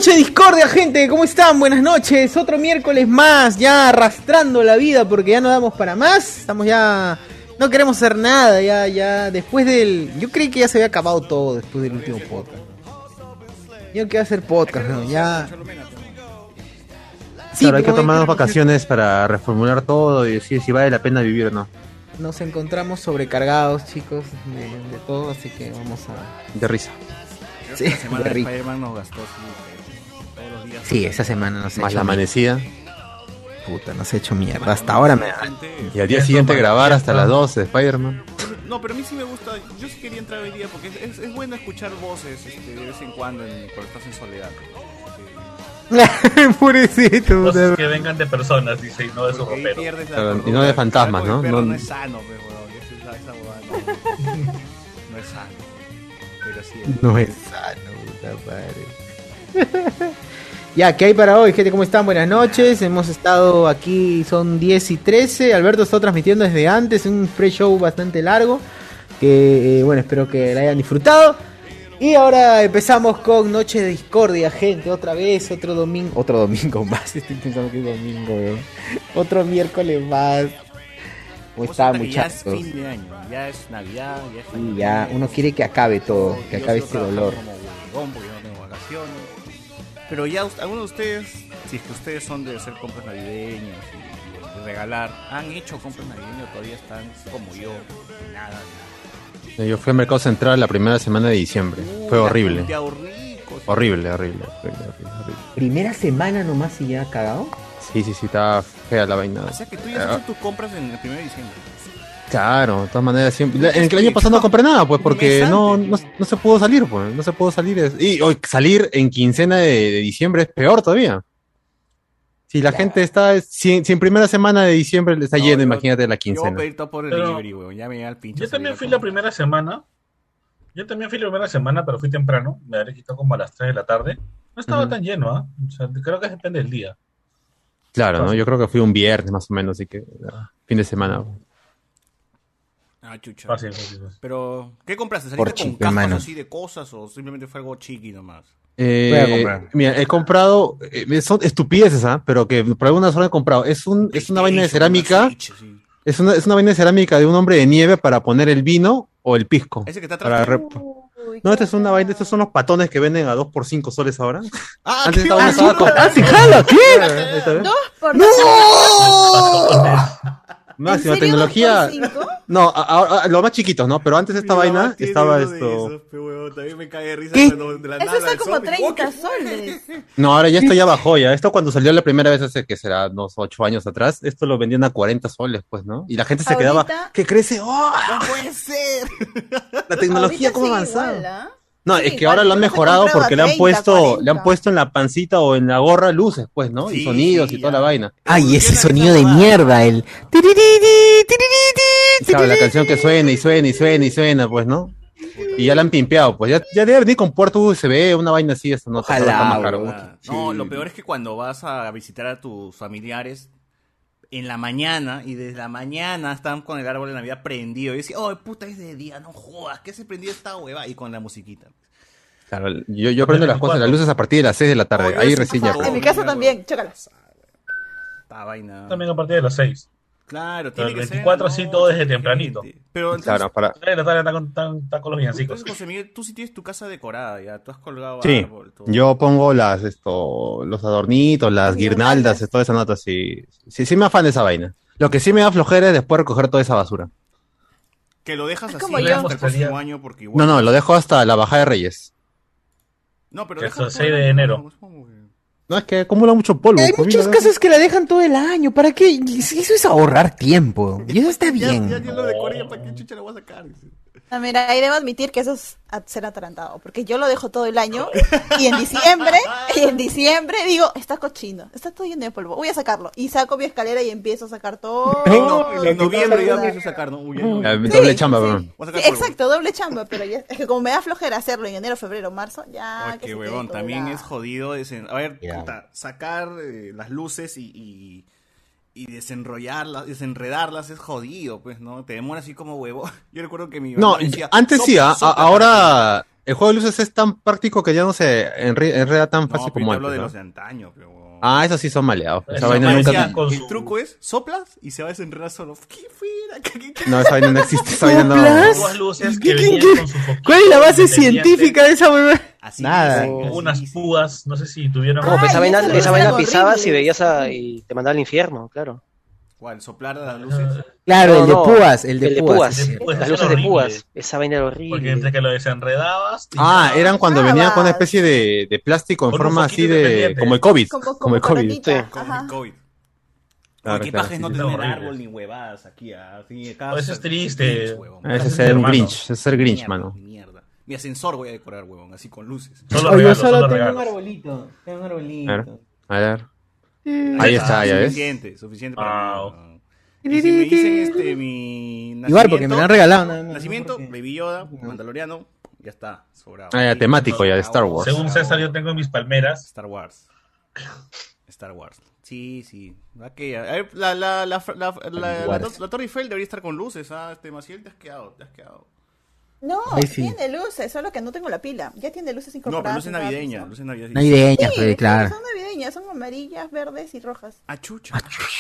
Noche de Discordia, gente, ¿cómo están? Buenas noches, otro miércoles más, ya arrastrando la vida porque ya no damos para más, estamos ya, no queremos hacer nada, ya, después yo creí que ya se había acabado todo después del último podcast. Yo quiero hacer podcast, ¿no? Ya. Sí, claro, hay que tomar unas vacaciones para reformular todo y decir si vale la pena vivir o no. Nos encontramos sobrecargados, chicos, de todo, así que vamos a... De risa. Sí, la semana de Spider-Man nos gastó todos los días. Sí, esa semana nos más la amanecida. Puta, nos he hecho mierda. Hasta ahora me da. Y al día siguiente grabar hasta las 12 de Spider-Man. No, pero a mí sí me gusta. Yo sí quería entrar hoy día porque es bueno escuchar voces de vez en cuando cuando estás en soledad. Purecito. Que vengan de personas, dice, y no de sus roperos. Y no de fantasmas, ¿no? No es sano, esa bobada no es sano. Pero sí no es sano, puta madre. Ya, ¿qué hay para hoy, gente? ¿Cómo están? Buenas noches. Hemos estado aquí, son 10:13. Alberto está transmitiendo desde antes, un pre-show bastante largo. Que, bueno, espero que la hayan disfrutado. Y ahora empezamos con Noche de Discordia, gente. Otra vez, otro domingo más. Estoy pensando que es domingo, otro miércoles más. ¿Cómo están, muchachos? Ya es fin de año, ya es Navidad, ya es sí, ya uno quiere que acabe todo, que acabe este dolor. Como huevón, porque yo no tengo vacaciones. Pero ya algunos de ustedes, si es que ustedes son de hacer compras navideñas y de regalar, ¿han hecho compras navideñas? Todavía están como yo, nada. Yo fui al Mercado Central la primera semana de diciembre. Fue horrible. Horrible. ¿Primera semana nomás y ya cagado? Sí, estaba fea la vaina. O sea que tú ya has hecho tus compras en el 1 de diciembre. Claro, de todas maneras siempre. En el año pasado no compré nada, pues, porque no se pudo salir, pues. No se pudo salir. Y hoy salir en quincena de diciembre es peor todavía. Si la gente está, si en primera semana de diciembre está lleno, imagínate la quincena. Yo voy a pedir todo por el delivery, weón. Ya me llega el pinche. Yo también fui la primera semana. Pero fui temprano. Me habré quitado como a las 3 de la tarde. No estaba tan lleno, ¿ah? O sea, creo que depende del día. Claro, ¿no? Yo creo que fui un viernes más o menos, así que fin de semana. Chucha. Fácil. Pero, ¿qué compraste? ¿Saliste con cajas así de cosas o simplemente fue algo chiqui nomás? Voy a comprar. Mira, he comprado, son estupideces, pero que por alguna razón he comprado. Es una vaina de cerámica. Es una vaina de cerámica de un hombre de nieve para poner el vino o el pisco. Ese que está atrás. No, esta es una vaina, estos son los patones que venden a 2 por 5 soles ahora. Antes estaba con... ¿sí, jala? ¿Qué? 2 por ¡No! Máxima tecnología. No, lo más chiquitos, ¿no? Pero antes de esta vaina estaba esto. También me cae de risa cuando de la nada. Eso está como 30 soles. No, ahora ya esto ya bajó ya. Esto cuando salió la primera vez hace que será unos 8 años atrás, esto lo vendían a 40 soles, pues, ¿no? Y la gente se quedaba, ¿qué crece? ¡Oh! ¡No puede ser! La tecnología cómo avanzado. No, sí, es que ahora lo han mejorado porque 30, le han puesto en la pancita o en la gorra luces, pues, ¿no? Sí, y sonidos y toda la vaina. Ay, ese sonido de mierda, el... Claro, la canción que suena, pues, ¿no? Y ya la han pimpeado, pues ya debe venir con puerto USB, una vaina así, eso no está más caro. No, lo peor es que cuando vas a visitar a tus familiares en la mañana, y desde la mañana están con el árbol de Navidad prendido, y decís, oh, puta, es de día, no jodas, ¿qué se prendió esta hueva? Y con la musiquita. Claro, yo prendo las luces a partir de las 6 de la tarde, ahí recién ya. En mi casa también, chócalas. Esta vaina. También a partir de las 6. Claro, pero tiene el que 24 ser. sí, todo desde tempranito. Pero entonces, claro, para... Está con los villancicos. Entonces, José Miguel, tú sí tienes tu casa decorada, ya, tú has colgado sí, árbol, todo. yo pongo los adornitos, las guirnaldas, toda esa nota, sí me afán de esa vaina. Lo que sí me da flojera es después recoger toda esa basura. Que lo dejas así hasta el próximo año porque igual... No, lo dejo hasta la bajada de Reyes. No, pero eso es 6 de enero. No, es que acumula mucho polvo. Hay muchas casas que la dejan todo el año. ¿Para qué? Eso es ahorrar tiempo. Y eso está bien. Ya lo decoré, ¿para qué chucha la voy a sacar? No, mira, ahí debo admitir que eso es ser atarantado, porque yo lo dejo todo el año y en diciembre digo, está cochino, está todo lleno de polvo, voy a sacarlo. Y saco mi escalera y empiezo a sacar todo. En noviembre ya empiezo a sacar, ¿no? Doble chamba, sí. Exacto, doble chamba, pero ya, es que como me da flojera hacerlo en enero, febrero, marzo, ya... Qué huevón, también es jodido. A ver, puta, sacar las luces y desenrollarlas, desenredarlas es jodido, pues, ¿no? Te demora así como huevo. Yo recuerdo que mi no, decía, antes sí, ahora El juego de luces es tan práctico que ya no se enreda tan No, fácil pero como te hablo antes, de ¿no? los de antaño, pero... Ah, esos sí son maleados. Esa Eso vaina parecía nunca... con El su- truco es, soplas y se va a desenredar solo. ¿Qué fuera? No, esa vaina no existe. Esa vaina no... ¿Soplas? Dos luces ¿Qué- que qué- venían qué? con su foquito ¿Cuál es la base independiente, científica de esa huevada? Así Nada. dicen, así unas dicen. púas, no sé si tuvieron... No, pues esa Ay, vaina, esas esa luces vaina eran pisabas y horribles. veías y te mandaba al infierno, claro. ¿Cuál? ¿Soplar a las luces? Claro, No, el de no, púas, el de púas. El de púas. Las Eso luces era de horrible. púas. Esa vaina era Porque horrible. entre que lo desenredabas... Ah, eran cuando venían con una Nada. especie de plástico en Con un forma foquito así de... independiente. Como el COVID. Como el COVID. coronita. Con Ajá. el COVID. Claro, Oye, qué claro, paja es sí, no sí. tener Horribles. árbol ni huevadas aquí. Así, Oh, eso es triste. huevón. Ese es Ese es ser un hermano. Grinch. Ese es ser Grinch, Mierda, mano. Mierda. Mi ascensor voy a decorar, huevón, así con luces. Solo Oye, yo regalos, solo solo tengo un regalos. arbolito. Tengo un A ver. arbolito. A ver. Ahí está, ya ves. Suficiente para Wow. mí. ¿No? Y si me dicen mi Igual, porque me lo han regalado. No, no, no, nacimiento, porque- Baby Yoda, Mandaloriano, ya está, sobrado. Ah, ya, temático ya, de Star Wars. Según César, yo tengo mis palmeras. Star Wars. Star Wars. Sí, sí. Aquella. A ver, la Torre Eiffel debería estar con luces, ¿ah? Maciel, te has quedado. No, Ay, sí. tiene luces, solo que no tengo la pila. Ya tiene luces No, incorporadas. pero luces en cada navideñas. piso. Luces navideñas. Navideña, Sí, pues, claro. son navideñas, son amarillas, verdes y rojas. Ah, chucha.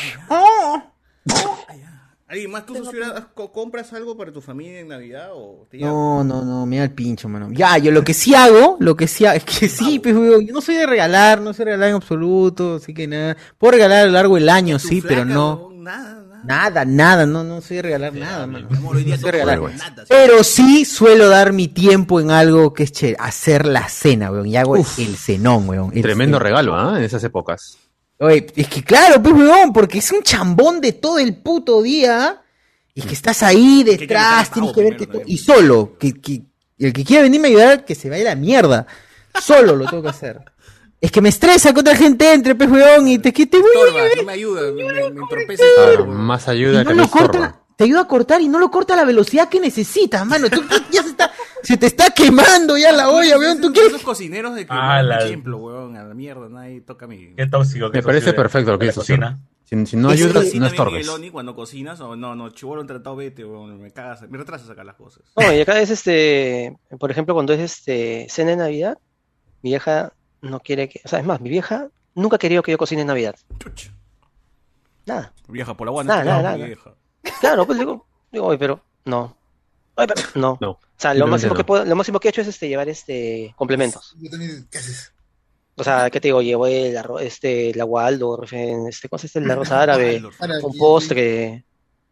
¿Alguien más tú, socio, compras algo para tu familia en Navidad o te llaman? No, me da el pincho, mano. Ya, yo lo que sí hago, es que sí, pues, weón, yo no soy de regalar, no soy de regalar en absoluto, así que nada. Puedo regalar a lo largo del año, Tu sí, pero flaca, no. huevón, Nada. Nada, no soy de regalar nada, mano. Mi amor, hoy día No no soy de regalar. juego nada. Pero sí suelo dar mi tiempo en algo que es hacer la cena, weón, y hago Uf. el cenón, weón. Tremendo regalo, ¿ah? En esas épocas. Oye, es que claro, pues, weón, porque es un chambón de todo el puto día. Y que estás ahí que detrás, calentar tienes pavo que ver que primero todo. Y solo, que el que quiera venirme a ayudar, que se vaya a la mierda. Solo lo tengo que hacer. Es que me estresa que otra gente entre, pues, weón, y te Estorba, no me ayuda, me entorpece. Claro, más ayuda y que no me lo corta, estorba. te ayuda a cortar y no lo corta a la velocidad que necesitas, mano. Tú ya se te está quemando ya la olla, weón. Tú quieres. Esos cocineros de que Ah, no, la- ejemplo, weón, a la mierda, nadie toca mi... Qué tóxico. qué Me parece tóxico de- perfecto lo que de la dices, cocina. Si no Sí, ayudas, sí, no Cocina bien, estorbes. Migueloni, cuando cocinas, o no, chivolo en tratado, vete, weón, me cagas, me retrasas acá las cosas. No, y acá es por ejemplo, cuando es cena de Navidad, mi vieja no quiere que, o sea, es más, mi vieja nunca ha querido que yo cocine en Navidad. Chucha. Nada. Vieja por la guana, Nada. vieja. Claro, pues digo, oye, pero no. Oye, pero no. No. O sea, lo máximo Simplemente lo máximo que he hecho es llevar complementos. O sea, ¿qué te digo? Llevo el arroz, la Waldorf, ¿cómo es el arroz árabe? Un postre.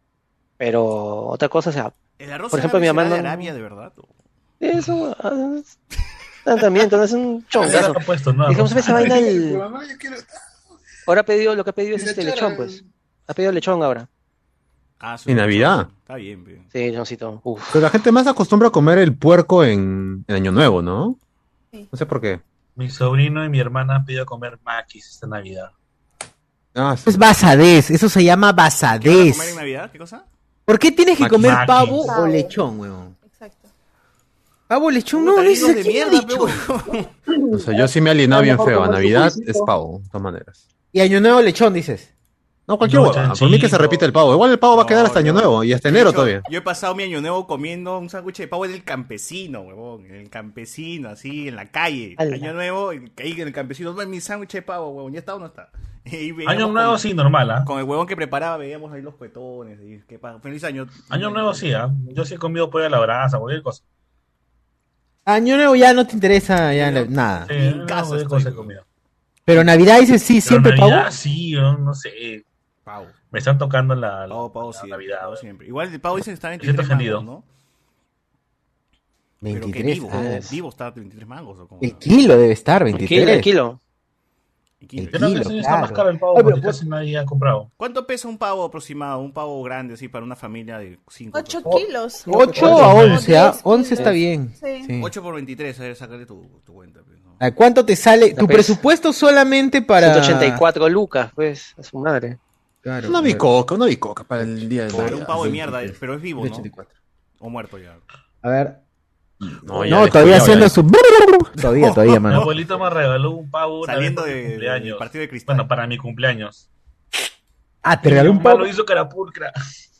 Pero otra cosa, o sea, ¿El arroz Por ejemplo, árabe mi mamá será de no- Arabia, de verdad? eso también, entonces es un chongazo. Eso ha puesto, ¿no? Dijimos, esa vaina Mamá, yo quiero... ahora lo que ha pedido es Y la lechón, chara. pues. Ha pedido lechón ahora. Ah, ¿En Navidad? Está bien, bien. Sí, lechoncito. Uf. Pero la gente más acostumbra a comer el puerco en Año Nuevo, ¿no? Sí. No sé por qué. Mi sobrino y mi hermana han pedido comer maquis esta Navidad. Ah, sí. Es basadez, eso se llama ¿Qué van a basadez. comer en Navidad? ¿Qué cosa? ¿Por qué tienes que Maqui. comer Maqui. pavo o Pavo. lechón, weón? Exacto. Pavo o lechón, no, Puta, es gringos de mierda, pe, weón. O sea, yo sí me he alienado bien feo. A Navidad es pavo, de todas maneras. Y año nuevo lechón, dices. No, cualquier No, hueva. Por mí chanchito. que se repite el pavo. Igual el pavo va a quedar hasta Año Nuevo y hasta De enero hecho, todavía. Yo he pasado mi año nuevo comiendo un sándwich de pavo en el campesino, huevón. En el campesino, así, en la calle. Ala. Año nuevo, ahí en el campesino, no, mi sándwich de pavo, huevón. ¿Ya está o no está? Y veíamos Año nuevo con- sí, normal, ¿ah? Con el huevón que preparaba, veíamos ahí los cuetones. Y, feliz año. Año nuevo sí, ¿ah? Yo sí he comido pollo a la brasa, cualquier cosa. Año nuevo ya no te interesa ya Ah, nada. Sí, en no, casa cualquier estoy, cosa he weón. comido. Pero Navidad dices sí, Pero siempre Navidad pavo. sí, yo no sé. Pavo. Me están tocando la Pavo la siempre. Navidad. Pavo weón. siempre. Igual el pavo dicen que está en Me siento 23 ofendido. mangos, ¿no? Pero que 23. vivo, ah, vivo está a 23 mangos. ¿O cómo? el kilo debe estar, El 23. kilo. Y quince. El Creo que kilo, ese año está más claro. caro el pavo Ay, pero porque casi nadie ha comprado. ¿Cuánto pesa un pavo aproximado? Un pavo grande, así, para una familia de 5. 8 kilos. 8 Ocho, a ¿no? 11, ¿ah? 10 11 está kilos. bien. Sí. Sí. 8 por 23, a ver, sácale tu cuenta. Pues, ¿no? ¿A ¿Cuánto te sale tu pues. presupuesto solamente para 184 lucas, pues, a su madre. Claro, Una bicoca para el día de Para Navidad. un pavo de mierda, pero es vivo, ¿no? 84. O muerto ya. A ver. No, No, todavía haciendo su. Todavía, Mi mano. abuelito me regaló un pavo una Saliendo vez para mi del cumpleaños. partido de cristal. Bueno, para mi cumpleaños. Ah, te Mi regaló un mamá pavo. lo hizo carapulcra.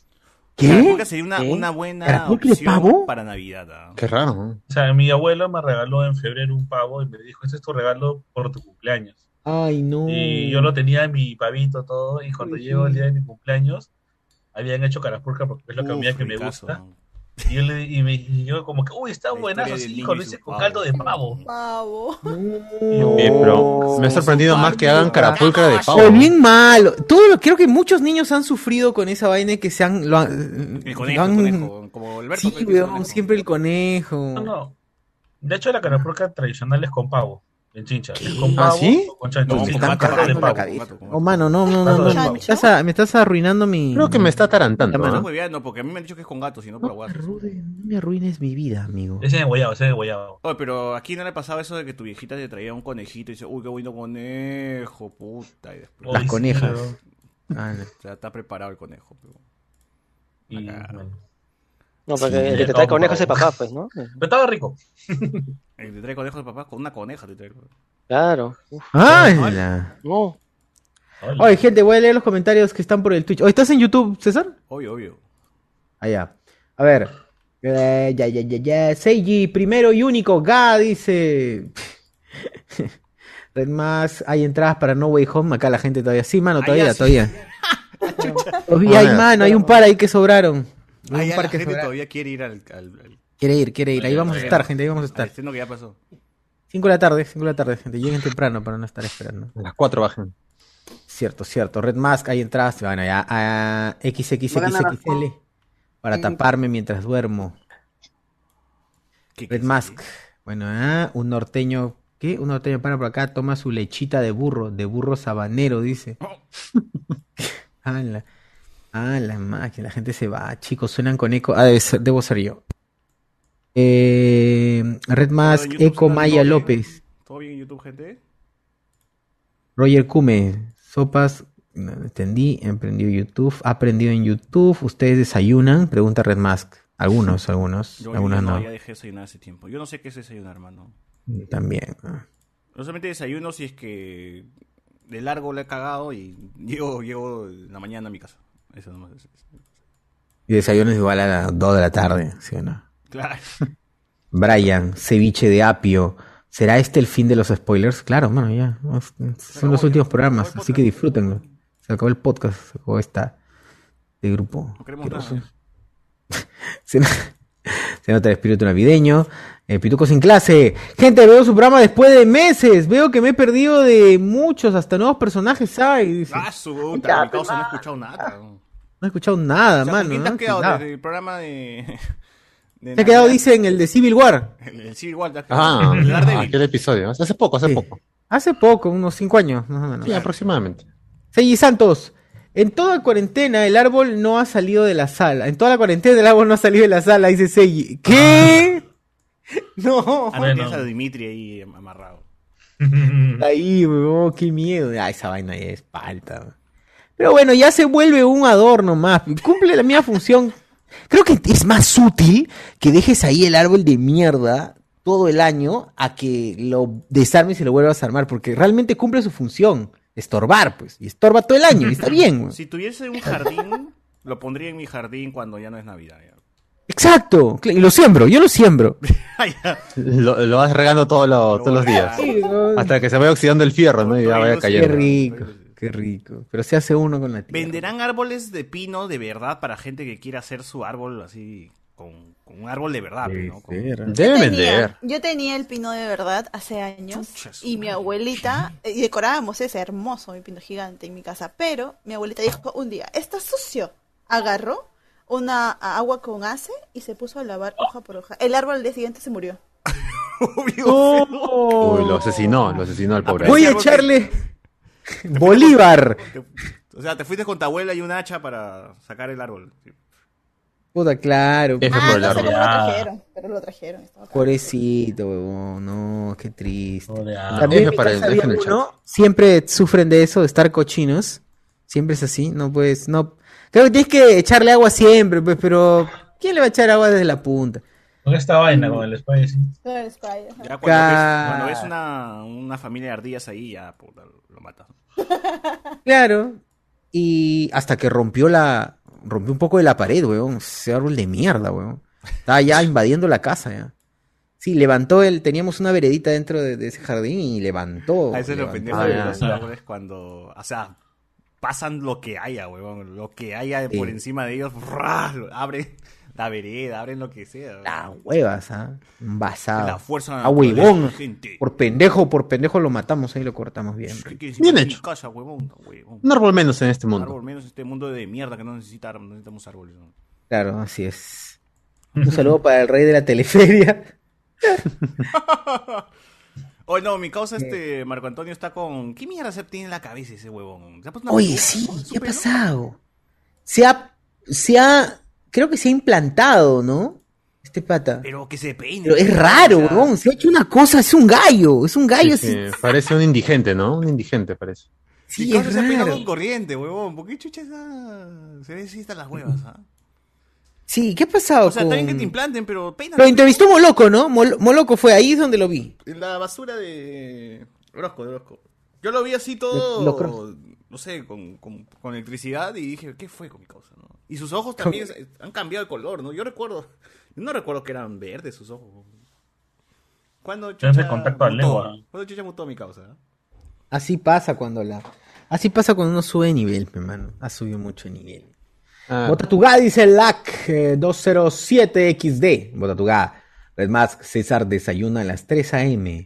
¿Qué? Carapulcra sería ¿Qué? una buena ¿Carapulcra de opción pavo? para Navidad. ¿Ah? Qué raro, ¿no? O sea, mi abuelo me regaló en febrero un pavo y me dijo, este es tu regalo por tu cumpleaños. Ay, no. Y yo lo tenía en mi pavito todo, y cuando Uy, llegó el sí. día de mi cumpleaños, habían hecho carapulcra porque es la comida que me Ricazo, gusta. ¿no? Y yo como que, uy, está La buenazo, historia del sí, niño hijo, y lo su hice con pavo. caldo de pavo. Pavo. Pero me ha sorprendido más que hagan carapulcra de pavo. Oh, bien malo. Creo que muchos niños han sufrido con esa vaina que se han... El conejo, como Alberto. Sí, pues, que es el weón, conejo. siempre el conejo. No. De hecho, la carapulcra tradicional es con pavo, en Chincha. Es con ¿Ah, pavo sí? o con chancho. No, Me Sí, con están gato, caldo de cagando la pavo. cabeza. Con gato. Oh, mano, no. Caldo de pavo. Me estás arruinando mi... Creo que me está atarantando. Ya, mano. Estás hueveando, porque a mí me han dicho que es con gato, sino por No aguas. no me arruines mi vida, amigo. Ese es de guayabo, ese es de guayabo. Oye, pero aquí no le pasaba eso de que tu viejita te traía un conejito y dice, uy, qué bonito conejo, puta. Y después, Las Hoy sí, conejas. pero- Ah, no. o sea, está preparado el conejo. Pero... y, Acá. bueno. No, porque Sí, el que te no, trae conejo pavo. es el papá, pues, ¿no? Pero estaba rico. Te trae conejo de papá con una coneja, te trae. Claro. Uf, ¡Hala! no. Hola. Oye, gente, voy a leer los comentarios que están por el Twitch. Oye, ¿estás en YouTube, César? Obvio. Allá. A ver. Ya. Seiji, primero y único. Ga, dice. Red más, hay entradas para No Way Home. Acá la gente todavía. Sí, mano, ya, todavía. sí. Todavía hay, mano, hay un par ahí que sobraron. Hay Ah, un ya par la que gente sobraron. todavía quiere ir al Quiere ir. Ahí vamos a estar, gente, ahí vamos a estar. estreno que ya pasó. 5 de la tarde, gente. Lleguen temprano para no estar esperando. A las 4 bajen. Cierto. Red Mask, hay entradas. Bueno, ya a XXXXL para taparme mientras duermo. Red Mask. Bueno, un norteño. ¿Qué? Un norteño para por acá, toma su lechita de burro sabanero, dice. La máquina, la gente se va, chicos, suenan con eco. Debo ser yo. Red Mask, YouTube, Eco ¿todo Maya bien? López, ¿Todo bien en YouTube, gente? Roger Cume, sopas, no entendí, aprendió en YouTube, ¿ustedes desayunan? Pregunta Red Mask. Algunos, Yo algunos no. ya dejé de desayunar hace tiempo. Yo no sé qué es desayunar, hermano. También. No solamente desayuno si es que de largo le he cagado y llego en la mañana a mi casa. Eso nomás es. Y desayunos igual a las 2 de la tarde, ¿sí o no? Claro. Brian, ceviche de apio. ¿Será este el fin de los spoilers? Claro, mano, ya. Son los últimos programas, así que disfrútenlo. Se acabó el podcast, se acabó este grupo. No queremos Asqueroso. nada. Se nota el espíritu navideño. Pituco sin clase. Gente, veo su programa después de meses. Veo que me he perdido de muchos, hasta nuevos personajes hay. Dice. Su puta, mi causa no he escuchado nada. No he escuchado nada, O sea, mano. ¿con quién te has ¿no? quedado Nada. desde el programa de Se ha quedado, Navidad? dice, en el de Civil War. El Civil War te has quedado. El Aquel Daredevil. episodio. Hace poco. Sí. Hace poco, unos 5 años, más o menos. Sí, aproximadamente. Seiji Santos, en toda cuarentena el árbol no ha salido de la sala. En toda la cuarentena el árbol no ha salido de la sala, dice Seiji. ¿Qué? No. Tienes a Dimitri ahí amarrado. Ahí, weón, qué miedo. Esa vaina ya es palta. Pero bueno, ya se vuelve un adorno más. Cumple la misma función. Creo que es más útil que dejes ahí el árbol de mierda todo el año a que lo desarmes y lo vuelvas a armar, porque realmente cumple su función. Estorbar, pues. Y estorba todo el año, y está bien, weón. Si tuviese un jardín, lo pondría en mi jardín cuando ya no es Navidad. Ya. Exacto. Y lo siembro, yo lo siembro. Lo vas regando todos los días. Sí, weón. Hasta que se vaya oxidando el fierro, ¿no? Y ya vaya Qué cayendo. rico, qué rico. Pero se hace uno con la tierra. ¿Venderán árboles de pino de verdad para gente que quiera hacer su árbol así con un árbol de verdad? Sí, ¿no? sí, Deben vender. Yo tenía el pino de verdad hace años Chucha, su y mi madre. abuelita, y decorábamos ese hermoso, mi pino gigante en mi casa, pero mi abuelita dijo un día, está sucio. Agarró una agua con ace y se puso a lavar hoja por hoja. El árbol al día siguiente se murió. Uy, lo asesinó al pobre. Voy a echarle Bolívar. O sea, te fuiste con tu abuela y un hacha para sacar el árbol. Sí. Puta, claro. F por el No sé árbol. cómo lo trajeron, pero lo trajeron. estaba acá. Pobrecito, huevón. No, qué triste. Hola. También en F mi para casa el- había F en el chat. uno. Siempre sufren de eso, de estar cochinos. Siempre es así. No puedes, no. Creo que tienes que echarle agua siempre, pues, pero ¿quién le va a echar agua desde la punta? Con esta vaina, con el spray, sí. Todo el spray, ajá. Ya Ca- cuando ves una familia de ardillas ahí, ya puta, lo matas. Claro. Y hasta que rompió rompió un poco de la pared, weón. Ese árbol de mierda, weón. Estaba ya invadiendo la casa, ya. Sí, teníamos una veredita dentro de ese jardín y levantó. A eso es lo levantó. pendejo de los árboles cuando, o sea, pasan lo que haya, huevón. Lo que haya por encima de ellos, abre la vereda, abren lo que sea. Las huevas, ¿ah? Basado. La fuerza. A huevón. Por pendejo lo matamos ahí, lo cortamos bien. Bien hecho. Casa, huevón. Un árbol menos en este mundo. Un árbol menos en este mundo de mierda que no necesitamos árboles. ¿No? Claro, así es. Un saludo para el rey de la teleferia. Oye, no, mi causa Marco Antonio está con... ¿Qué mierda se tiene en la cabeza ese huevón? Oye, sí, ¿qué ha pasado? Se ha... Creo que se ha implantado, ¿no? Este pata. Pero que se peine. Pero es raro, huevón. Se ha hecho una cosa, es un gallo. Es un gallo. Sí, parece un indigente, ¿no? Un indigente parece. Sí, es raro. Se ha peinado con corriente, huevón. ¿Por qué chucha se necesitan las huevas, ah? Sí, ¿qué ha pasado? O sea, está bien que te implanten, pero peina. Lo entrevistó Moloco, ¿no? Moloco fue ahí, es donde lo vi. En la basura de Orozco. Yo lo vi así todo, no sé, con electricidad y dije, ¿qué fue con mi causa? ¿No? Y sus ojos también han cambiado de color, ¿no? Yo no recuerdo que eran verdes sus ojos. ¿Cuándo chucha mutó mi causa? ¿No? Así pasa cuando uno sube de nivel, mi hermano. Ha subido mucho de nivel. Botatugá dice LAC 207XD. Botatugá. Red Mask, César desayuna a las 3 a.m.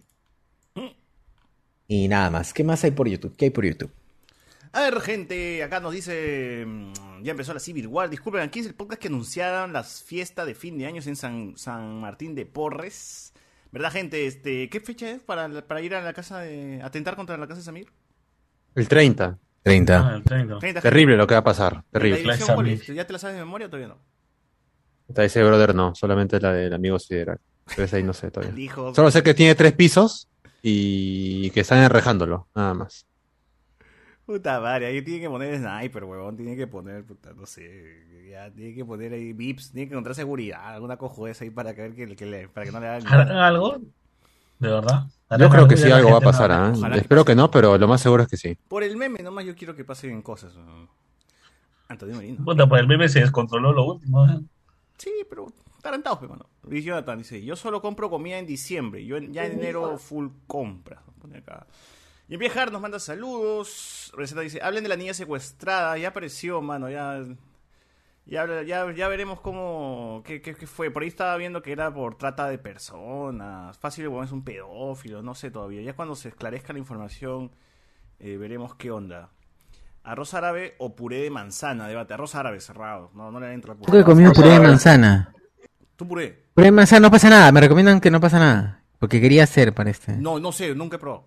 Y nada más. ¿Qué más hay por YouTube? ¿Qué hay por YouTube? A ver, gente, acá nos dice... Ya empezó la Civil War. Disculpen, aquí es el podcast que anunciaron las fiestas de fin de año en San Martín de Porres. ¿Verdad, gente? ¿Qué fecha es para ir a la casa atentar contra la casa de Samir? El 30. 30. 30. Terrible lo que va a pasar. Terrible. ¿Ya te la sabes de memoria o todavía no? Esta dice brother, no. Solamente la del amigo Sideral. Pero ahí no sé todavía. Solo sé que tiene 3 pisos y que están enrejándolo. Nada más. Puta madre, ahí tiene que poner sniper, huevón. Tiene que poner, puta, no sé. Ya tiene que poner ahí VIPs. Tiene que encontrar seguridad. Alguna cojudez ahí para que no le hagan. ¿Harán algo? ¿De verdad? Yo creo que sí algo va a pasar, ¿eh? Espero que no, pero lo más seguro es que sí. Por el meme nomás yo quiero que pasen cosas. Antonio Merino. Puta, por el meme se descontroló lo último, ¿eh? Sí, pero tarantado, hermano. Luis Jonathan dice, yo solo compro comida en diciembre. Yo ya en enero full compra. Pone acá. Y en Viajar nos manda saludos. Receta dice, hablen de la niña secuestrada. Ya apareció, mano. Ya veremos qué fue. Por ahí estaba viendo que era por trata de personas. Fácil, bueno, es un pedófilo, no sé todavía. Ya cuando se esclarezca la información, veremos qué onda. ¿Arroz árabe o puré de manzana? Debate. Arroz árabe cerrado. No le entra puré. ¿Tú he comido puré de manzana? ¿Tu puré? Puré de manzana no pasa nada. Me recomiendan que no pasa nada. Porque quería hacer para No sé, nunca he probado.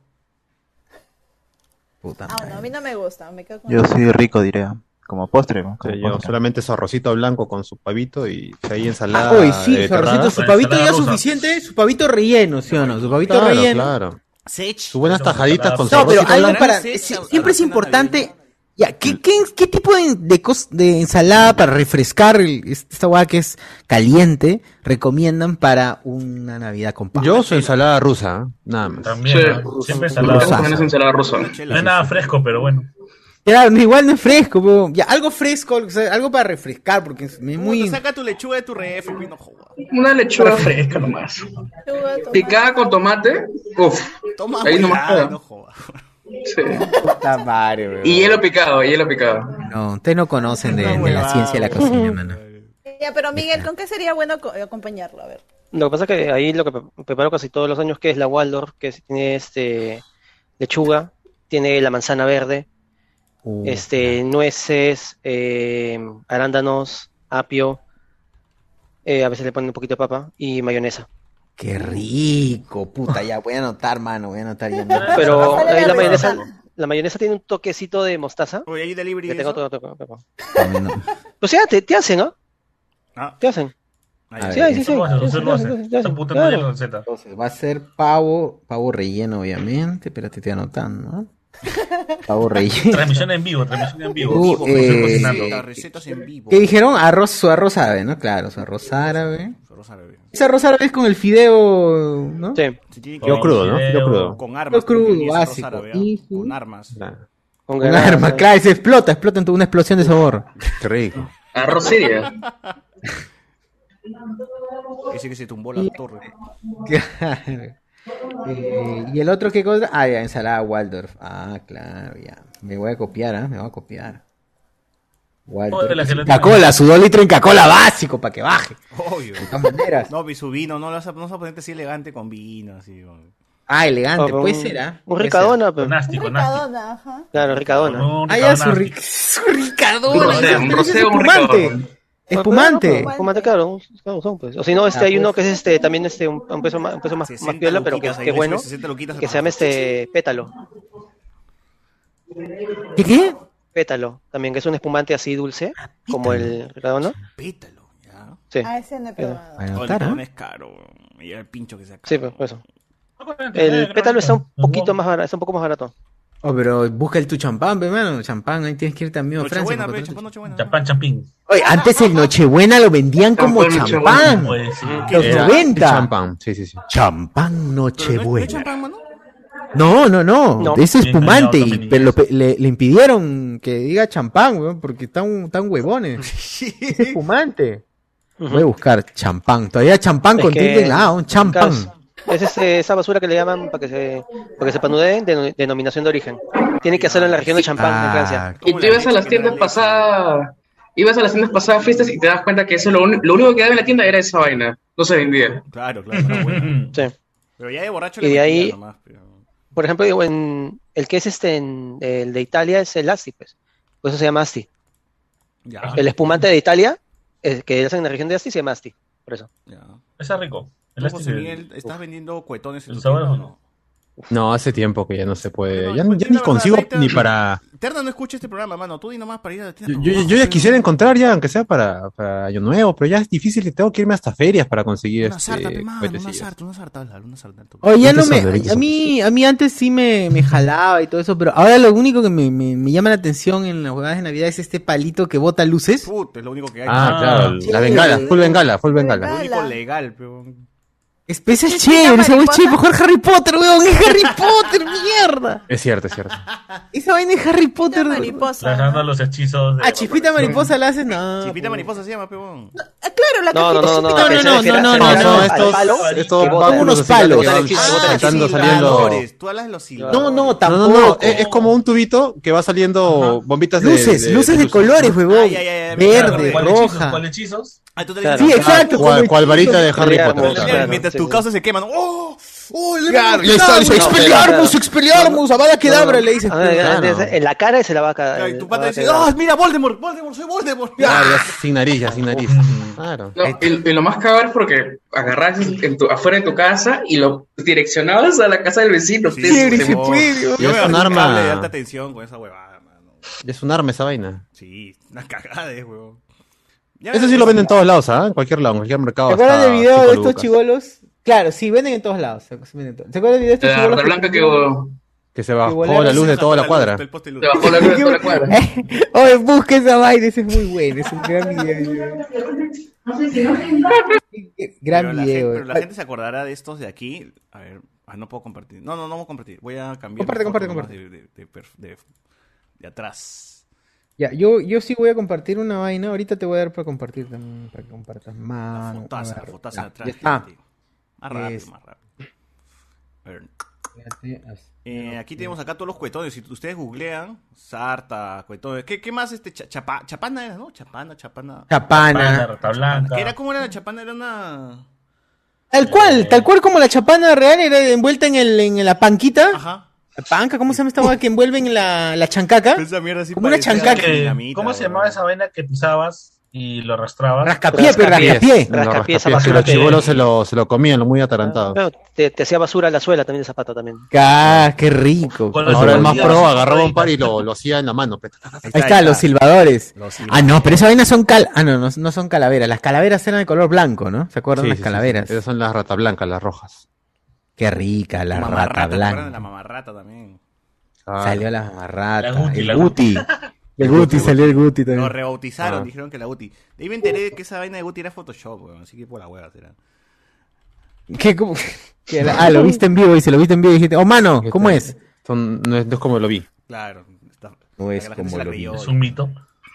Puta madre. No, a mí no me gusta. Yo soy rico, diría. Como postre, ¿no? Sí, yo solamente su arrocito blanco con su pavito y ahí ensalada. Uy, sí, su arrocito, su pavito ya suficiente, su pavito relleno, ¿sí o no? Su pavito relleno. Claro. Sus buenas tajaditas con su arrocito blanco. No, pero siempre es importante. Ya, ¿qué tipo de ensalada para refrescar esta hueá que es caliente recomiendan para una Navidad con papa? Yo soy ensalada rusa, nada más. También, siempre ensalada rusa. No es nada fresco, pero bueno. Claro, igual no es fresco, pero ya, algo fresco, o sea, algo para refrescar, porque es muy... Saca tu lechuga de tu refri, no jodas. Una lechuga fresca nomás. Picada con tomate, uff. Toma, ahí nomás no jodas. Sí. Puta madre, y hielo picado. No, ustedes no conocen de la ciencia de la cocina, mano. Ya, pero Miguel, ¿con qué sería bueno acompañarlo? A ver. Lo que pasa es que ahí lo que preparo casi todos los años, que es la Waldorf, que tiene lechuga, tiene la manzana verde, nueces, arándanos, apio, a veces le ponen un poquito de papa y mayonesa. ¡Qué rico! Puta, ya voy a anotar, mano, voy a anotar ya. Pero ahí la mayonesa tiene un toquecito de mostaza. Oye, ahí delivery que eso. Pues ya, te hacen, ¿no? Te hacen. Sí. Entonces va a ser pavo relleno, obviamente. Espérate, estoy anotando, ¿no? Pavo relleno. Transmisión en vivo. Recetas en vivo. ¿Qué dijeron? Su arroz árabe, ¿no? Claro, su arroz árabe. Ese arroz árabe es con el fideo, ¿no? Sí. Fideo crudo, ¿no? Fideo crudo. Con armas. Fideo crudo, básico. Con armas. Con armas, claro, se explota en una explosión de sabor. Qué rico. Arroz Siria. Ese que se tumbó la torre. ¿Y el otro qué cosa? Ah, ya, ensalada Waldorf. Ah, claro, ya. Me voy a copiar, ¿ah? Me voy a copiar. Waldorf. Coca-Cola, su 2 litros en Coca-Cola básico para que baje. Obvio. De todas maneras. No, y su vino, no vas a ponerte así elegante con vino, así. Ah, elegante, puede ser, ¿ah? Un ricadona, pero. Ricadona, ajá. Claro, ricadona. Ah, ya, su ricadona. Un roseo, un ricadona. Espumante. Espumante, claro, son, pues. O si no, hay uno que es también un peso más piola, pero que es bueno, que se llama pétalo. ¿Qué? Pétalo, también que es un espumante así dulce, como el Ricadona. Pétalo, ya. Sí. Ah, ese no he probado. El es caro. Y el pincho que se acaba. Sí, pues eso. El pétalo está un poquito más barato, está un poco más barato. Oh, pero busca el tu champán, hermano. Champán, ahí tienes que irte a mí a Francia. Champán, champín. Oye, antes el Nochebuena lo vendían como champán. Los 90. Champán, sí. Champán Nochebuena. ¿No es champán, mano? No. Es espumante. Pero le impidieron que diga champán, weón, porque están huevones. Es espumante. Voy a buscar champán. Todavía champán con tilde en la A, un champán. Es esa basura que le llaman para que se panudeen, denominación de origen. Tienen que hacerlo en la región de Champán, en Francia. Y tú ibas a las tiendas pasadas, fiestas y te das cuenta que eso lo único que daba en la tienda era esa vaina. No se vendía. Claro, bueno. Sí. Pero ya de borracho y de ahí, nomás, pero... por ejemplo, digo, el que es el de Italia es el Asti, pues. Por eso se llama Asti. Ya. El espumante de Italia, que hacen en la región de Asti, se llama Asti. Por eso. Ya. Está rico. José Miguel, ¿estás vendiendo cuetones en ¿El tu sabor tienda o no? no? No, hace tiempo que ya no se puede. No, Ya pues, ni consigo ahorita- ni para. Terna no escucha este programa, mano. Tú di nomás para ir a la tienda. Yo ya quisiera encontrar ya, aunque sea para Año Nuevo, pero ya es difícil y tengo que irme hasta ferias para conseguir Una sarta, pe, mano, una cohetecillos. sarta. Una sarta. Oye, ya no ¿Veinte me. son? ¿Veinte A mí antes sí me jalaba y todo eso, pero ahora lo único que me llama la atención en las jugadas de Navidad es este palito que bota luces. Puta, es lo único que hay. Claro, sí. la bengala, full bengala. Lo único legal, pero... Ese es chévere, ese güey es chévere, mejor Harry Potter, weón, es Harry Potter, mierda. Es cierto. Esa vaina es Harry Potter. Mariposa. Lanzando los hechizos. Ah, Chispita Mariposa la haces, no. Chipita mariposa se llama, peón. Claro, la No, cajita no, chiquita. no. Estos unos palos. saltando, saliendo. Tú hablas de los silbadores. No, tampoco. No, es como un tubito que va saliendo bombitas de Luces de colores, huevón. Ya, Verde, roja. ¿Cuál hechizos? Ah, tú te Claro. Sí, exacto. cual varita de Harry Claro, Potter. claro. Mientras tu causa se quema, ¿no? ¡Oh! Claro, le está Expelliarmus, Avada Kedavra, le dices. En la cara se la va a caer. Y tu pata dice, ¡ah, mira, Voldemort, soy Voldemort! Claro, ya sin nariz. Claro. No, y lo más cabrón es porque agarras afuera de tu casa y lo direccionabas a la casa del vecino. Sí, Te- sí, te- Yo Ya me es un bajé un cable de arma. alta tensión con esa huevada, mano. Ya es un arma esa vaina. Sí, una cagada, huevón. Eso sí lo venden en todos lados, ¿ah? En cualquier lado, en cualquier mercado. ¿Se acuerdan hasta del video 5 de estos lucas. chibolos? Claro, sí, venden en todos lados. ¿Se acuerdan del video de estos La chibolos? rata blanca Que se bajó volaron la luz de toda la cuadra. El poste de luz. te bajó la luz de toda la cuadra. Oye, busca esa vaina, ese es muy bueno, es un gran video. Gran Pero la video. gente- pero la gente se acordará de estos de aquí. A ver, no puedo compartir. No voy a compartir. Voy a cambiar. Comparte. la foto de atrás. Ya, yo sí voy a compartir una vaina. Ahorita te voy a dar para compartir también, para que compartas más. La fotaza de atrás. Ya está. gente. Más rápido, Es- más rápido. A ver. Fíjate, así. Aquí tenemos acá todos los cuetones. Si ustedes googlean, sarta, cuetones. ¿Qué más? Chapana era, ¿no? Chapana. Chapana. Rata blanca. ¿Qué era? ¿Cómo era la chapana? Era una... Tal cual como la chapana real era envuelta en la panquita. Ajá. La panca, ¿cómo se llama esta vaina que envuelve en la chancaca? Esa mierda así Como una parecía chancaca. dinamita, ¿Cómo se weón. llamaba esa vaina que pisabas y lo arrastrabas? Rascapié, pero Rascapiés. rascapié. Rascapié, esa Que basura los que- chibolos se lo comían, lo muy atarantado. Claro, te hacía basura la suela también de zapato también. Ah, qué rico. Con los Ahora el más silbadores, pro agarraba un par y lo hacía en la mano. Ahí está, los silbadores. Los silbadores. Ah, no, pero esa vaina son no son calaveras. Las calaveras eran de color blanco, ¿no? ¿Se acuerdan las calaveras? Esas son las ratas blancas, las rojas. Qué rica la Mamarrata, rata ¿te acuerdan de blanca. la mamarrata también? Salió la mamarrata. La Guti, El la Guti. El Guti, salió el Guti también. Lo rebautizaron, Ah. dijeron que la Guti. De ahí me enteré que esa vaina de Guti era Photoshop, weón. Así que por la hueva será. ¿Qué? ¿Cómo? Lo viste en vivo, lo viste en vivo y dijiste, oh, mano, ¿cómo es? No es como lo vi. Claro. Está, No es la gente como se la lo vi. creyó. Es un mito.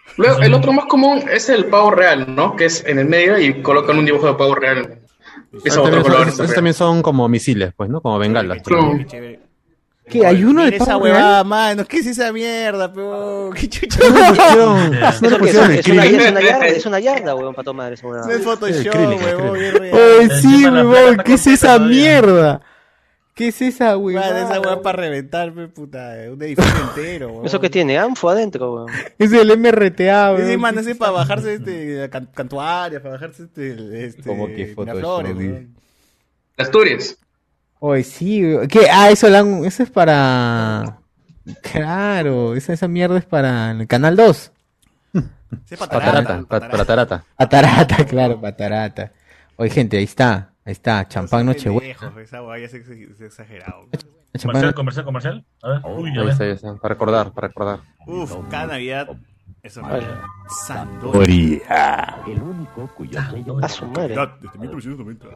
Luego, el otro más común es el pavo real, ¿no? Que es en el medio y colocan un dibujo de pavo real. Es otro color. Esos también son como misiles, pues, ¿no? Como bengalas. Qué chévere. ¿Qué? ¿Hay uno de Mira esa pavo huevada, real? mano. ¿Qué es esa mierda, pero? ¿Qué chucha? Eso que es una yarda, weón, para tomar esa No huevada. es Photoshop, acrílico, huevón. acrílico. Es real. Oye, sí, Encima la huevón, plata ¿qué es completa esa todavía. mierda? ¿Qué es esa Mano, huevada? esa hueá para reventar, puta. Un edificio entero, huevón. ¿Eso que tiene? Anfo adentro, weón. Es el MRTA, Sí, weón. mano, ese es para bajarse Cantuaria, para bajarse Como que Photoshop, Miraflores, dice. huevón. Asturias. Oye, sí, weón. ¿Qué? Ah, eso es para... Claro, esa mierda es para el Canal 2. Ese es Patarata, patarata. Patarata, claro, patarata. Oye, gente, ahí está, champán Nochebuena. Esa hueá ya es exagerado. Champán Comercial. A ver. Uy, a Ahí ver. está, ahí está. Para recordar. Uf, cada Navidad. Eso es Ay. Sandoria. A su madre. Desde 1990.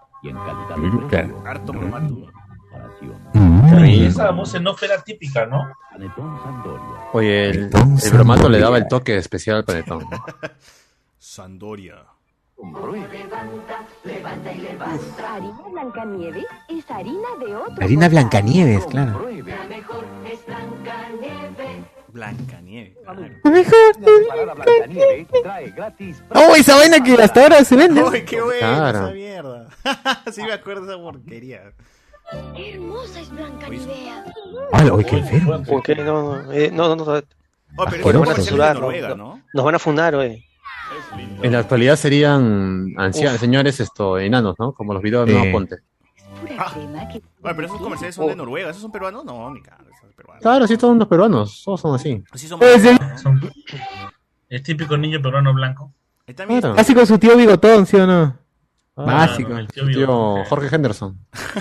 Harto bromato. Y esa voz en ópera típica, ¿no? Oye, el bromato le daba el toque especial al panetón. Sandoria. Harina Blancanieves es harina de otro. Harina Blancanieves, claro. Blancanieves. Oh, esa vaina que hasta ahora se vende. ¡Uy, qué buena Claro. esa mierda! Sí me acuerdo de esa porquería. Qué hermosa es Blancanivea. Oye, qué enfermo. ¿Por qué? No. Oh, pero Porque es nos van a comercial de censurar, Noruega, ¿no? Nos van a fundar, wey. En la actualidad serían ancianos, señores enanos, ¿no? Como los videos de Nuevo Ponte. Pura crema que... Oye, pero esos comerciales son de Noruega. ¿Esos son peruanos? No, ni cara. Esos son peruanos. Claro, sí, todos los peruanos, todos son así. Así son. Son el típico niño peruano blanco. Está bien. Claro. Casi con su tío bigotón, ¿sí o no? Ah, Básico. el tío Tío Vivo. Jorge Henderson.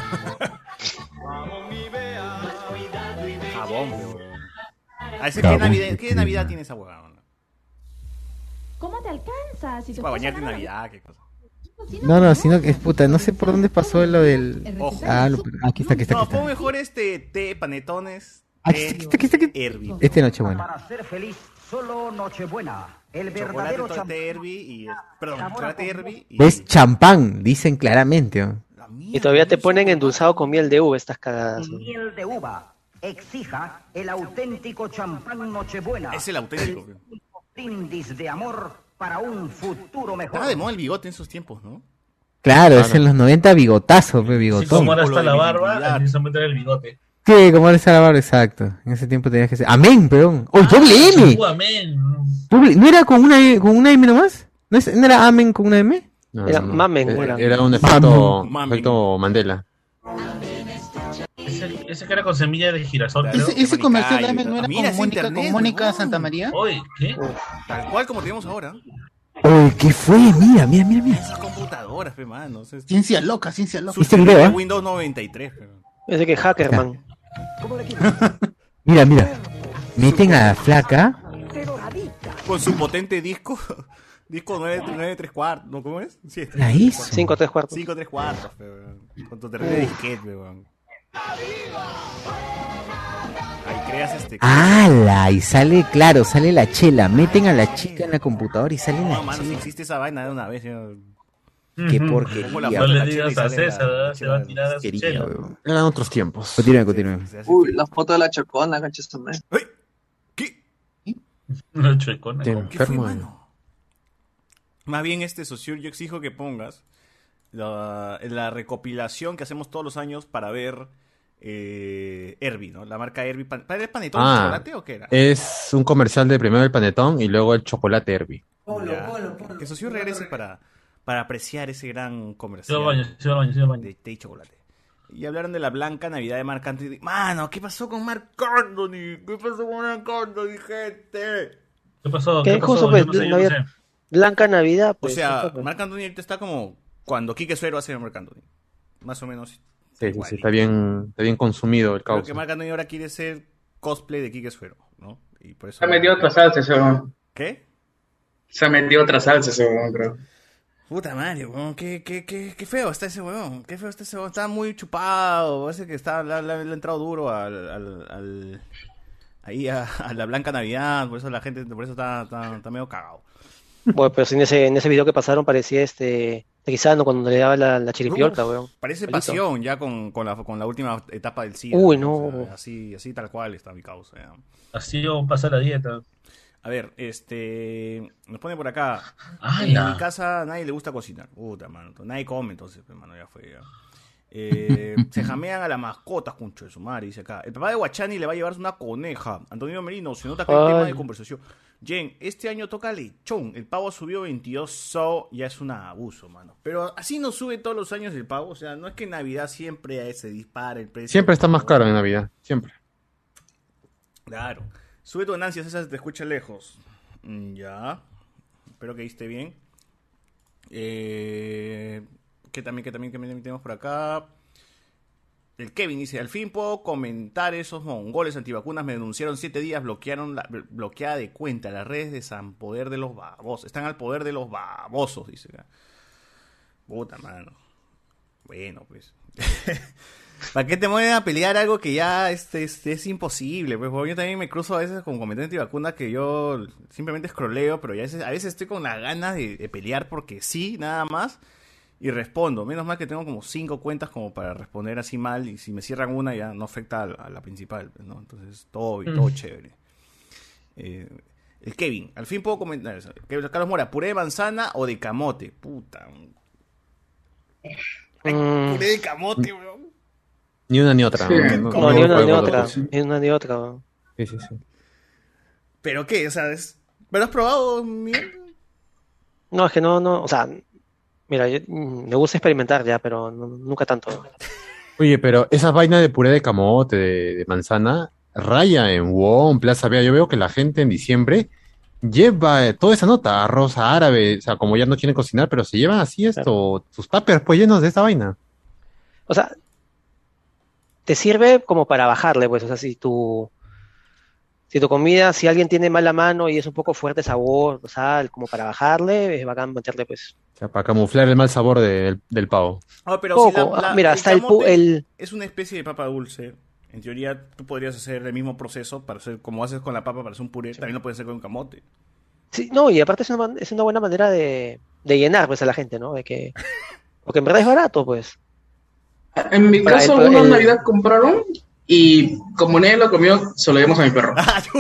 Jabón, weón. Jabón. ¿Qué Navidad tiene esa huevada? ¿Cómo te alcanza? Si tu Para esposa bañarte en no lo- Navidad, qué cosa. No, sino que es puta, no sé por dónde pasó lo del... Ojo. Aquí está. No, pon mejor té, panetones. Aquí está. Herbie. Nochebuena. Para ser feliz, solo Nochebuena. El Chocolate, verdadero té Herbie y... Perdón, chocolate Herbie y... Es champán, dicen claramente. ¿Oh? La mierda, Y todavía te ¿no? ponen endulzado con miel de uva estas cagadas. champán, miel de uva. Exija el auténtico champán Nochebuena. Es el auténtico. weón. Brindis de amor para un futuro mejor. Estaba de moda el bigote en esos tiempos, ¿no? Claro, es en los 90 bigotazo, pe, Así bigotón. como ahora Símbolo está de la barba, visibilidad. así se mete el bigote. Sí, como eres barba, exacto. En ese tiempo tenías que ser... Amén, perdón. ¡Oh, doble M! Amén. ¿No era con una M nomás? ¿No era Amén con una M? No, Era mamen, era. Era un efecto Mamen. Mandela. Ese que era con semilla de girasol, creo. Ese comercial Manicayo, de no era mira, con es internet, Mónica huevón. Santa María. Oye, ¿qué? Tal cual como tenemos ahora. Oye, ¿qué fue? Mira. Esas computadoras, pe, mano. Ciencia loca, ciencia loca. ¿Viste el video, de eh? Windows 93, pe. Ese que Hackerman. Mira. Meten a la flaca. Con su potente disco. Disco 9 3 cuartos. ¿No? ¿Cómo es? Sí, La hizo. 5 3 cuartos. 5 3 cuartos, pe, weón. Con tu terrible disquete, pe, weón. Ahí creas ¡Hala! Y sale la chela. Meten a la chica en la computadora y sale No, la mano, si chela. existe esa vaina de una vez. Yo... Qué Como la porquería. No foto le de la digas chela y a sale César, la se va a tirar a su Porquería, chela. weón. Eran otros tiempos. Continúen. Uy, la foto de la chocona, ganchas también. ¿Qué? Una chuecona. Te ¿Qué fue, enfermo. mano? Más bien, Sociur, yo exijo que pongas la recopilación que hacemos todos los años para ver Herbie, ¿no? La marca Herbie. ¿Para el panetón de chocolate o qué era? Es un comercial de primero el panetón y luego el chocolate Herbie. Que Sociur regrese para apreciar ese gran Sí, comercial al baño. de té y chocolate. Y hablaron de la blanca Navidad de Marc Anthony. Mano, ¿qué pasó con Marc Anthony? ¿Qué pasó con Marc Anthony, gente? ¿Qué pasó? ¿Qué ¿Qué pasó? justo, pues, Yo no sé, yo Navidad- no sé. Blanca Navidad, O pues. sea, pues. Marc Anthony ahorita está como cuando Quique Suero hace Marc Anthony. Más o menos. Sí, igualito. está bien consumido el Creo causa. que Marc Anthony ahora quiere ser cosplay de Quique Suero, ¿no? Y por eso... Se ha metido otra salsa ese weón. ¿Qué? Se ha metido otra salsa ese weón, creo. Puta madre, weón, qué feo está ese weón. Qué feo está ese weón. Está muy chupado. Parece que le ha entrado duro ahí a la Blanca Navidad, por eso la gente, por eso está medio cagado. Bueno, pero si en ese video que pasaron parecía Trizano cuando le daba la chiripiorca, weón. Parece Igualito. Pasión ya con la última etapa del SIDA. Uy, ¿no? no. O sea, así tal cual está mi causa. Ya. Así yo pasar la dieta. A ver, nos pone por acá. Ah, en ya. mi casa a nadie le gusta cocinar. Puta, mano. Nadie come, entonces, hermano, ya fue. Ya. Se jamean a las mascotas, concho de su madre, dice acá. El papá de Guachani le va a llevarse una coneja. Antonio Merino, se nota que hay tema de conversación. Jen, este año toca lechón. El pavo subió 22, ya es un abuso, mano. Pero así no sube todos los años el pavo. O sea, no es que en Navidad siempre se dispara el precio. Siempre está más caro en Navidad, siempre. Claro. Sube tu ganancia, César, te escucha lejos. Ya. Espero que esté bien. Que también tenemos por acá. El Kevin dice, al fin puedo comentar esos mongoles antivacunas, me denunciaron 7 días, bloquearon bloqueada de cuenta, las redes de San Poder de los Babosos, están al poder de los babosos, dice. Puta mano. Bueno, pues. ¿Para qué te mueven a pelear algo que ya es imposible? Pues yo también me cruzo a veces con comentarios antivacunas que yo simplemente scrolleo, pero ya a veces estoy con las ganas de pelear porque sí, nada más. Y respondo. Menos mal que tengo como 5 cuentas como para responder así mal. Y si me cierran una ya no afecta a la principal, ¿no? Entonces todo chévere. El Kevin. Al fin puedo comentar eso. Carlos Mora. ¿Puré de manzana o de camote? Puta. Ay, puré de camote, weón. Ni una ni otra. Sí. No, ni una ni otra. Ni una ni otra, weón. Sí. ¿Pero qué? O sea, ¿me lo has probado, Miguel? No, es que no. O sea, mira, me gusta experimentar ya, pero nunca tanto. Oye, pero esas vainas de puré de camote, de manzana, raya en WOM, Plaza Vea. Yo veo que la gente en diciembre lleva toda esa nota, arroz árabe, o sea, como ya no quieren cocinar, pero se llevan así sus tuppers pues llenos de esta vaina. O sea, te sirve como para bajarle, pues, o sea, si tu comida, si alguien tiene mala mano y es un poco fuerte sabor, o sea, como para bajarle, es bacán meterle, pues. O sea, para camuflar el mal sabor del pavo. Pero poco. si Mira, hasta camote es una especie de papa dulce. En teoría, tú podrías hacer el mismo proceso para hacer, como haces con la papa para hacer un puré, también lo puedes hacer con un camote. Sí, no, y aparte es una buena manera de llenar, pues, a la gente, ¿no? Porque en verdad es barato, pues. En mi caso, una Navidad compraron y como nadie lo comió, se lo dimos a mi perro.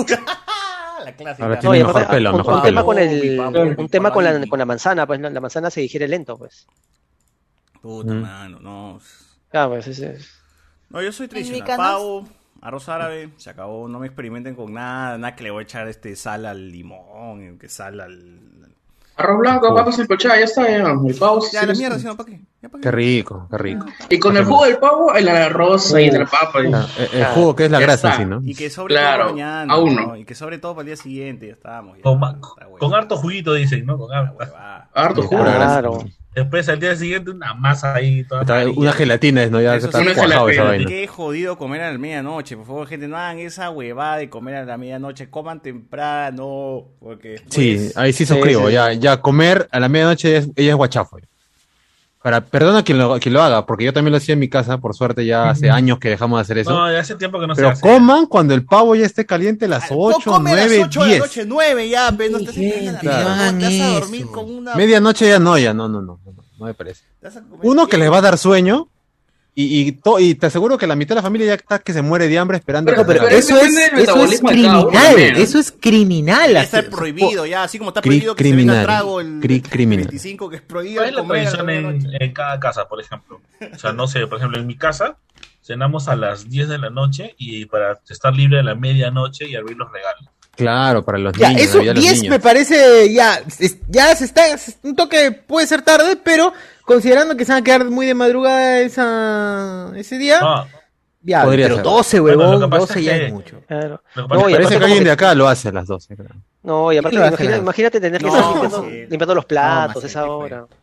La clásica. Ahora tiene mejor pelo, mejor pelo. Un tema con la manzana, pues la manzana se digiere lento, pues. Puta mano, no. Claro, pues es. No, yo soy tradicional. Pavo, arroz árabe, se acabó. No me experimenten con nada que le voy a echar sal al limón, que sal al... Arroz blanco, papas empochadas, ya está, ya. El pavo. Ya, la mierda, ¿para qué? Qué rico, qué rico. Y con el jugo del pavo, el arroz y de la papa. El jugo que es la grasa, sí, ¿no? Y que sobre todo mañana, ¿no? Y que sobre todo para el día siguiente, ya estábamos. Con harto juguito, dicen, ¿no? Con harto jugo. Claro. Después al día siguiente una masa ahí toda una gelatina, ¿no? Ya está cuajado esa vaina. Qué jodido comer a la medianoche. Por favor, gente, no hagan esa huevada de comer a la medianoche. Coman temprano. Porque después... Sí, ahí sí suscribo. Sí. Ya comer a la medianoche ella es guachafo. Perdona a quien lo haga, porque yo también lo hacía en mi casa, por suerte ya hace años que dejamos de hacer eso. No, ya hace tiempo que no se hace. Pero coman cuando el pavo ya esté caliente a las 8, 9, 10. A las 8 de la noche, 9 ya, pero no estás te vas a dormir con una... Medianoche ya no me parece. Uno que les va a dar sueño y te aseguro que la mitad de la familia ya está que se muere de hambre esperando. Pero eso es criminal, eso es criminal. Está prohibido ya, así como está prohibido que se venga trago el 25, que es prohibido. ¿Cuál es la tradición en cada casa, por ejemplo? O sea, no sé, por ejemplo, en mi casa cenamos a las 10 de la noche y para estar libre de la medianoche y abrir los regalos. Claro, para los ya, niños. Eso 10 me parece ya se está, un toque puede ser tarde, pero considerando que se van a quedar muy de madrugada ese día, ya, podría pero ser. 12, huevón, 12 ya es mucho. Claro. No, parece que alguien de acá lo hace a las 12, creo. No, y aparte imagínate tener que estar limpiando los platos esa hora.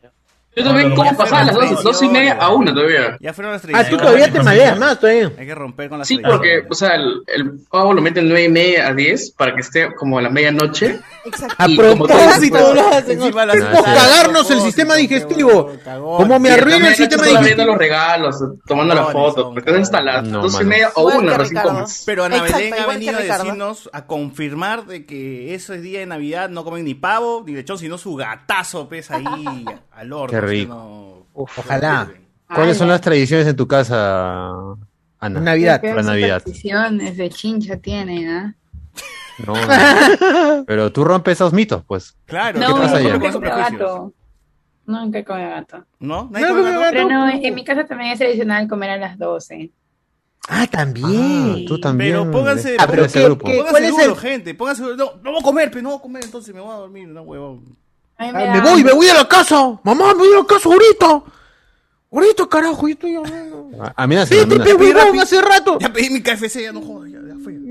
Yo también como pasar las 2:30 a 1 todavía. Ya fueron las Ah, tradiciones. tú todavía te maleas más, todavía. Hay que romper con las Sí, tradiciones. porque, o sea, el pavo lo meten 9:30 a 10 para que esté como a la medianoche. Exacto. A Y como propósito todo- lo hacen. Encima lo Es hacen por a cagarnos el propósito, sistema qué digestivo. huevón, cagón. Como me Y arruina el también sistema está viendo digestivo. los regalos, tomando la Cagones foto, son, porque es hasta las No, 2:30 o Igual 1 que recién Ricardo. comes. Pero Ana Exacto, Belén ha igual que venido a Ricardo. decirnos, a confirmar de que eso es día de Navidad, no comen ni pavo ni lechón, sino su gatazo, pues, ahí al horno. Qué rico. sino- Ojalá. ¿Cuáles son las tradiciones en tu casa, Ana? Navidad. Para Navidad. Tradiciones de chincha tienen, ¿ah? No, pero tú rompes esos mitos, pues. Claro, No, ¿qué pasa allá? nunca Con esos come prejuicios. gato. Nunca come gato. ¿No? No, ¿Nadie come gato? Pero no, en mi casa también es tradicional comer a las 12. Ah, también. Ah, tú también. Pero pónganse, Ah, pero ese ¿qué- grupo. qué- pónganse cuál es duro, el- gente, pónganse duro. No voy a comer, pero no voy a comer, entonces me voy a dormir, no huevón. A mí Ah, da me voy a la casa. Mamá, me voy a la casa ahorita. Ahorita, carajo, yo estoy hablando. Amenaza, Sí, te amenaza. pedí huevón hace rato. Ya pedí mi KFC, ya no jodas, ya fue.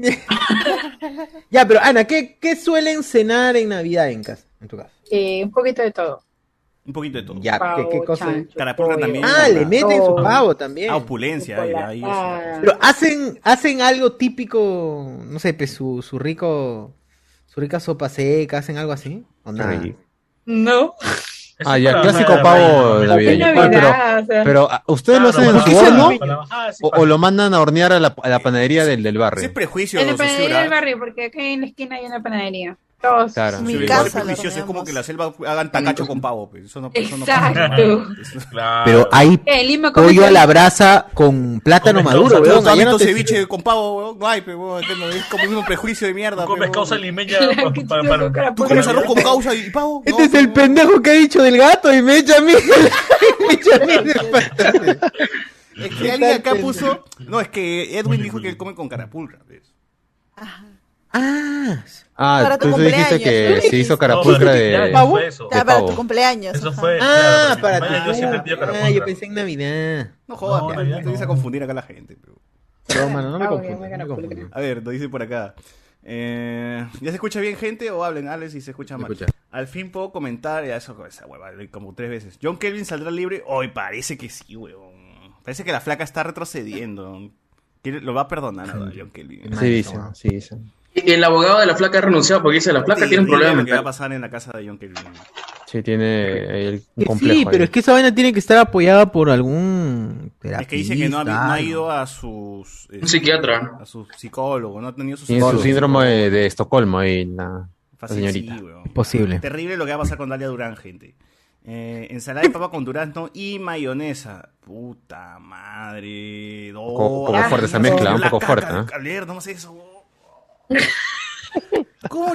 Ya, pero Ana, ¿qué suelen cenar en Navidad en casa? En tu casa. un poquito de todo. Un poquito de todo. Ya, Pavo, ¿qué cosa? chancho, Carapulcra pollo. también. Ah, le meten su todo. pavo también. Ah, opulencia, ahí es. Pero hacen algo típico, no sé, pues su rica sopa seca, hacen algo así. ¿O nada? rico. No. Ah, ya, para clásico Navidad, pavo Navidad. navideño. Es Oye, Navidad, o sea. pero ¿ustedes lo hacen en Claro, su para- horno Ah, sí, o lo mandan a hornear a la panadería del Ese es barrio? prejuicio, En la Susura. panadería del barrio, porque acá en la esquina hay una panadería. Todos. Claro. Mi Sí, casa ese lo prejuicio es como horneamos. que la selva hagan tacacho con pavo, pues. Eso no Exacto. Claro. Pero hay En Lima comen pollo a la ceviche. brasa con plátano Comes maduro, causa, weón. ¿Tú has allá visto no te- ceviche con pavo, weón? No hay, pero weón, es como el mismo prejuicio de mierda. Tú comes pe, causa weón. limeña Claro, que para- tú para- con cara ¿Tú pura. comes arroz con causa y pavo? Este No, es el weón. pendejo que ha dicho del gato y me echa a mí. Me echa a mí de pata. Es que alguien acá puso... No, es que Edwin dijo que él come con carapulcra, ¿ves? Ah, Ah, Para tu tú dijiste cumpleaños, que tú se hizo dijiste. carapulcra de ¿Pavo? Fue eso. Ya, de para pavo. tu cumpleaños. Eso ajá. fue. Ah, claro, para cumpleaños, tu yo siempre pido Ah, carapulcra. yo pensé en Navidad. No jodas, No, ya, Navidad te empieza a no. confundir acá la gente, pero... Pero, mano, no me Ah, confundas, ok, me no me confunde. confundas. A ver, nos dice por acá. ¿Ya se escucha bien, gente? O hablen, Alex, si se escucha mal. escucha. Al fin puedo comentar, ya esa hueva, como 3 veces. ¿John Kelvin saldrá libre? Hoy parece que sí, huevón. Parece que la flaca está retrocediendo. Lo va a perdonar a John Kelvin. Sí, dicen, sí, dicen. Y el abogado de la flaca ha renunciado porque dice la flaca tiene un problema Lo que va a mental. pasar en la casa de John Kelvin. Sí, tiene un Que complejo sí, pero ahí. es que esa vaina tiene que estar apoyada por algún Es que dice que no ha terapista, ido a sus... Un psiquiatra. A su psicólogo, no ha tenido su Tiene su psicólogo. síndrome de Estocolmo ahí, la Fácil, señorita. sí, weón. Es posible. Terrible lo que va a pasar con Dalia Durán, gente. Ensalada de papa con durazno y mayonesa. Puta madre. Poco fuerte esa mezcla, un poco fuerte, ¿no? Caler, no sé eso. ¿Cómo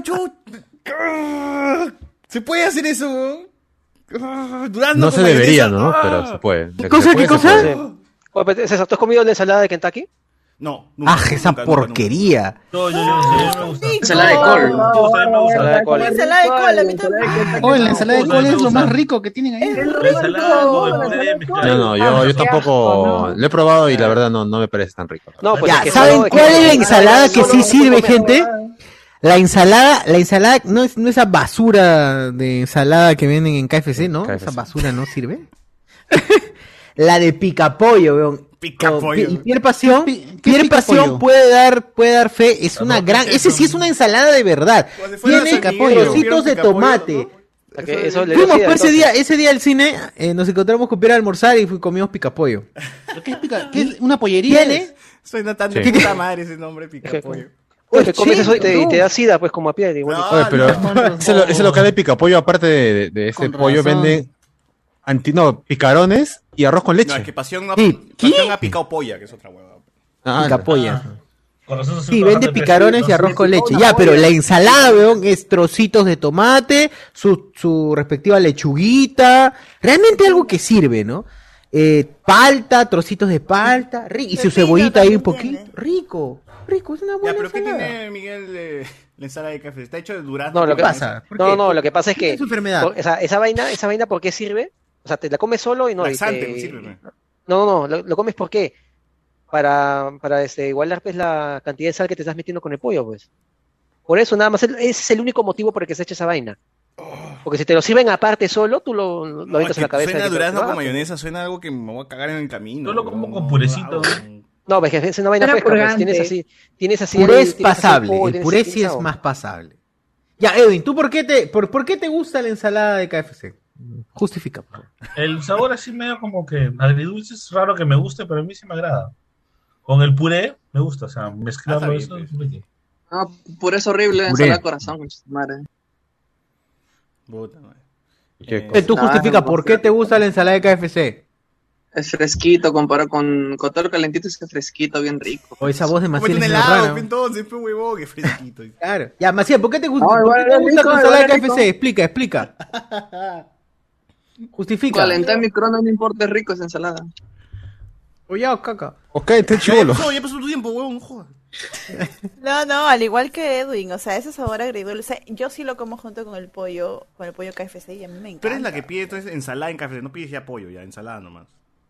¿Se puede hacer eso? Durazno No con se debería, mayonesa. ¿no? Pero se puede. De que cosa, se puede, qué se cosa? puede. Oye, pero, César, ¿tú has comido la ensalada de Kentucky? No. Ah, esa porquería. No, yo me gusta. Ensalada de col. Ensalada de col. Ensalada de col, a mí también. Oh, la ensalada de col es lo más rico que tienen ahí. La ensalada con el puré mezclado. No, yo tampoco lo he probado y la verdad no me parece tan rico. No, pues Ya, es que ¿saben solo- cuál es la que- ensalada que solo- sí sirve, solo- gente? La ensalada no es esa basura de ensalada que venden en KFC, ¿no? KFC. Esa basura no sirve. La de picapollo, weón. Picapollo. Y Pierre Pasión, ¿Qué es Pierre Pasión picapollo? puede dar fe, es una gran, ese sí es una ensalada de verdad. Como si fuera Tiene San Miguel, trocitos de picapollo, tomate. a que eso le Fuimos decía, pues, entonces. ese día al cine, nos encontramos con Pierre a almorzar y comimos picapollo. ¿Qué es, qué es una pollería? Tiene Suena tan de Sí. puta madre ese nombre, picapollo. Oye, que comes Sí, eso y te, no. y te da sida, pues, como a Pierre. Igual. No. Oye, pero ese local de picapollo, aparte de ese Con pollo, razón. vende picarones y arroz con No, leche. es que Pasión, Sí. Pasión ha picado polla, que es otra hueva. Ah, picapolla. Con razón se Sí, está vende bajando el picarones precio, y arroz ¿no? con leche. Ya, pero la ensalada, weón, es trocitos de tomate, su respectiva lechuguita. Realmente algo que sirve, ¿no? Palta, trocitos de palta, y su Pepino cebollita ahí un también poquito. Rico, es una Ya, buena pero ¿qué ensalada. tiene Miguel la ensalada de café? Está hecho de durazno. No, lo con que mayonesa. pasa? ¿Por qué? No, lo que pasa es que Es su enfermedad. o sea, esa vaina, ¿por qué sirve? O sea, te la comes solo y no. y Laxante, te- me sirve, ¿no? No, lo comes ¿por qué? Para igualar pues la cantidad de sal que te estás metiendo con el pollo, pues. Por eso nada más, ese es el único motivo por el que se echa esa vaina. Porque si te lo sirven aparte solo, tú lo avientas en la cabeza. Suena y te durazno lo- con mayonesa, suena algo que me voy a cagar en el camino. Yo lo como con purecito. No, ves que es una vaina Era fresca, pues, purgante. tienes así Puré es tienes así pasable, pollo, el tienes puré así sí es sabor. más pasable. Ya, Edwin, ¿tú por qué te gusta la ensalada de KFC? Justifica, por favor. El sabor así medio como que agridulce es raro que me guste, pero a mí sí me agrada. Con el puré me gusta, o sea, mezclarlo eso es rico. No, puré es horrible, Puré. ensalada de corazón, concha de tu madre. Puta madre. Tú justifica por qué te gusta la ensalada de KFC. Es fresquito, comparado con todo lo calentito, es fresquito, bien rico. O esa voz de Maciel Cómete es un medio helado, rara. entonces, pe huevón, que fresquito. Claro. Ya, Maciel, ¿por qué te gusta, No, ¿por qué igual te es gusta rico, tu ensalada de igual es KFC? rico. Explica. Justifica. Calentar microondas no importa, es rico esa ensalada. Oye, caca. Ok, te chivolo. Ya pasó tu tiempo, huevón, joder. No, al igual que Edwin, o sea, ese sabor agridulce, yo sí lo como junto con el pollo KFC y a mí me encanta. Tú eres la que pide entonces ensalada en café, no pides ya pollo, ya, ensalada nomás.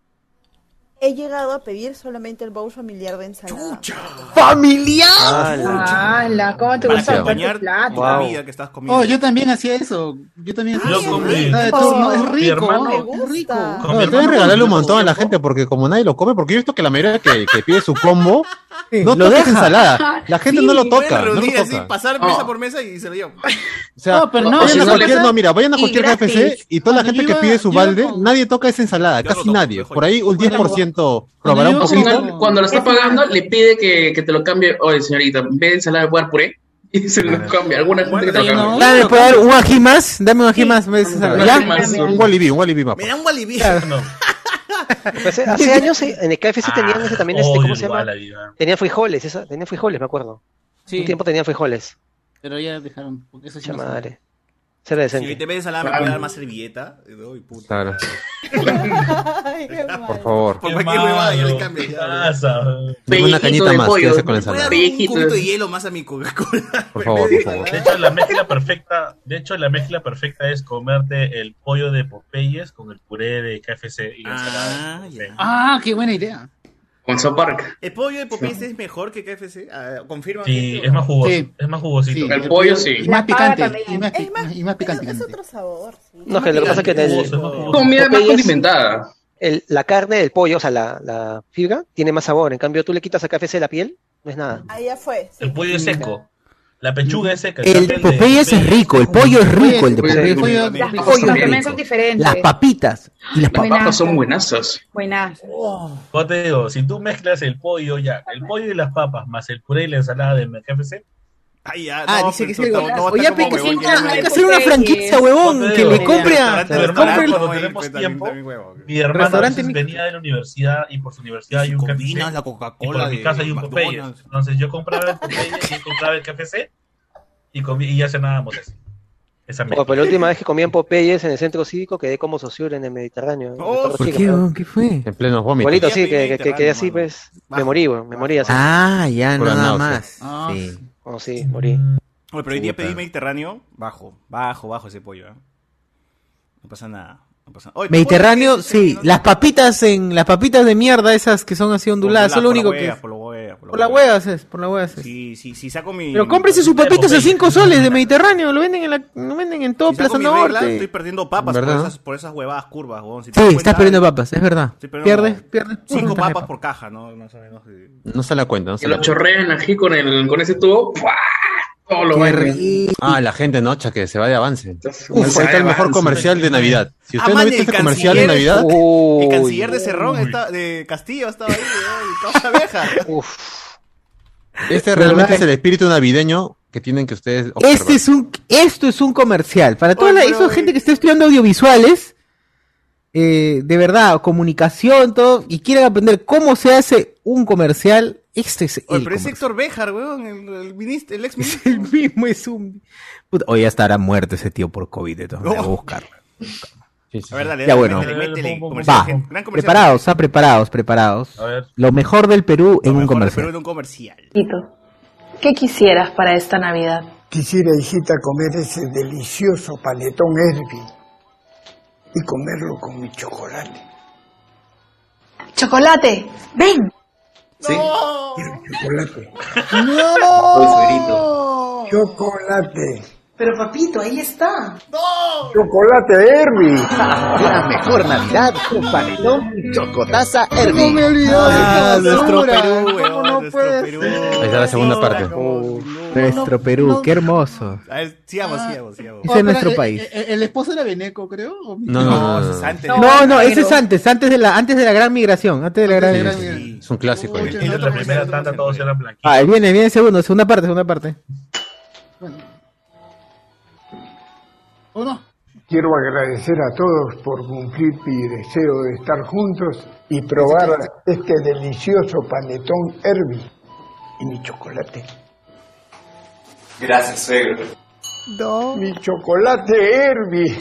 He llegado a pedir solamente el bowl familiar de ensalada. ¡Familiar! ¡Hala! ¿Cómo te Para gusta acompañar tu plato? tu comida que estás comiendo. Oh, yo también hacía eso. Yo también hacía Yo eso. con mi- Nada de con turno. Es mi rico, hermano- es rico. Con No, mi deben hermano regalarle un con montón a la gente porque como nadie lo come, porque yo he visto que la mayoría que pide su combo no lo toca deja. esa ensalada. La gente no lo Pueden toca, no lo reunir así, toca. pasar mesa por mesa y se lo llevan. O sea, No, pero no, vayan si a no cualquier, le- no, mira, vayan a y cualquier gratis. KFC y toda la Cuando gente yo que pide iba- su yo iba balde, con- nadie toca esa ensalada, Yo casi lo toco, nadie. mejor. Por ahí un 10% probará un yo- O si poquito. no, cuando lo está pagando, le pide que te lo cambie. Oye, señorita, en vez de ensalada de jugar puré, y se lo cambia. Alguna gente que te lo Bueno, cambia. Dame, ¿puedo dar un ají más? Dame un ají más. ¿ves? ¿Ya? Un Walibi más. Me da un walibi. No. Pues, hace años en el KFC tenían ese también, ¿cómo Odio se llama? igual la vida. Tenían frijoles, tenían frijoles, me acuerdo. Un tiempo tenían frijoles. Pero ya dejaron. Porque eso sí no Madre. sé. Ser Si decente. te ves ensalada, me puede dar más servilleta. Uy, puta. Claro. Ay, qué mal. Por favor. Por cualquier huevada yo le cambio. ¿Qué ya. pasa? Dame una cañita de más, pollo. quédese con la ¿Me puede ensalada. dar un Pellejito. cubito de hielo más a mi Coca-Cola? Por favor, por favor. De hecho, la mezcla perfecta es comerte el pollo de Popeyes con el puré de KFC y la ensalada. Ah, ya. Ah, qué buena idea. Con South Park. ¿El pollo de Popeyes es mejor que KFC? ¿Confirma? Sí, es más jugoso, Sí. es más jugosito. Sí, El pollo sí. Y más La pava picante. también. Y más, Es más, y más picante. es otro sabor. Sí. No, que lo que pasa es que en el, Jugoso, es más jugoso. Comida más Popeyes- condimentada. la carne del pollo, o sea, la fibra, tiene más sabor. En cambio, tú le quitas a KFC la piel, no es nada. Ahí ya fue. sí. El pollo es seco. La pechuga es seca. El cambio Popeyes es rico, el pollo es rico, el de Pues, Popeyes. pollo- Las pollo papas es también rico. son diferentes. Las papitas. Y las Las papas. papas son buenazas. Buenas. Yo te digo, si tú mezclas el pollo y las papas más el puré y la ensalada de KFC, Ay, ya, Ah, no, dice que pero sí. no, no va a Oye, estar pero como que huevón, sí, ya no hay me- que hacer una franquicia, huevón, Yo te que digo, le compre a... restaurante, mi hermano, compre el- cuando Oye, tenemos pues, tiempo, también huevón. mi hermano a Restaurante veces mi- venía de la universidad y por su universidad hay un Combinas KFC la y Coca-Cola por mi de casa hay un Popeyes. McDonald's. Entonces yo compraba el Popeyes y él compraba el KFC y ya cenábamos eso. Esa Pero la última vez que comían Popeyes en el centro cívico quedé como socio en el Mediterráneo. Oh, Recuerdo ¿Por chico, qué, pero- huevón? ¿Qué fue? En plenos vómitos. Igualito, sí, Mediterráneo, que quedé así, mano. pues. Bajo. Me morí, weón, me morí así. Ah, ya, Pura nada náusea. más. Ah, Sí. Oh, sí, morí. Oye, pero hoy día Puta. pedí Mediterráneo, bajo ese pollo, ¿eh? No pasa nada. No pasa nada. Oye, ¿tú Mediterráneo, puedes- sí. Las papitas de mierda, esas que son así onduladas, eso es lo único que... Por la huevas es, por la huevas es. Sí, saco mi... Pero cómprese sus papitas a 5 soles de Mediterráneo, lo venden en todo Si saco Plaza mi regla, Norte. estoy perdiendo papas ¿Verdad? por esas huevadas curvas, huevón. Si te Sí, das estás cuenta, perdiendo papas, es verdad. estoy perdiendo Pierdes. 5 porcentaje de papas por caja, ¿no? Más o menos. No se la cuenta, no Que se lo la cuenta. chorrean aquí con ese tubo. ¡Fua! Todo lo Qué bañan. rico. Ah, la gente nocha que se va de avance. Como Ahí se está el va mejor avance. comercial de Navidad. Si usted no ha man, visto el este comercial de canciller. Navidad, El canciller de Cerrón, de Castillo, estaba ahí, weón, toda abeja. Uf. este realmente es el espíritu navideño que tienen que ustedes observar. Esto es un comercial. Para toda Oye, esa pero- gente que está estudiando audiovisuales, de verdad, comunicación, todo, y quieren aprender cómo se hace un comercial, este es Oye, el pero es comercial. Héctor Béjar, weón, el ex Es ministro. el mismo, es un... Puta, hoy ya estará muerto ese tío por COVID, de todas maneras, voy a buscarlo. Sí, sí, A ver, sí. dale, Ya, dale, bueno. métele, Va. comercial, gente, gran comercial. Preparados. A ver. Lo mejor del Perú en Lo un mejor de comercial. Perú en un comercial. ¿Qué quisieras para esta Navidad? Quisiera, hijita, comer ese delicioso panetón Herbie y comerlo con mi chocolate. ¡Chocolate! ¡Ven! Sí. Quiero chocolate. Todo suerito. Chocolate. Pero papito, ahí está. Chocolate Herbie. La mejor Navidad con panetón y chocotaza Herbie. No me olvidé. Nuestro Perú, weón. No Nuestro puede Perú. Ahí está la segunda parte. Nuestro Perú, qué hermoso. A ver, sigamos. Ese es nuestro país. El esposo era Beneco, creo. No. Eso es antes. No, ese es antes de la gran migración. Antes de la gran migración. Sí, es un clásico. En la primera tanda todos eran blanquitos. Ah, viene segunda parte. ¿O no? Quiero agradecer a todos por cumplir mi deseo de estar juntos y probar este delicioso panetón Herbie y mi chocolate. Gracias, suegro. No. Mi chocolate Herbie.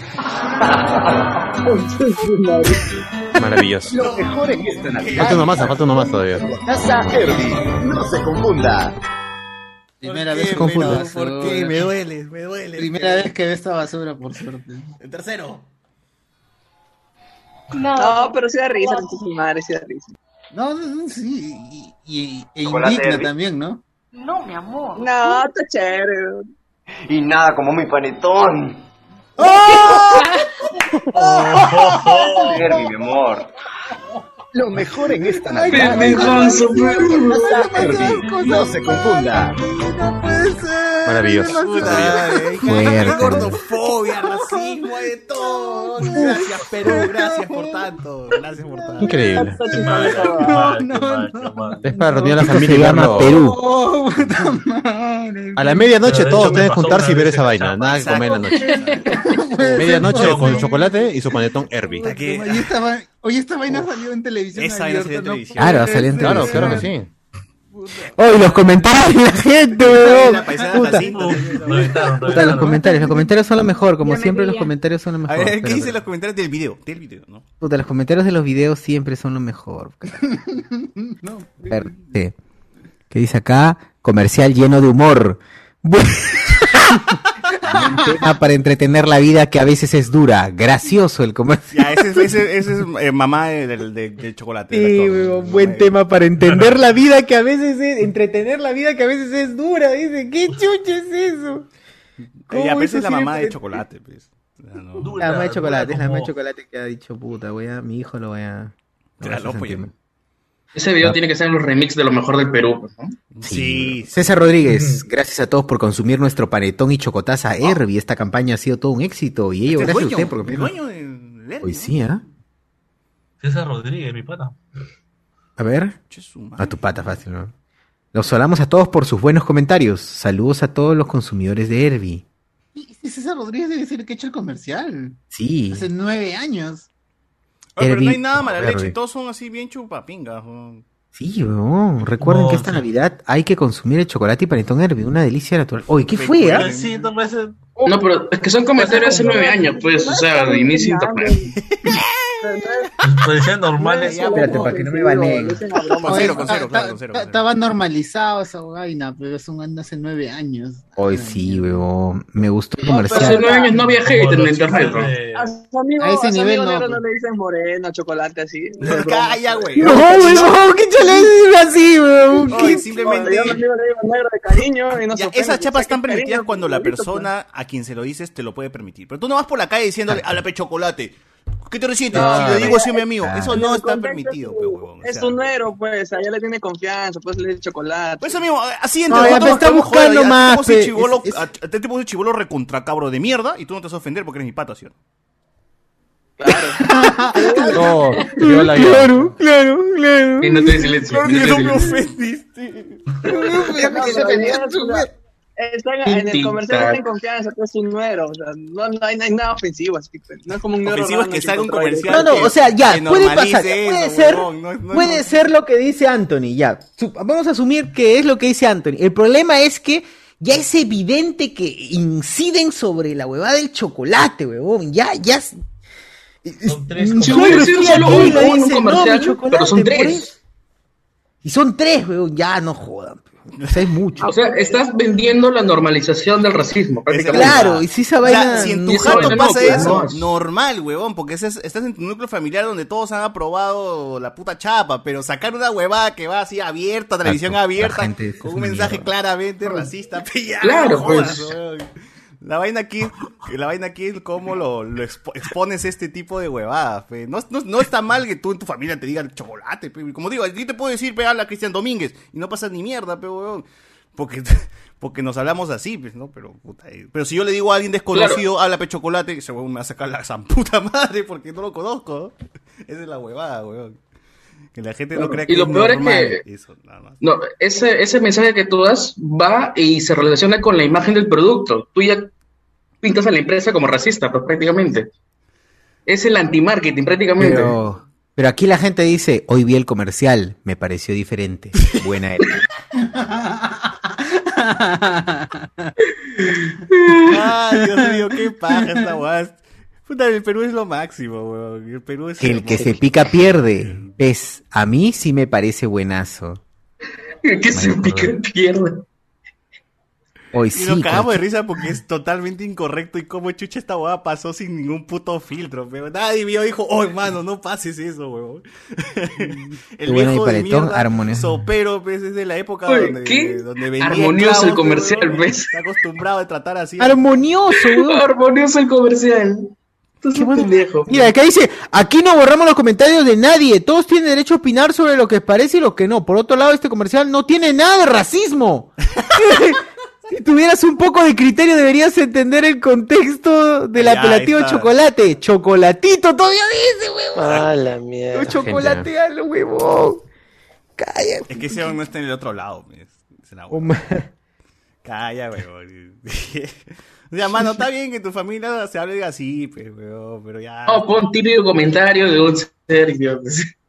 Maravilloso. Lo mejor en esta Navidad. Falta uno más todavía. Chocotaza Herbie. No se confunda. Primera vez ¿Por que qué? veo ¿Por basura. qué? Me duele. Primera vez que veo esta basura, por suerte. El tercero. No, pero sí da risa, su madre, sí da risa. No, sí. E Chocolate indigna Herbie. también, ¿no? No, mi amor. No, está chévere. Y nada como mi panetón. Herbie, mi amor. Lo mejor en esta Navidad. Pendejonzo, Chocotaza Herbie. No se confunda. Maravilloso. Fuerte. Gordofobia, racismo, de todo. Gracias, Perú. Gracias por tanto. Increíble. Qué mal. Es para reunir a la Esto familia se y llama verlo. Perú. Oh, puta madre. A la medianoche Pero de todos hecho me deben pasó juntarse y una ver vez esa en vaina. Chapa. Nada que comer en la noche. Medianoche con chocolate y su panetón Herbie. Oye, esta vaina salió en televisión. Esa vaina salió en abierta, ¿no? televisión. Claro, salió en Claro, televisión. claro que sí. Oh, y los comentarios de la gente, weón. La paisana Puta. Jacinto. Puta, los comentarios son lo mejor, como siempre los comentarios son lo A mejor. ver, ¿qué pero- dicen los comentarios del video? ¿No? Puta, los comentarios de los videos siempre son lo mejor. No. Sí. ¿Qué dice acá? Comercial lleno de humor. Buen tema para entretener la vida que a veces es dura. Gracioso el comercial. Ya, ese es mamá del chocolate. del Sí, actor. weón, buen tema para entender la vida que a veces es, entretener la vida que a veces es dura. Dice, ¿qué chucha es eso? ¿Cómo Ya, pero esa eso es la sí mamá de entre- chocolate, pues. Ya, no. La mamá de chocolate, es la mamá de chocolate que ha dicho, puta, mi hijo lo voy a... Te la lopo yo. Ese video tiene que ser en los remix de lo mejor del Perú, ¿no? Sí. César Rodríguez, gracias a todos por consumir nuestro panetón y chocotaza Herbie. Esta campaña ha sido todo un éxito. Y ello, Este es gracias a dueño, usted por el dueño del Herbie, Hoy sí, ¿ah? César Rodríguez, mi pata. A ver. Che, su madre. A tu pata, fácil, ¿no? Los saludamos a todos por sus buenos comentarios. Saludos a todos los consumidores de Herbie. Y César Rodríguez debe ser el que ha hecho el comercial. Sí. Hace 9 años. Oye, pero no hay Herbie- nada mala leche, Herbie. todos son así bien chupapingas. weón. Sí, weón. Recuerden No, que esta sí. Navidad hay que consumir el chocolate y panetón Herbie. Una delicia natural. Oye, ¿qué fue, ah? Sí, no me hace- No, pero es que son comentarios hace 9 años, pues, o sea, de inicio de internet. Parecía normal eso. Espérate, para que no me baneen. Con cero, claro, con cero. Estaba normalizado esa vaina, pero es un anda hace 9 años. Hoy sí, weón. Me gustó el Hace comercial. 9 años no había hate en la internet, ¿no? A su amigo, A ese a su nivel amigo no, negro pues. no le dicen moreno, chocolate así. Calla, güey. No, weón, ¿qué chale es así, weón? Oye, ¿Qué- simplemente. Yo a mi amigo le digo negro de cariño y no Ya, se ofende. esas chapas están ¿Qué cariño? permitidas cuando la Igualito, persona a quien se lo dices te lo puede permitir. Pero tú no vas por la calle diciéndole, habla pe chocolate. ¿Qué te resientes? No, si le digo así a mi no, amigo. no. Eso En no el está contexto permitido, pe huevón. O Es sea, un negro, pues, allá le tiene confianza, pues le dice chocolate. Pues amigo, así No, entre ya, nosotros me está podemos joder, buscando ya, más, te pe. chibolo, Es- a ti te puse chibolo recontra cabro de mierda y tú no te vas a ofender porque eres mi pata, ¿sí? No, yo la Claro, claro, claro. Mírate en silencio. Claro que mírate en no me silencio. ofendiste. En el comercial tienen confianza, que es un negro, o sea, no hay nada ofensivo, así, pues, no es como un negro. Ofensivo es raro, que así, salga un contra él. comercial. No, o sea, ya, que puede normalice pasar, eso, puede ser, huevón, no puede es- ser lo que dice Anthony, ya. Vamos a asumir que es lo que dice Anthony. El problema es que ya es evidente que inciden sobre la huevada del chocolate, huevón. Ya. Son tres Si Yo hubiera lo sido estoy solo aquí, un le dice, comercial, no, mi chocolate, pero son por 3. eso. Y son 3, huevón. Ya, no jodan. O sea, es mucho. O sea, estás vendiendo la normalización del racismo, prácticamente. Claro, y si esa O sea, vaina... si en tu esa jato vaina pasa no, pues, eso, no. normal, huevón, porque estás en tu núcleo familiar donde todos han aprobado la puta chapa, pero sacar una huevada que va así abierta, televisión La abierta, gente es con una un mensaje mierda. claramente racista, pe, ya, Claro, no jodas, pues. huevón. La vaina aquí es cómo lo expones este tipo de huevadas, pe. No está mal que tú en tu familia te digan chocolate, pe. Como digo, yo te puedo decir, pe, habla Cristian Domínguez, y no pasa ni mierda, pe, huevón. Porque nos hablamos así, pues, ¿no? Pero, puta, pero si yo le digo a alguien desconocido, habla pe chocolate, ese huevón me va a sacar la zamputa madre porque no lo conozco, ¿no? Esa es la huevada, huevón. Que la gente no crea que y lo es peor normal. es que Eso, nada más. no, ese mensaje que tú das va y se relaciona con la imagen del producto. Tú ya pintas a la empresa como racista, pues prácticamente. Es el anti-marketing prácticamente. Pero aquí la gente dice, hoy vi el comercial, me pareció diferente. Buena era. Ay, Dios mío, qué paja esta guas. Puta, el Perú es lo máximo, weón. El Perú es El que se pica pierde. ¿Ves? A mí sí me parece buenazo. El que se pica pierde. Hoy Y sí. nos cagamos de risa porque es totalmente incorrecto y cómo chucha esta hueá pasó sin ningún puto filtro, pero nadie vio, dijo, oh hermano, no pases eso, huevón. El Buena viejo y de paletón, mierda, armonioso. sopero, pues, es de la época Oye, donde, ¿qué? donde vendía Armonioso clavos, el comercial, weón. ¿ves? Está acostumbrado a tratar así. Armonioso, weón. Armonioso el comercial. Qué pendejo. Mira, acá dice, aquí no borramos los comentarios de nadie, todos tienen derecho a opinar sobre lo que parece y lo que no. Por otro lado, este comercial no tiene nada de racismo. Si tuvieras un poco de criterio, deberías entender el contexto del Ya, apelativo ahí está. chocolate. Chocolatito todavía dice, huevón. Ah, la mierda. No chocolatealo, huevón. Cállate. Es que ese no está en el otro lado, pues. Es la hueá. Calla, weón. O sea, mano, está bien que tu familia se hable así, pero ya. No, pon típico comentario de un ser idiota.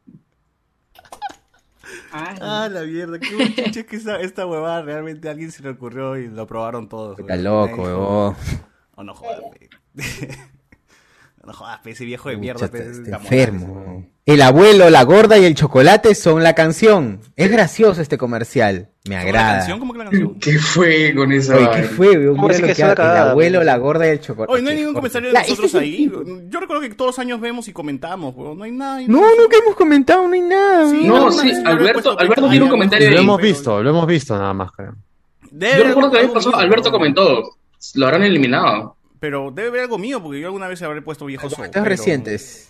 Ah, la mierda, qué chucha es que esta huevada realmente a alguien se le ocurrió y lo probaron todos. Está loco, huevón. O no jodas, pe. No jodas, pe, ese viejo de mierda, Pucha, pe, es está Gamonal, enfermo. El abuelo, la gorda y el chocolate son la canción. Es gracioso este comercial. Me agrada. canción? ¿Cómo que la canción? ¿Qué fue con esa Oye, ¿qué vaina? fue, weón? ¿Cómo Mira así lo que que es una hace el cagada, abuelo, weón? la gorda y el chocolate. Oye, no hay ningún comentario de Ya, nosotros este es el ahí. tipo. Yo recuerdo que todos los años vemos y comentamos, weón. No hay nada. No, nunca hemos comentado, no hay nada. Sí, weón. No, alguna sí, vez yo le he puesto Alberto tiene un comentario Lo ahí. hemos visto nada más, creo. Debe Yo haber recuerdo que la vez algo pasada mío, Alberto weón. comentó. Lo habrán eliminado. Pero debe haber algo mío, porque yo alguna vez habré puesto viejo Comentarios recientes.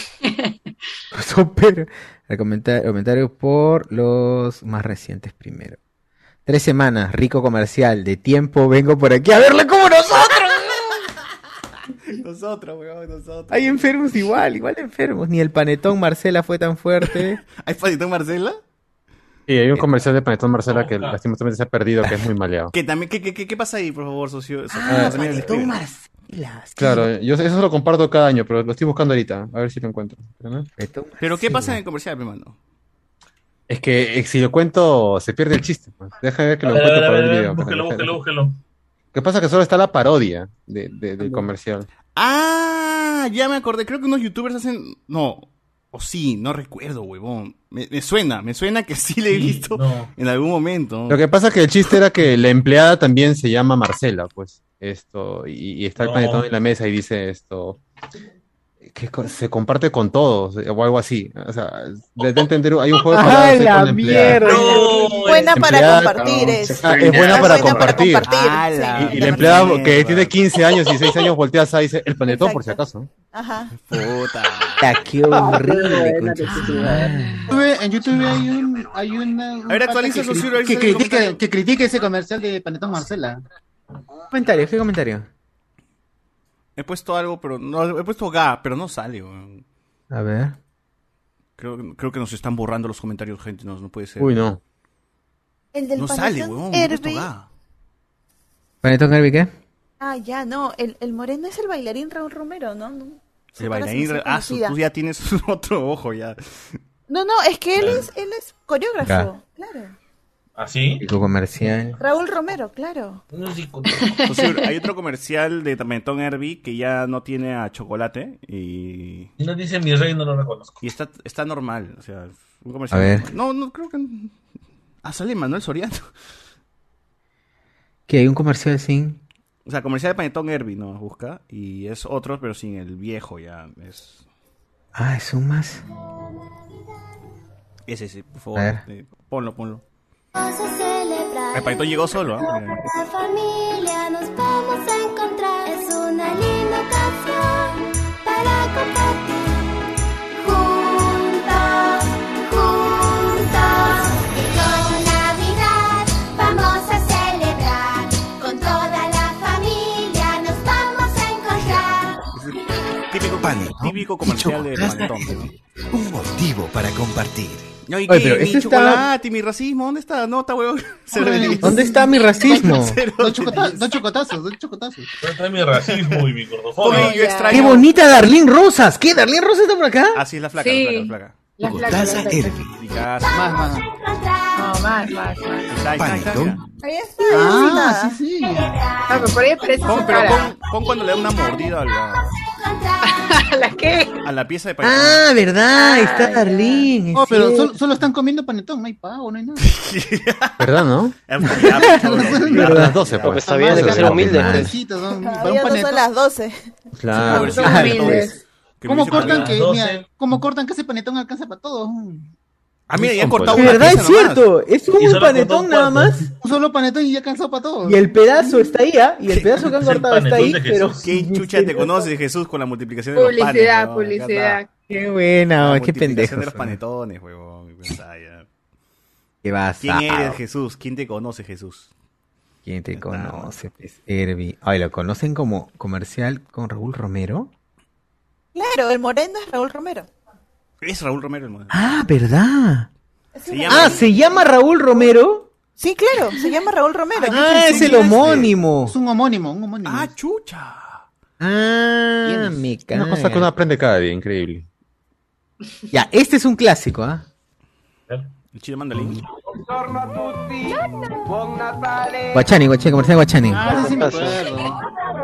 Super. El comentario por los más recientes primero. 3 semanas, rico comercial. De tiempo vengo por aquí a verle como nosotros. Nosotros, weón, nosotros. Hay enfermos igual enfermos. Ni el panetón Marcela fue tan fuerte. ¿Hay panetón Marcela? Sí, hay un comercial de Panetón Marcela que lastimosamente se ha perdido, que es muy maleado. ¿Qué, también, qué pasa ahí, por favor, socio? Panetón Marcela. Sí. Claro, yo eso lo comparto cada año, pero lo estoy buscando ahorita, a ver si lo encuentro. ¿Pero qué pasa en el comercial, hermano? Es que si lo cuento, se pierde el chiste. Pues. Deja de ver que lo A ver, encuentro a para ver, ver el video. búsquelo. Lo que pasa es que solo está la parodia del comercial. Ah, ya me acordé. Creo que unos youtubers hacen... No, o sí, no recuerdo, huevón. Me suena que sí le he visto en algún momento. Lo que pasa es que el chiste era que la empleada también se llama Marcela, pues. Y está el panetón en la mesa y dice esto... que se comparte con todos o algo así, o sea, de entender, hay un juego de palabras ahí con la empleada. Buena para compartir es buena para compartir. Y la empleada que tiene 15 años y 6 años voltea y dice el panetón por si acaso. Ajá. Puta. Qué horrible. En YouTube hay una A ver, actualiza su celular, que critique ese comercial de Panetón Marcela. ¿Qué comentario? He puesto algo, pero no, he puesto ga, pero no sale, weón. A ver. Creo que nos están borrando los comentarios, gente, no puede ser. Uy, no. El del no Panetón sale, weón. He puesto Herbie. ga. ¿Panetón Herbie qué? Ah, ya, no. El moreno es el bailarín Raúl Romero, ¿no? Su El cara se me bailarín, hace conocida. tú ya tienes otro ojo ya. No, es que él es coreógrafo, Ya. claro. ¿Ah, sí? Rico comercial. Raúl Romero, claro. Entonces, hay otro comercial de Panetón Herbie que ya no tiene a chocolate y... No dice mi rey, no lo reconozco. Y está normal, o sea, un comercial. A ver. No, creo que... Ah, sale Manuel Soriano. ¿Qué? ¿Hay un comercial sin? O sea, comercial de Panetón Herbie, no, busca. Y es otro, pero sin el viejo ya. Es... Ah, es un más. Ese, por favor. A ver. Ponlo. El panetón llegó solo, ¿ah? La familia nos vamos a encontrar. Es una linda ocasión para compartir. Juntos, juntos. Y con Navidad vamos a celebrar. Con toda la familia nos vamos a encontrar. Típico comercial de panetón, ¿no? Un motivo para compartir. No, ¿y Oye, qué? pero Mi este chocolate, mi racismo, ¿dónde está? No, está huevón. ¿Dónde está mi racismo? Dos chocotazos. ¿Dónde está mi racismo y mi gordofobia? Oye, yo extraño... ¡Qué bonita Darlene Rosas! ¿Qué? ¿Darlene Rosas está por acá? Así es la flaca, Sí. la flaca. Chocotaza Herbie. Mi casa. Más. No, más. Ahí está, mira. Ahí está. Sí. Ah, pero por ahí aparece su Pero cara. pon cuando le da una mordida ¿La qué? a la pieza de panetón. Ah, verdad, está Darlene. Oh, pero sí. solo están comiendo panetón, no hay pavo, no hay nada. ¿Verdad, no? Ya, A las 12, Porque pues. está bien, hay que ser humilde. Pobrecitos, son- para un Todavía no son panetón. las 12. Claro. Son humildes. ¿Cómo cortan que- mira, cómo cortan que ese panetón alcanza para todos? Ah, mira, ya han Son cortado De una verdad pieza es nomás. cierto, es como Y un solo panetón cortó un nada cuarto. más. Un solo panetón y ya cansado para todos. Y el pedazo está ahí, ¿ah? Y el pedazo que han Es el cortado está panetón ahí, de pero... Jesús. ¿Qué chucha te conoces, Jesús, con la multiplicación de los panes? Publicidad, ¿no? publicidad. Qué buena, La qué multiplicación pendejo. de los panetones, huevón. Qué vas ¿Quién eres, Jesús? ¿Quién te conoce, Jesús? ¿Quién te conoce? Pues, Herbie. Ay, ¿lo conocen como comercial con Raúl Romero? Claro, el moreno es Raúl Romero. Es Raúl Romero el modelo. Ah, ¿verdad? Se llama... ¿se llama Raúl Romero? Sí, claro, se llama Raúl Romero. Ah, es el homónimo. Es un homónimo. Ah, chucha. Ah, me cae. Una cosa que uno aprende cada día, increíble. Ya, este es un clásico, ¿ah? El chile mandalín. Guachani, comercial Guachani. Ah, sí me acuerdo.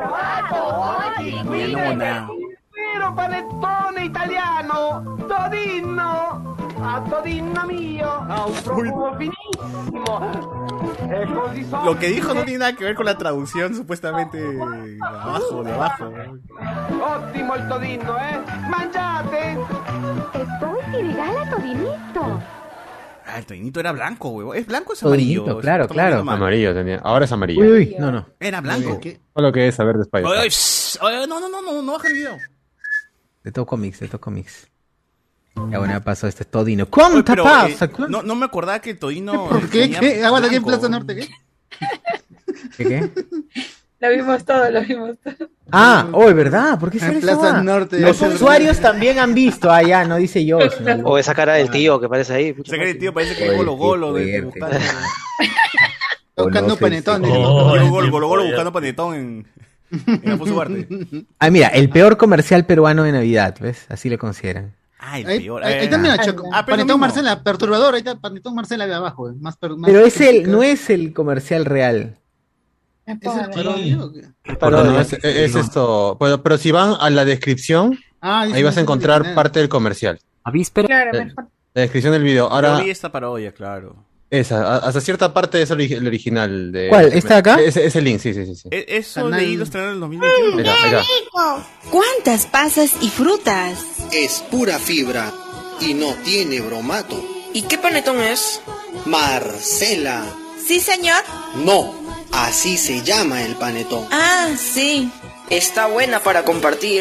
Milonona. Pero panettone italiano, Todino, a Todino mio, a un profumo finissimo. E così sono. Lo que dijo no tiene nada que ver con la traducción, supuestamente de abajo. Ottimo il Todino, Mangiate. Estoy y regala todinito. Ah, el todinito era blanco, huevo. ¿Es blanco o es amarillo? Todinito, claro, Estamos viendo mal. Amarillo tenía. Ahora es amarillo. Uy, no. Era blanco. Todo lo que es saber de Spider. Oye, oye, no baja el video. De todo cómics. Ya bueno, ya pasó este Todino. ¿Cuánta Pero, pasa? no me acordaba que el todino... ¿Por qué? tenía ¿Qué? Aguanta, ¿qué en blanco. Plaza Norte? ¿Qué? ¿Qué? Lo vimos todo. Ah, oh, ¿verdad? ¿Por qué sale En esa Plaza va? Norte. Los usuarios también han visto. Ah, ya, no dice yo. sino- O esa cara del tío que parece ahí. Ese que el tío parece que es Oye, golo qué de fuerte. buscando. Buscando Conoce panetón. ese- Golo buscando panetón en Afonso Ugarte. Ah, mira, el peor comercial peruano de Navidad, ¿ves? Así lo consideran. Ah, el Ahí peor. está, mira, pero es lo Panetón mismo. Marcela, perturbador. Ahí está Panetón Marcela de abajo. Más Pero no es el comercial real. ¿Es el parodio? No, es esto. Pero si van a la descripción, ahí vas a encontrar parte del comercial. Avíspero. Claro, mejor. La descripción del video. Yo Ahora, vi esta parodia, claro. hasta cierta parte es el original. ¿Cuál? ¿Esta acá? Ese link, sí. Eso leí lo estrenaron en el 2021. Mira. ¿Cuántas pasas y frutas? Es pura fibra y no tiene bromato. ¿Y qué panetón es? Marcela. Sí, señor. No, así se llama el panetón. Ah, sí. Está buena para compartir.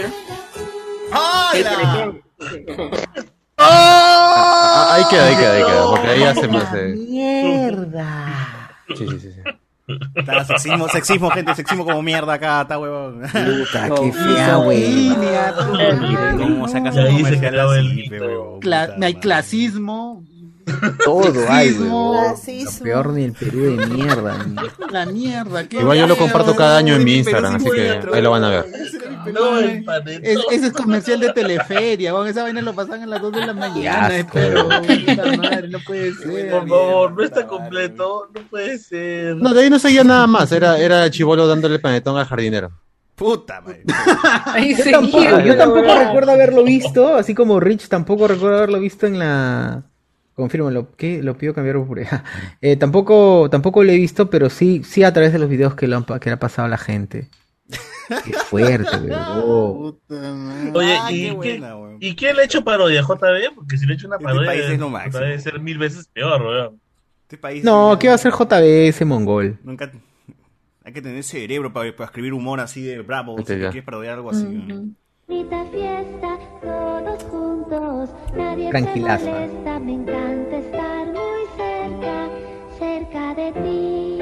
Ahí queda, porque ahí hace más. ¡Mierda! Sí. Está sexismo, gente, sexismo como mierda acá, está huevón. Puta, qué fea, güey. ¿Cómo sacas Y un ahí se comercial quedaba así, pe, huevón? Hay clasismo. Todo hay, Sexismo. güey. Lo Racismo. peor ni el Perú de mierda. ni- La mierda. ¿qué? Igual yo lo comparto cada año en mi Instagram, así que ahí lo van a ver. No, el panetón. Ese es comercial de Teleferia, weón. Esa vaina lo pasan a las 2 de la mañana. asco. Pero, puta madre, no puede ser. Por favor, no está completo. No puede ser. No, de ahí no seguía nada más. Era Chibolo dándole panetón al jardinero. Puta, madre. Ahí Yo sí. tampoco recuerdo haberlo visto, así como Rich tampoco recuerdo haberlo visto en la... Confírmalo, ¿qué? Lo pido cambiar por... tampoco lo he visto, pero sí a través de los videos que le ha pasado a la gente. Qué fuerte, weón. Oye, Ah, qué ¿y buena, weón. quién le ha hecho parodia? ¿JB? Porque si le ha hecho una Este parodia, país es lo máximo. debe ser 1000 veces peor, weón. Este país. No, ¿qué va a hacer JBS, mongol? Nunca. Hay que tener cerebro para escribir humor así de bravo. Si quieres parodiar algo así. Bonita fiesta, todos juntos, nadie Tranquilazo. se molesta, me encanta estar muy cerca de ti.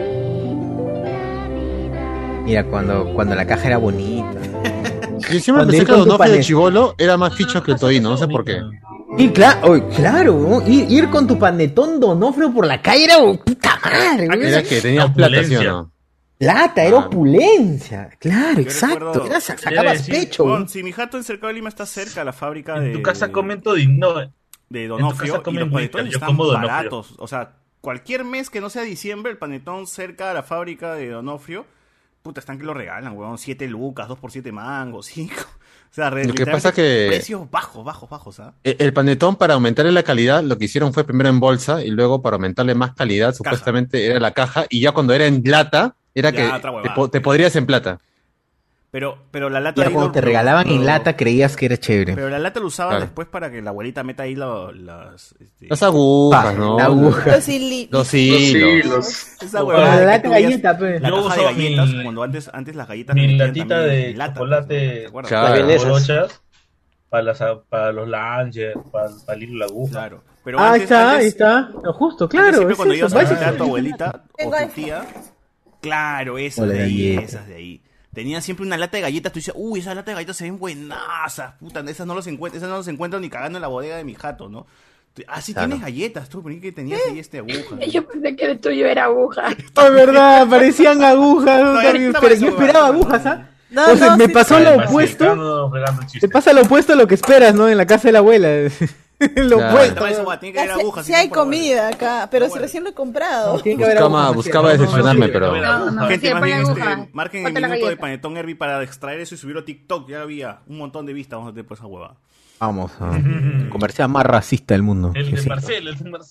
Mira, cuando la caja era bonita. Yo siempre pensé que el Donofrio de chibolo era más ficho que el Todino, no sé por qué. Y claro, ¿no? Ir con tu panetón Donofrio por la calle era puta madre, güey. Era que tenías plata, ¿sí o no? Plata, era opulencia. Claro, Yo exacto. recuerdo- Era, sacabas pecho, güey. Bueno, si mi jato en Cercado de Lima está cerca de la fábrica de. En tu casa comen Todino. De en tu Donofrio casa y comen los Whipper, panetones yo están como Donofrio. baratos. O sea, cualquier mes que no sea diciembre, el panetón cerca de la fábrica de Donofrio, puta, están que lo regalan, weón. 7 lucas, 2 por 7 mangos, 5. O sea, Lo que pasa que- precios bajos, ¿ah? El panetón, para aumentarle la calidad, lo que hicieron fue primero en bolsa y luego para aumentarle más calidad, supuestamente era la caja, y ya cuando era en lata, era Ya, que otra huevada. te podrías en plata. Pero la lata Ya ahí cuando lo- te regalaban en lo- lata creías que era chévere. Pero la lata lo usaban Claro. después para que la abuelita meta ahí las Las agujas, ¿no? la aguja. Los hilos. Los hilos. Esa O huevada la que lata tú veías- galleta, pues. La Yo caja de uso galletas, mi- cuando antes las galletas Mi venían latita también de en lata, chocolate ¿te acuerdas? Claro. morochas para los Langer, para el hilo la aguja. Claro. Pero Ahí está, ahí antes- está. Lo justo, antes claro. siempre Es cuando eso, ibas a básico. visitar a tu abuelita o Tengo tu iPhone. tía, claro, esas Hola, de ahí, galletas. esas de ahí. Tenían siempre una lata de galletas, tú dices, uy, esas latas de galletas se ven buenazas, puta, esas no las encuentro ni cagando en la bodega de mi jato, ¿no? Ah, sí Claro. tienes galletas, tú, por que tenías ahí aguja. Yo pensé que el tuyo era aguja. Oh, verdad, parecían agujas. No, también, estaba pero eso, yo esperaba huevada. agujas, ¿ah? No, Entonces no, me sí, pasó sí. lo Además, opuesto. Ricardo regando el Te chiste. pasa lo opuesto a lo que esperas, ¿no? En la casa de la abuela. Lo Claro. opuesto. Estaba esa huevada, tiene que haber agujas. Si hay comida acá, pero si recién lo he comprado. Tiene que haber agujas, Buscaba así, ¿no? decepcionarme, pero... No, Gente, sí, más ponle bien, aguja. marquen el Ponte la minuto de galleta. Panetón Herbie para extraer eso y subirlo a TikTok. Ya había un montón de vistas. Vamos a tener por esa huevada. Vamos, el comercial más racista del mundo. El Que de sí. Marcela,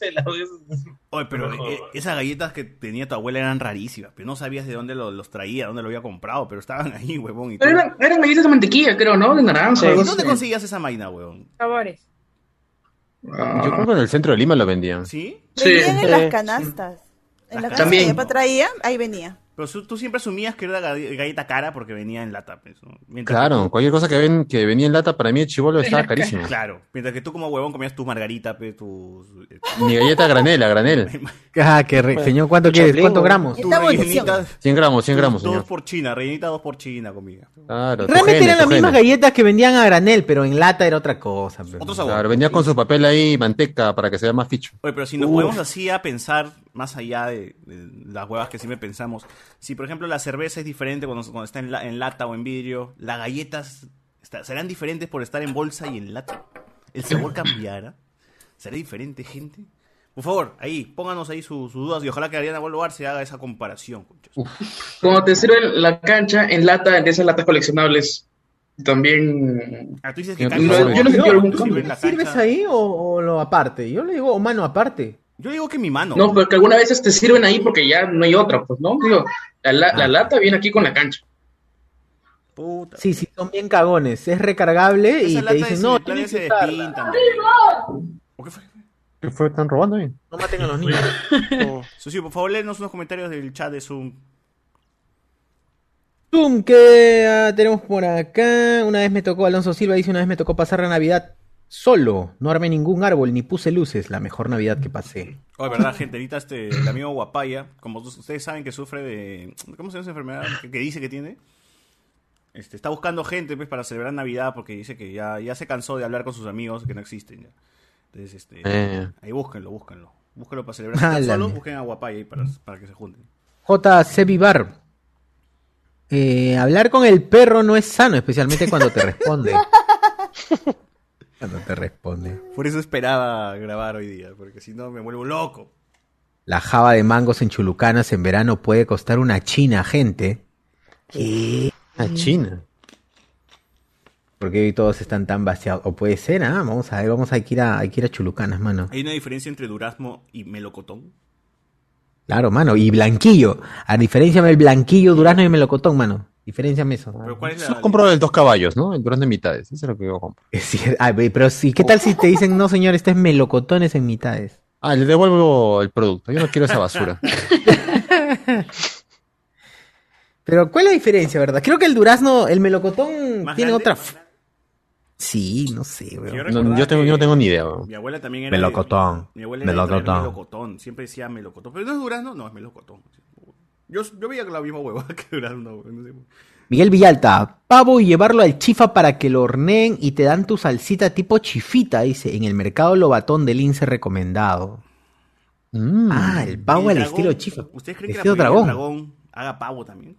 Oye, pero esas galletas que tenía tu abuela eran rarísimas. Pero no sabías de dónde los traía, dónde lo había comprado. Pero estaban ahí, huevón. Y tú- Pero eran galletas de mantequilla, creo, ¿no? De naranja. ¿Y algo dónde así. conseguías esa vaina, huevón? Sabores. Yo creo que en el centro de Lima lo vendían. ¿Sí? Venían en las canastas. En la canasta También. que mi papá traía, ahí venía. Pero tú siempre asumías que era galleta cara porque venía en lata. Pues, ¿no? Mientras Claro, que tú- cualquier cosa que venía en lata, para mí el chibolo estaba carísimo. Claro. Mientras que tú como huevón comías tu margarita, pues, tus... Mi galleta a granel. Ah, señor, ¿cuánto quieres? ¿Cuántos gramos? tu Está buenísimo. rellenita... 100 gramos, Dos señor. por China, rellenita 2 por China comida. Claro, Realmente tu eran las gene. mismas galletas que vendían a granel, pero en lata era otra cosa. Pero. Otro sabor. Claro, venía con su papel ahí, manteca, para que se vea más ficho. Oye, pero si nos podemos así a pensar, más allá de las huevas que siempre pensamos, si por ejemplo la cerveza es diferente cuando está en lata o en vidrio, las galletas serán diferentes por estar en bolsa y en lata. ¿El sabor cambiará? ¿Será diferente, gente? Por favor, ahí, pónganos ahí sus dudas y ojalá que Ariana Boluar se haga esa comparación. Conchas. Cuando te sirven la cancha en lata, de esas latas coleccionables, también... Ah, tú dices que Yo cambia no- el sabor. yo no quiero algún ¿Tú cambio. sirves la ¿Sirves cancha? ahí o lo aparte? Yo le digo, o mano aparte. Yo digo que mi mano. No, porque algunas veces te sirven ahí porque ya no hay otra, pues, ¿no? Digo, la lata viene aquí con la cancha. Puta. Sí, son bien cagones. Es recargable y Esa te lata dicen, de no, Civital tienes se que usarla. despintan. ¿O qué fue? ¿Qué fue? ¿Están robando ahí? No maten a los niños. Susi, por favor, léenos unos comentarios del chat de Zoom. Zoom, que tenemos por acá. Una vez me tocó, Alonso Silva dice, una vez me tocó pasar la Navidad solo. No armé ningún árbol ni puse luces. La mejor Navidad que pasé. Oh, verdad, gente, ahorita el amigo Guapaya, como ustedes saben que sufre de... ¿Cómo se llama esa enfermedad que dice que tiene? Está buscando gente pues para celebrar Navidad porque dice que ya se cansó de hablar con sus amigos que no existen ya. Entonces, ahí búsquenlo. Búsquenlo para celebrar. Si están Álame. solos, busquen a Guapaya ahí para que se junten. JC Vivar. Hablar con el perro no es sano, especialmente cuando te responde. Cuando te responde. Por eso esperaba grabar hoy día, porque si no me vuelvo loco. La java de mangos en Chulucanas en verano puede costar una china, gente. ¿Qué? A China. Porque hoy todos están tan vaciados. O puede ser, vamos a ver, hay que ir a Chulucanas, mano. ¿Hay una diferencia entre durazno y melocotón? Claro, mano, y blanquillo. A diferencia del blanquillo, durazno y melocotón, mano. Diferenciame eso. ¿Pero cuál es Yo compro el 2 caballos, ¿no? El durazno de mitades. Eso es lo que yo compro. Pero sí, ¿qué tal si te dicen, no señor, este es melocotones en mitades? Le devuelvo el producto. Yo no quiero esa basura. Pero, ¿cuál es la diferencia, verdad? Creo que el durazno, el melocotón ¿Más tiene grande? otra... Sí, no sé, weón. Yo no tengo ni idea, weón. Mi abuela también era Melocotón. Mi abuela era de traer Melocotón. melocotón. Siempre decía melocotón. Pero no es durazno, no, es melocotón. Yo veía la misma huevada que durazno. No sé. Miguel Villalta, pavo y llevarlo al chifa para que lo horneen y te dan tu salsita tipo chifita, dice, en el mercado Lobatón del Lince recomendado. El pavo al estilo chifa. ¿Ustedes creen que Estilo la familia dragón. dragón haga pavo también?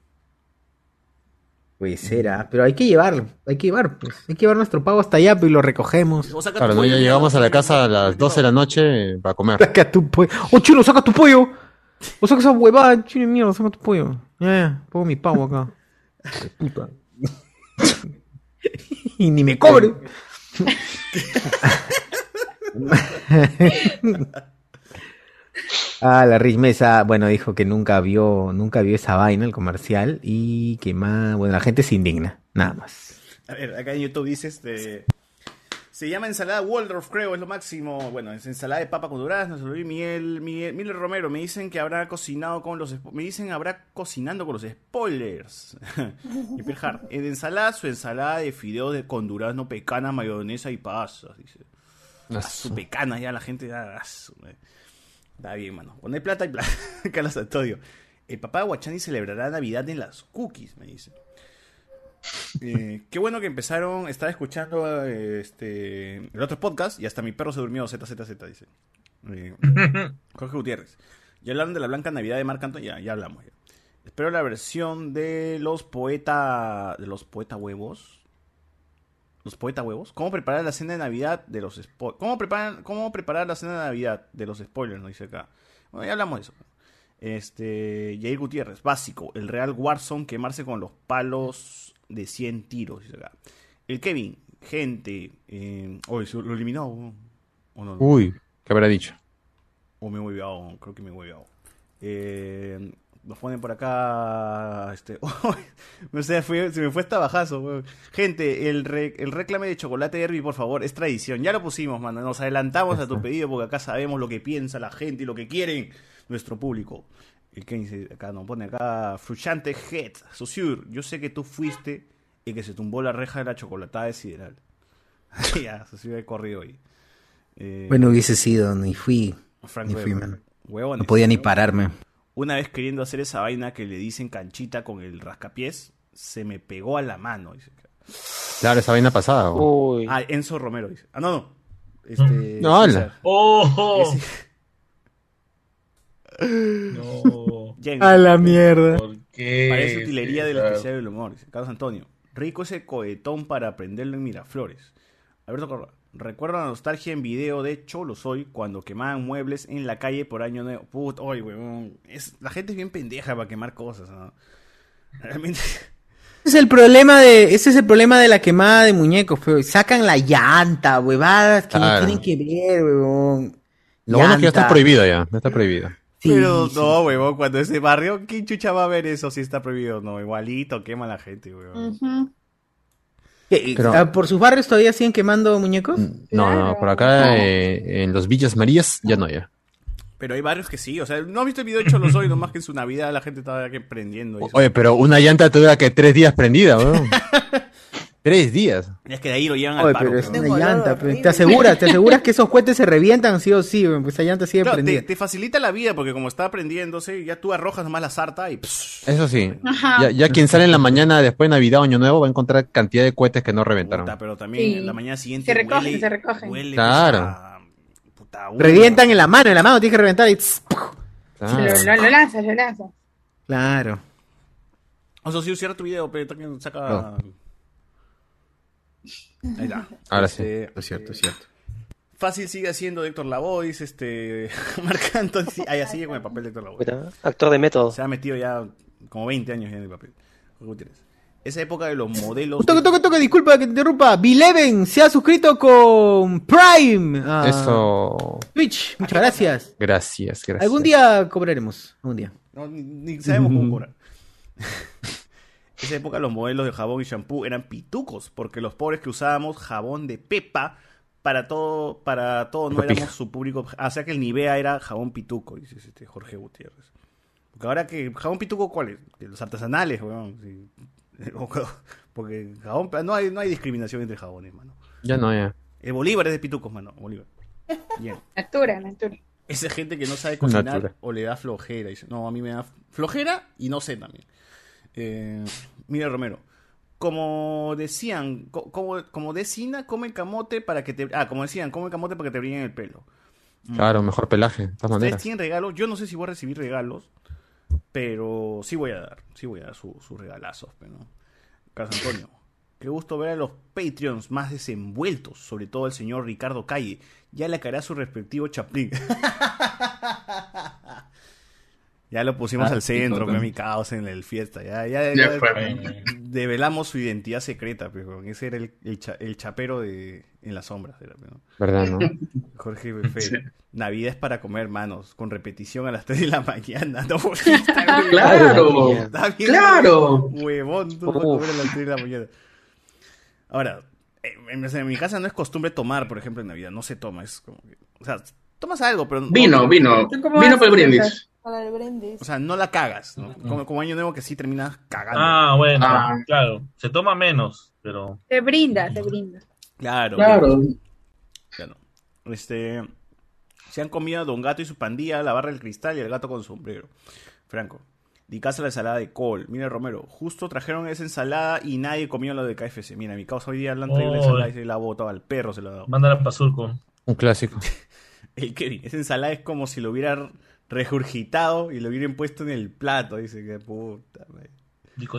Pues será, pero hay que llevarlo, hay que llevar nuestro pavo hasta allá pues, y lo recogemos. Claro, ¿no? Ya llegamos a la casa a las 12 de la noche para comer. Saca tu pollo. ¡Oh, chulo, saca tu pollo! ¡O saca esa huevada! ¡Chino de mierda, saca tu pollo! Pongo mi pavo acá. De puta. Y ni me cobre. La Rich Mesa, bueno, dijo que nunca vio esa vaina, el comercial, y que más, bueno, la gente se indigna, nada más. A ver, acá en YouTube dice se llama ensalada Waldorf, creo, es lo máximo. Bueno, es ensalada de papa con durazno, se lo vi Miguel Romero, me dicen que habrá cocinado con los habrá cocinando con los spoilers. Y Perjar, en ensalada su ensalada de fideos con durazno, pecana, mayonesa y pasas, dice. Su pecana, ya la gente está bien, mano. Cuando hay plata, hay plata. Carlos Antonio. El papá de Guachani celebrará Navidad en las cookies, me dice. Qué bueno que empezaron. Estaba escuchando el otro podcast y hasta mi perro se durmió. ZZZ, dice. Jorge Gutiérrez. Ya hablaron de la Blanca Navidad de Marc Anthony. Ya hablamos. Ya. Espero la versión de los poeta huevos. ¿Los poeta huevos? ¿Cómo preparar la cena de Navidad de los spoilers? ¿Cómo preparar la cena de Navidad de los spoilers? Nos dice acá. Bueno, ya hablamos de eso. Jair Gutiérrez, básico. El Real Warzone, quemarse con los palos de 100 tiros. Dice acá. El Kevin, gente. ¿lo eliminó? ¿O no? Uy, ¿qué habrá dicho? O me he hueveado, creo que me he hueveado. Nos ponen por acá. Se me fue esta bajazo, weón. Gente, el reclame de chocolate Herbie, por favor, es tradición. Ya lo pusimos, mano. Nos adelantamos a tu pedido porque acá sabemos lo que piensa la gente y lo que quieren nuestro público. El que dice acá, nos pone acá. Fruchante Head, Saussure. Yo sé que tú fuiste el que se tumbó la reja de la chocolatada de Sideral. Ya, Saussure he corrido ahí. Bueno, hubiese sido, ni fui. Frank ni fui, man. Huevones, No podía ni pararme. Una vez queriendo hacer esa vaina que le dicen canchita con el rascapiés, se me pegó a la mano. Dice. Claro, esa vaina pasada. Uy. Enzo Romero dice. No. No, hola. ¡Oh! No. A la mierda. ¿Por qué? Parece utilería del especial del humor. Dice Carlos Antonio. Rico ese cohetón para prenderlo en Miraflores. Alberto Correa. Recuerdo la nostalgia en video de Cholo Soy cuando quemaban muebles en la calle por Año Nuevo. Puta, oye, weón. La gente es bien pendeja para quemar cosas, ¿no? Realmente. Ese es el problema de la quemada de muñecos, pero sacan la llanta, huevadas que no tienen que ver, huevón. Lo bueno es que ya está prohibido ya está prohibido. Sí, pero sí. no, huevón, cuando ese barrio, ¿quién chucha va a ver eso si está prohibido? No, igualito quema la gente, huevón. Pero, ¿por sus barrios todavía siguen quemando muñecos? No, por acá en los Villas Marías ya no ya. Pero hay barrios que sí, o sea, ¿no has visto el video de Cholo Soy? Nomás que en su Navidad la gente estaba prendiendo eso. Oye, pero una llanta te dura que 3 días prendida, weón. 3 días. Es que de ahí lo llevan al paro. Pero es una llanta, pero te aseguras que esos cohetes se revientan sí o sí, pues esa llanta sigue prendida. Te facilita la vida porque como está prendiéndose, ya tú arrojas nomás la sarta y... Eso sí. Ya quien sale en la mañana después de Navidad o Año Nuevo va a encontrar cantidad de cohetes que no reventaron. Pero también en la mañana siguiente se recogen. Huele claro. Revientan en la mano tienes que reventar y... Lo lanzas. Claro. O sea, si cierra tu video, pero también saca... No. Ahí está. Ahora sí. Es cierto. Fácil sigue haciendo de Héctor Lavoe, Marc Anthony, así sigue con el papel de Héctor Lavoe. Actor de método. Se ha metido ya como 20 años en el papel. Esa época de los modelos... Toque, disculpa que te interrumpa. Bileven se ha suscrito con Prime. Eso. Twitch, muchas gracias. Gracias. Algún día cobraremos. Algún día. No, ni sabemos cómo cobrar. Esa época los modelos de jabón y shampoo eran pitucos, porque los pobres que usábamos jabón de pepa para todo no éramos su público. O sea que el Nivea era jabón pituco, dice Jorge Gutiérrez. Porque ahora que jabón pituco, ¿cuál es? Que los artesanales, weón. Sí. Porque jabón, no hay discriminación entre jabones, mano. Ya no, ya. El Bolívar es de pitucos, mano. Bolívar. Bien. Natura. Esa gente que no sabe cocinar Natura. o le da flojera. Dice, no, a mí me da flojera y no sé también. Mira, Romero. Como decían, como decina, come camote para que te... como decían, come camote para que te brillen el pelo. Claro, mejor pelaje, de todas ¿Ustedes maneras. tienen regalos? Yo no sé si voy a recibir regalos, pero sí voy a dar sus regalazos, ¿no? Carlos Antonio, qué gusto ver a los Patreons más desenvueltos, sobre todo el señor Ricardo Calle. Ya le caerá su respectivo chaplín. Ya lo pusimos al centro, fue mi caos en el fiesta. Ya develamos su identidad secreta, pero ese era el chapero en las sombras. Era, ¿no? ¿Verdad, no? Jorge Befe. Sí. Navidad es para comer, hermanos, con repetición a las 3 de la mañana. No, está claro, está bien, claro. Huevón, tú para comer a las 3 de la mañana. Ahora, en mi casa no es costumbre tomar, por ejemplo, en Navidad. No se toma, es como que, o sea, tomas algo, pero... Vino para el brindis. Para el brindis. O sea, no la cagas, ¿no? Como año nuevo que sí terminas cagando. Ah, bueno, claro. Se toma menos, pero... Te brinda. Claro. Se han comido a Don Gato y su pandilla, la barra del cristal y el gato con sombrero. Franco. Di casa la ensalada de col. Mira, Romero, justo trajeron esa ensalada y nadie comió lo de KFC. Mira, mi causa hoy día le han traído la ensalada y se la ha botado al perro, se la ha dado. Mándala para Surco. Un clásico. El Kevin, esa ensalada es como si lo hubiera regurgitado y lo hubieran puesto en el plato. Dice que puta. Dico.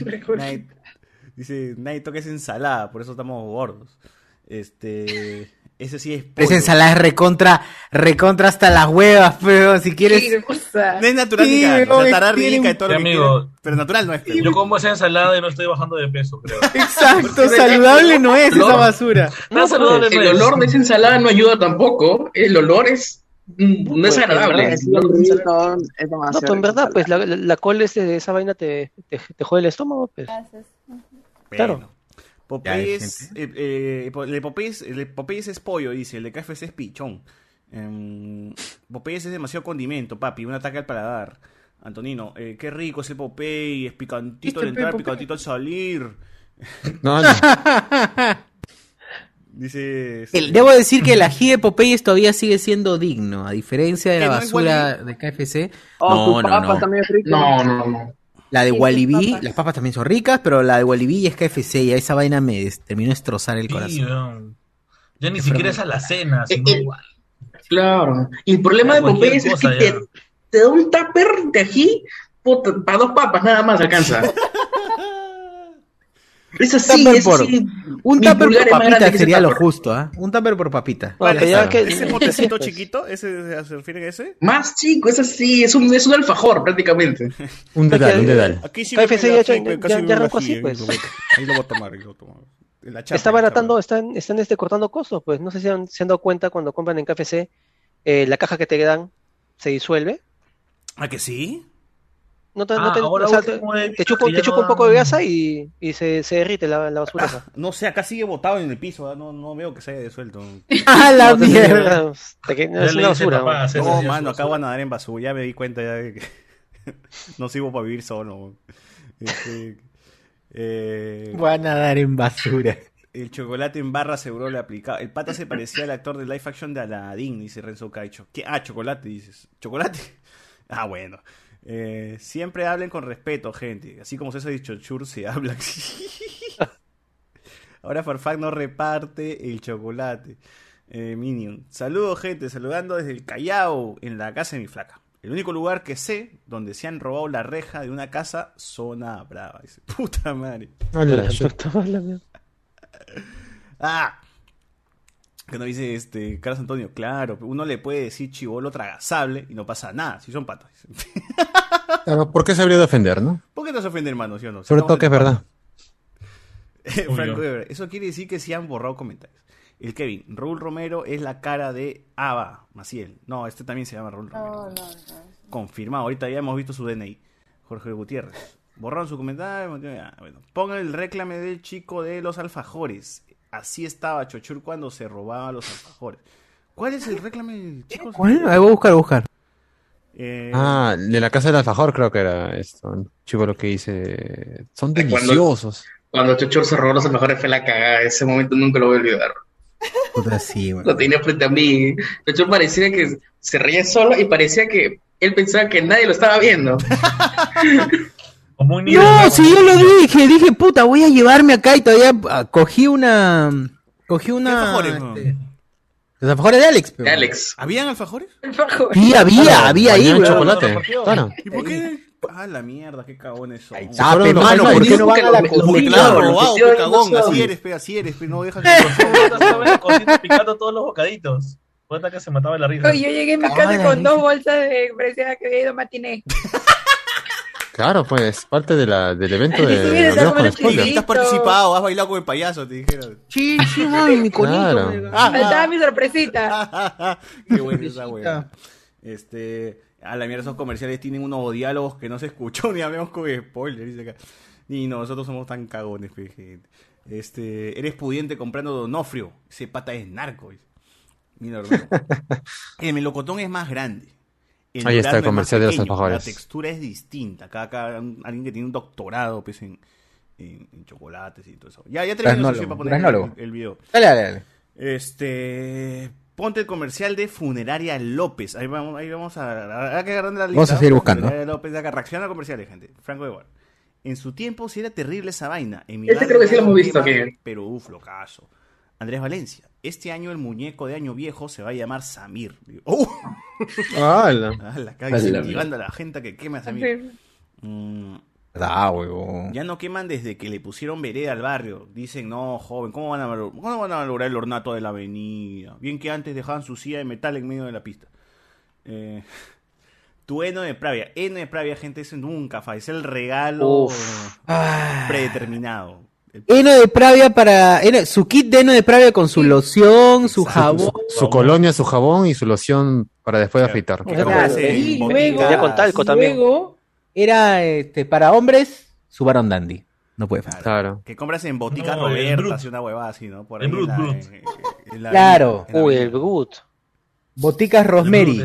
Nadie toca esa ensalada, por eso estamos gordos. Ese sí es pollo. Esa ensalada es recontra hasta las huevas, pero si quieres... No es natural, sí, estará rica y todo lo que quieras, pero natural no es. Yo como esa ensalada y no estoy bajando de peso, creo. Exacto, saludable no es esa basura. No, saludable el olor de esa ensalada no ayuda tampoco. El olor no es agradable. No, pero en verdad, pues la col esa vaina te jode el estómago, pues. Claro. Popeyes, el Popeyes es pollo, dice, el de KFC es pichón. Popeyes es demasiado condimento, papi, un ataque al paladar. Antonino, qué rico es el Popeyes, picantito al entrar, picantito al salir. No. Dice... Debo decir que el ají de Popeyes todavía sigue siendo digno, a diferencia de la basura de KFC. No. La de Walibi, las papas también son ricas, pero la de Walibi es KFC y a esa vaina me terminó de destrozar el corazón. Ya ni siquiera es a la cena, sino igual. Claro. Y el problema de Popeyes es que te da un tupper de ají para 2 papas, nada más alcanza. Es así, un tupper por papita sería lo justo, ¿eh? Un tupper por papita. ¿Ese potecito chiquito? ¿Ese se refiere a ese? Más chico, es así, es un alfajor prácticamente. Un dedal. Aquí sí KFC ya arrancó así, pues. Ahí lo voy a tomar. Está baratando, están cortando costos, pues. No sé si se han dado cuenta cuando compran en KFC, la caja que te dan se disuelve. ¿Ah, que sí? Te chupa un poco de grasa y se derrite la basura. No sé, acá sigue botado en el piso, no veo que se haya disuelto. ¡Ah, la mierda! Es una basura. No, mano, acá van a dar en basura, ya me di cuenta ya de que no sirvo para vivir solo. Van a dar en basura. El chocolate en barra seguro le aplicaba. El pata se parecía al actor de live action de Aladdin, dice Renzo Caicho. ¿Qué? Ah, chocolate, dices. ¿Chocolate? Ah, bueno. Siempre hablen con respeto, gente. Así como César dicho, Chur se habla. Ahora Farfán no reparte el chocolate. Minion. Saludos, gente. Saludando desde el Callao, en la casa de mi flaca. El único lugar que sé donde se han robado la reja de una casa, Zona Brava. Dice, puta madre. Que no dice Carlos Antonio, claro, uno le puede decir chibolo tragasable y no pasa nada, si son patas. Claro, ¿por qué se habría de ofender, no? ¿Por qué no se ofende, hermano? ¿Sí o no? Sobre todo que es verdad. Franco Weber, eso quiere decir que sí han borrado comentarios. El Kevin, Raúl Romero es la cara de Ava Maciel. No, también se llama Raúl Romero. No. Confirmado, ahorita ya hemos visto su DNI. Jorge Gutiérrez. Borraron su comentario. Bueno, pongan el réclame del chico de los alfajores. Así estaba Chochur cuando se robaba los alfajores. ¿Cuál es el reclame, chicos? ¿Cuál? Ahí voy a buscar. Eh, De la casa del alfajor creo que era esto. Chico, lo que dice. Son deliciosos. Cuando Chochur se robó los alfajores fue la cagada. Ese momento nunca lo voy a olvidar. Puta, sí, güey. Lo tenía frente a mí. Chochur parecía que se reía solo y parecía que él pensaba que nadie lo estaba viendo. Como un niño. No, si yo lo dije, puta, voy a llevarme acá y todavía cogí una... alfajores, no? Los alfajores de Alex. Pero... ¿Habían alfajores? Sí, había ahí, güey. Chocolate. Claro. ¿Y por qué? Ah, la mierda, qué cagones son. Pe, mano, ¿por qué no van a la cocina? Claro, robado, qué cagón, así eres, no dejas que... Estaba en la cocina picando todos los bocaditos. Cuenta que se mataba de la risa. Oye, yo llegué a mi casa con 2 bolsas de parecía que había ido a matiné. Claro, pues, parte del evento de Hablemos con Spoilers. Has participado, has bailado con el payaso, te dijeron. Sí, mami, mi conito. Claro. Faltaba mi sorpresita. Qué buena esa wea. A la mierda, esos comerciales tienen unos diálogos que no se escuchó, ni hablemos con spoilers, dice acá. Ni nosotros somos tan cagones, gente. Eres pudiente comprando Donofrio. Ese pata es narco. Dice. Mira, hermano. El melocotón es más grande. Ahí está el comercial de los alfajores. La textura es distinta. Acá alguien que tiene un doctorado pues, en chocolates y todo eso. Ya terminó para poner el video. Dale. Ponte el comercial de Funeraria López. Ahí vamos a que agarrar la lista. Vamos a seguir buscando. Funeraria López, acá reacciona a comerciales, gente. Franco de Guard. En su tiempo sí era terrible esa vaina. En mi creo que sí lo hemos visto aquí. Pero locazo. Andrés Valencia. Este año el muñeco de Año Viejo se va a llamar Samir. La caga incentivando a la gente que queme a Samir. Huevón. Ya no queman desde que le pusieron vereda al barrio. Dicen, no, joven, ¿cómo van a valorar el ornato de la avenida? Bien que antes dejaban su silla de metal en medio de la pista. Tu heno de Pravia. Heno de Pravia, gente, eso nunca falla. Es el regalo predeterminado. Heno de Pravia su kit de heno de Pravia con su loción, su jabón. Su colonia, su jabón y su loción para después de afeitar. Y luego, con talco también. Luego era para hombres su Barón Dandy. No puede faltar. Claro. Que compras en Botica Roberta, así una huevada así, ¿no? Por ahí claro. El Brut. Boticas Rosemary.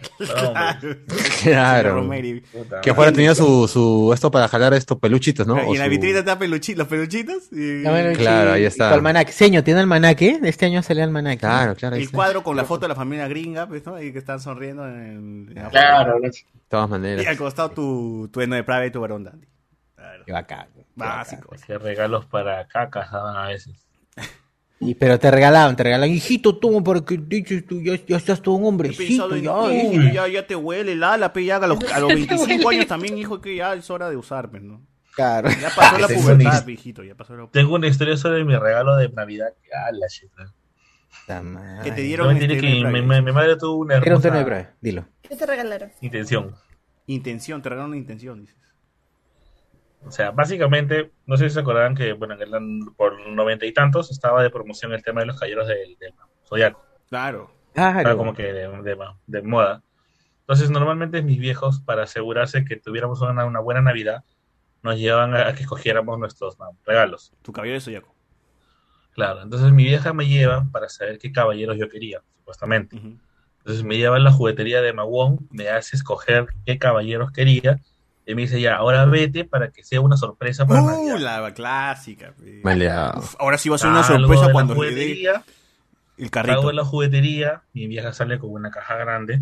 Claro. Que afuera tenía su esto para jalar estos peluchitos, ¿no? Y en la vitrina está los peluchitos. Claro, ahí está. Su almanaque. Señor, ¿tiene almanaque? Este año salió almanaque. Claro. El cuadro con la foto de la familia gringa, pues, ¿no? Ahí que están sonriendo en claro. De todas maneras. Y al costado tu heno de Pravia y tu Barón Dandy. Claro. Qué bacán. Básico. Que regalos para cacas daban a veces. Pero te regalaban, hijito, toma para que dices tú, ya estás todo un hombrecito, ya te huele el ala, ya a los 25 años también, hijo, que ya es hora de usarme, ¿no? Claro. Ya pasó la pubertad, hijito, ya pasó la pubertad. Tengo una historia sobre mi regalo de Navidad. La shit. Que te dieron mi madre tuvo una hermosa... Dilo. ¿Qué te regalaron? Intención, te regalaron una intención, dices. O sea, básicamente, no sé si se acordarán que, bueno, por 90 y tantos estaba de promoción el tema de los caballeros del Zodiaco. Claro. Estaba como que de moda. Entonces, normalmente mis viejos, para asegurarse que tuviéramos una buena Navidad, nos llevaban a que escogiéramos nuestros regalos. Tu caballero de Zodiaco. Claro, entonces mi vieja me lleva para saber qué caballeros yo quería, supuestamente. Entonces me lleva a la juguetería de Mawón, me hace escoger qué caballeros quería. Y me dice, ya, ahora vete para que sea una sorpresa para Navidad. La clásica. Ahora sí va a ser una sorpresa cuando le dé el carrito. Salgo de la juguetería, mi vieja sale con una caja grande.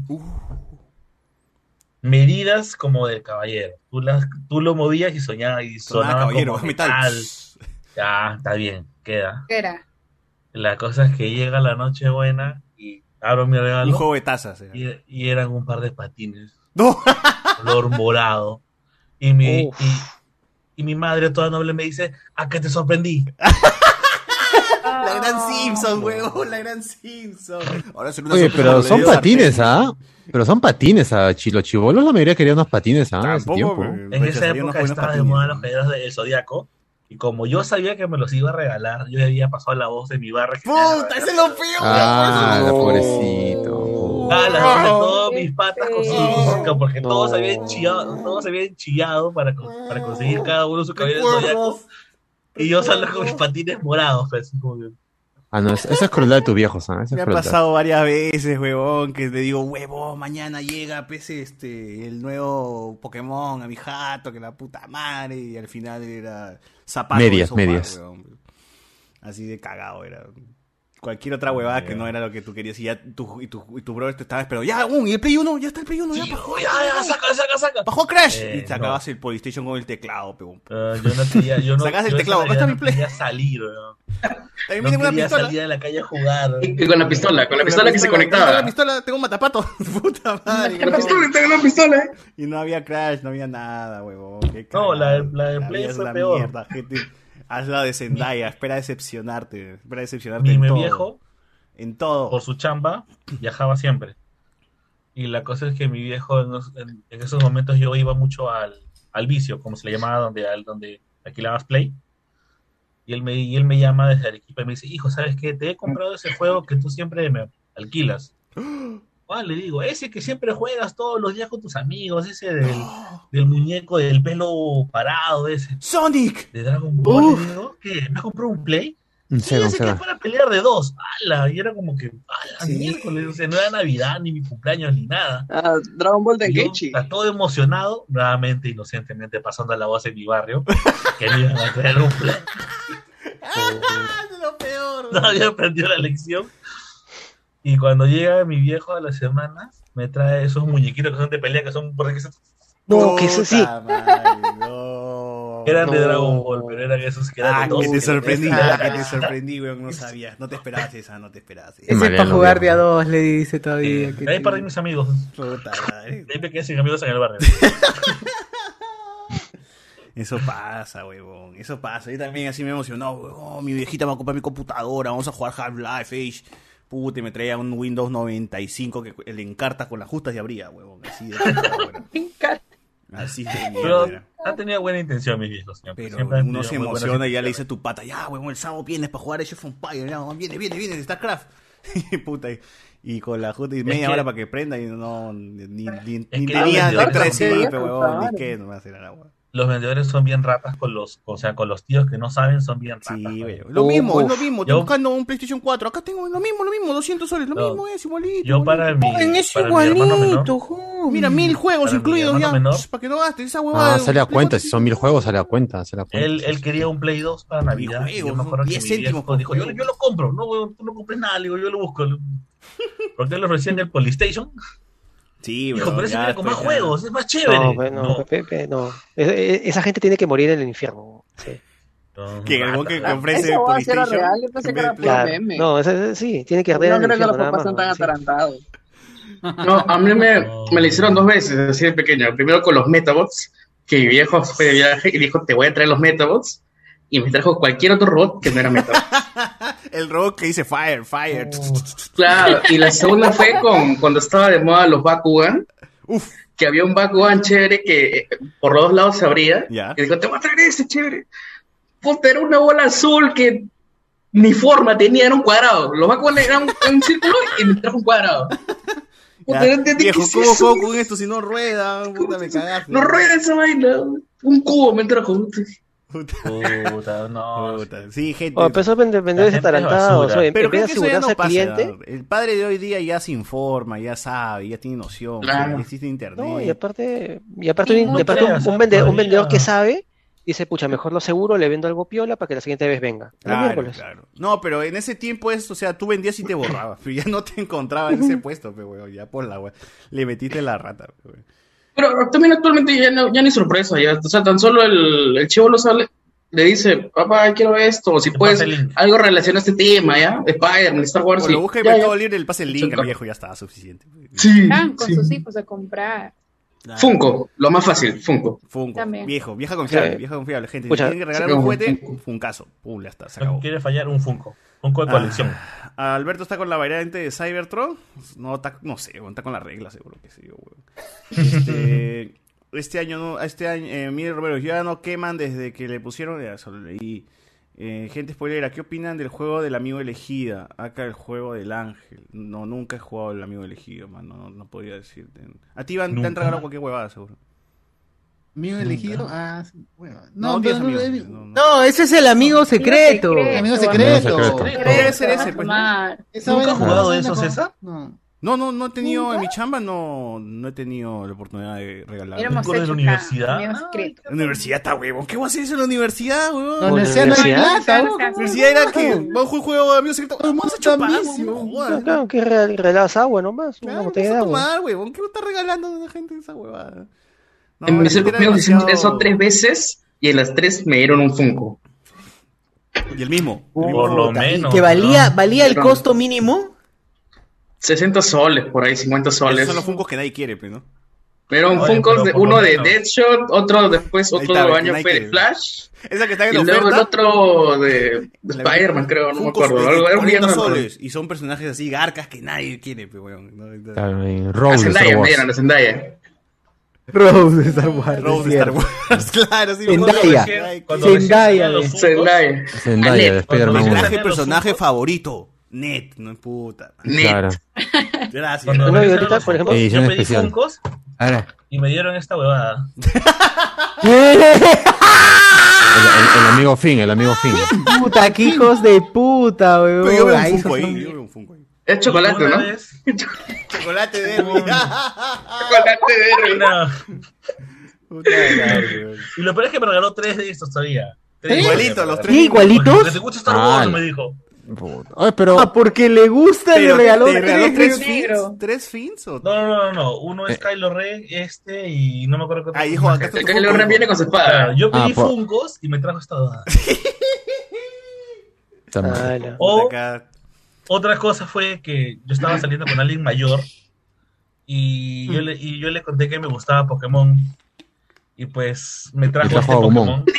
Medidas como del caballero. Tú lo movías y sonaba caballero, como metal. Ya, está bien, queda. ¿Qué era? La cosa es que llega la Nochebuena y abro mi regalo. Un juego de tazas. Y eran un par de patines. ¡No! Color morado. Y mi madre toda noble me dice, ¿a qué te sorprendí? La gran Simpson, huevón, la gran Simpson. Ahora oye, pero son patines, Pero son patines, los chibolos la mayoría querían unos patines, Tampoco, en esa época estaba de moda los caballeros del Zodiaco. Y como yo sabía que me los iba a regalar, yo había pasado la voz de mi barra. ¡Puta, ese es lo feo! Pobrecito. Todos mis patas con su música, porque todos habían chillado para conseguir cada uno su cabello de Zodiaco. Y yo salgo con mis patines morados, pues, como que Ah, no, esa es crueldad de tu viejo, ¿sabes? Esa Me es ha crueldad. pasado varias veces, huevón, que le digo, huevón, mañana llega pues, el nuevo Pokémon a mi jato, que la puta madre, y al final era zapato de Medias, sofá, medias. huevón. Así de cagado era. Cualquier otra huevada que no era lo que tú querías, y ya tu brother te estaba esperando, ya, y el Play 1, ya está el Play 1, ya, Ya, saca. bajó Crash, y no. sacabas el PlayStation con el teclado, peón. Yo no quería, Sacas el yo teclado, esa acá está Navidad mi Play. no quería salir, weón. También No viene una quería pistola. salir a la calle a jugar. Y con la pistola que se conectaba. La pistola, tengo un matapato. Puta madre. La pistola, tengo la pistola. Y no había Crash, no había nada, huevón. Qué No, la de La Play vida es fue una peor. mierda, gente. Haz la de Zendaya, espera decepcionarte. Mi en todo. viejo, en todo. por su chamba, viajaba siempre. Y la cosa es que mi viejo, en esos momentos yo iba mucho al vicio, como se le llamaba, donde alquilabas Play. Y él me llama desde Arequipa y me dice, hijo, ¿sabes qué? Te he comprado ese juego que tú siempre me alquilas. Le digo, ese que siempre juegas todos los días con tus amigos, ese del muñeco del pelo parado, ese. ¡Sonic! De Dragon Ball. Le digo, ¿qué? ¿Me has comprado un Play? Un Sí, Sega, ese que es para pelear de dos. ¡Hala! Y era como que, miércoles, o sea, no era Navidad, ni mi cumpleaños, ni nada. Dragon Ball de Yo, Kenchi. todo emocionado, nuevamente, inocentemente, pasando la voz en mi barrio, que me iban a traer un Play. Es lo peor. No había aprendido la lección. Y cuando llega mi viejo a la semana, me trae esos muñequitos que son de pelea, que son por aquí. No, que eso sí. Eran de Dragon Ball, pero eran esos que eran de dos. Que te sorprendí, Ah, que te sorprendí, weón, no sabías. No te esperabas esa, no te esperabas esa. Ese es para jugar de a dos, le dice todavía. De ahí perdí mis amigos. Puta madre. De ahí me quedé sin amigos en el barrio. Eso pasa, huevón. Eso pasa. Yo también así me emocionó, huevón. Mi viejita me va a comprar mi computadora. Vamos a jugar Half-Life, Age. Puta, y me traía un Windows 95 que le encarta con las justas y abría, huevón. Así de Así de Pero mierda. ha tenido buena intención mis viejos. Pero Siempre han uno tenido se muy buenas emociona y ya le intenciones. dice a tu pata, ya, huevón, el sábado vienes para jugar Age of Empires, ya, viene, StarCraft. Y puta, y con la justa y media que- hora para que prenda y no, ni que tenía los letra de vendedores CD, son pero bien huevón, ni raros. qué, no me va a hacer nada, huevón. Los vendedores son bien ratas con los tíos que no saben, son bien ratas. Sí, Lo mismo, es lo mismo. Estoy Yo- buscando un PlayStation 4. Acá tengo lo mismo, 200 soles. Lo No. mismo es igualito. Yo para mi, Es para mi hermano menor, Mira, 1000 juegos Para mi incluidos hermano ya. menor. Para que no gastes esa huevada. Ah, sale a cuenta. Si son 1000 juegos, sale a cuenta. él quería un Play 2 para Navidad. Y yo me acuerdo que 10 mi céntimos viejo por dijo, yo lo compro. No, weón, tú no compres nada. Le digo, yo lo busco. Porque él lo ofrecía en el PlayStation. Sí, Dijo, pero ese viene con más juegos, es más No, chévere. bueno, Pepe, no. Esa gente tiene que morir en el infierno. Sí. Que el que ofrece Esa hueá sí era PlayStation. real, yo pensé que era puro Claro. meme. No, sí, tiene que arder No en el creo que los infierno nada papás más. sean tan ¿no? Sí. atarantados. No, a mí me lo hicieron 2 veces, así de pequeño. Primero con los Metabots, que mi viejo fue de viaje y dijo, te voy a traer los Metabots. Y me trajo cualquier otro robot que no era Metabot. El robot que dice Fire. Claro, y la segunda fue cuando estaba de moda los Bakugan. Que había un Bakugan chévere que por los dos lados se abría. Ya. Y dijo, te voy a traer ese chévere. Puta, era una bola azul que ni forma tenía, era un cuadrado. Los Bakugan eran un círculo y me trajo un cuadrado. Puta, no entendí Viejo, qué es ¿cómo eso. juego con esto si no rueda? Puta, me cagaste. No rueda esa vaina. Un cubo me trajo. Puta, no. Sí, gente. Oh, pero esos vendedores atarantados, oye, Pero en vez creo de que eso ya asegurarse no al pasa. cliente. El padre de hoy día ya se informa, ya sabe, ya tiene noción. Claro. O sea, existe internet. No, y aparte No un creas, vendedor podría. que sabe dice, pucha, mejor lo seguro, le vendo algo piola para que la siguiente vez venga. El Claro, miércoles. claro. No, pero en ese tiempo o sea, tú vendías y te borrabas, pero ya no te encontraba en ese puesto, pero weón, ya por la weón. Le metiste la rata, weón. Pero también actualmente ya no hay sorpresa. Ya, o sea, tan solo el chivo lo sale, le dice, papá, quiero esto. O si puedes, algo relaciona a este tema, ¿ya? Spider-Man, Star Wars. O y lo busca y ya, ve ya. todo libre, el pase el link al viejo, ya estaba suficiente. Sí, Van con sí. sus hijos a comprar. Funko, lo más fácil, Funko. Funko, También. vieja confiable, Sí. vieja confiable, gente. Escucha, Si tienen que regalar sí, un un juguete, Funko. funcazo. Pum, ya está, se No acabó. quiere fallar un Funko de colección. Alberto está con la variante de Cybertron. No sé, está con la regla, seguro que sí, weón. Este año, mire Romero, ya no queman desde que le pusieron, ya solo leí. Gente spoilera, ¿qué opinan del juego del amigo elegida? Acá el juego del ángel. No, nunca he jugado el amigo elegido, man. No podría decirte. A ti te han Nunca. regalado cualquier huevada, seguro. Amigo elegido, bueno. No, pero tienes no, amigos, No, ese es el amigo secreto. Amigo secreto. Debe ser ese, pues. ¿Nunca has jugado eso, César? No he tenido en mi chamba, no he tenido la oportunidad de regalar. ¿Con la universidad? La universidad está huevón. ¿Qué voy a hacer eso en la universidad, huevón? La universidad no hay plata, La universidad era que vamos a juego de amigos secretos. Vamos a chupar, no jodas. Claro, que regalas agua nomás, una Claro, botella de vas a agua. tomar, huevón. ¿Qué me está regalando a la gente esa huevada? No, En mi la gente era amigos hicimos demasiado- eso 3 veces y en las 3 me dieron un Funko. Y el mismo. Por lo menos. Que valía el costo mínimo. 60 soles, por ahí, 50 Esos soles. son los Funkos que nadie quiere, pues, ¿no? Pero un Oye, Funko, pero por uno lo de menos. Deadshot, otro después, Ahí otro está, año Nike. fue de Flash. Esa que está en Y la luego el oferta. otro de Spider-Man, creo, no me Funkos acuerdo. de Algo era un 40 villano. soles. Y son personajes así, garcas, que nadie quiere, pues, weón. ¿No? Claro, en A Rose de Star Zendaya, me Wars. dieron a Zendaya. Rose de Star Wars. Rose es de Star cierto. Wars. Claro, sí. Zendaya. Cuando recién Zendaya, salían los Funkos, Zendaya. Zendaya de Anet. Spider-Man 1. Personaje favorito. Net, no es puta. Claro. Gracias. Cuando No, y recién ahorita, los por ejemplo, Funkos, edición yo pedí especial. Funkos Ahora, y me dieron esta huevada. el amigo Finn. Puta, qué hijos de puta, weón. Pero yo veo un Ahí Funko son- ahí. Yo veo un Funko ahí. Es chocolate, Una ¿no? vez- Chocolate de Chocolate de una- Puta madre, weón. Y lo peor es que me regaló 3 de estos todavía. Tres Igualitos, iguales, los me tres. ¿Sí, igualitos? Porque te gusta Star Wars, me dijo. Oye, pero porque le gusta, le Pero regaló ¿te regaló tres. 3 fins? ¿3 fins? ¿O? No. Uno es Kylo Ren, y no me acuerdo qué otro. Ah, hijo, acá está El tu Kylo Funko. Ren viene con su espada. Claro, yo pedí por- Funkos y me trajo esta huevada. Ah, no. O Acá. otra cosa fue que yo estaba saliendo con alguien mayor y yo le conté que me gustaba Pokémon. Y pues me trajo, trajo este a Agumon. Pokémon.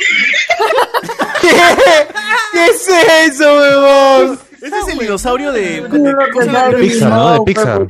¿Qué es eso, weón? Ese es el dinosaurio de. Pixar, ¿no? De Pixar.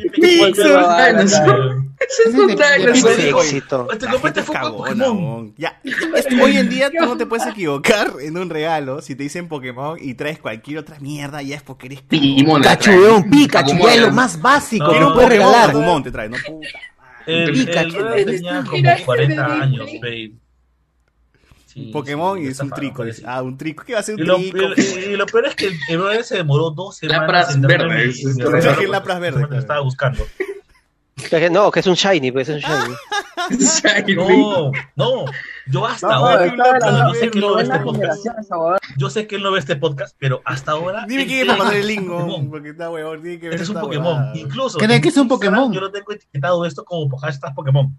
Ese es un dinosauro. Qué éxito. Te La compraste gente es Funko cagona, Pokémon. weón. Hoy en día tú no te puedes equivocar en un regalo si te dicen Pokémon y traes cualquier otra mierda, ya es porque eres Digimon. Pikachu, weón, Pikachu, ya es lo más básico No, que Quiero un puedes Pokémon, regalar. Agumon te trae, ¿no? Puta. El Pikachu. brother tenía como 40 años, babe. Sí, Pokémon sí, y es está un faro, trico. parece. Dice, un trico. ¿Qué va a ser Y un lo, trico? y lo peor es que el brother se demoró 2 semanas. Lapras en darme verdes. mi Traje regalo, porque Lapras verdes, Lo claro. estaba buscando. No, que es un shiny, pues es un shiny. No. Yo hasta No, ahora. está de la Yo sé que él no ve este novena podcast. generación esa huevada. Yo sé que él no ve este podcast, pero hasta ahora. Dime él quién es cree para pasar que el es un link, Pokémon. porque está huevón. Tiene que ver Este es un esta Pokémon. huevada. Incluso. ¿Cree en que es un Instagram Pokémon? Yo lo tengo etiquetado esto como hashtag Pokémon.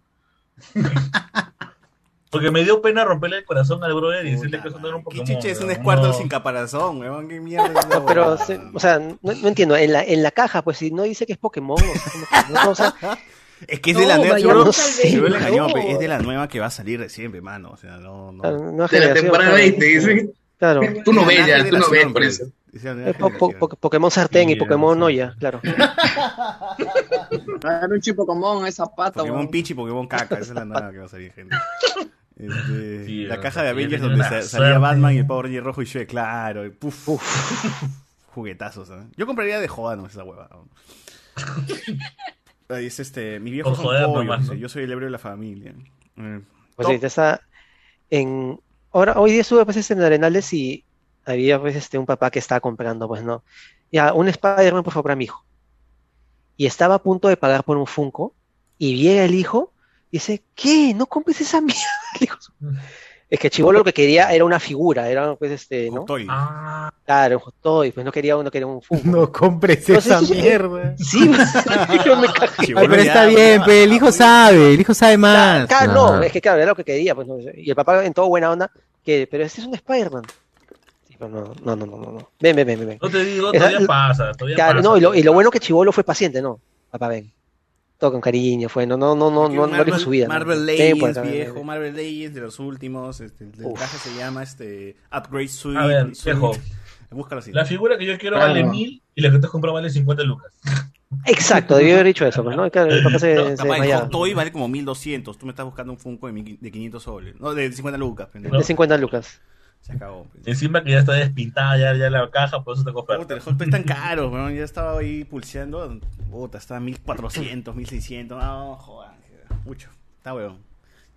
Porque me dio pena romperle el corazón al brother y decirle que eso no era un ¿Qué Pokémon. chiche es un weón? Squirtle No. sin caparazón, huevón? ¿Qué mierda es esa No, pero, huevada? o sea, no entiendo. En la caja, pues si no dice que es Pokémon, o sea, como que no, o sea, Es que es de la No, nueva. vayamos Yo al seguro le baby, engañó, no. pe, es de la nueva que va a salir recién, pe, mano. O sea, no. nueva De la generación, temporada claro. 20, dice. Claro. Tú no Es de la ves ya, tú no ves generación, por pe. eso. Es de la nueva Pokémon Sartén y Sí, Pokémon sí. Noya, claro. Era un chipo Pokémon esa pata, Pokémon weón. Peach y Pokémon Caca, esa es la nueva que va a salir, gente. Sí, La weón, caja de sí, Avengers tiene donde una salía suerte. Batman y el Power Ranger rojo y Shrek, claro. Y juguetazos, ¿eh? Yo compraría de jodanos esa hueva. Dice mi viejo Por son joder pollos, nomás, dice, ¿no? yo soy el héroe de la familia. Pues ahorita está hoy día estuve pues en Arenales y había pues un papá que estaba comprando, pues no. Ya, un Spider-Man por favor para mi hijo. Y estaba a punto de pagar por un Funko y llega el hijo y dice, ¿qué? ¿No compres esa mierda? Le digo, es que Chibolo lo que quería era una figura, era pues ¿no? Toy. Claro, un Hot Toy, pues no quería un Funko. No compres Entonces, esa eso- mierda. Sí, yo me cago. Ay, pero está bien, pe, el hijo sabe más. Claro, no, es que claro, era lo que quería, pues, ¿no? Y el papá en todo buena onda, pero este es un Spider-Man. Sí, pero no. Ven. No te digo, Esa- todavía pasa. Claro, no, y lo bueno que Chibolo fue paciente, ¿no? Papá, ven. Todo con cariño, fue, no dijo su vida. ¿no? Marvel Ven, Legends, pues, viejo, Marvel Legends de los últimos. El traje se llama Upgrade Suite. A ver, Suite. viejo. Búscalo así. La figura que yo quiero vale 1000 y la que te has comprado vale 50 lucas. Exacto, debió haber dicho eso, pues, ¿no? Y claro, el papá se Capaz el desmayaba. Hot Toy vale como 1200. Tú me estás buscando un Funko de 500 soles. No, de 50 lucas. pendejo. De 50 lucas. Se acabó. Encima que ya está despintada ya la caja, por eso te compras. Puta, el Hot Toy es tan caro, weón. Ya estaba ahí pulseando. Puta, está 1400, 1600. No, joder. Mucho. Está weón.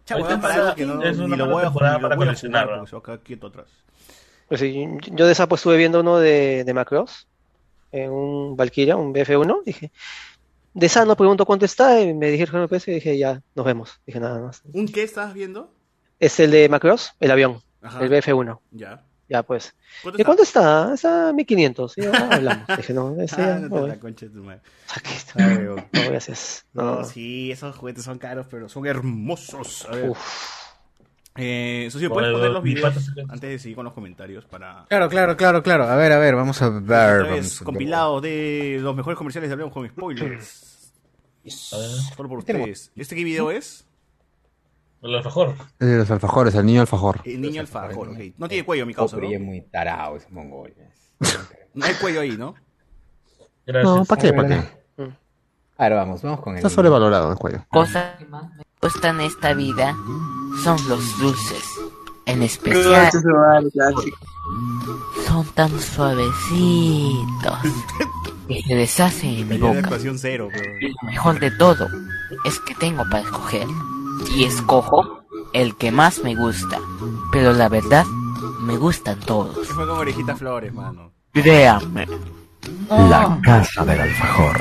Cha, huevón, para algo que no, es ni una lo buena voy a temporada ni lo para voy a coleccionar, jugar ¿no? porque se va a quedar quieto atrás. Pues sí, yo de esa pues estuve viendo uno de Macross, un Valkyria, un BF1, dije, de esa no pregunto cuánto está, y me dijeron el precio y dije, ya, nos vemos, dije nada más. ¿Un qué estás viendo? Es el de Macross, el avión, Ajá. el BF1. Ya. Ya pues. ¿Cuánto ¿Y cuánto está? Está 1500. Y ahora hablamos. Dije, no, ese ya, no no te voy. la concha de tu madre. Ah, huevón. No, gracias. No, No. sí, esos juguetes son caros, pero son hermosos. A ver. Uf. Eso sí, ¿puedes Bueno, poner los mi videos pata se- antes de seguir con los comentarios para... Claro. A ver, vamos a ver. Esta vez, vamos a ver. compilado de los mejores comerciales de Hablemos con Spoilers. Solo por ustedes. ¿Este qué video es? El alfajor. Es de los alfajores, el niño alfajor. El niño alfajor, ok. No tiene cuello, mi causa, ¿no? Pero ella es muy tarado ese mongol. No hay cuello ahí, ¿no? Gracias. No, ¿para qué? ¿Para qué? Ahora vamos con Está el... sobrevalorado el juego. Cosas que más me gustan en esta vida son los dulces. En especial son tan suavecitos que se deshacen en mi Tenía boca. ecuación cero, pero... Y lo mejor de todo es que tengo para escoger. Y escojo el que más me gusta. Pero la verdad, me gustan todos. ¿Qué fue con Orejita Flores, mano? Créanme. La casa del alfajor.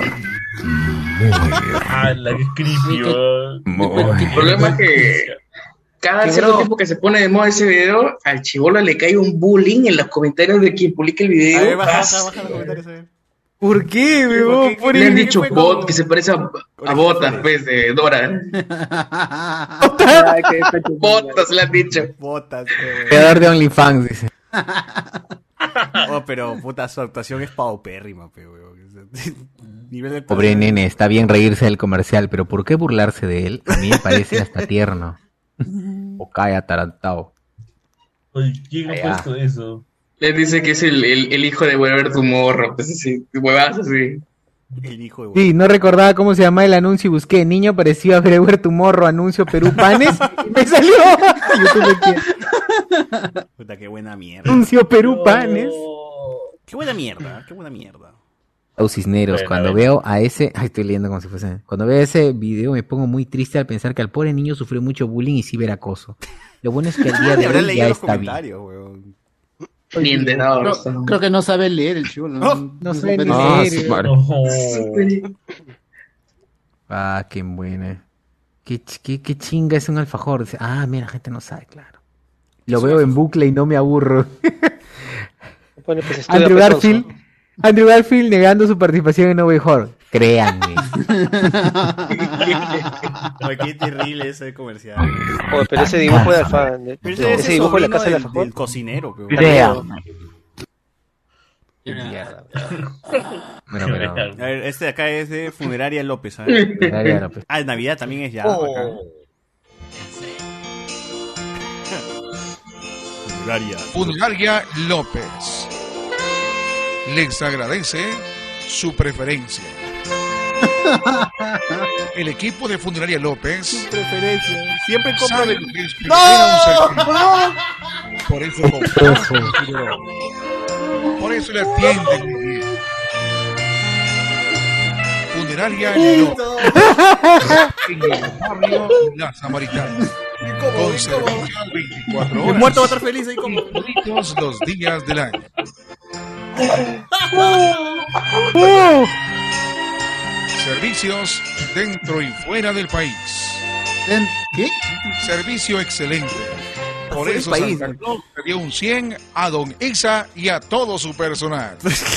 Ah, la que es creepy, weón. El problema es que cada cierto tiempo que se pone de moda ese video, al chibolo le cae un bullying en los comentarios de quien publica el video. A ver, baja los comentarios, a ver. ¿Por qué, weón? Le han dicho bot que se parece a Botas, pues, de Dora. Botas le han dicho. Botas, Creador de OnlyFans, dice. Oh, pero puta, su actuación es paupérrima, pe, weón. Nivel de... Pobre nene, está bien reírse del comercial, pero ¿por qué burlarse de él? A mí me parece hasta tierno. O cae atarantado. Oye, ¿quién ha Allá. puesto eso? Le dice que es el hijo de Weber tu morro, pues así, huevas así. El hijo de... Sí, no recordaba cómo se llamaba el anuncio y busqué niño parecido a Brewer Tumorro, anuncio Perú Panes, y me salió. YouTube, ¿qué? Puta, qué buena mierda. Anuncio Perú Panes. Qué buena mierda, qué buena mierda. Los Cisneros, Bueno, cuando bueno. veo a ese, ay, estoy leyendo como si fuese, cuando veo ese video me pongo muy triste al pensar que al pobre niño sufrió mucho bullying y ciberacoso. Lo bueno es que el día de Habrá hoy leído ya los está bien. comentarios, weón. Ni enterado. Creo que no sabe leer el chivo. No sabe sabe leer, leer. madre. Ah, qué buena. Qué chinga es un alfajor. Dice, ah, mira, la gente no sabe, claro. Lo veo en bucle y no me aburro. Bueno, pues estudia Andrew Garfield negando su participación en No Way Home. Créanme. Ay, qué terrible ese comercial. Joder, pero ese dibujo de alfa, Pero ese dibujo de la casa del del alfajor. cocinero, pero... Qué mierda. Bueno, pero- A ver, este de acá es de Funeraria López, ¿sabes? Funeraria López. Ah, Navidad también es ya. Oh. Bacán. Funeraria. Funeraria López les agradece su preferencia. El equipo de Funeraria López Preferencia. Siempre compro sabe de... lo que es preferir a un ser querido. Por eso compró. Por eso le atienden muy bien. Funeraria López en el barrio La Samaritana. Con servicio 24 El horas. muerto va a estar feliz ahí como... Todos los días del año. Servicios dentro y fuera del país. ¿Qué? Servicio excelente. Por Fuera eso del país. Santa Claus le dio un 100 a Don Isa y a todo su personal.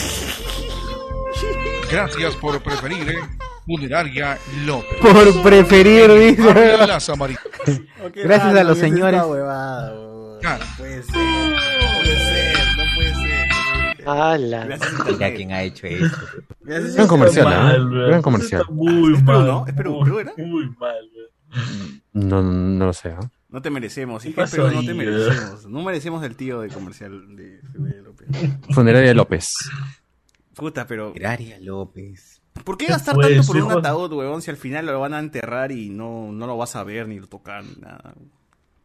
Gracias por preferir Funeraria López. Por preferir, dice. Barrio La Samaritana. Gracias a los señores. Claro. No puede ser, no puede ser. ¡Hala! Mira quién ha hecho eso. Gran comercial, ¿eh? Gran comercial. Muy ¿Es Perú, mal. no? ¿Es Perú? ¿Perú era? Muy mal, weón. No lo sé, ¿eh? No te merecemos, ¿Qué hija, pasó pero no ahí, te merecemos. No merecemos el tío de comercial de López. Funeraria López. Puta, pero... Funeraria López. ¿Por qué ¿Qué gastar fue tanto eso, por un hijo? ataúd, huevón, si al final lo van a enterrar y no lo vas a ver ni lo tocar ni nada?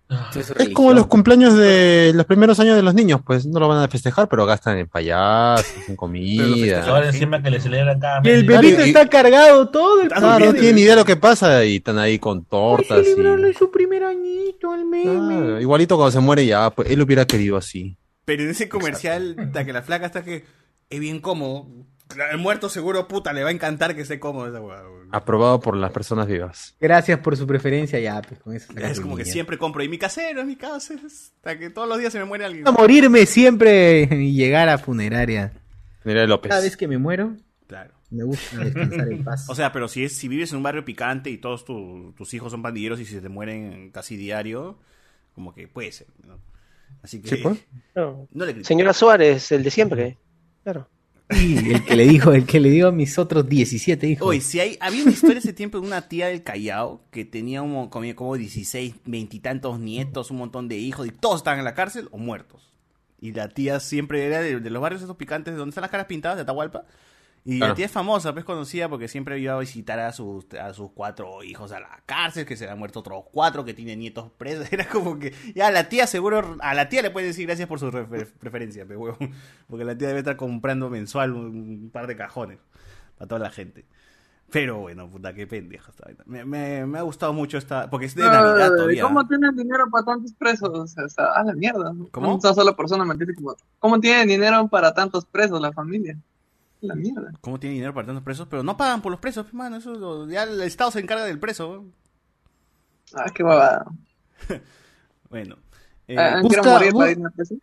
Es como los cumpleaños de los primeros años de los niños, pues no lo van a festejar, pero gastan en payasos, en comida. Ahora encima que le celebran cada Y el mes. bebito está cargado todo el Claro, no tienen ni idea de lo que pasa y están ahí con tortas. Y... celebrarle su primer añito al meme. Claro, igualito cuando se muere ya, pues él lo hubiera querido así. Pero en ese comercial, hasta que la flaca está que es bien cómodo. El muerto seguro, puta, le va a encantar que esté cómodo esa hueá. Aprobado por las personas vivas. Gracias por su preferencia, ya, pues con eso. Es como que siempre compro. Y mi casero, es mi casa. Hasta que todos los días se me muere alguien. A morirme siempre y llegar a funeraria. Funeraria López. Cada vez que me muero, claro, me gusta descansar en paz. O sea, pero si vives en un barrio picante y todos tus hijos son pandilleros y si se te mueren casi diario, como que puede ser, ¿no? Así que Sí, pues. No. no le critico. Señora Suárez, el de siempre. Claro. Sí, el que le dijo a mis otros 17 hijos. Oye, había una historia ese tiempo de una tía del Callao que tenía como 16, 20 y tantos nietos, un montón de hijos, y todos estaban en la cárcel o muertos. Y la tía siempre era de los barrios esos picantes, donde están las caras pintadas, de Atahualpa. Y Claro. la tía es famosa, pues conocida porque siempre iba a visitar a sus 4 hijos a la cárcel, que se le han muerto otros 4, que tiene nietos presos. Era como que, ya la tía seguro, a la tía le pueden decir gracias por su preferencia, pe huevón. Porque la tía debe estar comprando mensual un par de cajones para toda la gente. Pero bueno, puta, qué pendeja esta vaina. Me ha gustado mucho esta, porque es de Navidad todavía. ¿Cómo tienen dinero para tantos presos? O sea, a la mierda. ¿Cómo? Una sola persona me dice como, ¿cómo tienen dinero para tantos presos la familia? La mierda. ¿Cómo tiene dinero para tantos presos? Pero no pagan por los presos, pues, mano. Ya el Estado se encarga del preso. Ah, qué babada. Bueno. ¿Quieren morir para irme a preso?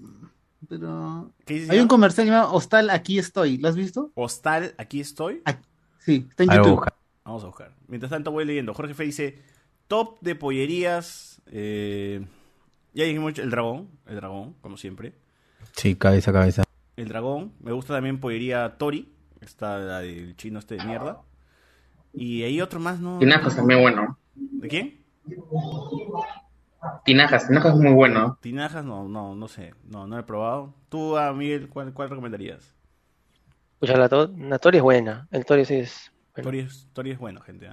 Pero ¿Qué dices, hay ya? un comercial llamado Hostal, aquí estoy. ¿Lo has visto? Hostal, aquí estoy. Sí, está en YouTube. Vamos a buscar. Mientras tanto voy leyendo. Jorge Fe dice, top de pollerías. Ya dijimos el dragón, como siempre. Sí, cabeza. El dragón. Me gusta también pollería Tori. Está la del chino este de mierda. Y hay otro más, ¿no? Tinajas también bueno. ¿De quién? Tinajas es muy bueno. Tinajas, no sé. No he probado. Tú, Miguel, ¿cuál recomendarías? Pues la Tori es buena. El Tori sí es bueno. Tori es bueno, gente.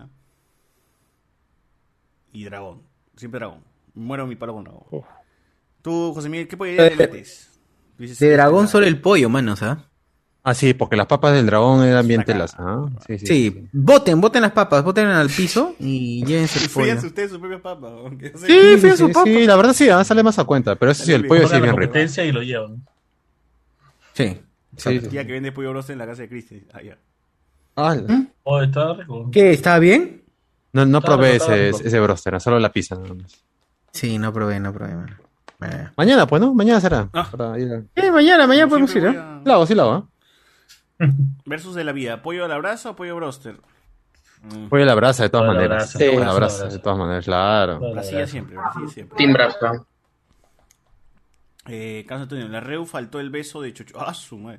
Y dragón. Siempre dragón. Muero mi palo con dragón. Tú, José Miguel, ¿qué pollería le metes? De dragón solo el pollo, manos, ¿ah? Ah, sí, porque las papas del dragón eran bien telas. ¿Ah? Sí, boten las papas, boten al piso y llévense el pollo. Fríanse ustedes sus propias papas. Aunque no sé. Sí, fíjense su papa. Sí, la verdad sí, sale más a cuenta. Pero eso sí, el pollo sí es bien rico. competencia y lo llevan. Sí. Sí, tía que vende pollo broster en la casa de Cristi. Allá. Oh, está rico. ¿Qué? ¿Estaba bien? No Estaba probé rico, estaba rico. ese broster, solo la pizza nada más. Sí, no probé, mano. Mañana, pues, ¿no? Mañana será. Mañana podemos ir, ¿eh? Lo hago, sí lo hago. Versus de la vida. ¿Pollo a la brasa o pollo broster? Pollo a la brasa, de todas Pollo a la maneras. brasa, Pollo a sí. la brasa, de todas maneras, claro. Brasilla siempre. Team brasa. Carlos Antonio, la Reu faltó el beso de Chocho. Ah, su madre.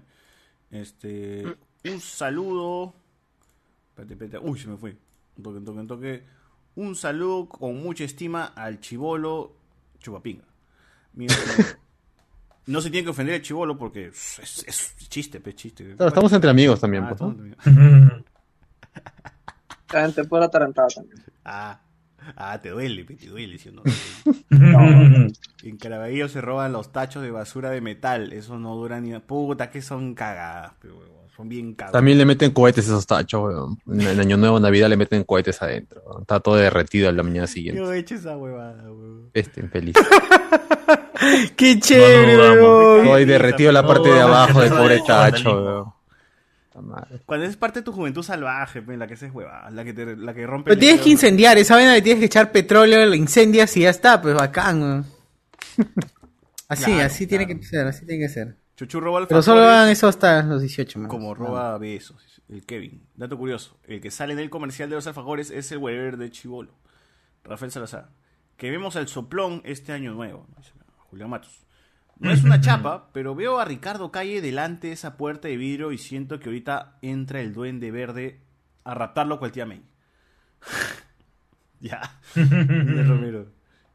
Un saludo. Espérate. Uy, se me fue. Un toque. Un saludo con mucha estima al chibolo Chupapinga. Mira, no se tiene que ofender al chibolo porque es chiste, chiste. Claro, estamos entre amigos también, pues, estamos ¿no? entre amigos. Gente por atarantada también. Te duele, ¿sí o no? No. En Caraballo se roban los tachos de basura de metal. Eso no dura ni... Puta, que son cagadas, pero, son bien cagadas. También le meten cohetes esos tachos, weón. En Año Nuevo, Navidad le meten cohetes adentro. Weón. Está todo derretido a la mañana siguiente. Yo he hecho esa huevada, weón. Infeliz. ¡Qué chévere, weón! Estoy derretido la parte de abajo del pobre tacho, weón. Cuando es parte de tu juventud salvaje, la que es huevada, la que rompe... Pero tienes que incendiar, esa vaina le tienes que echar petróleo, la incendias y ya está, pues bacán, weón. Así tiene que ser, Chuchu roba Pero solo hagan eso hasta los 18, man. Como roba besos, el Kevin. Dato curioso, el que sale en el comercial de los alfajores es el wherever de Chibolo, Rafael Salazar. Que vemos al soplón este año nuevo, Julián Matos. No es una chapa, pero veo a Ricardo Calle delante de esa puerta de vidrio y siento que ahorita entra el duende verde a raptarlo con el tía May. Ya. Romero.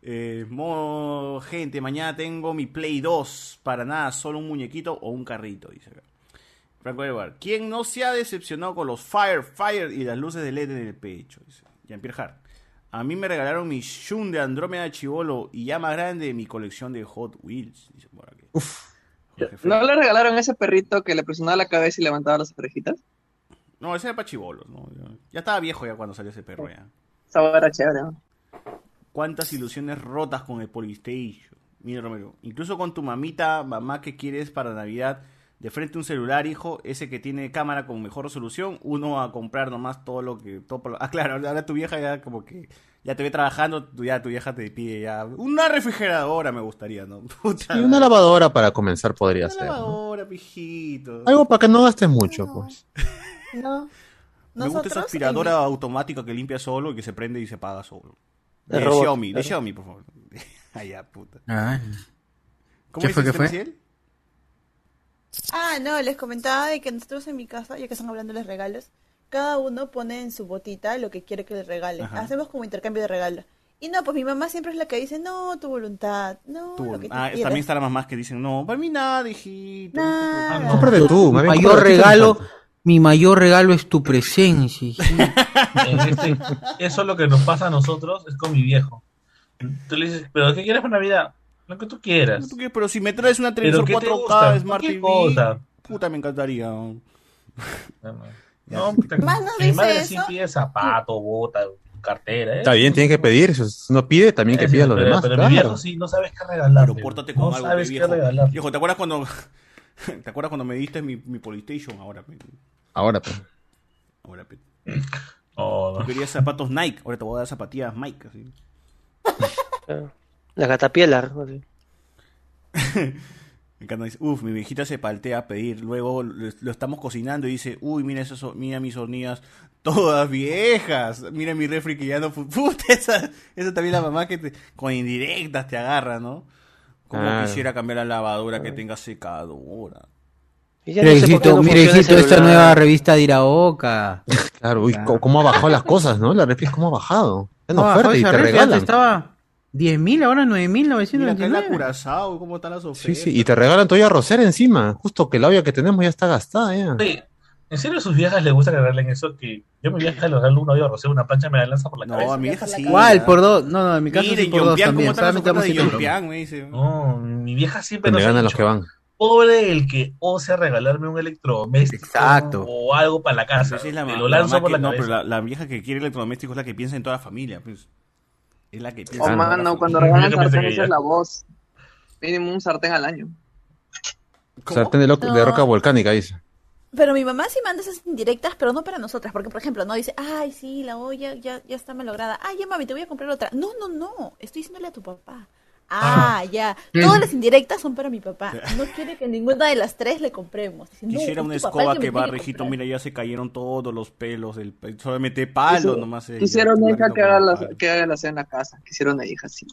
Gente, mañana tengo mi Play 2. Para nada, solo un muñequito o un carrito, dice acá. Franco Edward. ¿Quién no se ha decepcionado con los Fire y las luces de LED en el pecho? Dice Jean-Pierre Hart. A mí me regalaron mi Shun de Andrómeda Chibolo y ya más grande mi colección de Hot Wheels. Dice por aquí. ¿No le regalaron ese perrito que le presionaba la cabeza y levantaba las orejitas? No, ese era para chibolos, ¿no? Ya estaba viejo ya cuando salió ese perro ya. Esa era chévere, ¿no? ¿Cuántas ilusiones rotas con el Polystation? Mira, Romero. Incluso con tu mamá que quieres para Navidad, de frente a un celular, hijo, ese que tiene cámara con mejor resolución, uno a comprar nomás todo lo que... claro, ahora tu vieja ya como que... Ya te ve trabajando, tu vieja te pide ya... Una refrigeradora me gustaría, ¿no? Puta, Y una lavadora para comenzar podría ser. una ¿no? lavadora, pijito. Algo para que no gastes mucho, pues. No. Me gusta esa Nosotros, aspiradora automática que limpia solo y que se prende y se apaga solo. El De robot, Xiaomi, claro. por favor. Allá, puta. ¿Cómo ¿Qué fue, dices, qué fue? Maciel? No, les comentaba de que nosotros en mi casa, ya que están hablando de los regalos, cada uno pone en su botita lo que quiere que le regalen. Ajá. Hacemos como intercambio de regalos. Y no, pues mi mamá siempre es la que dice, no, tu voluntad, no, lo que tú quieras. También están las mamás que dicen, no, para mí nada, hijito. Nada. Cómprate tú, más bien, Mayor cómprate tú, regalo, te falta. mi mayor regalo es tu presencia. Eso es lo que nos pasa a nosotros, es con mi viejo. Tú le dices, ¿pero qué quieres para Navidad? Lo que tú quieras. Pero si me traes una televisor ¿Pero qué te 4K gusta? Smart ¿Qué TV, cosa? puta, me encantaría. No, Más no mi dice madre sí eso. pide zapato, bota, cartera. Está bien, tiene que pedir. Si uno pide, también que pida a los pero, demás. Pero claro. mi viejo sí no sabes qué regalar. Pero pórtate con no algo, sabes viejo. qué regalar. Viejo, ¿te acuerdas cuando me diste mi Polystation? Ahora, Ahora, pues. ahora, pe. Oh, Tú querías zapatos Nike, ahora te voy a dar zapatillas Mike. Así. La gatapielar. así. Me encanta, dice, mi viejita se paltea a pedir, luego lo estamos cocinando y dice, mira mira mis hornillas, todas viejas, mira mi refri que ya no puta, esa también la mamá que con indirectas te agarra, ¿no? Como quisiera cambiar la lavadora que tenga secadora. Mira, hijito, esta nueva revista de Iraoka. Claro, uy, cómo ha bajado las cosas, ¿no? La refri cómo ha bajado. En No, oferta y esa te refri regalan. antes estaba 10.000, ahora Mira, acá en la 9.999. Curazao, ¿cómo están las Sí, ofertas? sí, y te regalan toalla rosera encima. Justo que la olla que tenemos ya está gastada ya. Oye, ¿en serio a sus viejas les gusta que regalen eso? Que yo a mi vieja le regalo una olla rosera, una plancha, me la lanza por la cabeza. No, a mi vieja sí. ¿Cuál? Por dos. No, en mi caso sí Miren, por dos Yompián, ¿cómo también. están las Solamente ofertas vamos de a ir Yompián? Me dice. No, mi vieja siempre Me nos ha ganan los dicho, que van. pobre el que ose regalarme un electrodoméstico. Exacto. O algo para la casa. Esa es la Te ma- lo la lanzo mamá por que- la no, cabeza. pero la vieja que quiere electrodoméstico es la que piensa en toda la familia, pues. Es la que piensa Oh, en toda la mano, cuando familia. regalan Yo pensé sartén, que esa es ya. la voz. Mínimo un sartén al año. Sartén de No. roca volcánica, dice. Pero mi mamá sí manda esas indirectas, pero no para nosotras. Porque, por ejemplo, no dice, ay, sí, la olla ya está malograda. Ay, ya, mami, te voy a comprar otra. No, estoy diciéndole a tu papá. Ya. Todas las indirectas son para mi papá. No quiere que ninguna de las tres le compremos. Dice, no, Quisiera es una tu papá escoba el que me tiene barre, hijito, comprar. mira, ya se cayeron todos los pelos, solamente palo nomás. Quisiera una hija que haga la cena en la casa. Quisiera una hija, sí.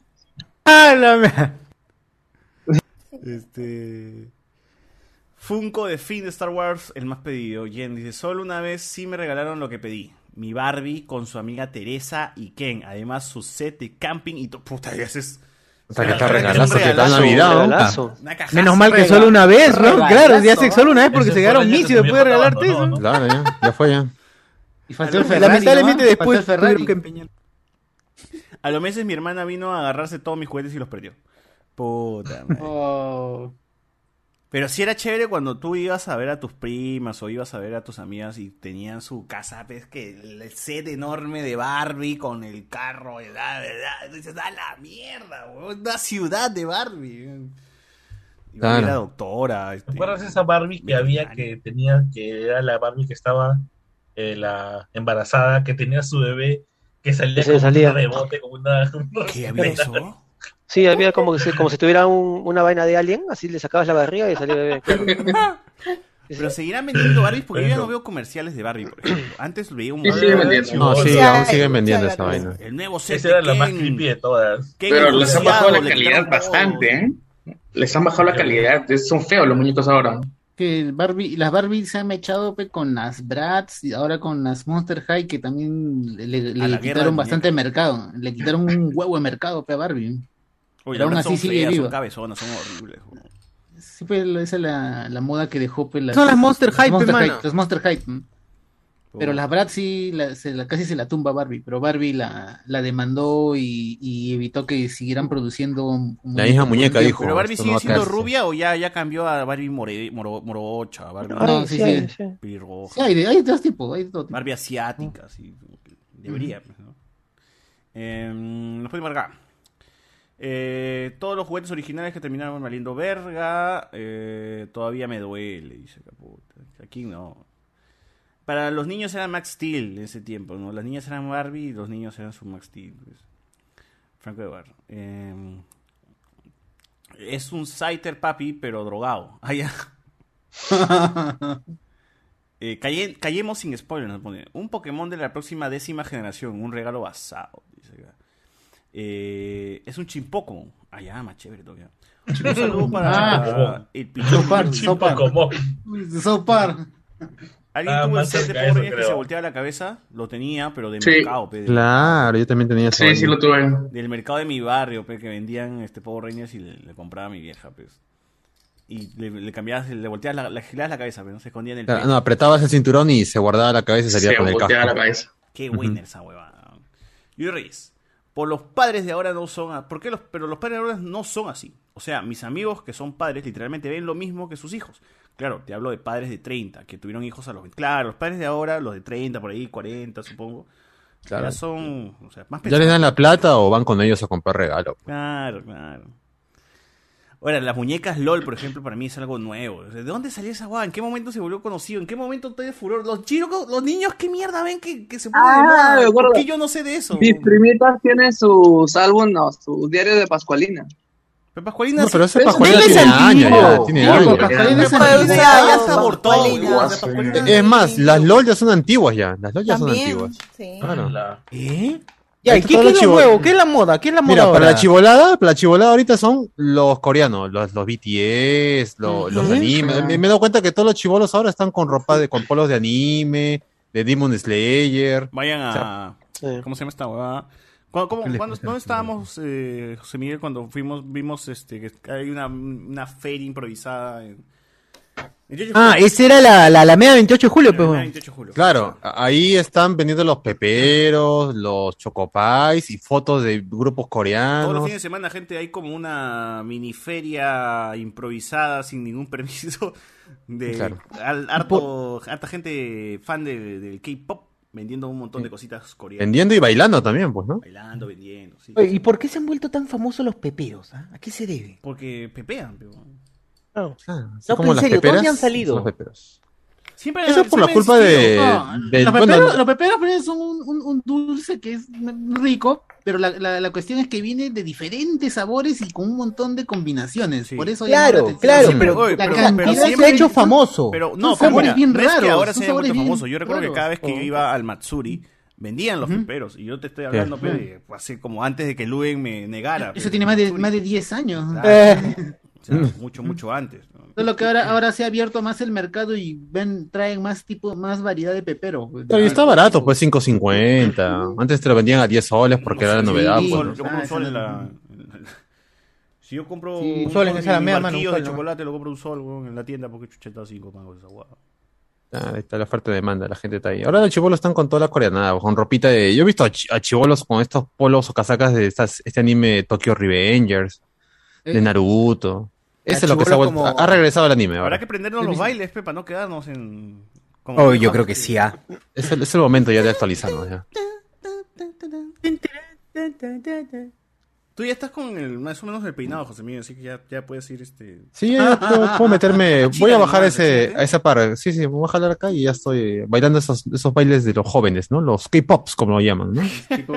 Funko de fin de Star Wars, el más pedido. Jen dice, solo una vez sí me regalaron lo que pedí. Mi Barbie con su amiga Teresa y Ken. Además su set de camping y todo. Puta, ya es... O sea, que está regalazo, que está Navidad, ¿no? Menos mal que solo una vez, ¿no? Claro, ya sé, solo una vez porque se quedaron misios después de regalarte eso. Claro, ya fue ya. Y faltó el Ferrari, Lamentablemente ¿no? después Faltó el Ferrari. tuvieron que empeñar. A los meses mi hermana vino a agarrarse todos mis juguetes y los perdió. Puta madre. Oh. Pero sí era chévere cuando tú ibas a ver a tus primas o ibas a ver a tus amigas y tenían su casa, ves que el set enorme de Barbie con el carro, ¿verdad? Dices, ¡a la mierda, weón! Una ciudad de Barbie. Y Claro. la doctora. ¿Te acuerdas de esa Barbie que había que tenía, que era la Barbie que estaba la embarazada, que tenía su bebé, que salía Se con salía. un rebote, con una... ¿Qué había eso? Sí, había como si tuviera una vaina de alien, así le sacabas la barriga y salía bebé. Pero seguirán vendiendo Barbies porque yo ya no veo comerciales de Barbie, por ejemplo. Antes veía un Sí, siguen vendiendo. No, sí, Sí, aún hay, siguen sí, vendiendo hay esa varios. vaina. el nuevo set Esa era la de más Ken. creepy de todas. Ken Pero les han bajado la le calidad quitaron bastante, todo. ¿eh? Les han bajado la calidad. Son feos los muñecos ahora. Que las Barbie se han echado con las Bratz y ahora con las Monster High que también A la le guerra quitaron de bastante mercado. Le quitaron un huevo de mercado a Barbie. Oye, Pero aún ahora así son sigue feas, son viva. cabezonas, son horribles. weón. Sí, pues esa es la moda que dejó. Pues, Son las Monster Hype, Monster hermano. High, los Monster Hype. Pero las Bratz sí, casi se la tumba Barbie, pero Barbie la demandó y evitó que siguieran produciendo La misma muñeca dijo. ¿Pero Barbie esto sigue no va a siendo quedarse. rubia o ya cambió a Barbie morocha? Barbie No, sí. pelirroja. Sí, hay dos tipos, Barbie asiática, sí. Debería, pues, ¿no? Nos puede marcar. Todos los juguetes originales que terminaron valiendo verga. Todavía me duele, dice Caputa. Aquí no. Para los niños era Max Steel en ese tiempo, ¿no? Las niñas eran Barbie y los niños eran su Max Steel. Pues. Franco de Bar. Es un Scyther papi, pero drogado. Ah, ya. Callemos sin spoilers, nos pone. Un Pokémon de la próxima 10ª generación, un regalo basado, dice acá. Es un Chimpoco. Ah, ya, más chévere todavía. Un saludo para el Pichón. Sopar. ¿Alguien tuvo el set de Power Rangers que se volteaba la cabeza? Lo tenía, pero de mercado, pe. Claro, yo también tenía eso. Sí, lo tuve. Del mercado de mi barrio, pe, que vendían Power Rangers y le compraba a mi vieja, pues. Y le cambiabas, le volteabas le girabas la cabeza, pero no se escondía en el pecho. No, apretabas el cinturón y se guardaba la cabeza y salía con el casco. La cabeza. Qué buena esa huevada. Yuri Reyes. Por los padres de ahora no son... Pero los padres de ahora no son así. O sea, mis amigos que son padres literalmente ven lo mismo que sus hijos. Claro, te hablo de padres de 30, que tuvieron hijos a los 20. Claro, los padres de ahora, los de 30, por ahí, 40, supongo. Claro. Ya son... O sea, más ¿Ya les dan la plata o van con ellos a comprar regalo? Claro. Ahora, las muñecas LOL, por ejemplo, para mí es algo nuevo. O sea, ¿de dónde salió esa guada? ¿En qué momento se volvió conocido? ¿En qué momento todo es furor? Los niños, ¿qué mierda ven que se ponen de moda? ¿Por qué yo no sé de eso? Mis primitas tienen sus álbumes, sus diarios de Pascualina. Pero Pascualina... No, pero ese Pascualina tiene años ya. Tiene años. Ya está abortado. Es más, las LOL ya son antiguas ya. Las LOL ya son antiguas. Sí. Claro. Ya, ¿y qué es lo nuevo? ¿Qué es la moda? ¿Qué es la moda Mira, ahora? para la chivolada ahorita son los coreanos, los BTS, los animes. Me he dado cuenta que todos los chivolos ahora están con ropa con polos de anime, de Demon Slayer. Vayan a... ¿Cómo se llama esta huevada? ¿Dónde estábamos, José Miguel, cuando vimos que hay una feria improvisada en... Esa era la Alameda 28 de julio, pues. 28 de julio. Claro, ahí están vendiendo los peperos, los chocopais y fotos de grupos coreanos. Todos los fines de semana, gente, hay como una mini feria improvisada sin ningún permiso de harta gente fan del K-pop vendiendo un montón de cositas coreanas. Vendiendo y bailando también, pues, ¿no? Bailando, vendiendo, sí. Oye, ¿y por qué se han vuelto tan famosos los peperos? ¿A qué se debe? Porque pepean, pero... No, como en las serio, peperas, ¿dónde han salido? los peperos. Siempre Eso es por la culpa de... Los peperos son un dulce que es rico, pero la cuestión es que viene de diferentes sabores y con un montón de combinaciones. Por eso Claro, pero se ha hecho famoso. Pero no, son sabores bien no es que raros, ahora son se haya vuelto sabores bien famoso. Yo recuerdo que cada vez que yo iba al Matsuri, vendían los peperos. Y yo te estoy hablando, de hace como antes de que Luen me negara. Eso tiene más de 10 años. O sea, mucho antes, ¿no? Solo que ahora se ha abierto más el mercado y traen más variedad de pepero. Pero está barato, pues 5.50. Antes te lo vendían a 10 soles porque era la novedad. Yo Pues. compro un sol en la... Si yo compro un sol en esa Alameda, mano, de chocolate, lo compro un sol, weón, en la tienda porque chucheta 5 pagos esa guada. Ahí está la oferta de demanda, la gente está ahí. Ahora los chibolos están con toda la coreanada, con ropita de... Yo he visto a chibolos con estos polos o casacas de este anime Tokyo Revengers, de Naruto. Ese es lo que se ha regresado al anime ahora. Habrá que prendernos los bailes, para no quedarnos en... yo creo que sí, Es el momento ya de actualizarnos, ya. Tú ya estás con más o menos el peinado, José Miguel, así que ya puedes ir Sí, ya puedo meterme... Voy a bajar a esa par. Sí, voy a jalar acá y ya estoy bailando esos bailes de los jóvenes, ¿no? Los K-pops, como lo llaman, ¿no?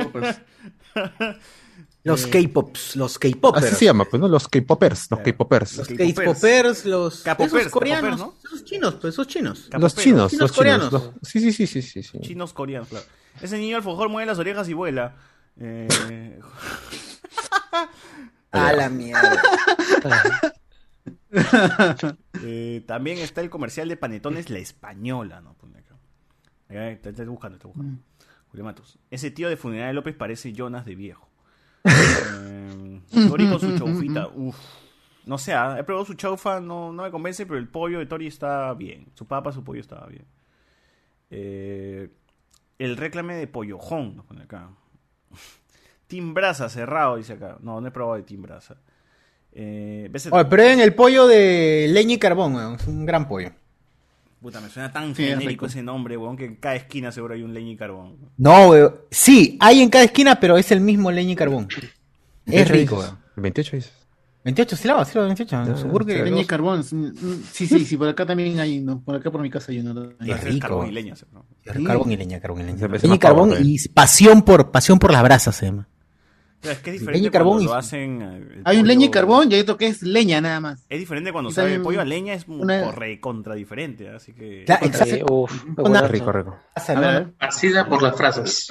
Los K-pops, los K-popers. Así se llama, pues, ¿no? Los K-popers, Los K-popers, los coreanos, ¿no? Esos chinos, pues, esos chinos. Los chinos coreanos. Sí. Chinos coreanos, claro. Ese niño alfajor mueve las orejas y vuela. A la mierda. También está el comercial de Panetones La Española, ¿no? Está buscando. Julio Matos. Ese tío de Funeraria López parece Jonas de viejo. Tori con su chaufita. No sé, he probado su chaufa, no me convence, pero el pollo de Tori está bien. Su pollo estaba bien. El reclame de Pollojón, nos pone acá. Team Brasa cerrado, dice acá. No he probado de Team Brasa. Oye, prueben el pollo de leña y carbón, weón. Es un gran pollo. Puta, me suena tan genérico ese nombre, weón, que en cada esquina seguro hay un leña y carbón. No, weón. Sí, hay en cada esquina, pero es el mismo leña y carbón. Es rico, weón. 28 dices. 28, sí, la 28. Seguro que leña y carbón. Sí, por acá también hay uno. Por acá por mi casa hay uno. Es rico. Carbón y leña, ¿no? Carbón y leña. Leña y carbón y pasión por las brasas se llama. Pero es que es diferente cuando lo hacen... Hay un leña y carbón y hay otro que es leña nada más. Es diferente cuando sabe el pollo a leña, es contra diferente, así que... Claro, rico. Asida por las frases.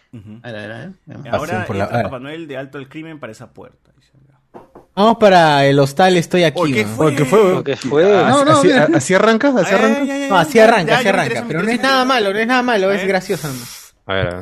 Ahora entra Papá Noel de alto el crimen para esa puerta. Vamos para el hostal, estoy aquí. ¿Qué fue? ¿Así arranca? No, así arranca. Pero no es nada malo, es gracioso nomás. A ver.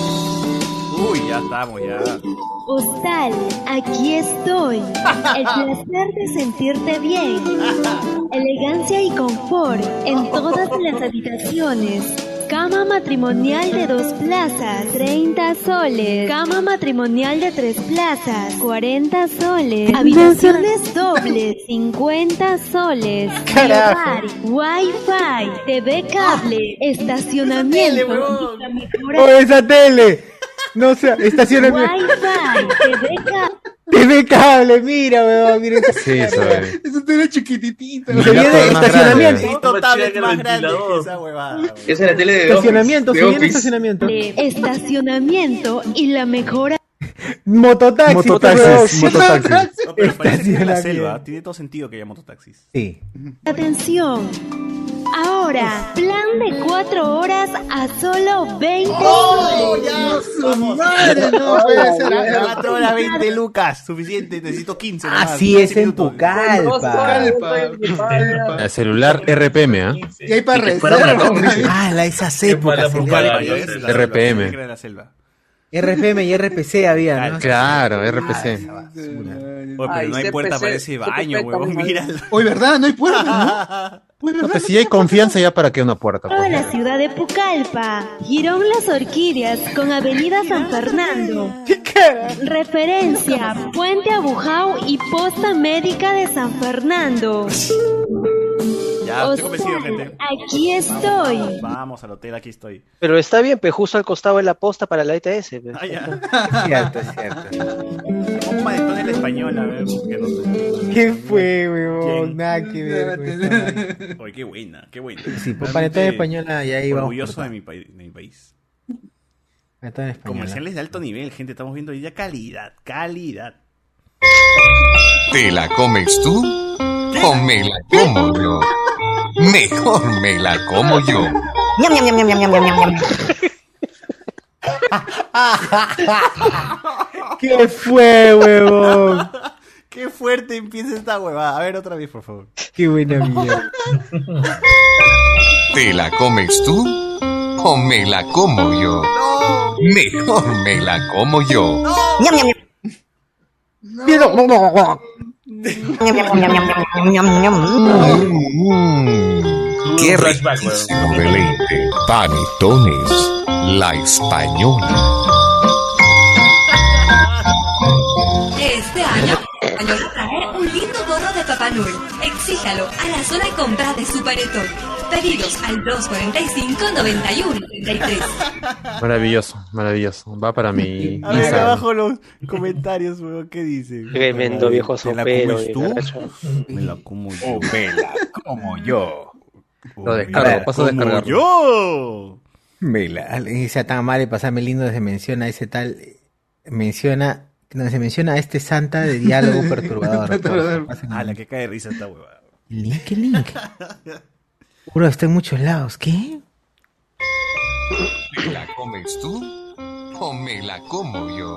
Uy, ya estamos, ya. Hostal, aquí estoy. El placer de sentirte bien. Elegancia y confort en todas las habitaciones. Cama matrimonial de 2 plazas, 30 soles. Cama matrimonial de 3 plazas, 40 soles. Habitaciones dobles, 50 soles. Carajo. Wi-Fi, TV cable, estacionamiento. Esa tele! No sea, estacionamiento. Wi-Fi, TV cable, mira, weón, mira. Sí, eso es. Eso era chiquititito. Se viene estacionamiento. Tablet más grande que esa huevada. Esa es la tele de estacionamiento, Office. se viene estacionamiento. Estacionamiento y la mejora. Mototaxis. No, pero parece que es la selva. Tiene todo sentido que haya mototaxis. Sí. Atención. Ahora, plan de 4 horas a solo 20 ¡Oh, soles. ya! ¡Vamos! Madre, no puede ser. 4 horas 20 lucas. Suficiente, necesito 15. Así es en Pucallpa. El celular RPM, ¿ah? Y hay para reserva. Esas épocas. RPM. RPM y RPC había, ¿no? Claro, RPC. Pero no hay puerta para ese baño, huevón, míralo. Hoy, ¿verdad? No hay puerta, ¿no? No, pues si hay confianza ya para que una puerta. Toda la ciudad de Pucallpa. Girón Las Orquídeas con Avenida San Fernando. Referencia, Puente Abujao y Posta Médica de San Fernando. Ya, estoy convencido, gente. Aquí estoy. Vamos al hotel, aquí estoy. Pero está bien, pues justo al costado de la posta para la ETS. Pues. Ya. Es cierto. Un panetón en español, a ver. ¿Qué fue, weón? Nada que ver. Oye, qué buena. Sí, pues panetón en español, ya ahí vamos. Orgulloso de mi país. Panetón en español. Comerciales de alto nivel, gente. Estamos viendo ya calidad. ¿Te la comes tú o me la como yo? Mejor me la como yo. ¿Qué fue, huevón? Qué fuerte empieza esta huevada. A ver, otra vez, por favor. Qué buena mierda. ¿Te la comes tú o me la como yo? No. Mejor me la como yo. Qué riquísimo deleite. Panetones, la española. Este año, Español trae un lindo gorro de Papá Noel. Exíjalo a la zona de compra de su Panetón. Pedidos al 245-91-33. Maravilloso. Va para mi A ver, abajo los comentarios, weón, ¿qué dicen? Tremendo viejo sopero. ¿Me la como yo? Me la como yo. Lo descargo, paso a descargarlo. ¡Yo! Sea tan mal de pasarme lindo desde menciona ese tal. Donde se menciona a este santa de diálogo perturbador. La que cae de risa esta huevada. ¿Qué link? Juro, está en muchos lados. ¿Qué? ¿Te la comes tú o me la como yo?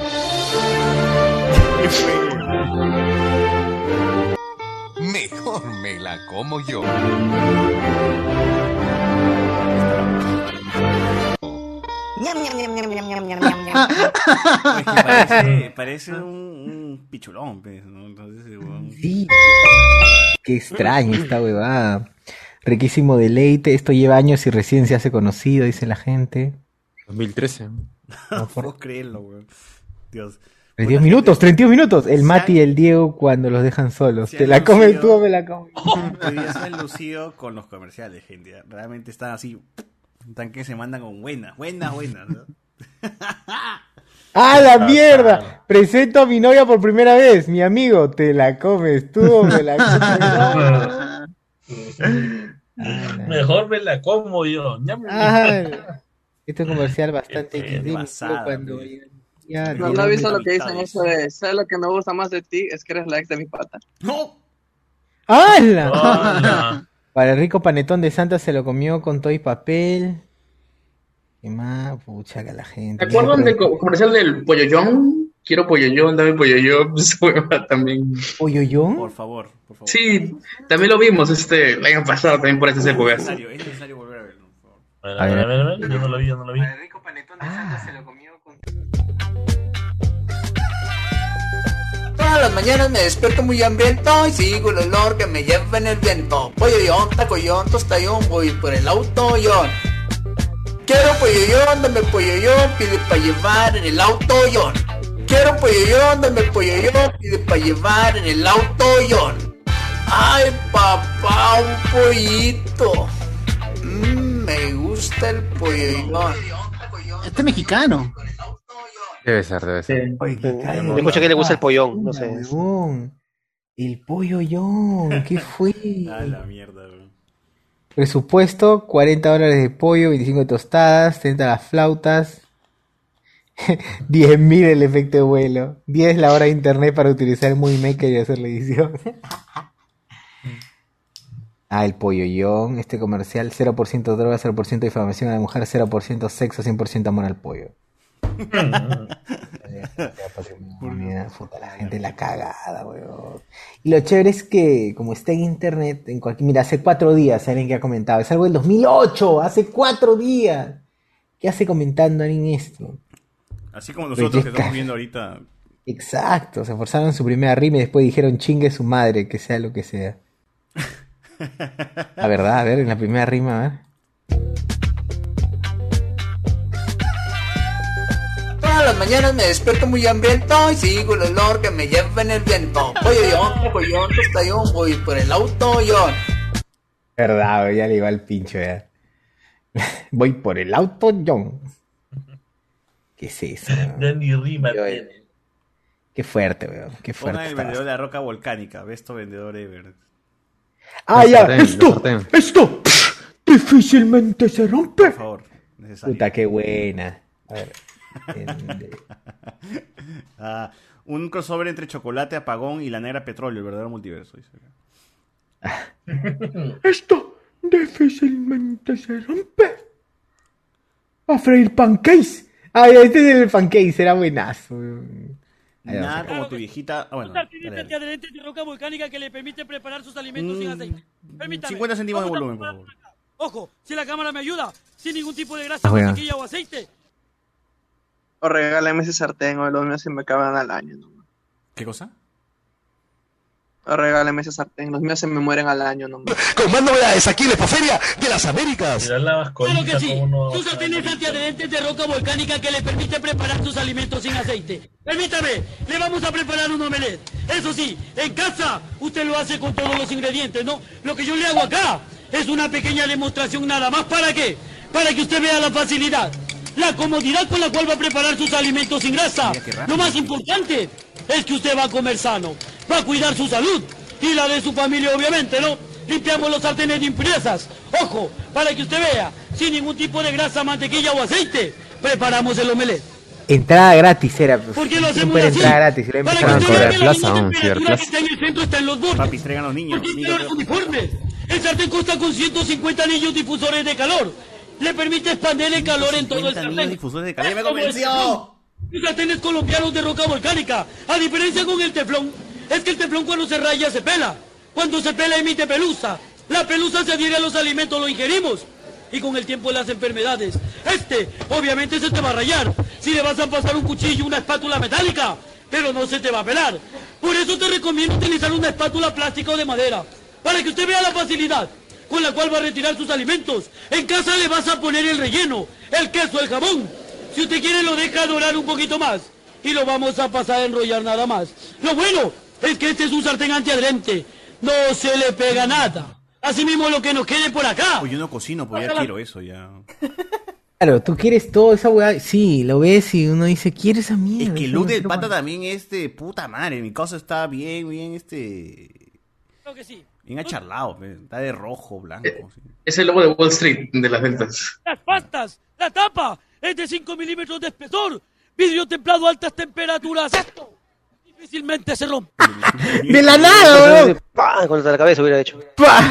Mejor me la como yo. Parece un pichulón, pues, ¿no? Entonces, Sí. Qué extraño esta huevada. Riquísimo deleite. Esto lleva años y recién se hace conocido, dice la gente. 2013. No puedo creerlo, weón. Dios. 32 minutos. El Mati y el Diego cuando los dejan solos. Te la comes tú o me la comes. Hoy día se han lucido con los comerciales, gente. Realmente están así. Tan que se mandan con buenas, ¿no? ¡Ah, la mierda! Presento a mi novia por primera vez. Mi amigo, ¿te la comes tú o me la comes? Mejor me la como yo. Este comercial bastante cuando no he visto lo que dicen eso de ¿sabes lo que me gusta más de ti? Es que eres la ex de mi pata. ¡No! ¡Hala! Para el rico panetón de Santa se lo comió con todo y papel. ¿Qué más? Pucha, que la gente. ¿Te acuerdan del comercial del Polloyón? Quiero Polloyón, dame Polloyón. También. ¿Polloyón? Por favor. Sí, también lo vimos el año pasado, también por esas épocas. Es necesario volver a verlo. A ver. Yo no lo vi. Para el rico panetón de Santa se lo comió con... Todas las mañanas me despierto muy hambriento y sigo el olor que me lleva en el viento. Polloyón, tacoyón, tostayón, voy por el autoyón. Quiero polloyón, dame polloyón, pide pa' llevar en el autoyón. Quiero polloyón, dame polloyón, pide pa' llevar en el autoyón. Ay papá, un pollito. Me gusta el polloyón. Este es mexicano. Debe ser. Me escucho que le gusta el pollón, no sé. El polloyón, ¿qué fue? La mierda, bro. Presupuesto, $40 de pollo, 25 de tostadas, 30 las flautas, 10.000 el efecto de vuelo, 10 la hora de internet para utilizar el Movie Maker y hacer la edición. El polloyón, este comercial, 0% droga, 0% difamación a la mujer, 0% sexo, 100% amor al pollo. La gente la cagada, weón. Y lo chévere es que como está en internet, mira, hace 4 días alguien que ha comentado, es algo del 2008, hace 4 días. ¿Qué hace comentando alguien esto? Así como nosotros que estamos viendo ahorita. Exacto, se forzaron su primera rima y después dijeron chingue su madre, que sea lo que sea. La verdad, a ver, en la primera rima, a ver. Todas las mañanas me despierto muy hambriento y sigo el olor que me lleva en el viento. Polloyón, tacoyón, tostayón, voy por el autoyón. Verdad, ya le iba al pincho ya. Voy por el autoyón. ¿Qué es eso? Ya ni rima tiene. Qué fuerte, weón. Qué fuerte. Pongan el vendedor de la roca volcánica. Besto vendedor ever. Esto difícilmente se rompe. Por favor, necesario. Puta, qué buena. A ver. Un crossover entre Chocolate Apagón y La Negra Petróleo, el verdadero multiverso. Esto difícilmente se rompe. A freír pancakes. Este es el pancakes, era buenazo. Nada como tu viejita. Bueno, adherentes de roca volcánica que le permite preparar sus alimentos sin aceite. Permítame. 50 céntimos de volumen, por favor. Ojo, si la cámara me ayuda, sin ningún tipo de grasa, mantequilla o aceite. O regálame ese sartén, o los míos se me acaban al año. ¿No? ¿Qué cosa? O regálame ese sartén, los míos se me mueren al año. ¿No? Con más novedades aquí en la Expoferia de las Américas. Claro que sí, su sartén es antiadherentes de roca volcánica que le permite preparar sus alimentos sin aceite. Permítame, le vamos a preparar un omelette. Eso sí, en casa usted lo hace con todos los ingredientes, ¿no? Lo que yo le hago acá es una pequeña demostración nada más. ¿Para qué? Para que usted vea la facilidad, la comodidad con la cual va a preparar sus alimentos sin grasa. Lo más importante es que usted va a comer sano, va a cuidar su salud y la de su familia, obviamente, ¿no? Limpiamos los sartenes de impurezas. Ojo, para que usted vea, sin ningún tipo de grasa, mantequilla o aceite, preparamos el omelette. Entrada gratis era. ¿Por qué lo hacemos Super así? entrada gratis. Para que usted vea que la misma temperatura que está en el centro está en los bordes. Papi, traigan los niños. Los uniformes. El sartén consta con 150 anillos difusores de calor. Le permite expandir el calor en todo el sartén. Difusores de calor. ¡Me convenció! Los sartenes colombianos de roca volcánica. A diferencia con el teflón, es que el teflón cuando se raya se pela. Cuando se pela emite pelusa. La pelusa se adhiere a los alimentos, lo ingerimos. Y con el tiempo las enfermedades. Obviamente se te va a rayar. Si le vas a pasar un cuchillo, una espátula metálica. Pero no se te va a pelar. Por eso te recomiendo utilizar una espátula plástica o de madera. Para que usted vea la facilidad. con la cual va a retirar sus alimentos. En casa le vas a poner el relleno, el queso, el jamón. Si usted quiere lo deja dorar un poquito más y lo vamos a pasar a enrollar nada más. Lo bueno es que este es un sartén antiadherente, no se le pega nada. Asimismo lo que nos quede por acá. Yo no cocino, pues ya quiero eso ya. Claro, tú quieres todo esa weá. Sí, lo ves y uno dice, quiere esa mierda. Es que el look del pata también es de puta madre. Mi cosa está bien, Creo que sí. bien acharlado. Está de rojo, blanco. Sí. Es el logo de Wall Street de las ventas. Las pastas, la tapa es de 5 milímetros de espesor. Vidrio templado a altas temperaturas. Esto difícilmente se rompe. ¡De la nada, weón! Contra la cabeza hubiera hecho.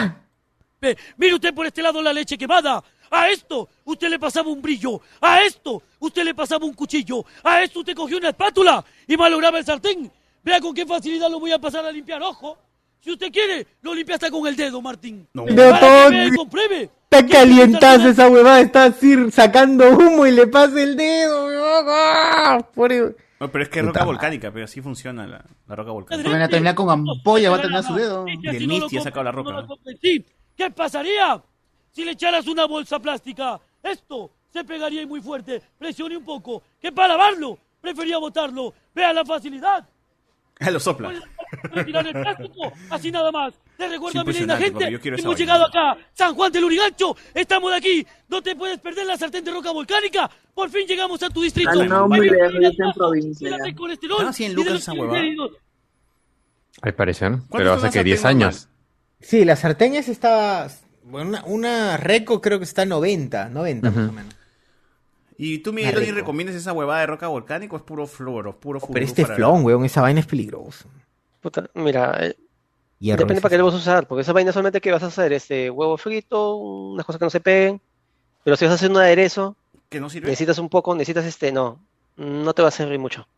Mire usted por este lado la leche quemada. A esto usted le pasaba un brillo. A esto usted le pasaba un cuchillo. A esto usted cogió una espátula y malograba el sartén. Vea con qué facilidad lo voy a pasar a limpiar. Ojo, si usted quiere, lo limpia hasta con el dedo, Martín. No. Para que vea y compruebe. Está calientazo esa huevada, está así sacando humo y le pasa el dedo, weón. No, pero es que es roca volcánica, pero así funciona la roca volcánica. Van a terminar con ampolla, va a terminar su dedo. Del Misty ha sacado la roca. Sí, ¿qué pasaría si le echaras una bolsa plástica? Esto se pegaría muy fuerte. Presione un poco. Que para lavarlo prefería botarlo. Vea la facilidad. Lo sopla. Retirar el plástico, así nada más. Les recuerdo a mi Es linda impresionante, gente, yo quiero esa hemos vaina. llegado acá, San Juan del Urigancho, estamos de aquí, no te puedes perder la sartén de roca volcánica, por fin llegamos a tu distrito. No, muy lejos, yo estoy en provincia. Cuídate el colesterol. 100 y lucas de los esa huevada. triglicéridos. Al parecer, ¿no? ¿Cuánto Pero está hace una que 10 sartén años. Sí, la sartén esa está... Bueno, una Reco creo que está 90 más o menos. ¿Y tú, Miguel, ni recomiendas esa huevada de roca volcánica o es puro floro, puro Pero este flon, weón, esa vaina es peligrosa. Puta, mira, Hierro depende para qué lo vas a usar, porque esa vaina solamente que vas a hacer huevo frito, unas cosas que no se peguen, pero si vas a hacer un aderezo, ¿Que no sirve? necesitas un poco, no te va a servir mucho.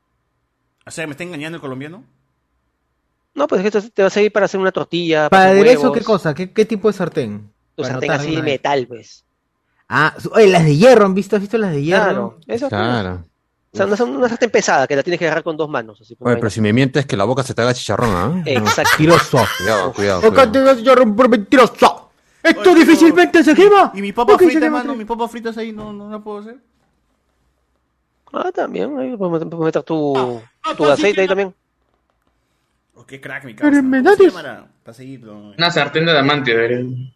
O sea, ¿me está engañando el colombiano? No, pues es que te va a servir para hacer una tortilla, ¿Para hacer aderezo huevos, qué cosa? ¿Qué tipo de sartén? tu Para sartén anotar así de de una vez. metal, pues. Ah, oye, las de hierro, ¿has visto las de hierro? Claro, eso Claro. O sea, no es una sartén pesada que la tienes que agarrar con 2 manos. Así, Oye, pero si me mientes que la boca se te haga chicharrón, ¿ah? Exacto. Mentiroso. Cuidado. Acá te hagas chicharrón por mentiroso. Esto difícilmente se quema. ¿Y mi papa ¿Por qué se frita, quema? mano? ¿Mi papa frita ahí no la puedo hacer? También, ahí puedes meter tu aceite ahí también. Oh, qué crack, mi Pero casa. en ¿Cómo verdad se es- llamará? Para seguirlo. Una sartén de adamantio, debería.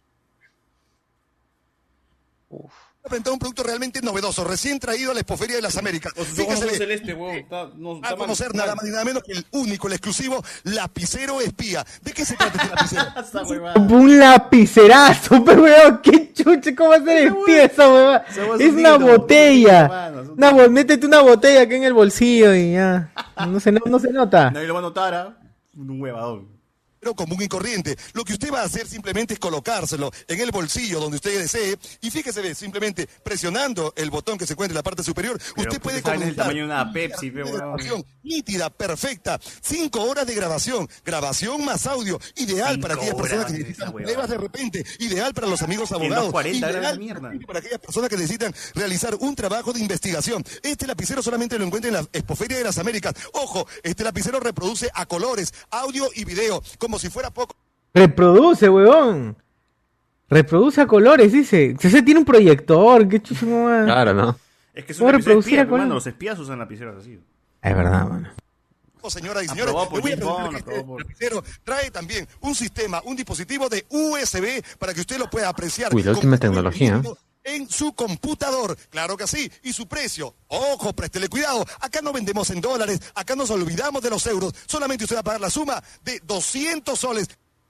A presentar un producto realmente novedoso, recién traído a la Expoferia de las Américas. Fíjese, celeste, huevón. a conocer nada más ni nada menos que el único, el exclusivo lapicero espía. ¿De qué se trata este lapicero? Un lapicerazo, pero weón, qué chuche, ¿cómo va a ser espía esa hueva? Es una botella. Métete una botella aquí en el bolsillo y ya. No se nota. Nadie lo va a notar, ¿ah? Un huevadón. Pero común y corriente. Lo que usted va a hacer simplemente es colocárselo en el bolsillo donde usted desee y fíjese, ve, simplemente presionando el botón que se encuentra en la parte superior, usted puede esa vaina es el comenzar tamaño de una Pepsi, pe, una huevón. grabación nítida, perfecta, 5 horas de grabación más audio, ideal para aquellas personas que necesitan pruebas de repente, ideal para los amigos En abogados, 240 gramos de ideal mierda. para aquellas personas que necesitan realizar un trabajo de investigación. Este lapicero solamente lo encuentra en la Expoferia de las Américas. Ojo, este lapicero reproduce a colores, audio y video, como si fuera poco. Reproduce, huevón. Reproduce a colores, dice. Si se tiene un proyector, qué chucho, mamá. Claro, ¿no? Es que es ¿Cómo una lapicera reproducir espía, a color? hermano. Los espías usan lapiceros así. Es verdad, mano. Señoras y señores, Aprobado por le voy a James presentar Bond, que aprobado por- este lapicero trae también un sistema, un dispositivo de USB para que usted lo pueda apreciar Uy, la última tecnología. en su computador. Claro que sí. Y su precio, ojo, préstele cuidado. Acá no vendemos en dólares, acá nos olvidamos de los euros. Solamente usted va a pagar la suma de 200 soles.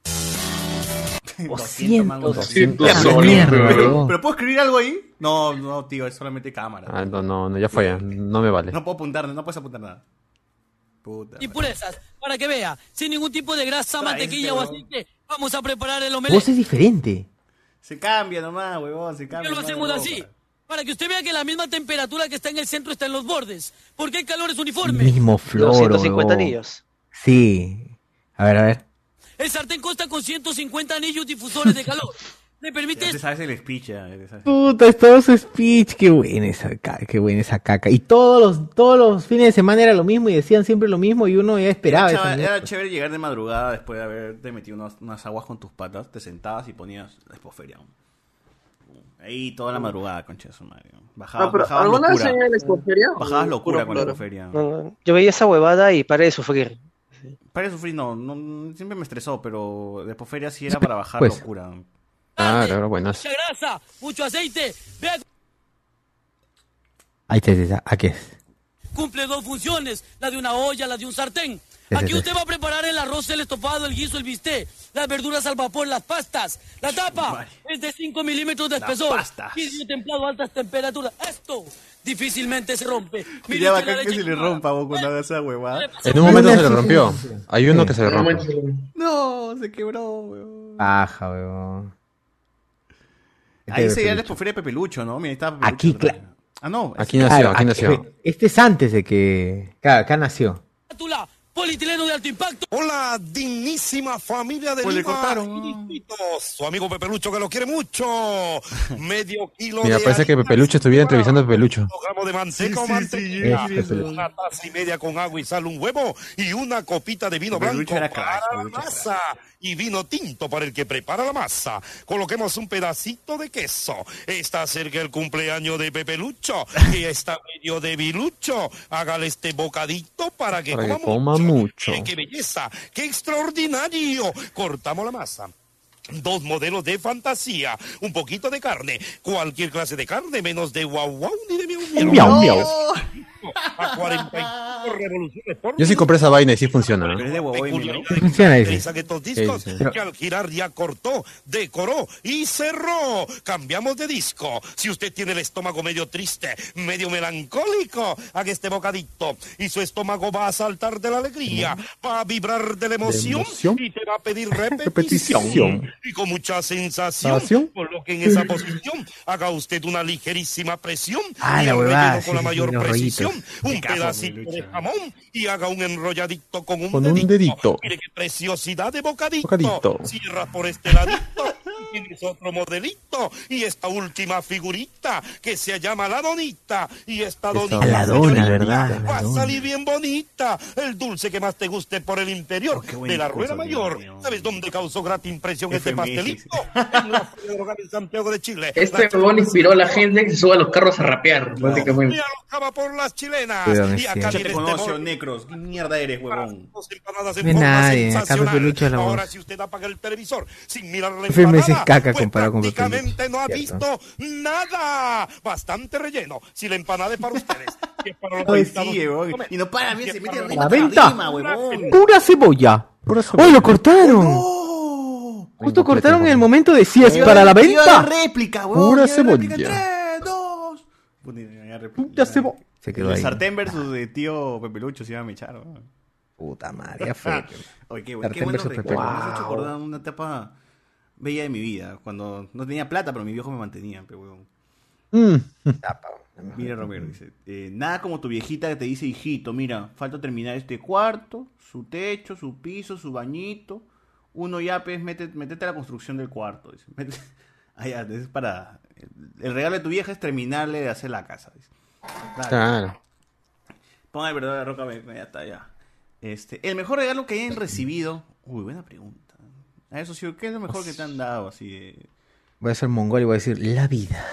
200 soles. ¿Pero puedo escribir algo ahí? No, tío, es solamente cámara. Ah, no, ya fue, ya. No me vale. No puedo apuntar, no puedes apuntar nada. Puta. Impurezas, para que vea, sin ningún tipo de grasa, mantequilla o aceite, vamos a preparar el Vos omelette. es diferente. Se cambia nomás, huevón, se ¿Por cambia. qué lo nomás hacemos de así? ropa. Para que usted vea que la misma temperatura que está en el centro está en los bordes. Porque el calor es uniforme. Mismo floro, 250 huevón. anillos. Sí. A ver. El sartén consta con 150 anillos difusores de calor. ¿Me permites? Ya te sabes el speech, ya. Puta, es todo su speech, qué buena esa caca. Y todos los fines de semana era lo mismo y decían siempre lo mismo y uno ya esperaba eso. Era chévere llegar de madrugada después de haberte metido unas aguas con tus patas, te sentabas y ponías la Expoferia. Ahí toda la madrugada, concha de su madre. Bajabas ¿Alguna vez locura. en la Expoferia? Bajabas locura con la Claro. Expoferia. No, yo veía esa huevada y paré de sufrir. Para sufrir no, siempre me estresó, pero de Expoferia sí era para bajar Pues. locura. Claro, buenas. Mucha grasa, mucho aceite. Vea, Ahí está, aquí es. cumple dos funciones, la de una olla, la de un sartén. Sí, Aquí sí, usted va a preparar el arroz, el estofado, el guiso, el bistec, las verduras al vapor, las pastas. La tapa es de 5 milímetros de espesor. Vidrio templado a altas temperaturas. Esto difícilmente se rompe. Mire Ya usted la bacán que leche se le rompa vos cuando hagas esa huevada. En un momento se le rompió. Hay uno que se le rompe. No, se quebró, weón. Baja, weón. Ahí sería la Expoferia de Pepelucho, ¿no? Mira, ahí está Pepelucho Aquí, atrás. claro. Ah, no. Aquí nació, aquí nació. Este es antes de que... Claro, acá nació. espátula, polietileno de alto impacto. Hola, dignísima familia de Pues le Lima. cortaron. Su amigo Pepelucho que lo quiere mucho. Medio kilo Mira, de parece que harina, Pepelucho estuviera entrevistando a Pepelucho. gramos de manteca o Sí, mantequilla, sí, Pepelucho. una taza y media con agua y sal, un huevo y una copita de vino Pepelucho blanco era crack, para la Pepelucho era masa y vino tinto para el que prepara la masa. Coloquemos un pedacito de queso. Está cerca el cumpleaños de Pepelucho y está medio debilucho. Hágale este bocadito para que Para que coma coma mucho. ¡Qué belleza! ¡Qué extraordinario! Cortamos la masa. Dos modelos de fantasía, un poquito de carne, cualquier clase de carne, menos de guau guau ni de miau miau. Miau, miau. A 45 revoluciones por Yo sí compré esa vaina y sí funciona. Pero es de huevo y miel. Funciona ese. Caracterizan estos discos Sí, sí. que al girar ya cortó, decoró y cerró. Cambiamos de disco. Si usted tiene el estómago medio triste, medio melancólico, haga este bocadito y su estómago va a saltar de la alegría, va a vibrar de la emoción, emoción? y te va a pedir repetición. Repetición. Y con mucha sensación, ¿Sensación? coloque en esa posición, haga usted una ligerísima presión Ah, y la el huevada, relleno sí, con la sí, mayor los precisión, rollitos. un Ricazo, pedacito Pepelucho. de jamón y haga un enrolladito con un Con dedito. un dedito. Mire qué preciosidad de bocadito. Bocadito. Cierra por este ladito. Y tienes otro modelito. Y esta última figurita que se llama la donita. Y esta donita, La dona, señorita, ¿verdad? La va a dona. salir bien bonita. El dulce que más te guste por el interior qué buen de la discurso, rueda mayor. Dios mío. ¿Sabes dónde causó grata impresión este FMS. pastelito? En la Feria del Hogar en Santiago de Chile. Este huevón inspiró a la gente que se suba a los carros a rapear, Y básicamente. alojaba por las chilenas. Cuidado, Y acá sí. Ya te viene este conoce, molde. Necros. ¿Qué mierda eres, huevón? Dos empanadas en No es forma nadie, acá sensacional. Pepelucho es la voz. Ahora si usted apaga el televisor sin mirar la FMS es empanada, caca pues comparado con prácticamente Pepelucho. no ha Cierto. visto nada. Bastante relleno. Si la empanada es para ustedes, si es para los Ay, invitados, sí, huevón. comen. Y no para, mira, Si se es mete para rima La tras venta. rima, huevón. Pura cebolla. ¡Uy, lo cortaron! Justo cortaron en el momento de si es para la Iba venta. de réplica, huevón. Pura iba de réplica. cebolla. 3, 2. Puta, ya réplica. Puta cebolla. Se quedó El ahí. sartén versus de tío Pepelucho se iba a mechar, huevón. Puta madre, ya fue. Oye, qué Sartén buenos versus recuerdos. Me has Pepelucho. hecho acordar una etapa bella de mi vida. Cuando no tenía plata, pero mi viejo me mantenía, pero huevón. Mira, Romero dice: nada como tu viejita que te dice, hijito, mira, falta terminar este cuarto, su techo, su piso, su bañito. Uno ya, pues, métete a la construcción del cuarto. Dice. Ah, ya, es para. El regalo de tu vieja es terminarle de hacer la casa. Dice. Claro. Ponga el verdadero roca, ya está, ya. El mejor regalo que hayan recibido. Uy, buena pregunta. A eso sí, ¿qué es lo mejor que te han dado? Así de... Voy a ser mongol y voy a decir la vida.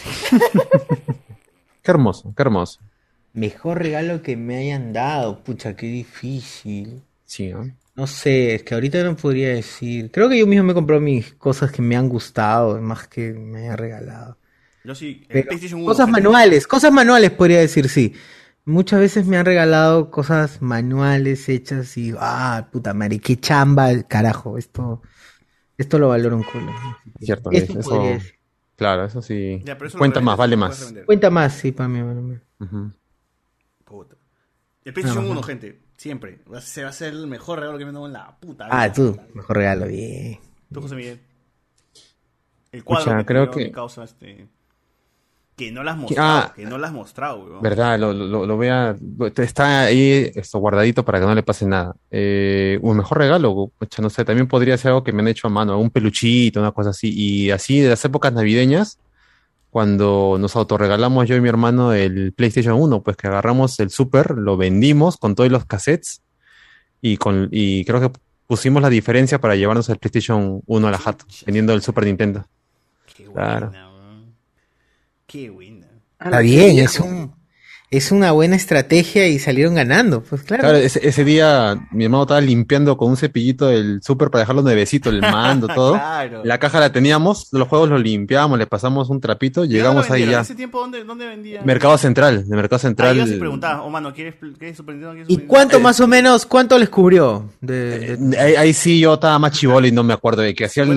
Qué hermoso, qué hermoso. Mejor regalo que me hayan dado. Pucha, qué difícil. Sí, ¿no? No sé, es que ahorita no podría decir. Creo que yo mismo me he comprado mis cosas que me han gustado, más que me hayan regalado. Yo sí, el Pero PlayStation 1. cosas manuales podría decir, sí. Muchas veces me han regalado cosas manuales hechas y, puta madre, qué chamba, carajo, esto lo valoro un culo. Cierto, Eso eso, podría decir. claro, eso sí. Ya, pero eso lo Cuenta más, revendes, vale lo más. puedes revender. Cuenta más, sí, para mí. Vale más. Ujú. Puta. El PlayStation Ajá. 1, gente, siempre. Se va a ser el mejor regalo que me han dado en la puta vida. Ah, tú, mejor regalo, bien. Tú, José Miguel. El cuadro Pucha, que creo creo que- que causa Que no las has mostrado, que no las has mostrado, weón. Verdad, lo voy a... Está ahí guardadito para que no le pase nada. Un mejor regalo, pucha, no sé, también podría ser algo que me han hecho a mano, un peluchito, una cosa así. Y así de las épocas navideñas, cuando nos autorregalamos yo y mi hermano el PlayStation 1, pues que agarramos el Super, lo vendimos con todos los cassettes y creo que pusimos la diferencia para llevarnos el PlayStation 1 a la jato, vendiendo el Super Nintendo. Qué Claro. buena, weón. Qué buena. Está bien, es una buena estrategia y salieron ganando, pues claro. Claro, ese día mi hermano estaba limpiando con un cepillito del Super para dejarlo nuevecito, el mando, todo. Claro. La caja la teníamos, los juegos los limpiamos, le pasamos un trapito, llegamos ahí ya. ¿En ese tiempo dónde vendían? Mercado Central, de Mercado Central. Ahí yo sí preguntaba, mano, ¿quieres Super Nintendo? ¿Y cuánto más o menos, cuánto les cubrió? Ahí sí yo estaba más chibolo y no me acuerdo de que hacían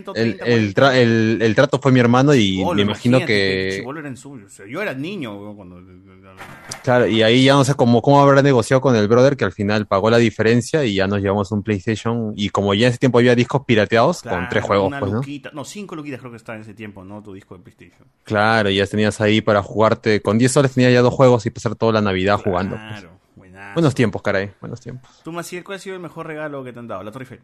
el trato fue mi hermano y me imagino que... Chibolo era en suyo. O sea, yo era niño, weón, cuando... Claro, y ahí ya no sé cómo habrá negociado con el brother que al final pagó la diferencia y ya nos llevamos un PlayStation y como ya en ese tiempo había discos pirateados con 3 juegos, una pues, ¿no? luquita, no, 5 luquitas creo que estaba en ese tiempo, ¿no? Tu disco de PlayStation. Claro, y ya tenías ahí para jugarte, con 10 soles tenías ya 2 juegos y pasar toda la Navidad jugando. Pues. Buenazo. Buenos tiempos, caray, buenos tiempos. Tú, Maciel, ¿cuál ha sido el mejor regalo que te han dado? La Torre Eiffel.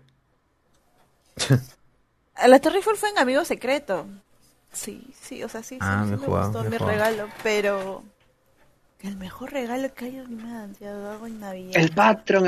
La Torre Eiffel fue en Amigo Secreto. Sí, o sea, sí me me jugaba, gustó me mi jugaba. regalo, pero el mejor regalo que me han dado en Navidad. El Patreon.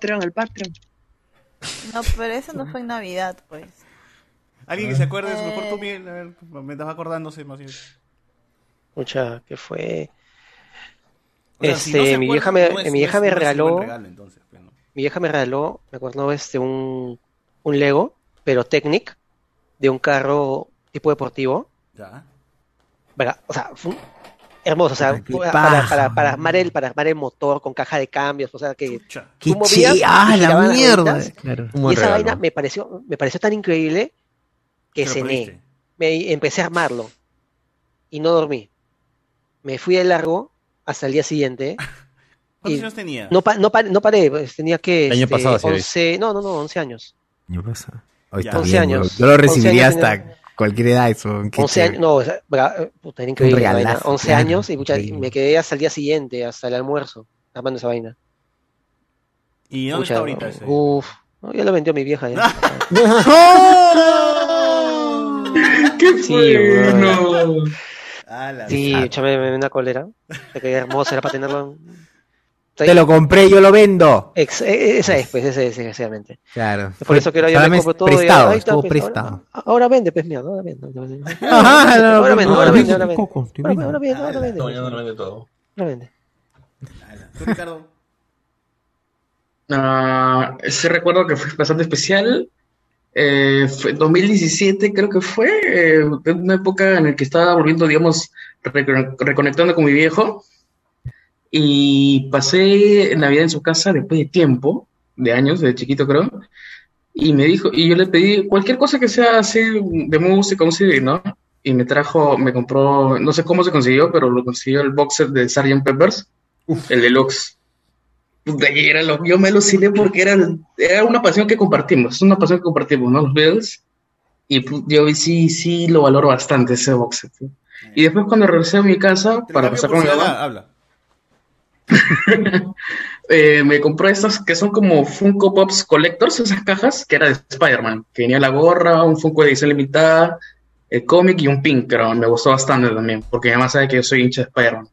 No, pero eso no fue en Navidad, pues. ¿Alguien que se acuerde de su mejor tú, Miguel? A ver, me estás acordándose, Maciel. Mucha, ¿qué fue? O sea, si no se mi acuerda, vieja me no es un regaló, buen regalo, entonces, pues, ¿no? mi vieja me regaló, me acuerdo, un Lego, pero Technic, de un carro tipo deportivo. Ya. Verá, o sea, fue hermoso, o sea, Qué para armar el motor con caja de cambios, o sea, que ¡Qué tú movías y la giraban las mierda! rueditas, Claro. y esa vaina me pareció tan increíble que ¿Te lo cené. pediste? Empecé a armarlo y no dormí. Me fui de largo hasta el día siguiente. ¿Cuántos años tenía? No paré, pues, tenía que... El año pasado, sí, 11, no, 11 años. ¿Qué pasa? Hoy Ya. está 11 bien, años. Yo lo recibiría 11 años hasta cualquier edad, eso. qué 11 chévere. años, no, o sea, puta, era increíble la vaina. regalazo, 11 claro, años y pucha, increíble. me quedé hasta el día siguiente, hasta el almuerzo, armando esa vaina. ¿Y dónde Pucha, está ahorita ese? No, ya lo vendió mi vieja ya. ¡Qué Sí, bueno! Sí, échame una cólera. Se quedó hermoso, era para tenerlo. Te lo compré, yo lo vendo. Esa es, pues, ese es, desgraciadamente. Claro. Por eso que ahora yo me Solamente compro todo. prestado, ahí está, estuvo pues, prestado. Ahora vende, pues, mierda, ahora vende. Ajá, no, Ahora no, vende, no, ahora no, vende, no, ahora vende. Coco, te vendo. Ahora vende, ahora vende. No, ya no lo vende todo. Ahora vende. ¿Tú, Ricardo? Ese recuerdo que fue bastante especial. Fue 2017 creo que fue, una época en la que estaba volviendo, digamos, reconectando con mi viejo, y pasé Navidad en su casa después de tiempo, de años, de chiquito creo, y me dijo, y yo le pedí cualquier cosa que sea así de música, un CD, ¿no? Y me compró, no sé cómo se consiguió, pero lo consiguió el box set de Sgt. Peppers, el deluxe. Puta, y yo me aluciné porque era una pasión que compartimos, ¿no? Los Beatles. Y yo sí lo valoro bastante ese box set. ¿Sí? Y después cuando regresé a mi casa para pasar con mi mamá, Habla. me compré estas que son como Funko Pops Collectors, esas cajas, que era de Spider-Man, que venía la gorra, un Funko de edición limitada, el cómic y un pin, pero me gustó bastante también, porque mi mamá sabe que yo soy hincha de Spider-Man.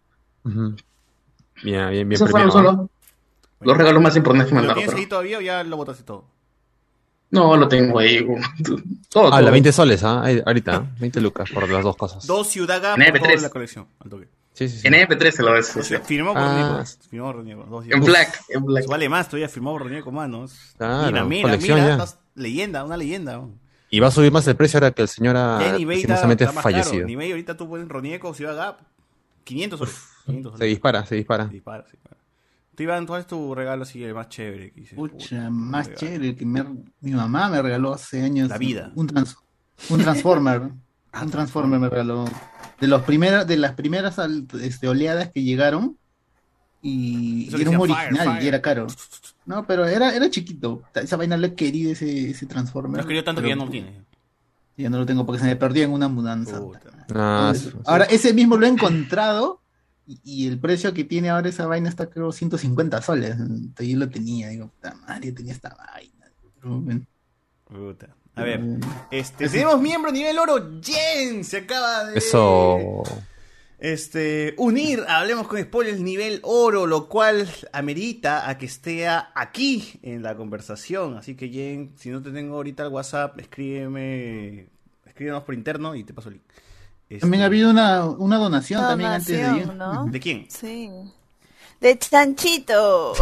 Bien Esos fueron premiado. solo los regalos más importantes que me han ¿Lo dado. tienes pero- ahí todavía o ya lo botaste todo? No, lo tengo ahí. Todo. La 20 soles, ahorita, 20 lucas por las dos cosas. 2 Ciudad Gap En por MP3. toda la colección. Al toque. Sí. En MP3 se lo ves. O sea, firmó por Roniego. En black. Eso vale más, todavía firmó por Roniego, manos. Claro, Mira, colección ya. estás leyenda, una leyenda. ¿no? Y va a subir más el precio ahora que el señor ha Ya en eBay lastimosamente está más caro. fallecido. En eBay ahorita tú pones Roniego, Ciudad Gap, 500 soles. 500 soles. Se dispara. Se dispara. Tú, Iván, ¿cuál es tu regalo así el más chévere? Que dices, Pucha, más chévere que mi mamá me regaló hace años. La vida. Un Transformer. Un Transformer me regaló. De las primeras oleadas que llegaron. Y Eso que era un decía, original Fire. y era caro. No, pero era chiquito. Esa vaina le he querido ese Transformer. No has querido tanto que ya Pero, no lo tiene. Ya no lo tengo porque se me perdió en una mudanza. Ah, Ahora, ese mismo lo he encontrado y el precio que tiene ahora esa vaina está creo 150 soles. Entonces yo lo tenía, digo, puta madre, yo tenía esta vaina. Pero, bueno. Puta. A ver, tenemos miembro nivel oro, Jen, se acaba de... Eso. Unir, hablemos con spoilers nivel oro, lo cual amerita a que esté aquí en la conversación. Así que Jen, si no te tengo ahorita el WhatsApp, escríbenos por interno y te paso el link. También ha habido una donación también antes de ir. ¿no? ¿De quién? Sí. De Chanchito.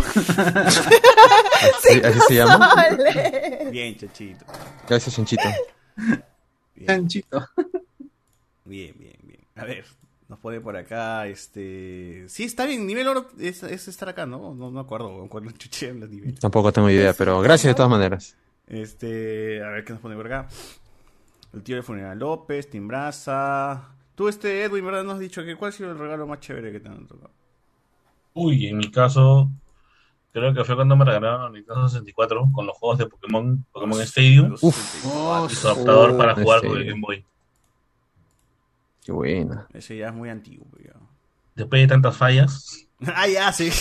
¿Así se llama? Bien, Chanchito. Gracias, Chanchito. Chanchito. Bien. A ver, nos pone por acá, Sí, está bien, nivel oro es estar acá, ¿no? No me acuerdo cuando chuché en los niveles. Tampoco tengo idea, pero gracias de todas maneras. A ver qué nos pone por acá. El tío de Funeral López, Timbraza. Tú, Edwin, ¿verdad? Nos has dicho que ¿cuál ha sido el regalo más chévere que te han tocado? Uy, en mi caso, creo que fue cuando me regalaron el Nintendo 64 con los juegos de Pokémon Stadium. Y su adaptador para jugar con el Game Boy. Qué buena. Ese ya es muy antiguo. Ya. Después de tantas fallas. Ya, sí.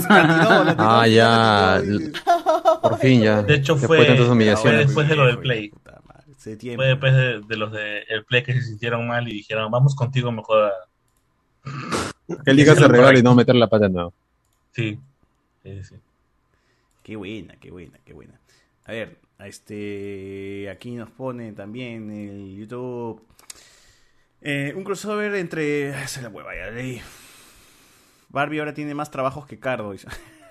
Ya. Por fin, ya. De hecho, después de tantas humillaciones. Fue después de lo del Play. Fue después de los del Play que se sintieron mal y dijeron, vamos contigo mejor a... Que él diga ese regalo y no meter la pata de nuevo. Sí. Qué buena. A ver, aquí nos pone también el YouTube un crossover entre... Esa es la hueva, ya leí. Barbie ahora tiene más trabajos que Cardo. Dice.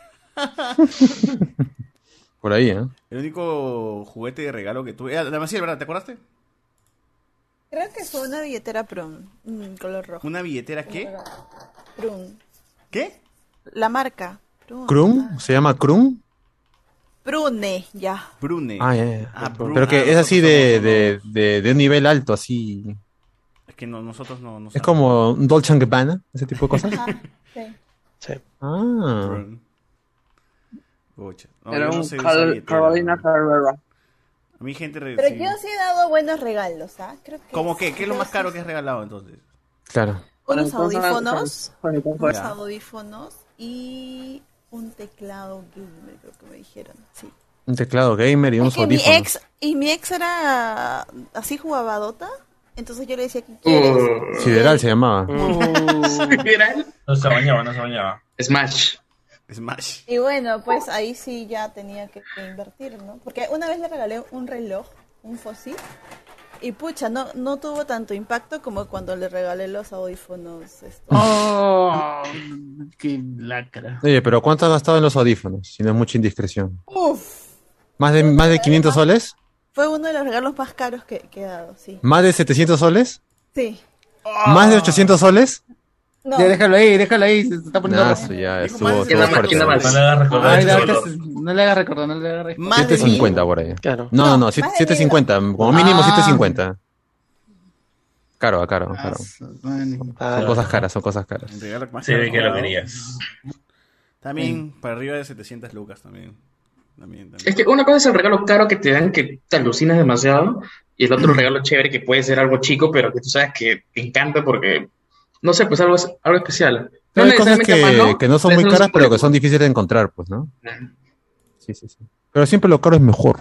Por ahí, ¿eh? El único juguete de regalo que tuve... Damaciel, ¿verdad? ¿Te acordaste? Creo que fue una billetera Prune, color rojo. ¿Una billetera qué? Prune. ¿Qué? La marca. ¿Krum? ¿Se llama Krum? Prune, ya. Prune. Ya. Pero que es así de un nivel alto, así... Es que nosotros no es como un Dolce & Gabbana, ese tipo de cosas. Sí. Ah. Era un Carolina Herrera. A mí gente... Pero yo sí he dado buenos regalos, ¿ah? Creo que ¿Cómo qué? ¿Qué es lo más caro que has regalado entonces? Claro. Unos audífonos y un teclado gamer, creo que me dijeron, sí. Un teclado gamer y unos audífonos. Mi ex era así, jugaba Dota. Entonces yo le decía, ¿qué quieres? Sideral se llamaba. ¿Sideral? No se bañaba. Smash. Y bueno, pues ahí sí ya tenía que invertir, ¿no? Porque una vez le regalé un reloj, un Fossil, y pucha, no tuvo tanto impacto como cuando le regalé los audífonos. ¡Oh! ¡Qué lacra! Oye, pero ¿cuánto has gastado en los audífonos? Si no es mucha indiscreción. ¡Uf! ¿Más de 500 soles? Fue uno de los regalos más caros que he dado, sí. ¿Más de 700 soles? Sí. ¿Más de 800 soles? No. Ya, déjalo ahí, se está poniendo rojo. Ya estuvo fuerte. No le hagas recordar, 750 por ahí. Claro. No, 750, como mínimo 750. Caro. Son cosas caras. Sí, que lo querías. También para arriba de 700 lucas también. Es que una cosa es el regalo caro que te dan que te alucinas demasiado, y el otro regalo chévere que puede ser algo chico, pero que tú sabes que te encanta porque, no sé, pues algo especial. No, hay cosas que no son muy caras, pero que son difíciles de encontrar, pues, ¿no? Sí. Pero siempre lo caro es mejor.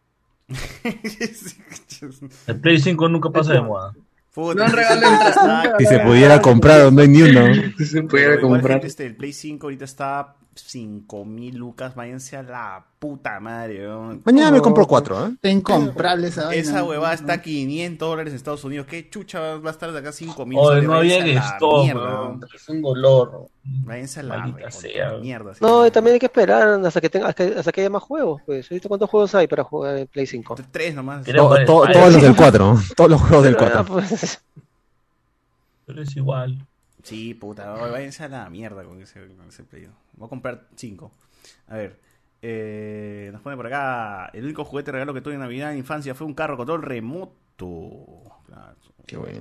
El Play 5 nunca pasa de moda. No regalen Si se pudiera comprar, no hay ni uno. Si se pudiera comprar. El Play 5 ahorita está 5.000 lucas, váyanse a la puta madre. Mañana me compro 4, ¿eh? Está incomprable esa vaina. Esa huevada está a $500 en Estados Unidos. ¿Qué chucha va a estar de acá 5.000? Oye, no había en stock, es un dolor. Váyanse a la mierda. No, también hay que esperar hasta que haya más juegos. Pues, ¿viste cuántos juegos hay para jugar en Play 5? 3 nomás. Todos los del 4. Todos los juegos del 4. Pero es igual. Sí, puta, váyanse a la mierda con ese Play. Voy a comprar 5. A ver, nos pone por acá, el único juguete regalo que tuve en Navidad en infancia fue un carro control remoto. Claro. Qué bueno.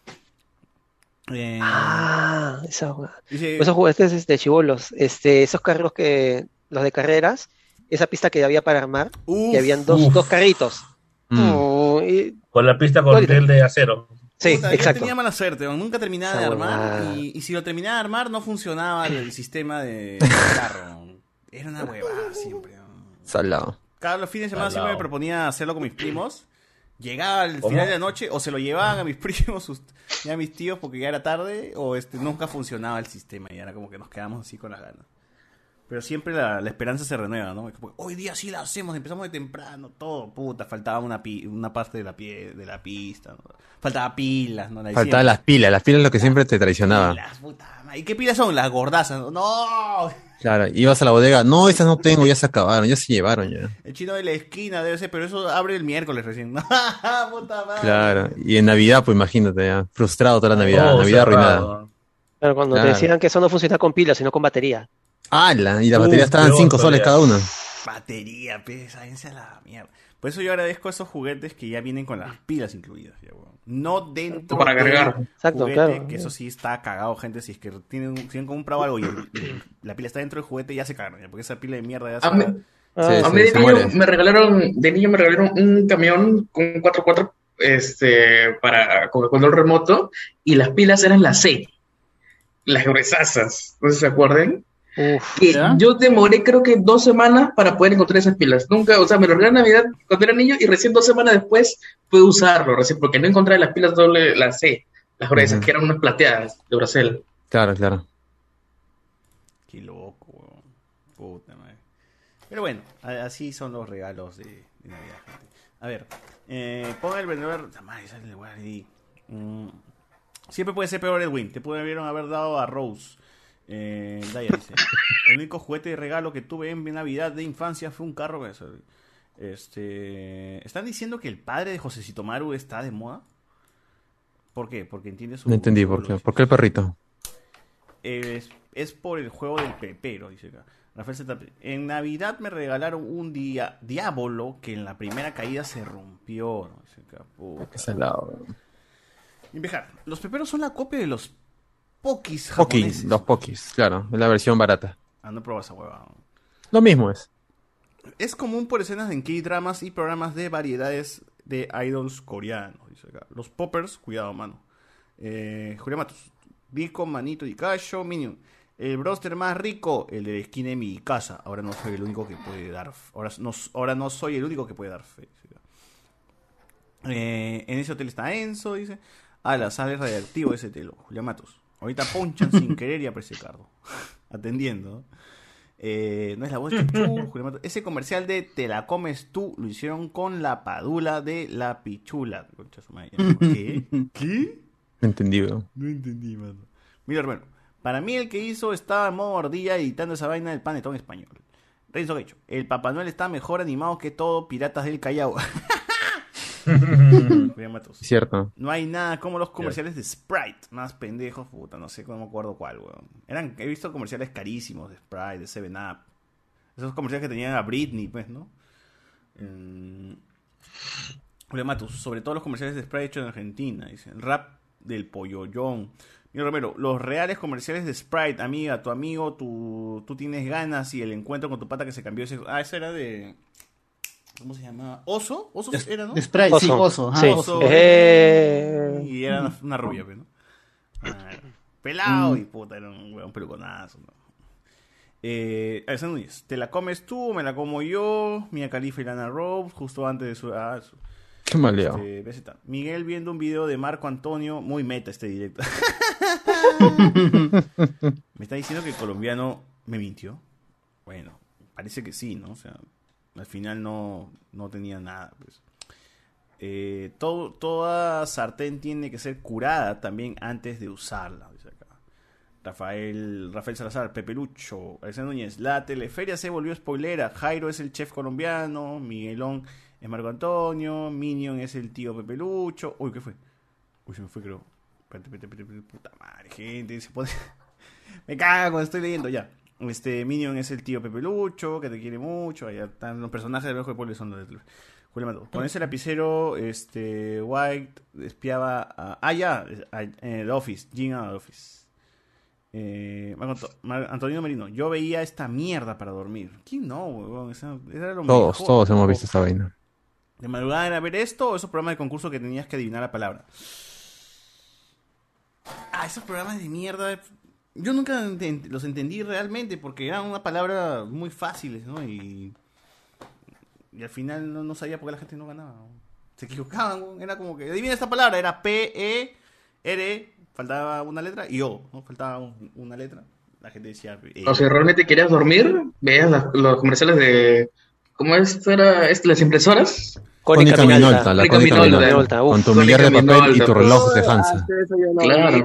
Esos juguetes chibolos, esos carros los de carreras, esa pista que había para armar, que habían dos carritos. Con la pista con piel de acero. Sí, Puta, exacto. Yo tenía mala suerte, nunca terminaba de Esa armar huevada. y si lo terminaba de armar no funcionaba el sistema de carro. Era una huevada siempre. Salado. Cada los fines de semana Salado. siempre me proponía hacerlo con mis primos. Llegaba al ¿Cómo? final de la noche o se lo llevaban a mis primos y a mis tíos porque ya era tarde o nunca funcionaba el sistema y era como que nos quedamos así con las ganas. Pero siempre la esperanza se renueva, ¿no? Porque hoy día sí la hacemos, empezamos de temprano, todo, puta, faltaba una parte de la pista, ¿no? Faltaba pilas, ¿no? La de Faltaban siempre. las pilas es lo que siempre te traicionaba. Pilas, puta madre. ¿Y qué pilas son? Las gordazas, ¡no! Claro, ibas a la bodega, no, esas no tengo, ya se acabaron, ya se llevaron ya. El chino de la esquina debe ser, pero eso abre el miércoles recién. Puta madre. Claro, y en Navidad, pues imagínate, ya, frustrado toda la Navidad, Oh, Navidad cerrado. arruinada. Pero cuando Claro. te decían que eso no funciona con pilas, sino con batería. ¡Hala! Y las baterías estaban 5 soles cada una. Batería, pesa, esa la mierda. Por eso yo agradezco esos juguetes que ya vienen con las pilas incluidas. Ya, weón. No dentro Para del cargar. Exacto, juguete, claro. que eso sí está cagado, gente. Si es que si han comprado algo y la pila está dentro del juguete, ya se cagan. Ya, porque esa pila de mierda ya se A mí, va. a mí de niño me regalaron un camión con un 4x4 para con el control remoto y las pilas eran las C, las gruesasas, no sé si se acuerdan. Que yo demoré creo que 2 semanas para poder encontrar esas pilas. Nunca, o sea, me lo regalaron en Navidad cuando era niño y recién 2 semanas después pude usarlo, recién, porque no encontré las pilas doble, las C, las gruesas, que eran unas plateadas de Bracel. Claro, claro. Qué loco, weón. Puta madre. Pero bueno, así son los regalos de Navidad, gente. A ver, ponga el vendedor. Madre, sale el lugar ahí. Siempre puede ser peor Edwin. Te pudieron haber dado a Rose. Daya dice: el único juguete de regalo que tuve en mi Navidad de infancia fue un carro. ¿Están diciendo que el padre de Josecito Maru está de moda? ¿Por qué? Porque entiende su. No entendí por qué. ¿Por qué el perrito? Es por el juego del pepero, dice acá. Rafael Zeta, en Navidad me regalaron un día Diablo que en la primera caída se rompió. ¿No? Dice acá, puta. Qué salado. Invejar, los peperos son la copia de los Pokis Poki, japoneses. los Pokis, claro, es la versión barata. No probas esa hueva. Lo mismo es. Es común por escenas en K-dramas y programas de variedades de idols coreanos. Dice acá. Los poppers, cuidado, mano. Julián Matos, Vico, Manito y Cacho, Minion. El broster más rico, el de la esquina de mi casa. Ahora no soy el único que puede dar. Ahora no soy el único que puede dar fe. En ese hotel está Enzo, dice. La sale radiactivo ese telo. Julián Matos. Ahorita ponchan sin querer y aparece Cardo. Atendiendo. No es la voz de Chuchur, Julián Matos. Ese comercial de Te la comes tú lo hicieron con la padula de la pichula. Concha su madre. ¿Qué? ¿Qué? No entendí, weón. No entendí, mano. Mira, hermano. Para mí el que hizo estaba en modo ardilla editando esa vaina del panetón español. Renzo Quecho. El Papá Noel está mejor animado que todo Piratas del Callao. Julián Matos. Cierto. No hay nada como los comerciales de Sprite. Más pendejos, puta, no sé, no me acuerdo cuál, weón. He visto comerciales carísimos de Sprite, de 7-Up. Esos comerciales que tenían a Britney, pues, ¿no? Julián Matos, sobre todo los comerciales de Sprite hechos en Argentina. Dice, el rap del pollollón. Mira, Romero, los reales comerciales de Sprite, amiga, tu amigo, tú tienes ganas y el encuentro con tu pata que se cambió ese... ese era de... ¿Cómo se llama? ¿Oso? ¿Oso era, no? De Sprite, sí, Oso. Sí. Oso. Y era una rubia, ¿no? Pelado y puta, era un huevón peluconazo, ¿no? Alessandro Núñez, ¿te la comes tú? ¿Me la como yo? Mia Khalifa y Lana Rhodes, justo antes de su... Qué maleado. Miguel viendo un video de Marco Antonio, muy meta este directo. Me está diciendo que el colombiano me mintió. Bueno, parece que sí, ¿no? O sea, al final no tenía nada, pues. Toda sartén tiene que ser curada también antes de usarla, dice acá. Rafael Salazar, Pepelucho, Alessandro Núñez, la teleferia se volvió spoilera. Jairo es el chef colombiano, Miguelón es Marco Antonio, Minion es el tío Pepelucho. Uy, ¿qué fue? Uy, se me fue, creo. Espérate, puta madre, gente, se pone... Me caga cuando estoy leyendo, ya. Minion es el tío Pepelucho, que te quiere mucho. Allá están los personajes del ojo de pueblo, son los de Julián Mato. Con ese lapicero, White espiaba a... The Office, Gina The Office. Antonio Merino, yo veía esta mierda para dormir. ¿Quién no, huevón? Era lo mejor. Todos hemos visto esa vaina. De madrugada era ver esto o esos programas de concurso que tenías que adivinar la palabra. Esos programas de mierda. Yo nunca los entendí realmente porque eran una palabra muy fáciles, ¿no? Y al final no sabía por qué la gente no ganaba. Se equivocaban, ¿no? Era como que, adivina esta palabra, era P-E-R, faltaba una letra, y O, ¿no? Faltaba una letra. La gente decía... O sea, realmente querías dormir, veías los comerciales de... ¿Cómo esto era? Las impresoras. Cónica Minolta, la Cónica Minolta. Con tu millar de papel y tu reloj de Hansa. Claro.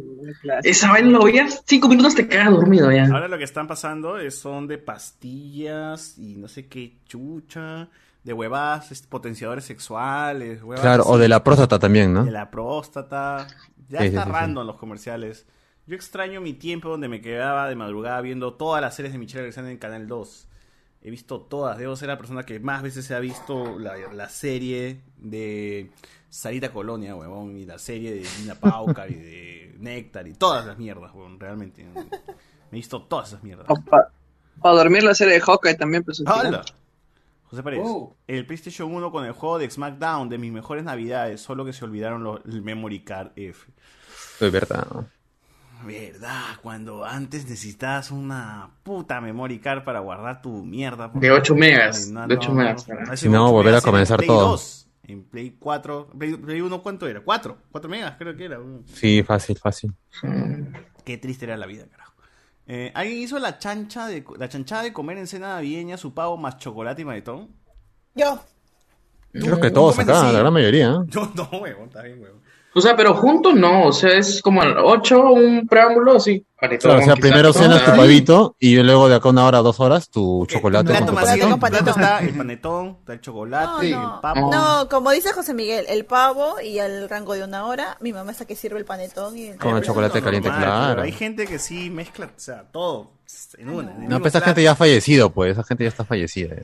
Esa vaina lo veías 5 minutos te quedas dormido ya. Ahora lo que están pasando son de pastillas y no sé qué chucha, de huevadas, potenciadores sexuales, huevas Claro, así. o de la próstata también, ¿no? De la próstata. Ya Sí, está sí, sí, random los comerciales. Yo extraño mi tiempo donde me quedaba de madrugada viendo todas las series de Michelle Alexander en Canal 2. He visto todas. Debo ser la persona que más veces se ha visto la serie de Sarita Colonia, huevón, y la serie de Nina Paucar y de Néctar y todas las mierdas, huevón, realmente. Me he visto todas esas mierdas. Para dormir la serie de Hawkeye también, pues. ¡Hala! José Pérez, el PlayStation 1 con el juego de SmackDown de mis mejores navidades, solo que se olvidaron el Memory Card F. Es verdad, ¿no? ¿Verdad? Cuando antes necesitabas una puta memory card para guardar tu mierda. De 8 megas. De 8 megas. Si no, volver a comenzar Play todo. 2, en Play 4. Play 1, ¿cuánto era? 4 megas creo que era. Sí, fácil. Qué triste era la vida, carajo. ¿Alguien hizo la chanchada de comer en cena navideña su pavo más chocolate y manetón? Yo. Creo que todos acá, la gran mayoría. ¿Eh? Yo no, huevón, está bien, huevón. O sea, pero juntos no, o sea, es como al 8 un preámbulo así. Claro, o sea, primero cenas tu pavito y luego de acá 1 hora, 2 horas tu chocolate con tu panetón. Está el panetón, está el chocolate, el pavo. No, como dice José Miguel, el pavo y al rango de 1 hora, mi mamá es la que sirve el panetón y Con el chocolate caliente, claro. Pero hay gente que sí mezcla, o sea, todo en una. No, pero esa gente ya ha fallecido, pues, esa gente ya está fallecida.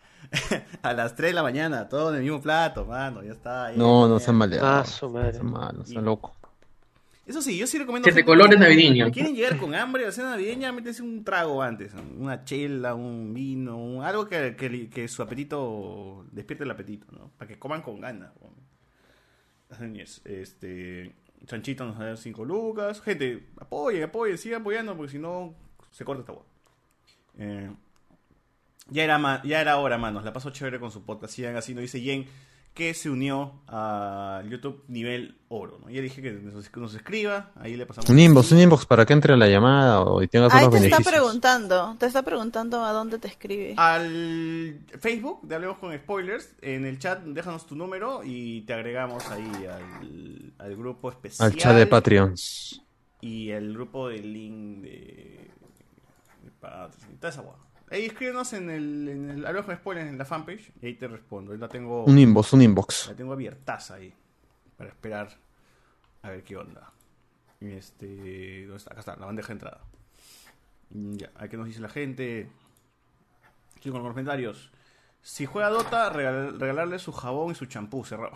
A las 3 de la mañana, todo en el mismo plato, mano, ya está. No sean maleados. Su madre. Sean malos, sean locos. Eso sí, yo sí recomiendo... Que de colores navideños. ¿Quieren llegar con hambre a la cena navideña? Métanse un trago antes. Una chela, un vino, algo que su apetito... despierte el apetito, ¿no? Para que coman con ganas. Chanchito nos va a dar 5 lucas. Gente, apoyen, sigan apoyando porque si no se corta esta hueá. Ya era hora, manos. La paso chévere con su podcast. Sigan así, nos dice Jen que se unió a YouTube nivel oro, ¿no? Ya dije que nos escriba, ahí le pasamos un inbox para que entre a la llamada y tenga todos los beneficios. Te está preguntando a dónde te escribe. Al Facebook de Hablemos con Spoilers, en el chat déjanos tu número y te agregamos ahí al grupo especial. Al chat de Patreons. Y el grupo de link de Patreon, toda esa guapa. Ahí escríbenos en el Hablemos con Spoilers en la fanpage y ahí te respondo. Ahí la tengo. Un inbox. La tengo abiertaza ahí para esperar a ver qué onda. ¿Dónde está? Acá está, la bandeja de entrada. Ya, a ver qué nos dice la gente. Aquí con los comentarios. Si juega Dota, regalarle su jabón y su champú, cerrado.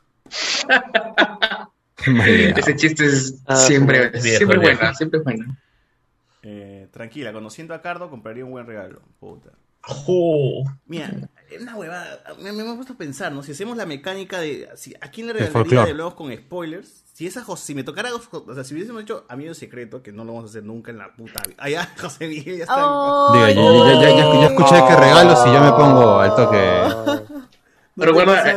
Ese chiste es siempre bueno. Tranquila, conociendo a Cardo compraría un buen regalo. Puta. Mira, es una huevada. Me he puesto a pensar, ¿no? Si hacemos la mecánica de ¿a quién le regalaría de Hablemos con Spoilers? Si me tocara, o sea, si hubiésemos hecho Amigo Secreto, que no lo vamos a hacer nunca en la puta vida. Allá, José Miguel ya está. Diga, ya escuché que regalos y ya me pongo al toque. Recuerda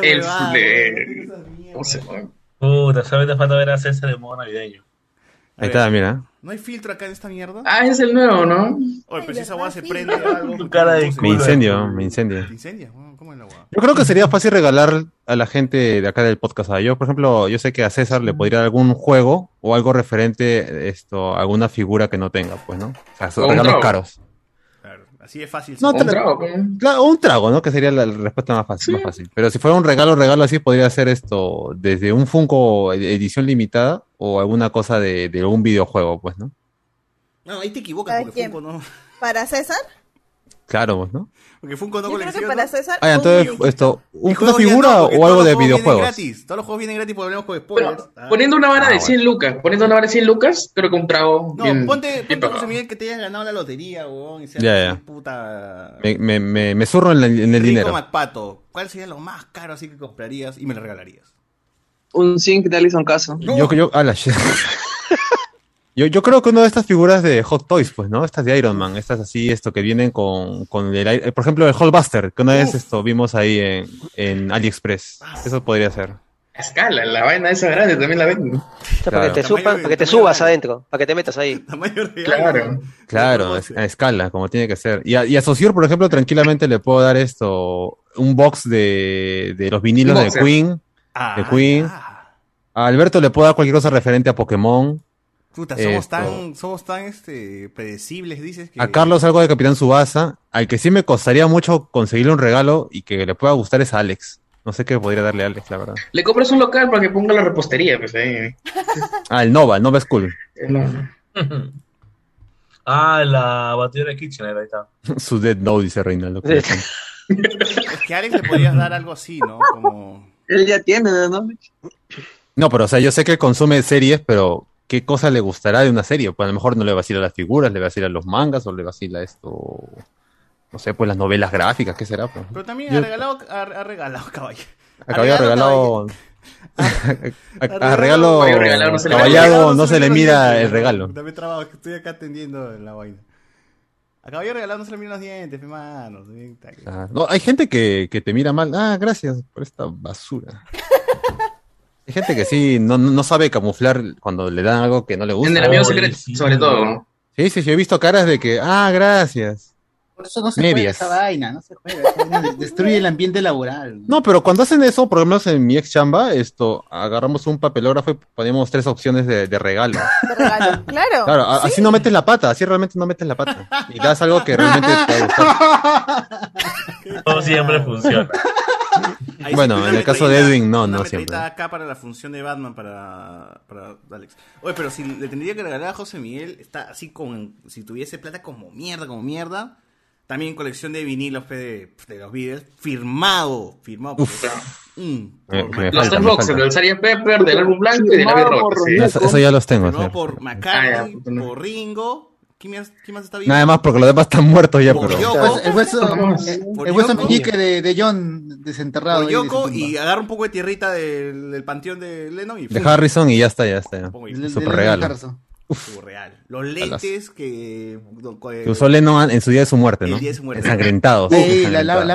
Puta, ¿sabes? Te falta ver a César de modo navideño. Ahí está, mira. ¿No hay filtro acá en esta mierda? Es el nuevo, ¿no? Oye, pero si esa guada se prende algo. Tu cara de Me incendio. ¿Te incendia? ¿Cómo es la guada? Yo creo que sería fácil regalar a la gente de acá del podcast. Yo, por ejemplo, yo sé que a César le podría dar algún juego o algo referente a alguna figura que no tenga, pues, ¿no? O sea, son regalos caros. Claro, así es fácil. No, un trago, ¿no? Que sería la respuesta más fácil. Pero si fuera un regalo así, podría ser desde un Funko edición limitada o alguna cosa de un videojuego, pues, ¿no? No, ahí te equivocas porque Funko no. ¿Para César? Claro, pues, ¿no? Porque Funko no Yo creo que colecciona. para César. Ah, entonces, esto, Y ¿una juegos ya figura no, porque o todos algo los de juegos vienen videojuegos? gratis. Todos los juegos vienen gratis porque hablamos con spoilers. Poniendo una vara de 100 lucas, creo que un trago. No, ponte José Miguel, que te hayas ganado la lotería, huevón, y seas Ya. así, puta... Me zurro en el Rico dinero. MacPato. ¿Cuál sería lo más caro así que comprarías y me lo regalarías? Un zinc de Alison Caso. A la shit. Yo creo que una de estas figuras de Hot Toys, pues, ¿no? Estas de Iron Man, estas así, que vienen con por ejemplo, el Hulkbuster, que una vez vimos ahí en AliExpress. Eso podría ser. A escala, la vaina esa grande también la venden. Para que te subas adentro, para que te metas ahí. Claro. A escala, como tiene que ser. Y a Saussure, por ejemplo, tranquilamente le puedo dar un box de los vinilos de Queen. A Alberto le puedo dar cualquier cosa referente a Pokémon. Puta, somos tan predecibles, dices que... A Carlos algo de Capitán Tsubasa. Al que sí me costaría mucho conseguirle un regalo y que le pueda gustar es a Alex. No sé qué podría darle a Alex, la verdad. Le compras un local para que ponga la repostería, pues ahí. El Nova es cool. La batidora de KitchenAid, ahí está. Su Dead Note, dice Reinaldo. Es que a Alex le podrías dar algo así, ¿no? Como... Él ya tiene, ¿no? No, pero o sea, yo sé que él consume series, pero ¿qué cosa le gustará de una serie? Pues a lo mejor no le vacila las figuras, le vacila los mangas, o le vacila no sé, pues las novelas gráficas, ¿qué será? Pues? Pero también ha regalado caballo. Ha regalado... A regalo caballado no se le mira el regalo. También trabajo, que estoy acá atendiendo la vaina. A caballo regalado no se le miran los dientes, hermano. No, hay gente que te mira mal. Gracias por esta basura. Hay gente que sí, no sabe camuflar cuando le dan algo que no le gusta. En el amigo secreto, sobre todo. Sí, he visto caras de que, gracias. Por eso no se juega esa vaina, no se juega. Destruye el ambiente laboral. No, pero cuando hacen eso, por ejemplo en mi ex chamba, agarramos un papelógrafo y poníamos 3 opciones de regalo. De regalo, claro. Claro, así no metes la pata, así realmente no metes la pata. Y das algo que realmente te va a gustar. No siempre funciona. Bueno, en el caso de Edwin, no siempre. Acá para la función de Batman para Alex. Oye, pero si le tendría que regalar a José Miguel, está así si tuviese plata como mierda. También colección de vinilos de los Beatles, firmado. Los tres boxes, el Sgt. Pepper, del álbum blanco y del Abbey Road. Eso ya los tengo. Firmado por McCartney, por Ringo. ¿Quién más está vivo? Nada más porque los demás están muertos ya. Por pero... Yoko. El hueso meñique de John desenterrado. Por Yoko y agarra un poco de tierrita del panteón de Lennon y de Harrison y ya está. Super regalo. Surreal. Los lentes que usó Lennon en su día de su muerte, ¿no? El día de su muerte. Ensangrentados. Sí, la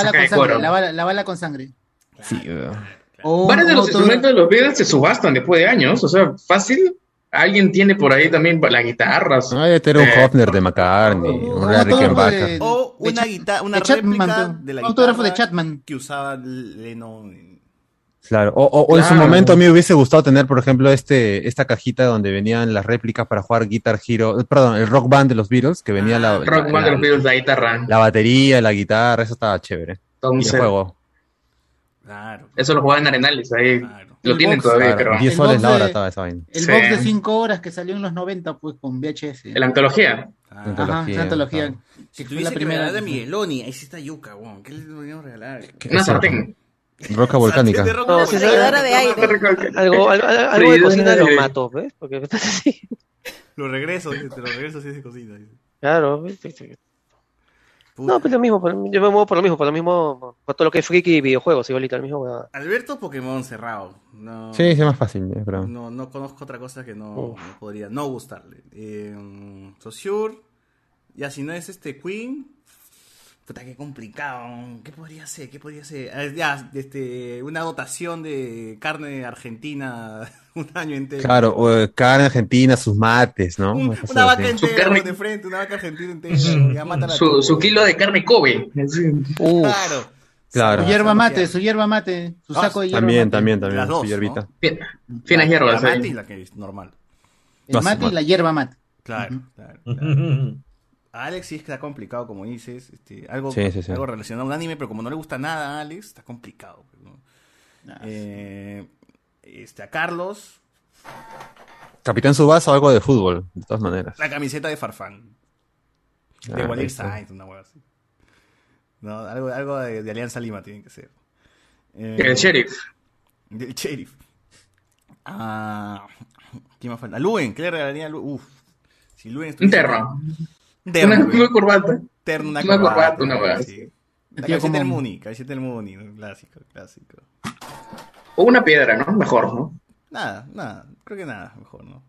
bala con sangre. Sí. Varios de los instrumentos de los Beatles se subastan después de años, o sea, fácil. Alguien tiene por ahí también las guitarras. Era un Hofner de McCartney, un Rickenbacker. O una réplica de la autógrafo de Chapman que usaba Lennon. Claro, o en su momento a mí me hubiese gustado tener, por ejemplo, esta cajita donde venían las réplicas para jugar Guitar Hero, el Rock Band de los Beatles, que venía Rock Band de los Beatles, la guitarra. La batería, la guitarra, eso estaba chévere. Y el juego. Claro. Eso lo jugaban en Arenales, ahí. Claro. Lo tienen todavía, pero... 10 soles la hora estaba esa vaina. El box de 5 horas que salió en los 90, pues, con VHS. La antología. Esa antología. Que fue la primera de Migueloni, ahí sí está yuca, weón. ¿Qué le podríamos regalar? Una sartén. Roca volcánica. Freidora de aire. Algo de cocina lo mato, ¿ves? Porque estás así. Lo regreso, sí es de cocina. Claro, no, pero lo mismo, yo me muevo por lo mismo, por todo lo que es friki y videojuegos, igualito, el mismo. Alberto Pokémon cerrado. No, sí, es más fácil, pero... No conozco otra cosa que no podría no gustarle. Saussure, ya si no es Queen, puta, qué complicado. ¿Qué podría ser? Ya, una dotación de carne argentina un año entero. Claro, carne argentina, sus mates, ¿no? Una vaca entera de frente, una vaca argentina entera. Su kilo de carne Kobe. Claro. Su hierba mate, su saco de hierba mate. También, las dos, su hierbita. ¿no? Finas hierbas. La mate y la que es normal. El mate y la hierba mate. Claro. Alex sí es que está complicado, como dices. Algo relacionado a un anime, pero como no le gusta nada a Alex, está complicado. ¿No? A Carlos. Capitán Tsubasa o algo de fútbol, de todas maneras. La camiseta de Farfán. De Walter Sainz, una hueá así. No, algo de Alianza Lima tiene que ser. El sheriff. Del sheriff. ¿Quién más falta? Luen, ¿qué le regalaría a Luen? Uf. Si Luen estuviese... Un terno. Una corbata. Terno, una corbata, una hueá. Sí. La camiseta del Muni, clásico. O una piedra, ¿no? Mejor, ¿no? Nada, creo que nada, mejor, ¿no?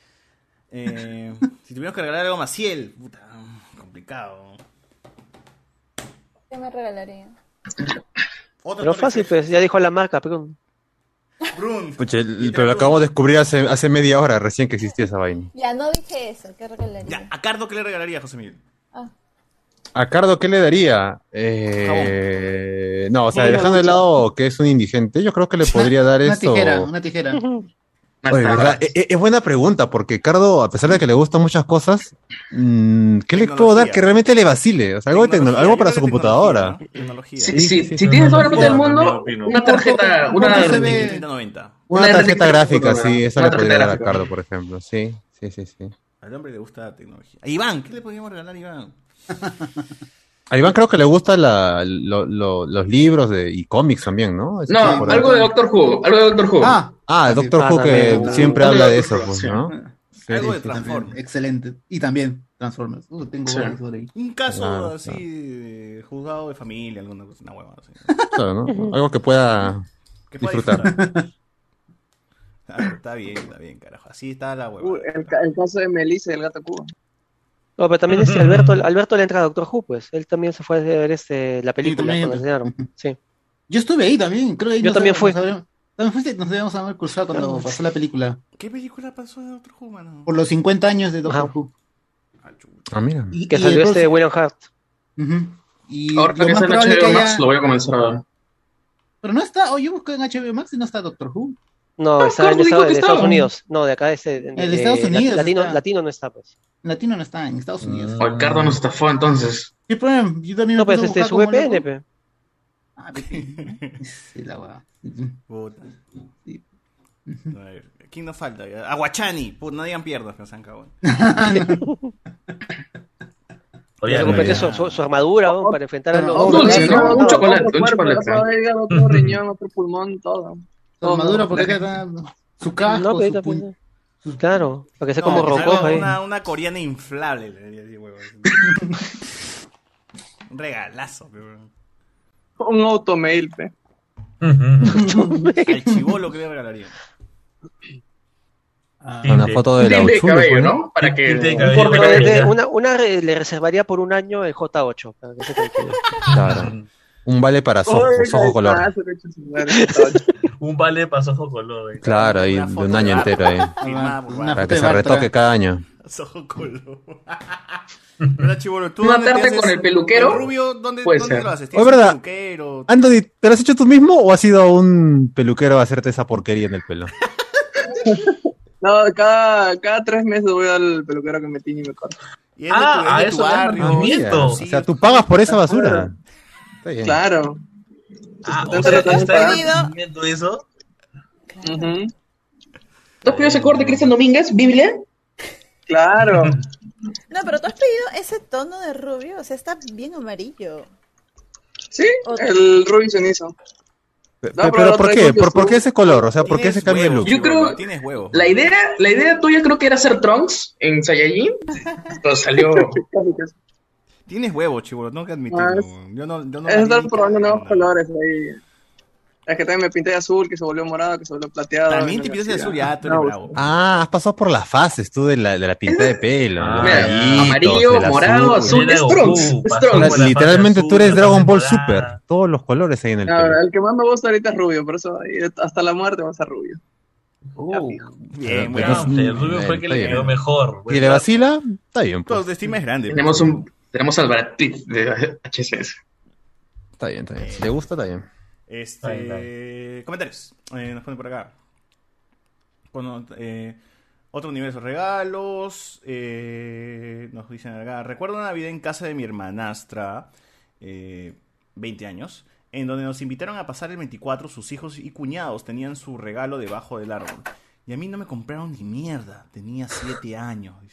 Si tuviéramos que regalar algo a Maciel, puta, complicado. ¿Qué me regalaría? Pero fácil, pues, ya dijo la marca, pero... Pucha, pero lo acabamos de descubrir hace media hora recién que existía esa vaina. Ya, no dije eso. ¿Qué regalaría? Ya, ¿a Cardo qué le regalaría, José Miguel? ¿A Cardo qué le daría? No, o sea, dejando de lado que es un indigente, yo creo que le podría dar esto. Una tijera. Oye, ¿verdad? Es buena pregunta, porque Cardo, a pesar de que le gustan muchas cosas, ¿qué le puedo dar que realmente le vacile? O sea, algo para su computadora. Si tienes toda la plata del mundo, una tarjeta, una tarjeta gráfica, sí, esa le podría dar a Cardo, por ejemplo. Sí. Al hombre le gusta la tecnología. A Iván, ¿qué le podríamos regalar a Iván? A Iván creo que le gustan los libros y cómics también, ¿no? Algo de Doctor Who. Doctor Who que siempre habla de eso, pues, ¿no? Sí, algo de Transformers. Excelente. Y también Transformers. Tengo varios por ahí. Un caso así de juzgado de familia, alguna cosa, una hueva así. Claro, ¿no? Algo que pueda disfrutar. Está bien, carajo. Así está la hueva. El caso de Melissa y el gato Cuba. No, pero también Alberto le entra a Doctor Who, pues. Él también se fue a ver la película cuando enseñaron. Sí. Yo estuve ahí también, creo que yo también fui. También fuiste, nos debíamos haber cruzado cuando pasó la película. ¿Qué película pasó de Doctor Who, mano? Por los 50 años de Doctor Who. Mira. Que salió William Hart. Y ahora que está en HBO Max, lo voy a comenzar a ver. Pero no está, yo busqué en HBO Max y no está Doctor Who. No, está en Estados Unidos. No, de acá el de Estados Unidos. Latino no está, pues. Latino no está, en Estados Unidos. O Cardo nos estafó entonces. Sí, pues, yo también no, pues su VPN, pe. Sí, la va. Sí. A ver, ¿quién nos falta? Aguachani, no digan pierdas, que se han cagado. Oye, su armadura para enfrentar a los... Un chocolate. Otro riñón, otro pulmón, todo. Su armadura, porque su casco, claro, para que sea como Robocop ahí. Una coreana inflable, le diría, huevo. Un regalazo, pero... Un automail, pe. Al chibolo que le regalaría. Una foto de la cabello, ¿no? Para que una le reservaría por un año el J8 para que se tranquilo. Claro. Un vale para Soho Color. Un vale para Soho Color. Claro, ahí de un año entero ahí. Para que se retoque cada año. Soho Color. ¿Verdad, chibolo? ¿Tú una tarde con el peluquero? ¿El rubio? ¿Dónde lo haces? ¿Es verdad? Anthony, ¿te lo has hecho tú mismo o has ido a un peluquero a hacerte esa porquería en el pelo? No, cada 3 meses voy al peluquero que me tiñe y me corta. A eso movimiento. O sea, tú pagas por esa basura. Está bien. Claro. ¿Está en movimiento eso? ¿Tú has pedido ese corte de Cristian Domínguez, Biblia? Claro. No, pero tú has pedido ese tono de rubio, o sea, está bien amarillo. Sí, el rubio cenizo. Pero ¿por qué? ¿Por qué ese color? O sea, ¿por qué ese cambio de look? Yo creo la idea tuya creo que era hacer Trunks en Saiyajin, pero salió... Tienes huevo, chibolo, tengo que admitirlo. Yo no es estar probando nuevos colores ahí. Es que también me pinté de azul, que se volvió morado, que se volvió plateado. También te pintas de azul, ya, tú eres bravo. Has pasado por las fases tú de la pinta de pelo. Amarillo, morado, azul, es Trunks. Literalmente tú eres Dragon Ball Super. Todos los colores ahí en el pelo. El que más me gusta ahorita es rubio, por eso hasta la muerte va a ser rubio. Bien, el rubio fue el que le quedó mejor. ¿Y le vacila? Está bien, pues. Tu autoestima es grande. Tenemos al Brad Pitt de HSS. Está bien. Si le gusta, está bien. Comentarios. Nos ponen por acá. Otro universo regalos. Nos dicen acá. Recuerdo una Navidad en casa de mi hermanastra, 20 años, en donde nos invitaron a pasar el 24. Sus hijos y cuñados tenían su regalo debajo del árbol. Y a mí no me compraron ni mierda. Tenía 7 años. Dice,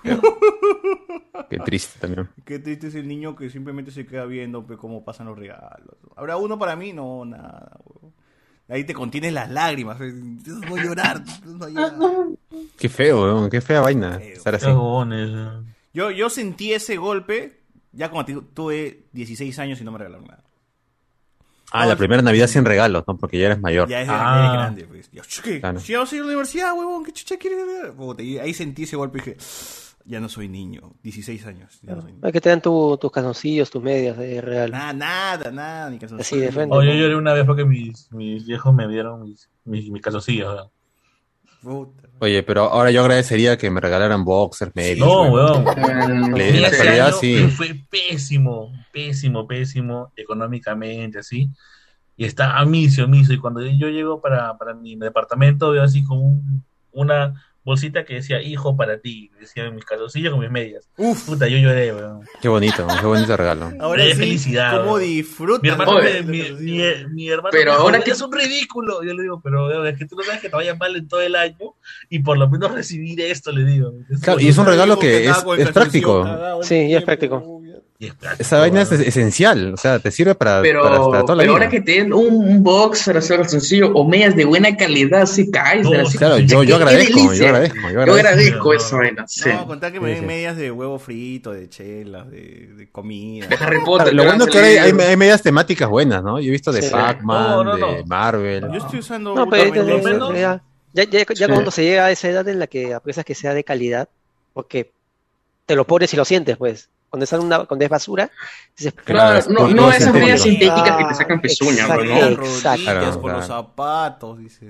Qué triste también. qué triste es el niño que simplemente se queda viendo pues, cómo pasan los regalos. ¿Habrá uno para mí? No, nada. Huevón. Ahí te contienes las lágrimas. No llorar. No llorar. Qué feo, weón. Qué fea vaina. Estar así. Yo sentí ese golpe ya cuando tuve 16 años y no me regalaron nada. Ah, la primera Navidad sin regalos, ¿no? Porque ya eres mayor. Ya eres grande. Pues. ¿Qué? Claro. Si ya vas a ir a la universidad, huevón, ¿qué chucha quieres? Puta, y ahí sentí ese golpe y dije, ya no soy niño. 16 años. Ya no soy niño. Hay que te dan tus calzoncillos, tus medias de regalo. Nada, ni calzoncillos. Así de frente. Yo lloré una vez porque mis viejos me dieron mis calzoncillos, ¿verdad? Puta. Oye, pero ahora yo agradecería que me regalaran boxers, medios. No, weón. La actualidad sí. Fue pésimo económicamente, así. Y está a misio. Y cuando yo llego para mi departamento, veo así con una bolsita que decía, hijo, para ti. Decía mis calzoncillos con mis medias. Puta, yo lloré, weón. Qué bonito regalo. Ahora sí, felicidad. cómo weón. disfruta. Mi hermano, mi hermano pero me dijo, ahora que es un ridículo. Yo le digo, pero es que tú no sabes que te vaya mal en todo el año y por lo menos recibir esto, le digo. Claro, y es un regalo que es práctico. Sí, y es práctico. Esa vaina es esencial, o sea, te sirve para toda la vida. Ahora que te den un box para hacer sencillo o medias de buena calidad, si caes. Claro, yo agradezco esa vaina. Sí. No, contar que me den medias de huevo frito, de chelas, de comida. De Harry Potter. Lo bueno es que ahora hay medias temáticas buenas, ¿no? Yo he visto de Pac-Man, de Marvel. Yo estoy usando... No, pero ya cuando se llega a esa edad en la que aprecias que sea de calidad, porque te lo pones y lo sientes, pues. Cuando es basura, dices, claro, no esas medias sintéticas que te sacan pezuñas, ¿no? Las rodillas, por los zapatos, dices.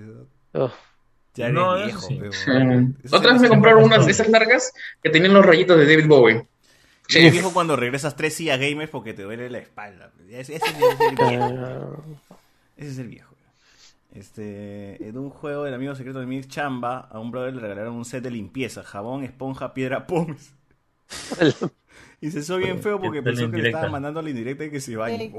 Ya eres viejo, Otra vez me compraron unas de esas largas que tenían los rayitos de David Bowie. Eres viejo cuando regresas 3 sillas gamers porque te duele la espalda. Ese es el viejo. Ese es el viejo. En un juego del amigo secreto de Mix Chamba, a un brother le regalaron un set de limpieza, jabón, esponja, piedra, pómez. Y se hizo bien feo porque pensó que le estaban mandando la indirecta y que se bañe.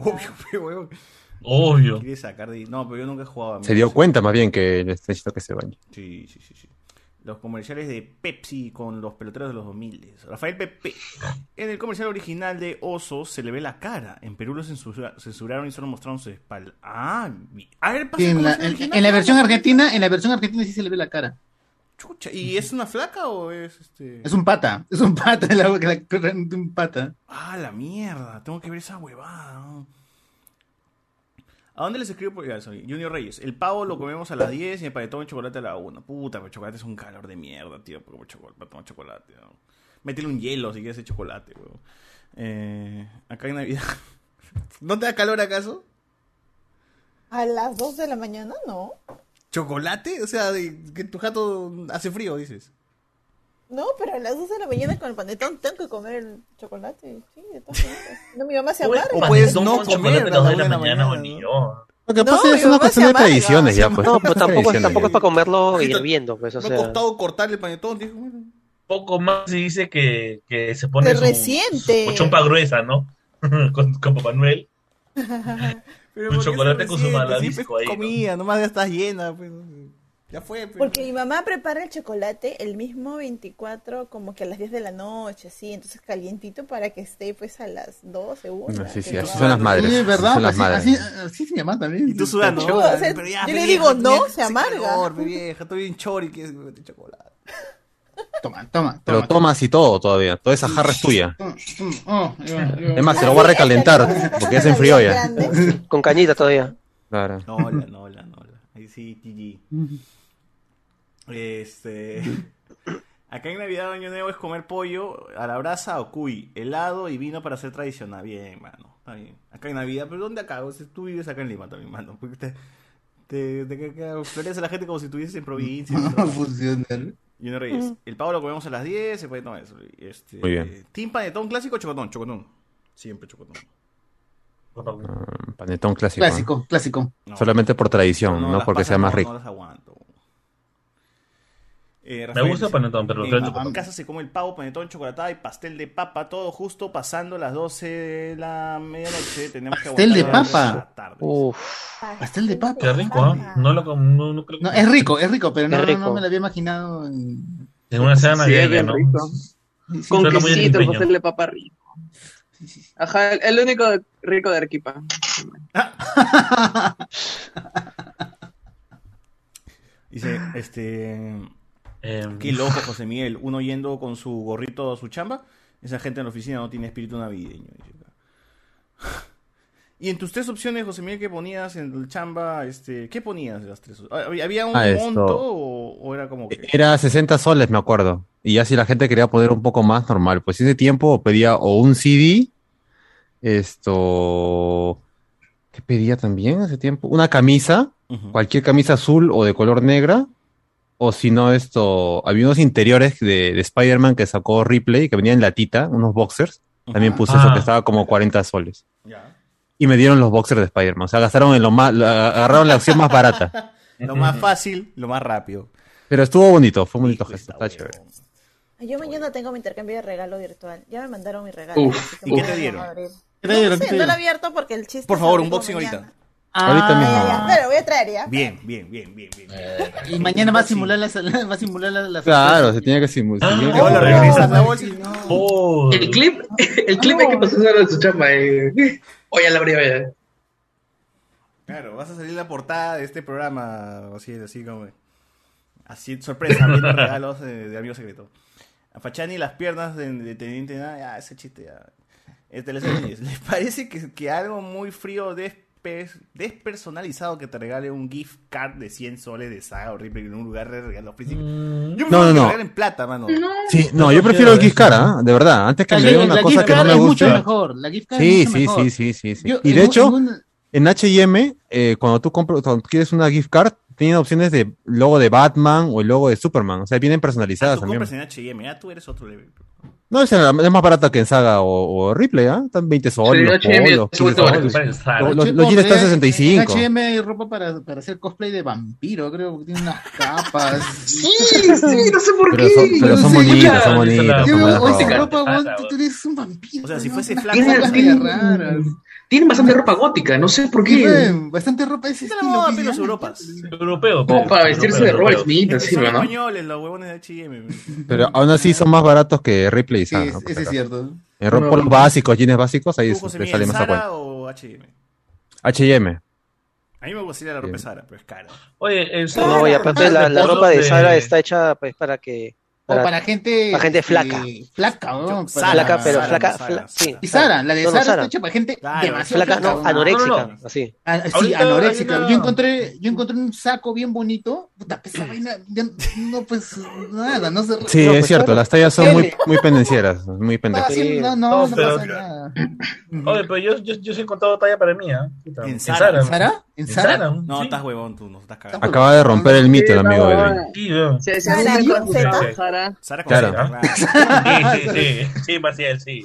Obvio. Quiere sacar de... No, pero yo nunca he jugado. Se dio cuenta más bien que necesito que se bañe. Sí. Los comerciales de Pepsi con los peloteros de los 2000. Rafael Pepe. En el comercial original de Oso se le ve la cara. En Perú lo censuraron y solo mostraron su espalda. A ver, pasa en la versión argentina sí se le ve la cara. Chucha, ¿y es una flaca o es Es un pata, un pata. Ah, la mierda, tengo que ver esa huevada, ¿no? ¿A dónde les escribo? Junior Reyes, el pavo lo comemos a las 10 y el panetón de chocolate a la 1. Puta, pero el chocolate es un calor de mierda, tío, como chocolate, ¿no? Métele un hielo si quieres ese chocolate, weón. Acá en Navidad. ¿No te da calor acaso? A las 2 de la mañana, no. ¿Chocolate? O sea, que tu jato hace frío, dices. No, pero a las 2 de la mañana con el panetón tengo que comer el chocolate. Sí, de todas maneras. No, mi mamá se amarga. O puedes no comer a las 2 de la mañana. Lo que pasa es una cuestión de tradiciones ya, pues. No, pues tampoco es para comerlo hirviendo, pues, o sea. Me ha costado cortarle el panetón, dijo. Poco más se dice que se pone su chompa gruesa, ¿no? con Papá Noel. Un chocolate con su malvavisco ahí. Comida, nomás ya estás llena, pues. Ya fue. Pues. Porque mi mamá prepara el chocolate el mismo 24, como que a las 10 de la noche, así, entonces calientito para que esté pues a las 12, 1. Sí, así son las madres. Sí, ¿verdad? Son las madres. Así se llama también. Y tú sudando. Yo le digo, no, se amarga. Vieja, estoy bien chori que es chocolate. Toma. Pero tomas y todo todavía. Toda esa jarra es tuya. Es más, te lo voy a recalentar porque ya se enfrió ya. Con cañita todavía. Claro. No. Ahí sí, GG. Acá en Navidad, Año Nuevo es comer pollo a la brasa o cuy, helado y vino para ser tradicional. Bien, mano. Está bien. Acá en Navidad, pero ¿dónde acá? O sea, tú vives acá en Lima también, mano. Porque te floreas a la gente como si estuvieses en provincia. No funciona. Y uno Reyes. El pavo lo comemos a las 10, se puede tomar eso. Muy bien. ¿Team panetón clásico o chocotón? Siempre chocotón. Panetón clásico. Clásico. No. Solamente por tradición, no porque sea más rico. No las aguanto. Me gusta el panetón, pero prefiero en chocolate. casa se come el pavo, panetón, chocolatada y pastel de papa, todo justo pasando las 12 de la medianoche. Tenemos que ¿Pastel de aguantar a las papa? 2 de la tarde. Pastel de papa. Qué rico, ¿ah? No lo no creo que... No, es rico, pero no, Es rico. no me lo había imaginado. En una cena Sí, es navideña, bien ¿no? rico. Sí, Con suena muy quesito, el arequipeño. pastel de papa rico. Ajá, el único rico de Arequipa. Dice, qué loco, José Miguel. Uno yendo con su gorrito a su chamba. Esa gente en la oficina no tiene espíritu navideño. Y en tus 3 opciones, José Miguel, que ponías en el chamba, ¿qué ponías de las 3? ¿Había un monto o era como que...? Era 60 soles, me acuerdo. Y ya si la gente quería poner un poco más, normal. Pues ese tiempo pedía o un CD, ¿qué pedía también ese tiempo? Una camisa, cualquier camisa azul o de color negra, o si no había unos interiores de Spider-Man que sacó Ripley, que venían en latita, unos boxers. También puse eso, que estaba como 40 soles. Y me dieron los boxers de Spider-Man. O sea, gastaron agarraron la opción más barata. Lo más fácil, lo más rápido. Pero estuvo bonito, fue un bonito gesto, está chévere. Yo mañana tengo mi intercambio de regalo virtual. Ya me mandaron mi regalo. Uf, ¿y qué te dieron? No sé, no lo he abierto porque el chiste... Por favor, es un boxing ahorita. Ahorita mismo. Pero voy a traer ya. Bien. Y mañana va a simular la Claro, se tenía que simular. El clip hay que pasarlo en su chamba. Oye, la abrí. Claro, vas a salir en la portada de este programa, así como... Así, sorpresa, viendo regalos de amigo secreto. A Fachani las piernas de Teniente Nada, ya, ese chiste ya. ¿Les parece que algo muy frío, despersonalizado, que te regale un gift card de 100 soles de Saga Horrible en un lugar de regalos físicos? Yo prefiero que me regalen plata, mano. Sí, no, yo prefiero el gift card, de verdad. Antes que me den una cosa que no me guste. La gift card es mucho mejor. Sí. Y de hecho, en H&M, cuando cuando quieres una gift card, tienen opciones de logo de Batman o el logo de Superman. O sea, vienen personalizadas Tú también. compras en H&M, ya tú eres otro level. No, es más barata que en Saga o Ripley, ¿ah? Están 20 soles, los polos, 15 soles. Los jeans están 65. En H&M hay ropa para hacer cosplay de vampiro, creo, que tiene unas capas. Sí, no sé por qué. Pero son bonitas, son bonitas. Esa ropa, tú eres un vampiro. O sea, si fuese flaco... Tienen bastante ropa gótica, no sé por qué. Bastante ropa de ese estilo. No, de los Europas. Europeo. Como para vestirse de Robert Smith, así, Son ¿no? españoles, los huevones de H&M. Pero aún así son más baratos que Ripley y Saga. Sí, ese es cierto. En ropa básicos, jeans básicos, ahí ¿Tú, José te Miguel, sale más a Zara cuenta. o H&M? H&M. A mí me gustaría la ropa de Zara, pero es cara. Oye, No, y aparte la ropa de Sara está hecha pues para que... Para gente flaca. Flaca, ¿no? Flaca, pero flaca. Sí. Y Sara, la de Sara está hecha para gente demasiado flaca. No, anoréxica, así. Sí, anoréxica. Yo encontré un saco bien bonito. Puta, esa vaina, no, pues, nada, no sé. Sí, es cierto, las tallas son muy pendencieras, muy pendejas. No pasa nada. Oye, pero yo sí he encontrado talla para mí, ¿ah? ¿En Sara? ¿En Sara? ¿En Sara? No, Sí. estás huevón tú, no estás cagando. Acaba de romper el mito el amigo Edwin. Sí, veo. Sara con Z. Sara con Claro. Z, Sí, Maciel, sí.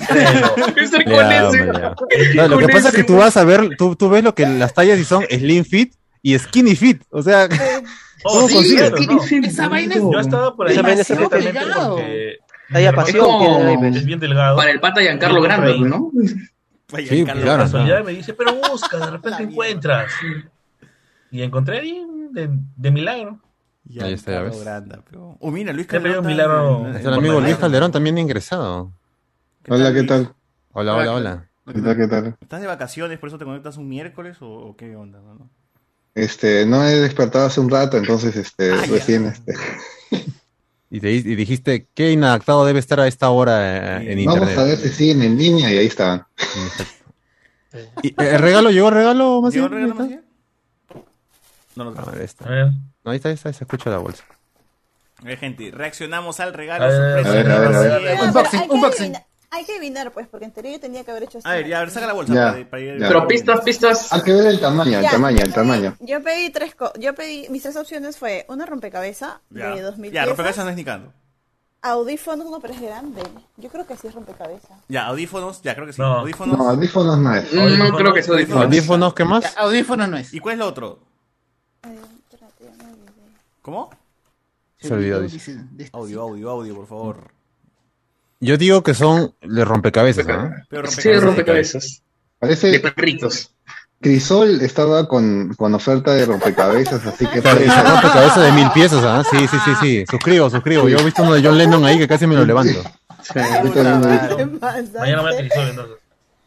No, lo que pasa es que tú vas a ver, tú ves lo que las tallas y son slim fit y skinny fit, o sea, ¿cómo consigues? Esa vaina es... Yo estaba por ahí. Esa vaina es simplemente delgado. porque Talla pasión tiene ahí, pues. es bien delgado. Para el pata Giancarlo Grande, ¿no? Sí, claro. Casualidad me dice, pero busca, de repente encuentras. Y encontré ahí de milagro. Ahí está, ya ves. Mira, Luis Te pedí Calderón. un milagro. El amigo Luis Calderón también ha ingresado. Hola, ¿qué tal? Hola. ¿Qué tal? ¿Estás de vacaciones, por eso te conectas un miércoles o qué onda? ¿No? No he despertado hace un rato, entonces recién Y dijiste, ¿qué inadaptado debe estar a esta hora en internet? Vamos a ver si siguen en línea y ahí estaban. ¿Y el regalo? ¿Llegó el regalo, Maciel? ¿Llegó el regalo, Maciel? No lo A ver, está. A ver. No, ahí está, se escucha la bolsa. A ver, gente, reaccionamos al regalo A ver, sorpresa. a ver. Unboxing. Hay que adivinar, pues, porque en teoría yo tenía que haber hecho esto. A ver, ya, saca la bolsa Ya, para ir... ya. Pero pistas. Hay que ver el tamaño, Ya, el tamaño. Yo pedí mis 3 opciones fue una rompecabezas de 2000 Ya, rompecabezas piezas, no es ni canto. audífonos, no, pero es grande. Yo creo que sí es rompecabezas. Ya, audífonos, ya, creo que sí. No. Audífonos. No, audífonos no es. No creo que sea audífonos. ¿Audífonos qué más? Audífono no es. ¿Y cuál es lo otro? ¿Cómo? Se olvidó, dice. Audio, por favor. Yo digo que son de rompecabezas, ¿no? Sí, de rompecabezas. Parece De perritos. Crisol estaba con oferta de rompecabezas, así que Claro, ese rompecabezas de 1000 piezas, ¿ah? Sí. Suscribo. Yo he visto uno de John Lennon ahí que casi me lo levanto. Sí, yo también lo he visto. Mañana me Crisol, entonces.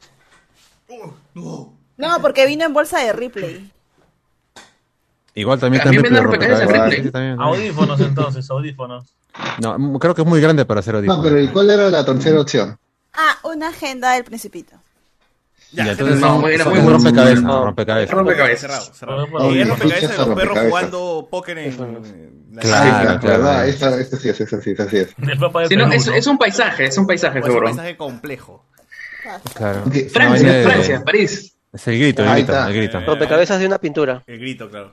No, porque vino en bolsa de Ripley. Igual también También está en venden Ripley, rompecabezas Sí, también. Audífonos entonces, audífonos. No, creo que es muy grande para hacer audífonos. No, pero ¿y cuál era la tercera opción? Ah, una agenda del Principito. Ya, entonces no, son era son muy rompecabezas, no. rompecabezas. Rompecabezas. Cerrado. Y el rompecabezas de los perros jugando póker en la Claro. ¿Verdad? Esta sí es, así es. El Papa de Sí, no, Perú, es, ¿no? es un paisaje O es un seguro. paisaje complejo. Claro. Francia, París. Es el grito, Ahí está. el grito. Rompecabezas de una pintura. El grito, claro.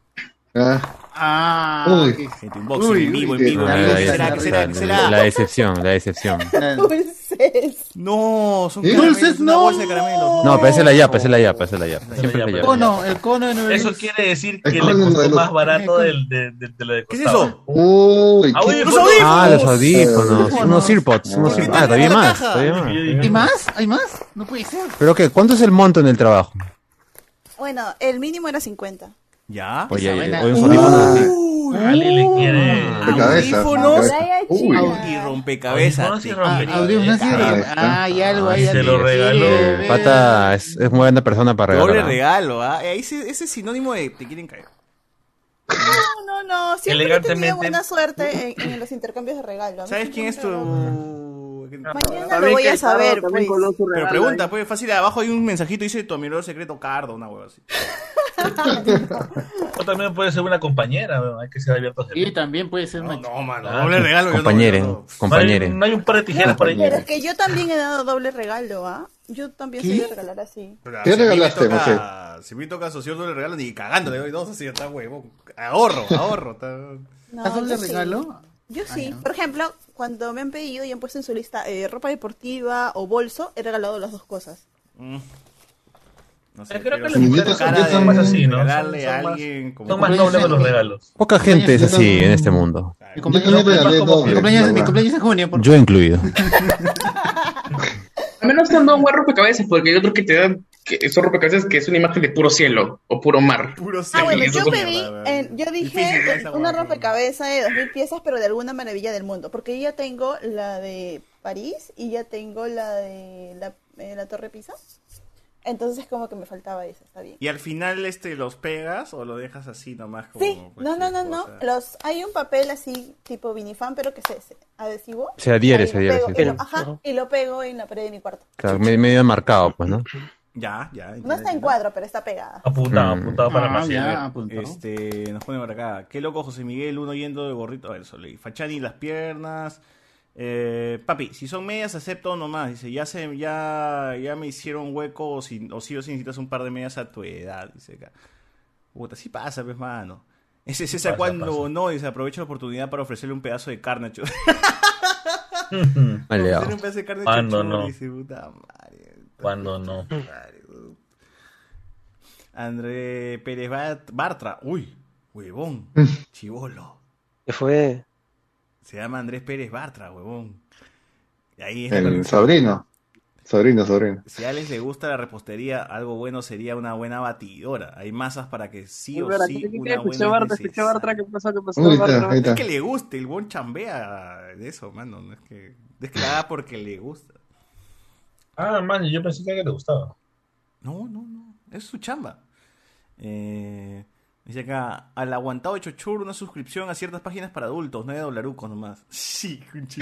Uy. Gente, unboxing en vivo. ¿Qué será? La decepción. Dulces. No, son Dulces, una no. bolsa de caramelos. No, pero esa es la yapa. Siempre es la yapa. El cono de 9 Eso quiere decir que El le cono costó de los- más barato de lo de ¿Qué es costado. eso? Uy, ¿qué? Audífonos. Los audífonos. Unos earpods. Todavía más. ¿Hay más? ¿Hay más? No puede ser. ¿Pero qué? ¿Cuánto es el monto en el trabajo? Bueno, el mínimo era 50. ¿Ya? Oye, buena. unos audífonos así. Ali le quiere. Audífonos Uy. y rompecabezas. Audífonos y rompecabezas. Audífonos así de- Ahí está. hay algo ahí. Se lo regaló. Pata es muy buena persona para Doble regalar. regalo, ¿ah? Ese es sinónimo de te quieren caer. No. Siempre he Elegantemente. tenido buena suerte en los intercambios de regalo. A mí ¿Sabes siempre quién me es tu...? Mañana lo voy a saber, pues. Pero pregunta, pues fácil, abajo hay un mensajito dice tu amigo secreto Cardo, una hueva así. O también puede ser una compañera, ¿no? Hay que ser abiertos de Sí, también puede ser una No, mano, Ah, doble regalo. Compañere. No hay un par de tijeras por ahí. Pero es que yo también he dado doble regalo, ¿ah? Yo también soy de regalar así. ¿Qué regalaste, José? Si me toca asociar doble regalo, ni cagando le doy dos así, está huevo. Ahorro. No, ¿Has doble yo sí. regalo? Yo sí. Por ejemplo, cuando me han pedido y han puesto en su lista ropa deportiva o bolso, he regalado las dos cosas. No sé, Creo que pero las si mujeres cara de son más así, ¿no? regalarle a Son más- alguien como- Son más nobles con los regalos. Poca gente es así en este mundo. Mi cumpleaños, Yo también regalé doble, mi cumpleaños ¿verdad? es en junio. Yo incluido. Al menos te dan un buen rompecabezas, porque hay otros que te dan que son rompecabezas que es una imagen de puro cielo o puro mar. Puro Bueno, Y eso yo es pedí, yo Difícil, dije esa una hueá. rompecabezas de 2000 piezas, pero de alguna maravilla del mundo, porque yo ya tengo la de París y ya tengo la de la Torre Pisa. Entonces como que me faltaba esa, está bien. Y al final los pegas o lo dejas así nomás como Sí, no, hay un papel así tipo vinifan, pero que es adhesivo. Se adhiere, Ahí se lo adhiere, pego, sí. y y lo pego en la pared de mi cuarto. Claro, medio marcado, pues, ¿no? Ya. No está en cuadro, pero está pegada. Apuntado para más. Nos pone por acá. Qué loco José Miguel, uno yendo de gorrito. A ver, solo leí. Fachani las piernas. Papi, si son medias acepto nomás. Dice, ya me hicieron hueco o sí o sí necesitas un par de medias a tu edad. Dice acá. Puta, sí pasa, pues, mano. Ese César Pasa, cuando pasa. no, dice, aprovecha la oportunidad para ofrecerle un pedazo de carne. Maleado. Ofrecerle un pedazo de carne ¿Cuándo chuchura, no? dice, puta madre. Cuando no. André Pérez Bartra. Uy, huevón. Chivolo. ¿Qué fue? Se llama Andrés Pérez Bartra, huevón. Y ahí es El sobrino. Sobrino. Si a Alex le gusta la repostería, algo bueno sería una buena batidora. Hay masas para que sí o sí una buena Escuché Bartra, ¿qué pasó? Uy, ahí Bartra? está. Es que le guste, el buen chambea de eso, mano. No es que la haga porque le gusta. Ah, man, yo pensé que a ella le gustaba. No. Es su chamba. Dice acá, al aguantado de Chochur, una suscripción a ciertas páginas para adultos, $9 nomás. Sí, conchi.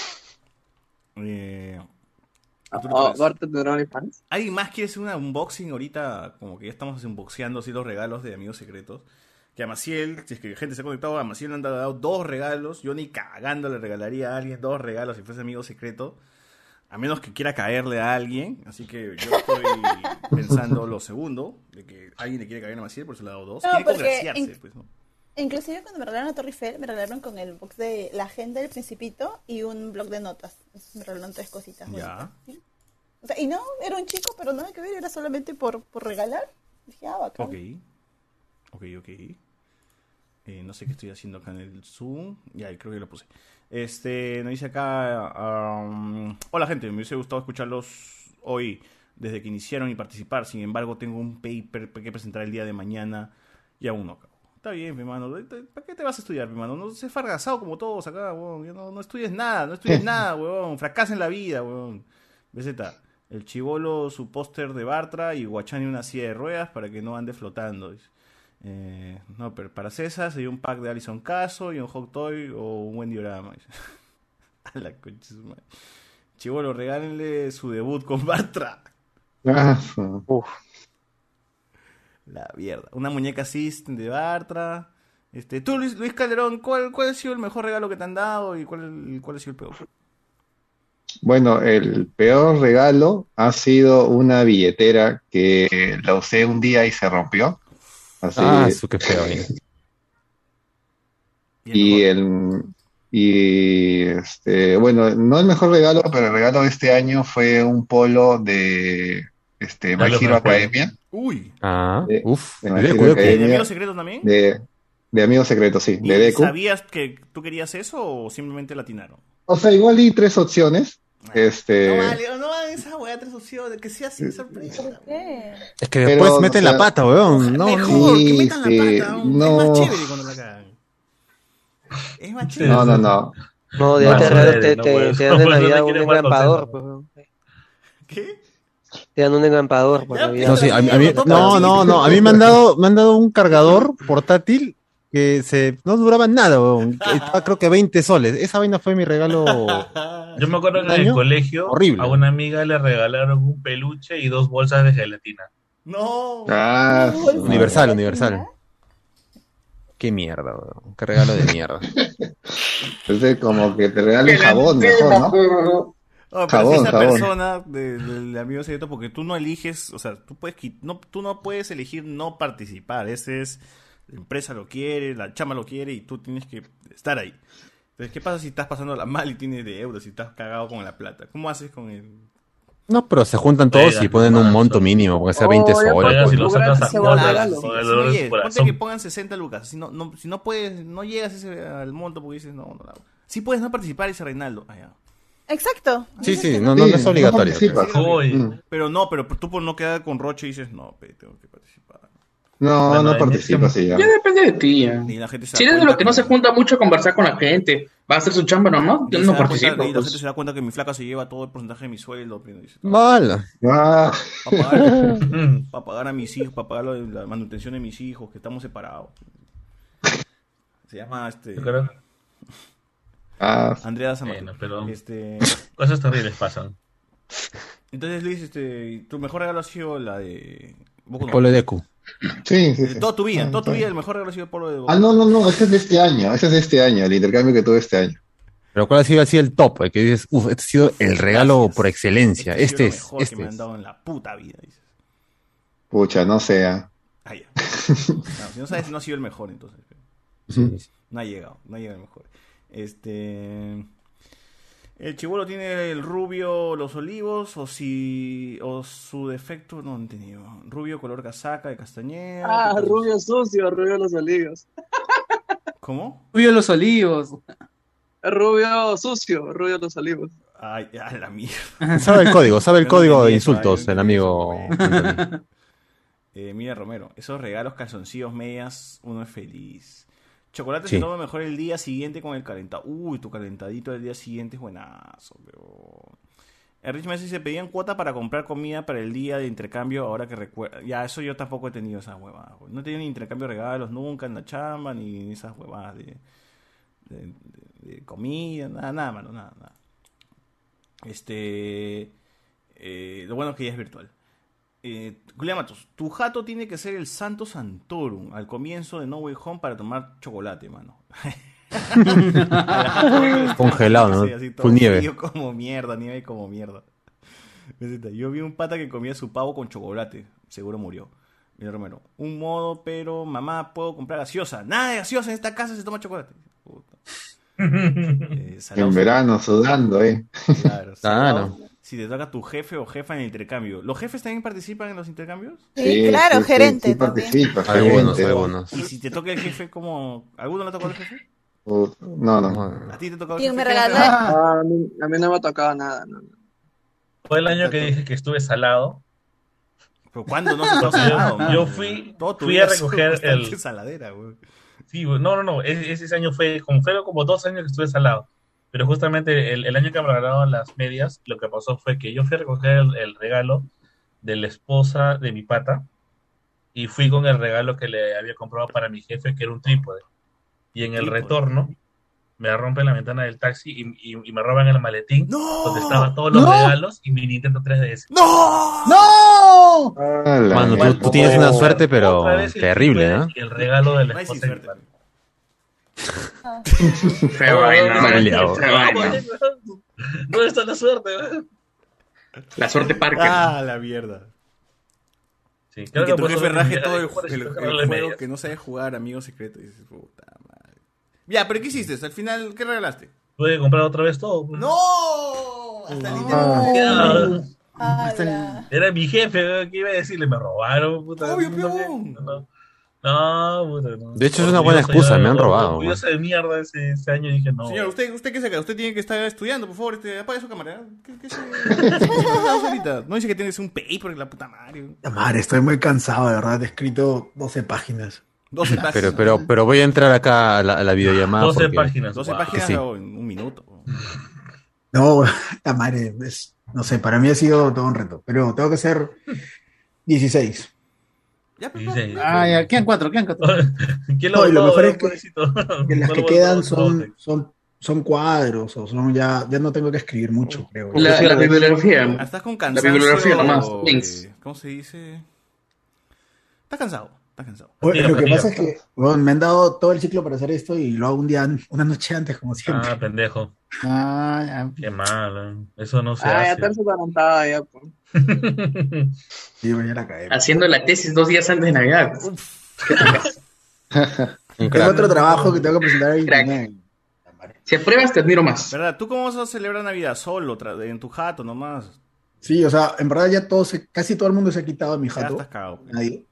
¿Bartra tendrá OnlyFans? ¿Alguien más quiere hacer un unboxing ahorita? Como que ya estamos unboxeando así los regalos de amigos secretos. Que a Maciel, si es que gente se ha conectado, a Maciel le han dado 2 regalos. Yo ni cagando le regalaría a alguien 2 regalos si fuese amigo secreto. A menos que quiera caerle a alguien. Así que yo estoy pensando lo segundo, de que alguien le quiere caer a Maciel, por eso le he dado 2. No, Quiere porque congraciarse, pues, ¿no? Inclusive cuando me regalaron la Torre Eiffel, me regalaron con el box de la agenda del Principito y un blog de notas. Entonces, me regalaron 3 cositas. Ya. ¿Sí? O sea, y no, era un chico, pero nada que ver, era solamente por regalar. Dije, bacán. Ok. No sé qué estoy haciendo acá en el Zoom. Ya, creo que lo puse. Nos dice acá... hola gente, me hubiese gustado escucharlos hoy desde que iniciaron y participar. Sin embargo, tengo un paper que presentar el día de mañana y aún no acabo. Está bien, mi hermano. ¿Para qué te vas a estudiar, mi hermano? No seas fargazado como todos acá, weón. No estudies nada, weón. Fracasa en la vida, weón. BZ, el chibolo, su póster de Bartra y Guachani una silla de ruedas para que no ande flotando. Dice. No, pero para César sería un pack de Alison Caso y un hot toy o un buen diorama. A la concha de su madre. Chibolo, regálenle su debut con Bartra. La mierda. Una muñeca System de Bartra. Tú, Luis Calderón, ¿cuál ha sido el mejor regalo que te han dado y cuál ha sido el peor? Bueno, el peor regalo ha sido una billetera que la usé un día y se rompió. Así. Eso qué feo. Bueno, no el mejor regalo, pero el regalo de este año fue un polo de My Hero Academia. Uy. ¿De Amigo Secreto también? De Amigo Secreto, sí. ¿Y de Deku. sabías que tú querías eso o simplemente latinaron? O sea, igual di 3 opciones. No vale esa weá, 3 opciones, que sea sin sorpresa. ¿Por qué? Es que después meten la pata, weón. Mejor que metan la pata. No. Es más chévere cuando la cagan. Es más chévere. No. No, de te dan de Navidad un engrampador. ¿Qué? Te dan un engrampador por Navidad. No, sí, a mí me han dado un cargador portátil que no duraba nada, weón. Creo que 20 soles. Esa vaina fue mi regalo. Yo me acuerdo que en el colegio a una amiga le regalaron un peluche y 2 bolsas de gelatina. No. Universal. Qué mierda, weón. Qué regalo de mierda. Entonces, como que te regalen jabón mejor, ¿no? No, pero si esa persona del amigo secreto, porque tú no eliges, o sea, tú no puedes elegir no participar. Ese es, la empresa lo quiere, la chama lo quiere y tú tienes que estar ahí. Entonces, ¿qué pasa si estás pasándola mal y tienes de euros y estás cagado con la plata? ¿Cómo haces con el...? No, pero se juntan todos y ponen un monto mínimo, porque sea 20 soles. Si lo sacas a ponte que pongan 60 lucas. Si no puedes, no llegas al monto porque dices, no lo hago. Sí puedes no participar, dice Reinaldo. Exacto. Sí, no es obligatorio. Pero tú por no quedar con Roche dices, no, tengo que participar. No participas, sí. Ya depende de ti. Si eres de los que no se junta mucho a conversar con la gente, va a hacer su chamba nomás, yo no participo. Y la gente se da cuenta que mi flaca se lleva todo el porcentaje de mi sueldo. Mala. Para pagar a mis hijos, para pagar la manutención de mis hijos, que estamos separados. Se llama Andrea Zamora. Pero cosas terribles pasan. Entonces Luis, tu mejor regalo ha sido la de Polo de Deku. Sí. Toda tu vida el mejor regalo ha sido el Polo de Deku. No, ese es de este año, el intercambio que tuve este año. Pero ¿cuál ha sido así el top? El que dices, este ha sido el regalo por excelencia. Este es. Mejor que me han dado en la puta vida, dices. Pucha, no sea. Ya. Si no sabes, no ha sido el mejor, entonces. Sí. No ha llegado el mejor. El chibolo tiene el rubio los olivos o su defecto no entendido. Rubio color casaca de castañeda. Rubio sucio, rubio los olivos. ¿Cómo? Rubio los olivos. Rubio sucio, rubio los olivos. Ay, a la mierda. Sabe el código de insultos, el amigo. Mira Romero, esos regalos, calzoncillos, medias, uno es feliz. Chocolate se toma mejor el día siguiente con el calentado. Uy, tu calentadito del día siguiente es buenazo, pero... Rich Messi se pedían cuota para comprar comida para el día de intercambio, ahora que recuerdo. Ya, eso yo tampoco he tenido esas huevadas. No he tenido ni intercambio de regalos nunca en la chamba, ni esas huevadas de comida, nada, mano, nada. Lo bueno es que ya es virtual. Julián Matos, tu jato tiene que ser el Santo Santorum al comienzo de No Way Home para tomar chocolate, mano. Congelado, ¿no? Sí, Full nieve. Nieve como mierda. Yo vi un pata que comía su pavo con chocolate. Seguro murió. Mira Romero. Un modo, pero mamá, ¿puedo comprar gaseosa? Nada de gaseosa, en esta casa se toma chocolate. Puta. En verano, sudando, Claro. si te toca tu jefe o jefa en el intercambio. ¿Los jefes también participan en los intercambios? Sí, claro, gerente sí también. participa, Algunos, gerente. algunos. Y si te toca el jefe, ¿cómo? ¿Alguno le ha tocado el jefe? No. ¿A ti te tocó el ¿Quién jefe? me regaló? A mí no me ha tocado nada. No. Fue el año que dije que estuve salado. ¿Pero cuándo no se puede salado? Yo fui Todo a recoger el... saladera, güey. Sí, güey, no. Ese año fueron como 2 años que estuve salado. Pero justamente el año que me regalaron las medias, lo que pasó fue que yo fui a recoger el regalo de la esposa de mi pata y fui con el regalo que le había comprado para mi jefe, que era un trípode. Y en el retorno me rompen la ventana del taxi y me roban el maletín donde estaban todos los regalos y mi Nintendo 3DS. ¡No! Mano, tú tienes una suerte, pero Otra vez el terrible, trípode ¿no? y el regalo de la No hay esposa de mi suerte. pata. Feo vaina, Maleado. feo vaina. ¿Dónde está la suerte? La suerte Parker. Ah, la mierda. Sí, Y creo que que tu por jefe eso raje me- todo el por eso me juego medias. que no sabe jugar, amigo secreto. Y dices, puta madre. Ya, pero ¿qué hiciste? Al final, ¿qué regalaste? Tuve que comprar otra vez todo. pues. ¡No! Hasta el Ya. Ala. Era mi jefe, ¿qué iba a decirle? Me robaron, puta. Obvio, no, peón. no, puta, no. De hecho, es una buena excusa, me han robado. Orgulloso de mierda ese año dije, no. Señor, ¿usted qué saca? Usted tiene que estar estudiando, por favor, apague su cámara. ¿Qué ahorita? No dice que tienes un paper, la puta madre. La madre, estoy muy cansado, de verdad. He escrito 12 páginas. 12 páginas. Pero voy a entrar acá a la videollamada. 12 porque- páginas. 12 wow. páginas Sí. en un minuto. No, la madre, no sé, para mí ha sido todo un reto. Pero tengo que ser 16. Ya, pues, 16. Ah, ya, quedan 4. ¿Quién No, y lo mejor es que pobrecito? Que las No que lo quedan voy a- son cuadros, o son ya no tengo que escribir mucho, creo. La bibliografía. Ah, estás con La cansancio. bibliografía nomás. Links. ¿Cómo se dice? Estás cansado. Oye, lo que pasa es que bueno, me han dado todo el ciclo para hacer esto y lo hago una noche antes, como siempre. Ah, pendejo. Ah, ya. Qué mal, eso no se ya hace. está adelantada ya. Pues. Sí, ya la caí. Haciendo la tesis 2 días antes de Navidad. Tengo otro trabajo que tengo que presentar ahí. Si apruebas, te admiro más. ¿Verdad? ¿Tú cómo vas a celebrar Navidad? ¿Solo? ¿En tu jato nomás? Sí, o sea, en verdad ya casi todo el mundo se ha quitado de mi Ya jato. estás cagado. Nadie.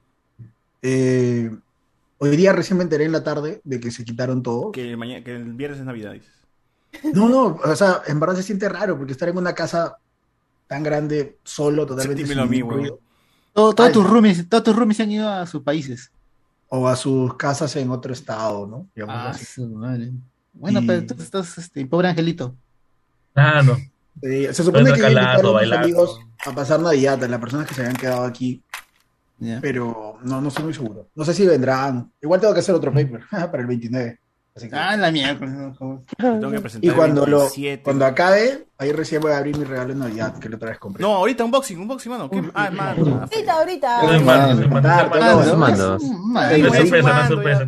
Hoy día recién me enteré en la tarde de que se quitaron todos. Que el viernes es Navidad, dices. No, o sea, en verdad se siente raro porque estar en una casa tan grande, solo, totalmente Dímelo a mí, güey. ruido. Todos tus roomies se han ido a sus países. O a sus casas en otro estado, ¿no? Digamos Ah, así. su madre. Bueno, Y- pero tú estás, pobre angelito. Ah, no. Se supone que iba a invitar a unos bailando. amigos a pasar Navidad, a las personas que se habían quedado aquí, Ya. pero no estoy muy seguro. No sé si vendrán. Igual tengo que hacer otro paper para el 29. Así que- Ah, la mierda. No. Tengo que presentar Y el cuando 27. cuando acabe, ahí recién voy a abrir mi regalo de Navidad, que la otra vez compré. No, ahorita unboxing, mano. ¿Qué? Ah, mano. Ahorita. No es malo, no es malo. Eso mando. No es sorpresa, no es sorpresa.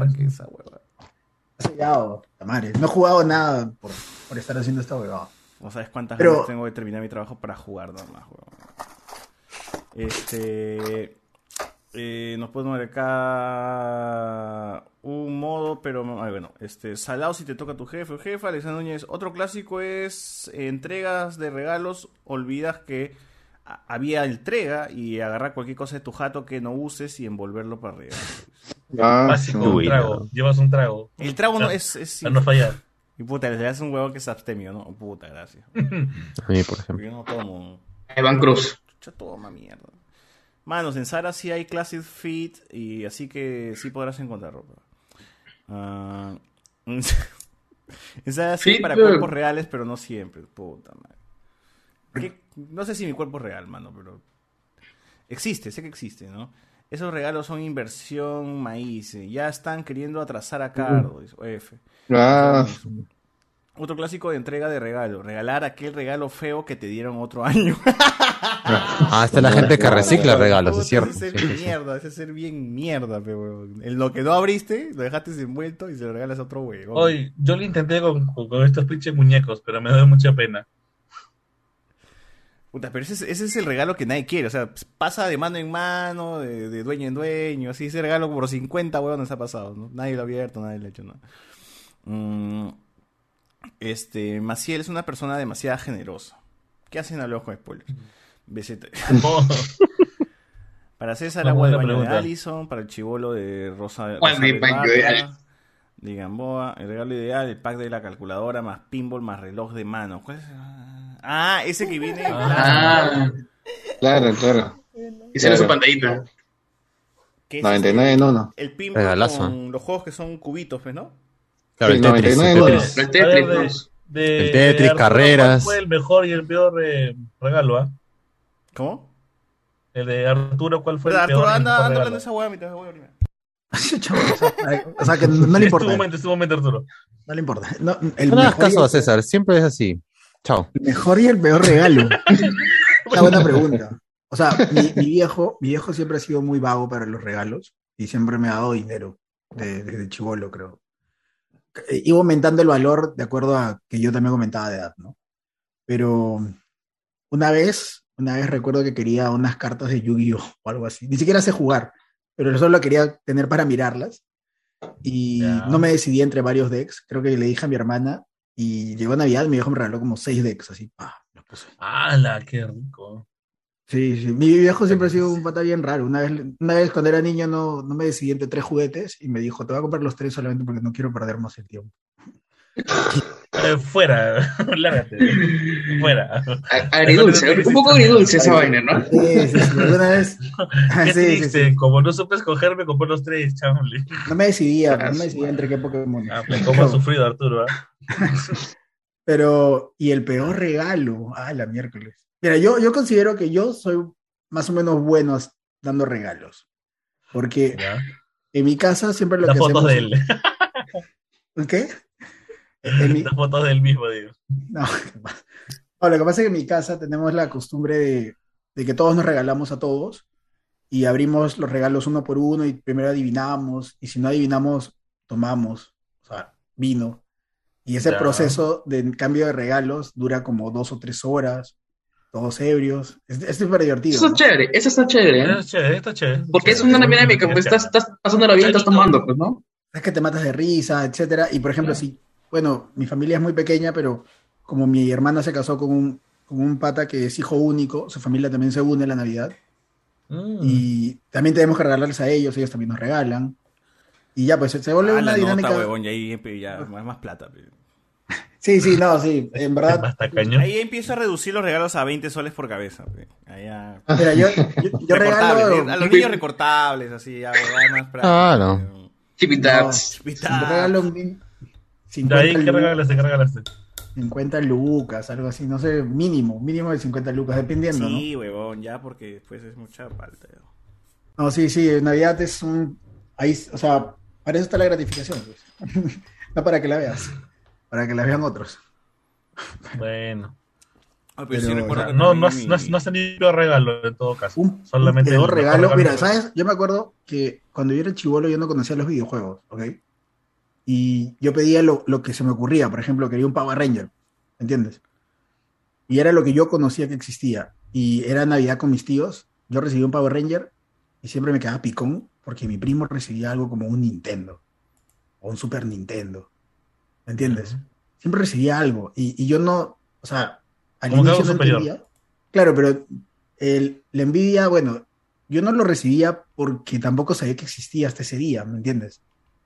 La madre. No he jugado nada por estar haciendo esta huevada. ¿No sabes cuántas Pero- veces tengo que terminar mi trabajo para jugar nomás, weón? Nos podemos ver acá un modo, pero bueno, salado si te toca tu jefe o jefa. Alexander Núñez, otro clásico es entregas de regalos, olvidas que había entrega y agarrar cualquier cosa de tu jato que no uses y envolverlo para arriba. Básico, un trago. Llevas un trago. El trago no Ah, es para no fallar. Y puta, le das un huevo que es abstemio, ¿no? Puta, gracias. A mí, por ejemplo. Yo no tomo. Evan Cruz. Chucha, toma mierda. Manos, en Zara sí hay Classic Fit y así que sí podrás encontrar ropa. En Zara sí hay Fit, para cuerpos reales, pero no siempre. Puta madre. No sé si mi cuerpo es real, mano, pero existe, sé que existe, ¿no? Esos regalos son inversión maíz. Ya están queriendo atrasar a Cardo. Dice, F. Ah, Otro clásico de entrega de regalo. Regalar aquel regalo feo que te dieron otro año. Ah, está la gente que recicla regalos, es cierto. Ese Sí, es sí, ser sí. mierda, ese es ser bien mierda, pero en lo que no abriste, lo dejaste envuelto y se lo regalas a otro huevo. Hoy, yo lo intenté con estos pinches muñecos, pero me da mucha pena. Puta, pero ese es el regalo que nadie quiere. O sea, pasa de mano en mano, de dueño en dueño. Así, ese regalo por 50 huevones ha pasado, ¿no? Nadie lo ha abierto, nadie lo ha hecho nada. Maciel es una persona demasiado generosa. ¿Qué hacen a los con spoilers? BZ. Oh. Para César, Una agua de buena baño de pregunta. Allison. Para el chibolo de Rosa Agua de baño de Barra, Allison. de Gamboa. El regalo ideal, el pack de la calculadora más pinball más reloj de mano. ¿Cuál es? Ah, ese que viene. Claro. Esa era su pantallita. ¿Qué es 99 en uno. El pinball Regalazo. con los juegos que son cubitos, pues, ¿no? Claro, Sí, el Tetris. 99 El en uno. Tetris. El Tetris, ¿no? El Tetris, Arturo, carreras. ¿Cuál fue el mejor y el peor regalo, ah? ¿Cómo? El de Arturo, ¿cuál fue el Arturo, peor y el anda mejor hablando regalo? de esa hueá mientras voy a primero. O sea, que no le importa. Es tu momento, Arturo. No le importa. No, el No le hagas mejor y caso el- a César, siempre es así. Chao. el mejor y el peor regalo. Una buena pregunta. O sea, mi viejo siempre ha sido muy vago para los regalos y siempre me ha dado dinero desde chibolo, creo. Iba aumentando el valor de acuerdo a que yo también aumentaba de edad, ¿no? Pero una vez recuerdo que quería unas cartas de Yu-Gi-Oh! O algo así. Ni siquiera sé jugar, pero solo quería tener para mirarlas. Y no me decidí entre varios decks. Creo que le dije a mi hermana y llegó Navidad y mi viejo me regaló como 6 decks, así. Los puse. ¡Hala, qué rico! Sí. Mi viejo siempre ha sido un pata bien raro. Una vez cuando era niño no me decidí entre 3 juguetes y me dijo, te voy a comprar los 3 solamente porque no quiero perder más el tiempo. Fuera, lárgate. Fuera. Agridulce, un poco agridulce esa vaina, ¿no? Sí. Alguna vez. Qué Sí. triste, como no supe escoger, me compré los 3, chaval. No me decidía entre qué Pokémon. ¿Cómo ha sufrido Arturo? Pero, y el peor regalo, la miércoles. Mira, yo considero que yo soy más o menos bueno dando regalos. Porque en mi casa siempre lo Las que fotos hacemos... de él. ¿Qué? Las fotos del mismo, digo. No, lo que pasa es que en mi casa tenemos la costumbre de que todos nos regalamos a todos y abrimos los regalos uno por uno y primero adivinamos y si no adivinamos, tomamos, o sea, vino. Y ese Ya. proceso de cambio de regalos dura como 2 o 3 horas, todos ebrios. Es súper divertido. Eso ¿no? está chévere, eso está chévere, ¿eh? Está chévere. Porque es una dinámica, pues estás pasándola bien, estás tomando, pues, ¿no? Es que te matas de risa, etcétera. Y por ejemplo, bueno, mi familia es muy pequeña, pero como mi hermana se casó con un pata que es hijo único, su familia también se une a la Navidad. Y también tenemos que regalarles a ellos también nos regalan. Y ya, pues se vuelve una la dinámica. nota, huevón, y ahí ya es más plata. Sí, en verdad. Ahí empiezo a reducir los regalos a 20 soles por cabeza. Ahí ya... Mira, yo Recortables, regalo... a los niños recortables, así, ya, más plata. Claro. Chipitats. Yo regalo ¿De ahí qué regalaste? 50 lucas, algo así, no sé, mínimo de 50 lucas, dependiendo, ¿no? Sí, huevón, ya, porque después es mucha falta. No, sí, Navidad es ahí, o sea, para eso está la gratificación, pues. No para que la veas, para que la vean otros. Bueno. Pero sí recuerdo que no has tenido regalo en todo caso. Solamente Peor el regalo, mejor mira, que- ¿sabes? Yo me acuerdo que cuando yo era chibolo yo no conocía los videojuegos, ¿ok? Y yo pedía lo que se me ocurría, por ejemplo, quería un Power Ranger, ¿entiendes? Y era lo que yo conocía que existía. Y era Navidad con mis tíos, yo recibí un Power Ranger y siempre me quedaba picón porque mi primo recibía algo como un Nintendo o un Super Nintendo, ¿me entiendes? Siempre recibía algo y yo no, o sea, al Como que inicio algo no superior. entendía. Claro, pero la envidia, bueno, yo no lo recibía porque tampoco sabía que existía hasta ese día, ¿me entiendes?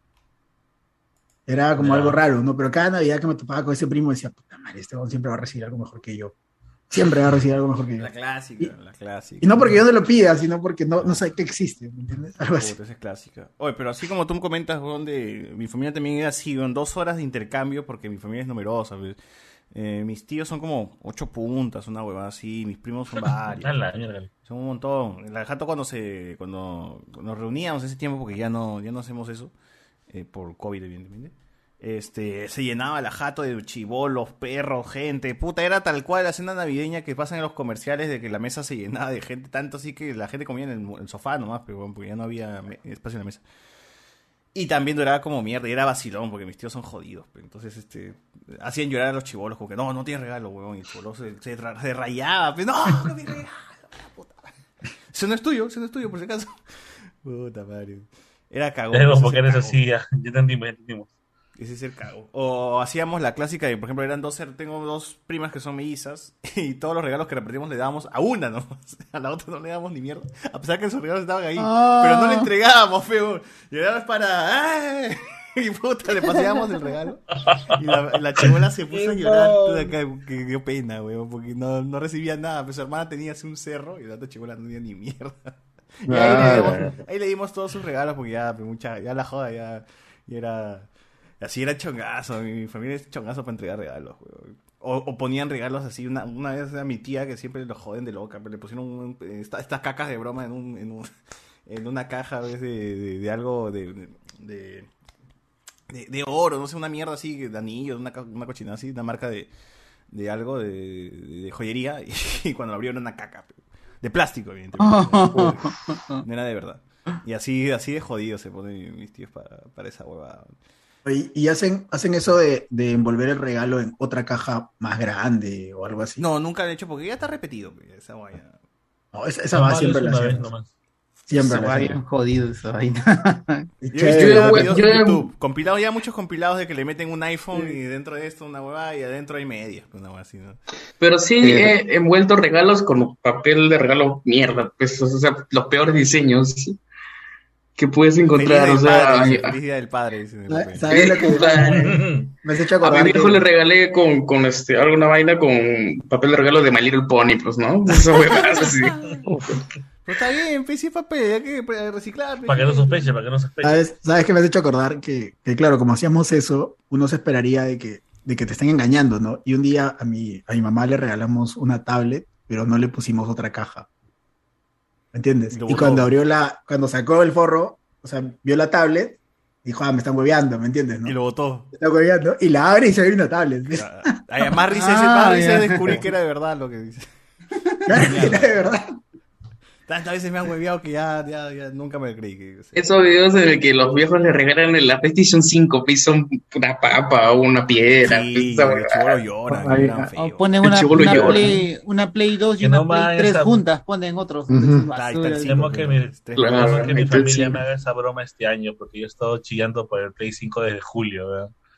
Era como algo raro, ¿no? Pero cada Navidad que me topaba con ese primo decía, puta madre, este hombre siempre va a recibir algo mejor que yo. Siempre va a recibir algo mejor que yo. La clásica. Y no porque yo no lo pida, sino porque no sé que existe, ¿me entiendes? Algo así. Puta, esa es clásica. Oye, pero así como tú comentas, donde mi familia también era así, en 2 horas de intercambio, porque mi familia es numerosa. Pues. Mis tíos son como 8 puntas, una huevada así, mis primos son varios. A la mierda. Son un montón. La jato cuando nos reuníamos ese tiempo, porque ya no hacemos eso, por COVID evidentemente. Se llenaba la jato de chibolos, perros, gente, puta, era tal cual la cena navideña que pasan en los comerciales de que la mesa se llenaba de gente, tanto así que la gente comía en el sofá nomás, pero bueno, porque ya no había espacio en la mesa. Y también duraba como mierda, y era vacilón, porque mis tíos son jodidos, pues. Entonces, hacían llorar a los chibolos, como que no tienes regalo, huevón, y el chibolo se rayaba, pues, no mi regalo, puta. Eso no es tuyo, por si acaso. Puta madre. Era cagón. Porque eres así, ya entendimos. Ese es el cago. O hacíamos la clásica de, por ejemplo, tengo dos primas que son mellizas y todos los regalos que repartimos le dábamos a una nomás. A la otra no le dábamos ni mierda. A pesar que sus regalos estaban ahí. Pero no le entregábamos, feo. Y era para... ¡ay! Y puta, le paseábamos el regalo. Y la chibola se puso a llorar. Que dio pena, weón, porque no recibía nada. Pero su hermana tenía así un cerro y la otra chibola no tenía ni mierda. Y ahí le dimos todos sus regalos porque ya la joda ya era... Así era chongazo, mi familia es chongazo para entregar regalos, weón. O ponían regalos así, una vez a mi tía que siempre lo joden de loca, pero le pusieron estas cacas de broma en una caja, ¿ves? De algo de oro, no sé, una mierda así, de anillos, una cochinada así, una marca de algo de joyería, y cuando lo abrieron era una caca, de plástico, evidentemente. No era de verdad. Y así de jodido se ponen mis tíos para esa huevada. ¿Y hacen eso de envolver el regalo en otra caja más grande o algo así? No, nunca lo he hecho porque ya está repetido esa vaina. No, esa va siempre la hacemos. Siempre la hacemos. Jodido esa vaina. YouTube, compilados ya, muchos compilados de que le meten un iPhone y dentro de esto una huevada y adentro hay medias, una huevada así, ¿no? Pero sí he envuelto regalos con papel de regalo mierda, pues, o sea, los peores diseños que puedes encontrar, Feliz Día del Padre. ¿Sabes lo que me has hecho acordar? A mi viejo le regalé con alguna vaina con papel de regalo de My Little Pony, pues, ¿no? Eso así. Pero está bien, PC papel, hay que reciclar. Para que no sospeche. ¿Sabes qué me has hecho acordar? Que claro, como hacíamos eso, uno se esperaría de que te estén engañando, ¿no? Y un día a mi mamá le regalamos una tablet, pero no le pusimos otra caja. ¿Me entiendes? Y cuando sacó el forro, o sea, vio la tablet, dijo, me están hueveando, ¿me entiendes? ¿No? Y lo botó. Me están hueveando, y la abre y se ve una tablet. Más risa descubrí que era de verdad lo que dice. Era de verdad. Tantas veces me han hueveado que ya nunca me creí. Esos videos en el que los viejos le regalan en la PlayStation 5, pues son una papa o una piedra. Sí, el chibolo llora. O ponen una Play 2 y una Play 3 juntas, ponen otros. Temo que mi familia me haga esa broma este año, porque yo he estado chillando por el Play 5 desde julio,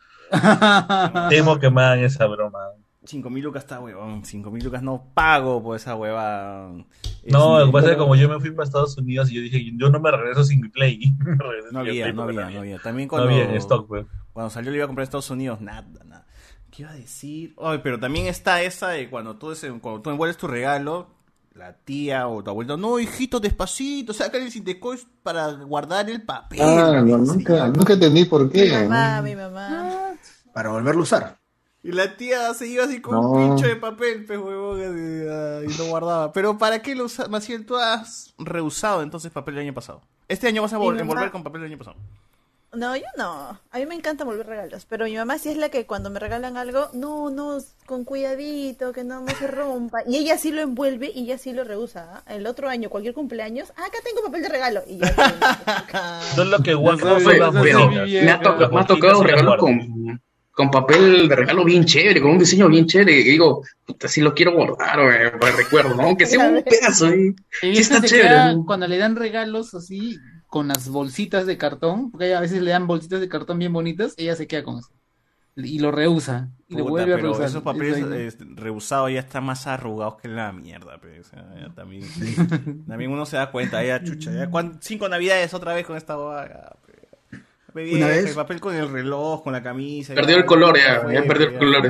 ¿verdad? Temo que me hagan esa broma. 5.000 lucas está, huevón. 5.000 lucas no pago por esa hueva. No, lo que pasa es que como yo me fui para Estados Unidos y yo dije, yo no me regreso sin mi Play. No había. También no había en stock, pues. Cuando salió le iba a comprar a Estados Unidos, nada. ¿Qué iba a decir? Ay, pero también está esa de cuando tú envuelves tu regalo, la tía o tu abuelo, no, hijito, despacito, sácale el Sintecoin para guardar el papel. Nunca entendí por qué. Mi mamá. Para volverlo a usar. Y la tía se iba así con un pincho de papel, pues, huevón, y lo guardaba. Pero ¿para qué lo usas? Maciel, tú has reusado entonces papel del año pasado. Este año vas a envolver con papel del año pasado. No, yo no. A mí me encanta envolver regalos. Pero mi mamá sí es la que cuando me regalan algo, no, con cuidadito, que no se rompa. Y ella sí lo envuelve y ella sí lo reusa. El otro año, cualquier cumpleaños, acá tengo papel de regalo. Y ya. Eso es lo que me ha tocado regalo con papel de regalo bien chévere, con un diseño bien chévere, y digo, puta, si lo quiero guardar, para recuerdo, ¿no? Aunque sea un pedazo, sí está chévere. Cuando le dan regalos así, con las bolsitas de cartón, porque a veces le dan bolsitas de cartón bien bonitas, ella se queda con eso. Y lo reusa. Y lo vuelve a reusar. Esos papeles reusados ya están más arrugados que la mierda, pero, o sea, ya también uno se da cuenta, ya chucha, ya 5 navidades otra vez con esta boba. Vieja, ¿una vez? El papel con el reloj, con la camisa. Perdió el color, ya perdió el color.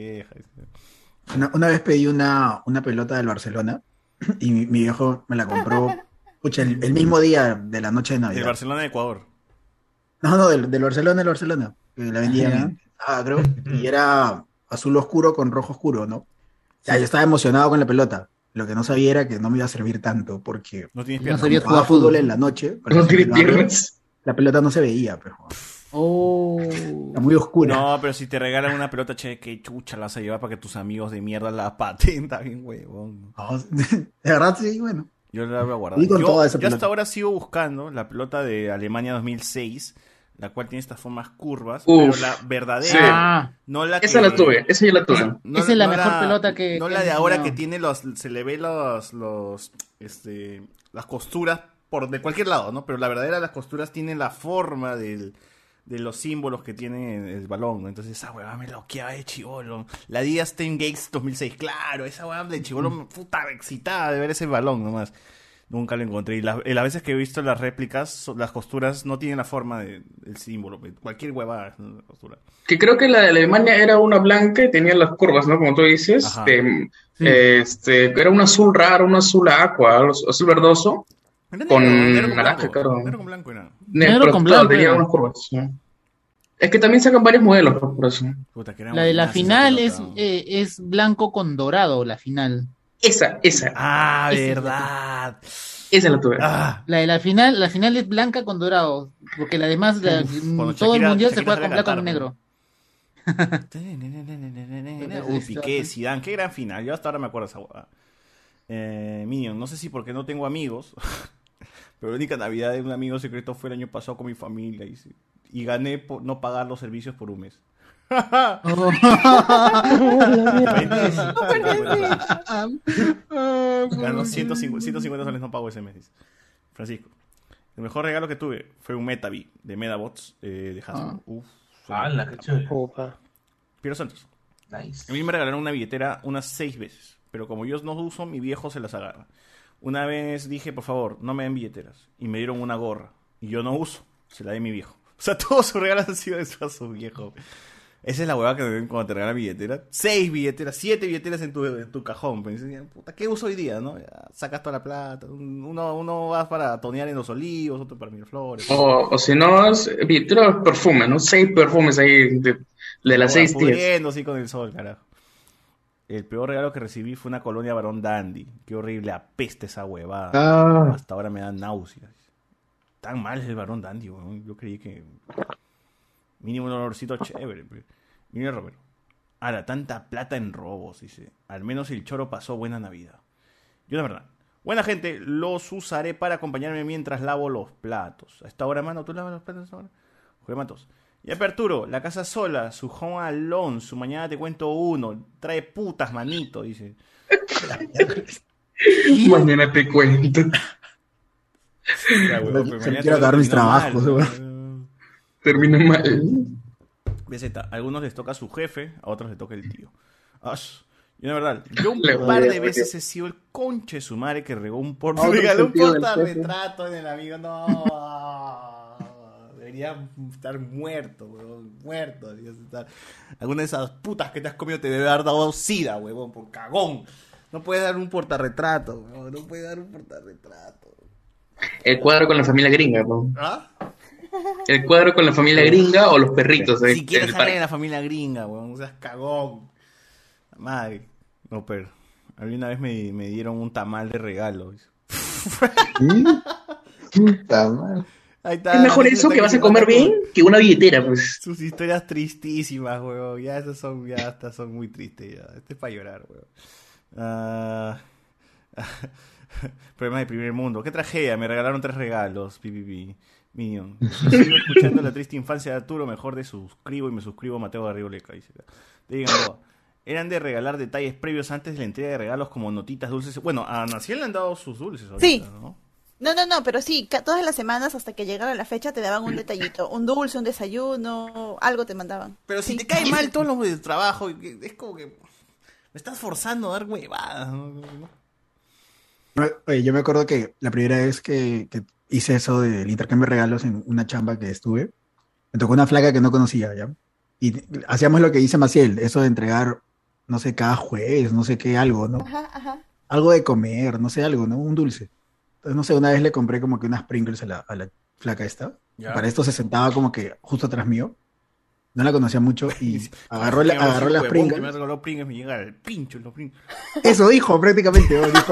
Una vez pedí una pelota del Barcelona y mi viejo me la compró el mismo día de la noche de Navidad. ¿Del Barcelona de Ecuador? No, del Barcelona, que la vendían creo, y era azul oscuro con rojo oscuro, ¿no? O sea, yo estaba emocionado con la pelota. Lo que no sabía era que no me iba a servir tanto porque no sabía jugar fútbol en la noche. No tienes piernas. La pelota no se veía, pero está muy oscura. No, pero si te regalan una pelota, que chucha la vas a llevar para que tus amigos de mierda la patenten, bien huevón. No, de verdad, sí, bueno. Yo la voy a guardar. Yo hasta ahora sigo buscando la pelota de Alemania 2006, la cual tiene estas formas curvas, pero la verdadera, no la que... Esa la tuve, esa yo la tuve. Esa es la mejor pelota que... No la de ahora que tiene se le ve las costuras de cualquier lado, ¿no? Pero la verdadera, las costuras tienen la forma del de los símbolos que tiene el balón, ¿no? Entonces esa huevada me loqueaba de chibolo. La Adidas Ten Gates 2006, claro, esa huevada de chibolo me puta excitada de ver ese balón nomás. Nunca lo encontré. Y las veces que he visto las réplicas, las costuras no tienen la forma del símbolo. Cualquier huevada es una costura. Que creo que la de Alemania era una blanca y tenía las curvas, ¿no? Como tú dices. Ajá. Era un azul raro, un azul aqua, azul verdoso. Con naranja, claro. Negro con blanco era. Negro con blanco. Tenía unas curvas. ¿Sí? Es que también sacan varios modelos, ¿no? Por eso. La de la final es blanco con dorado, la final. Esa. Ah, verdad. Esa la tuve. La de la final es blanca con dorado, porque la demás, todo el mundial se juega con blanco con negro. Piqué, Zidane, qué gran final. Yo hasta ahora me acuerdo de esa huevada. Minion, no sé si porque no tengo amigos, pero la única Navidad de un amigo secreto fue el año pasado con mi familia y gané por no pagar los servicios por un mes. Ganó 150 soles, no pago ese mes, dice Francisco. El mejor regalo que tuve fue un Metavi de Medabots de Hasbro. Qué chévere. Piero Santos. Nice. A mí me regalaron una billetera unas 6 veces, pero como yo no uso, mi viejo se las agarra. Una vez dije, por favor, no me den billeteras, y me dieron una gorra, y yo no uso, se la di a mi viejo. O sea, todos sus regalos han sido eso a su viejo. Esa es la huevada que me ven cuando te regalan billetera. 6 billeteras, 7 billeteras en tu cajón. Pero dicen, puta, ¿qué uso hoy día, no? Ya, sacas toda la plata. Uno va para tonear en Los Olivos, otro para Miraflores. O si no, billetera perfume, ¿no? 6 perfumes ahí de las 6 tías. Pudriendo así con el sol, carajo. El peor regalo que recibí fue una colonia Barón Dandy. Qué horrible, apesta esa huevada. Hasta ahora me dan náuseas. Tan mal es el Barón Dandy, weón. Yo creí que... Mínimo un olorcito chévere. Mira, Romero. Ahora, tanta plata en robos, dice. Al menos el choro pasó buena Navidad. Yo, la verdad. Buena gente, los usaré para acompañarme mientras lavo los platos. A esta hora, mano, ¿tú lavas los platos ahora? Juega Matos. Y Aperturo, la casa sola, su home alone, su mañana te cuento uno. Trae putas, manito, dice. Mañana te cuento. Ya, huevón, pero mañana Quiero acabar mis trabajos, termina mal. BZ, a algunos les toca su jefe, a otros les toca el tío. Yo, de verdad, yo un par de veces he sido el conche de su madre que regó un regaló un portarretrato en el amigo. No, debería estar muerto, huevón, muerto. Alguna de esas putas que te has comido te debe haber dado sida, huevón, por cagón. No puedes dar un portarretrato, huevón, no puedes dar un portarretrato. El cuadro con la familia gringa, ¿no? ¿Ah? El cuadro con la familia gringa o los perritos. Si quieres salir de la familia gringa, weón, o sea, cagón. Madre. No, pero a mí una vez me dieron un tamal de regalo. Un tamal. Ahí está, es mejor eso que vas a comer bien que una billetera, pues. Sus historias tristísimas, weón. Ya esas son, son muy tristes. Ya. Este es para llorar, weón. Problemas de primer mundo. Qué tragedia, me regalaron 3 regalos. Minion. Si sigo escuchando la triste infancia de Arturo, mejor desuscribo y me suscribo a Mateo Garrido Leca. Díganlo. Eran de regalar detalles previos antes de la entrega de regalos como notitas dulces. Bueno, a Naciel le han dado sus dulces ahorita, sí. ¿no? No, pero sí, todas las semanas hasta que llegara la fecha te daban un detallito, un dulce, un desayuno, algo te mandaban. Pero si te cae mal todos los de trabajo, es como que me estás forzando a dar huevadas, ¿no? Oye, yo me acuerdo que la primera vez que hice eso del intercambio de regalos en una chamba que estuve, me tocó una flaca que no conocía, ¿ya? Y hacíamos lo que dice Maciel, eso de entregar, no sé, cada jueves, no sé qué, algo, ¿no? Ajá. Algo de comer, no sé, algo, ¿no? Un dulce. Entonces, no sé, una vez le compré como que unas Pringles a la flaca esta. Para esto se sentaba como que justo atrás mío. No la conocía mucho y agarró las Pringles. Me regaló Pringles, me llega el pincho los Pringles. Eso dijo prácticamente, dijo.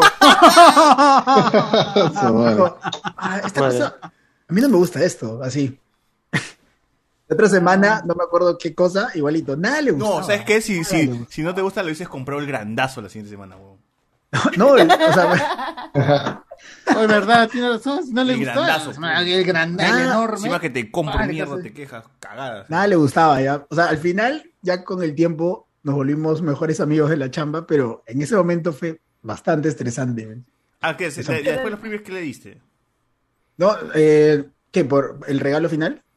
Esta cosa, a mí no me gusta esto, así. La otra semana, no me acuerdo qué cosa, igualito, nada le gustaba. No, ¿sabes qué? Si no te gusta, lo dices comprar el grandazo la siguiente semana, weón. No, o sea, es verdad, tiene razón, si no le gustaba. El grandazo enorme. Encima que te compro mierda, te quejas, cagadas. Nada le gustaba ya. O sea, al final, ya con el tiempo, nos volvimos mejores amigos de la chamba, pero en ese momento fue bastante estresante. ¿Qué? ¿Después los premios que le diste? No, ¿qué? ¿Por el regalo final?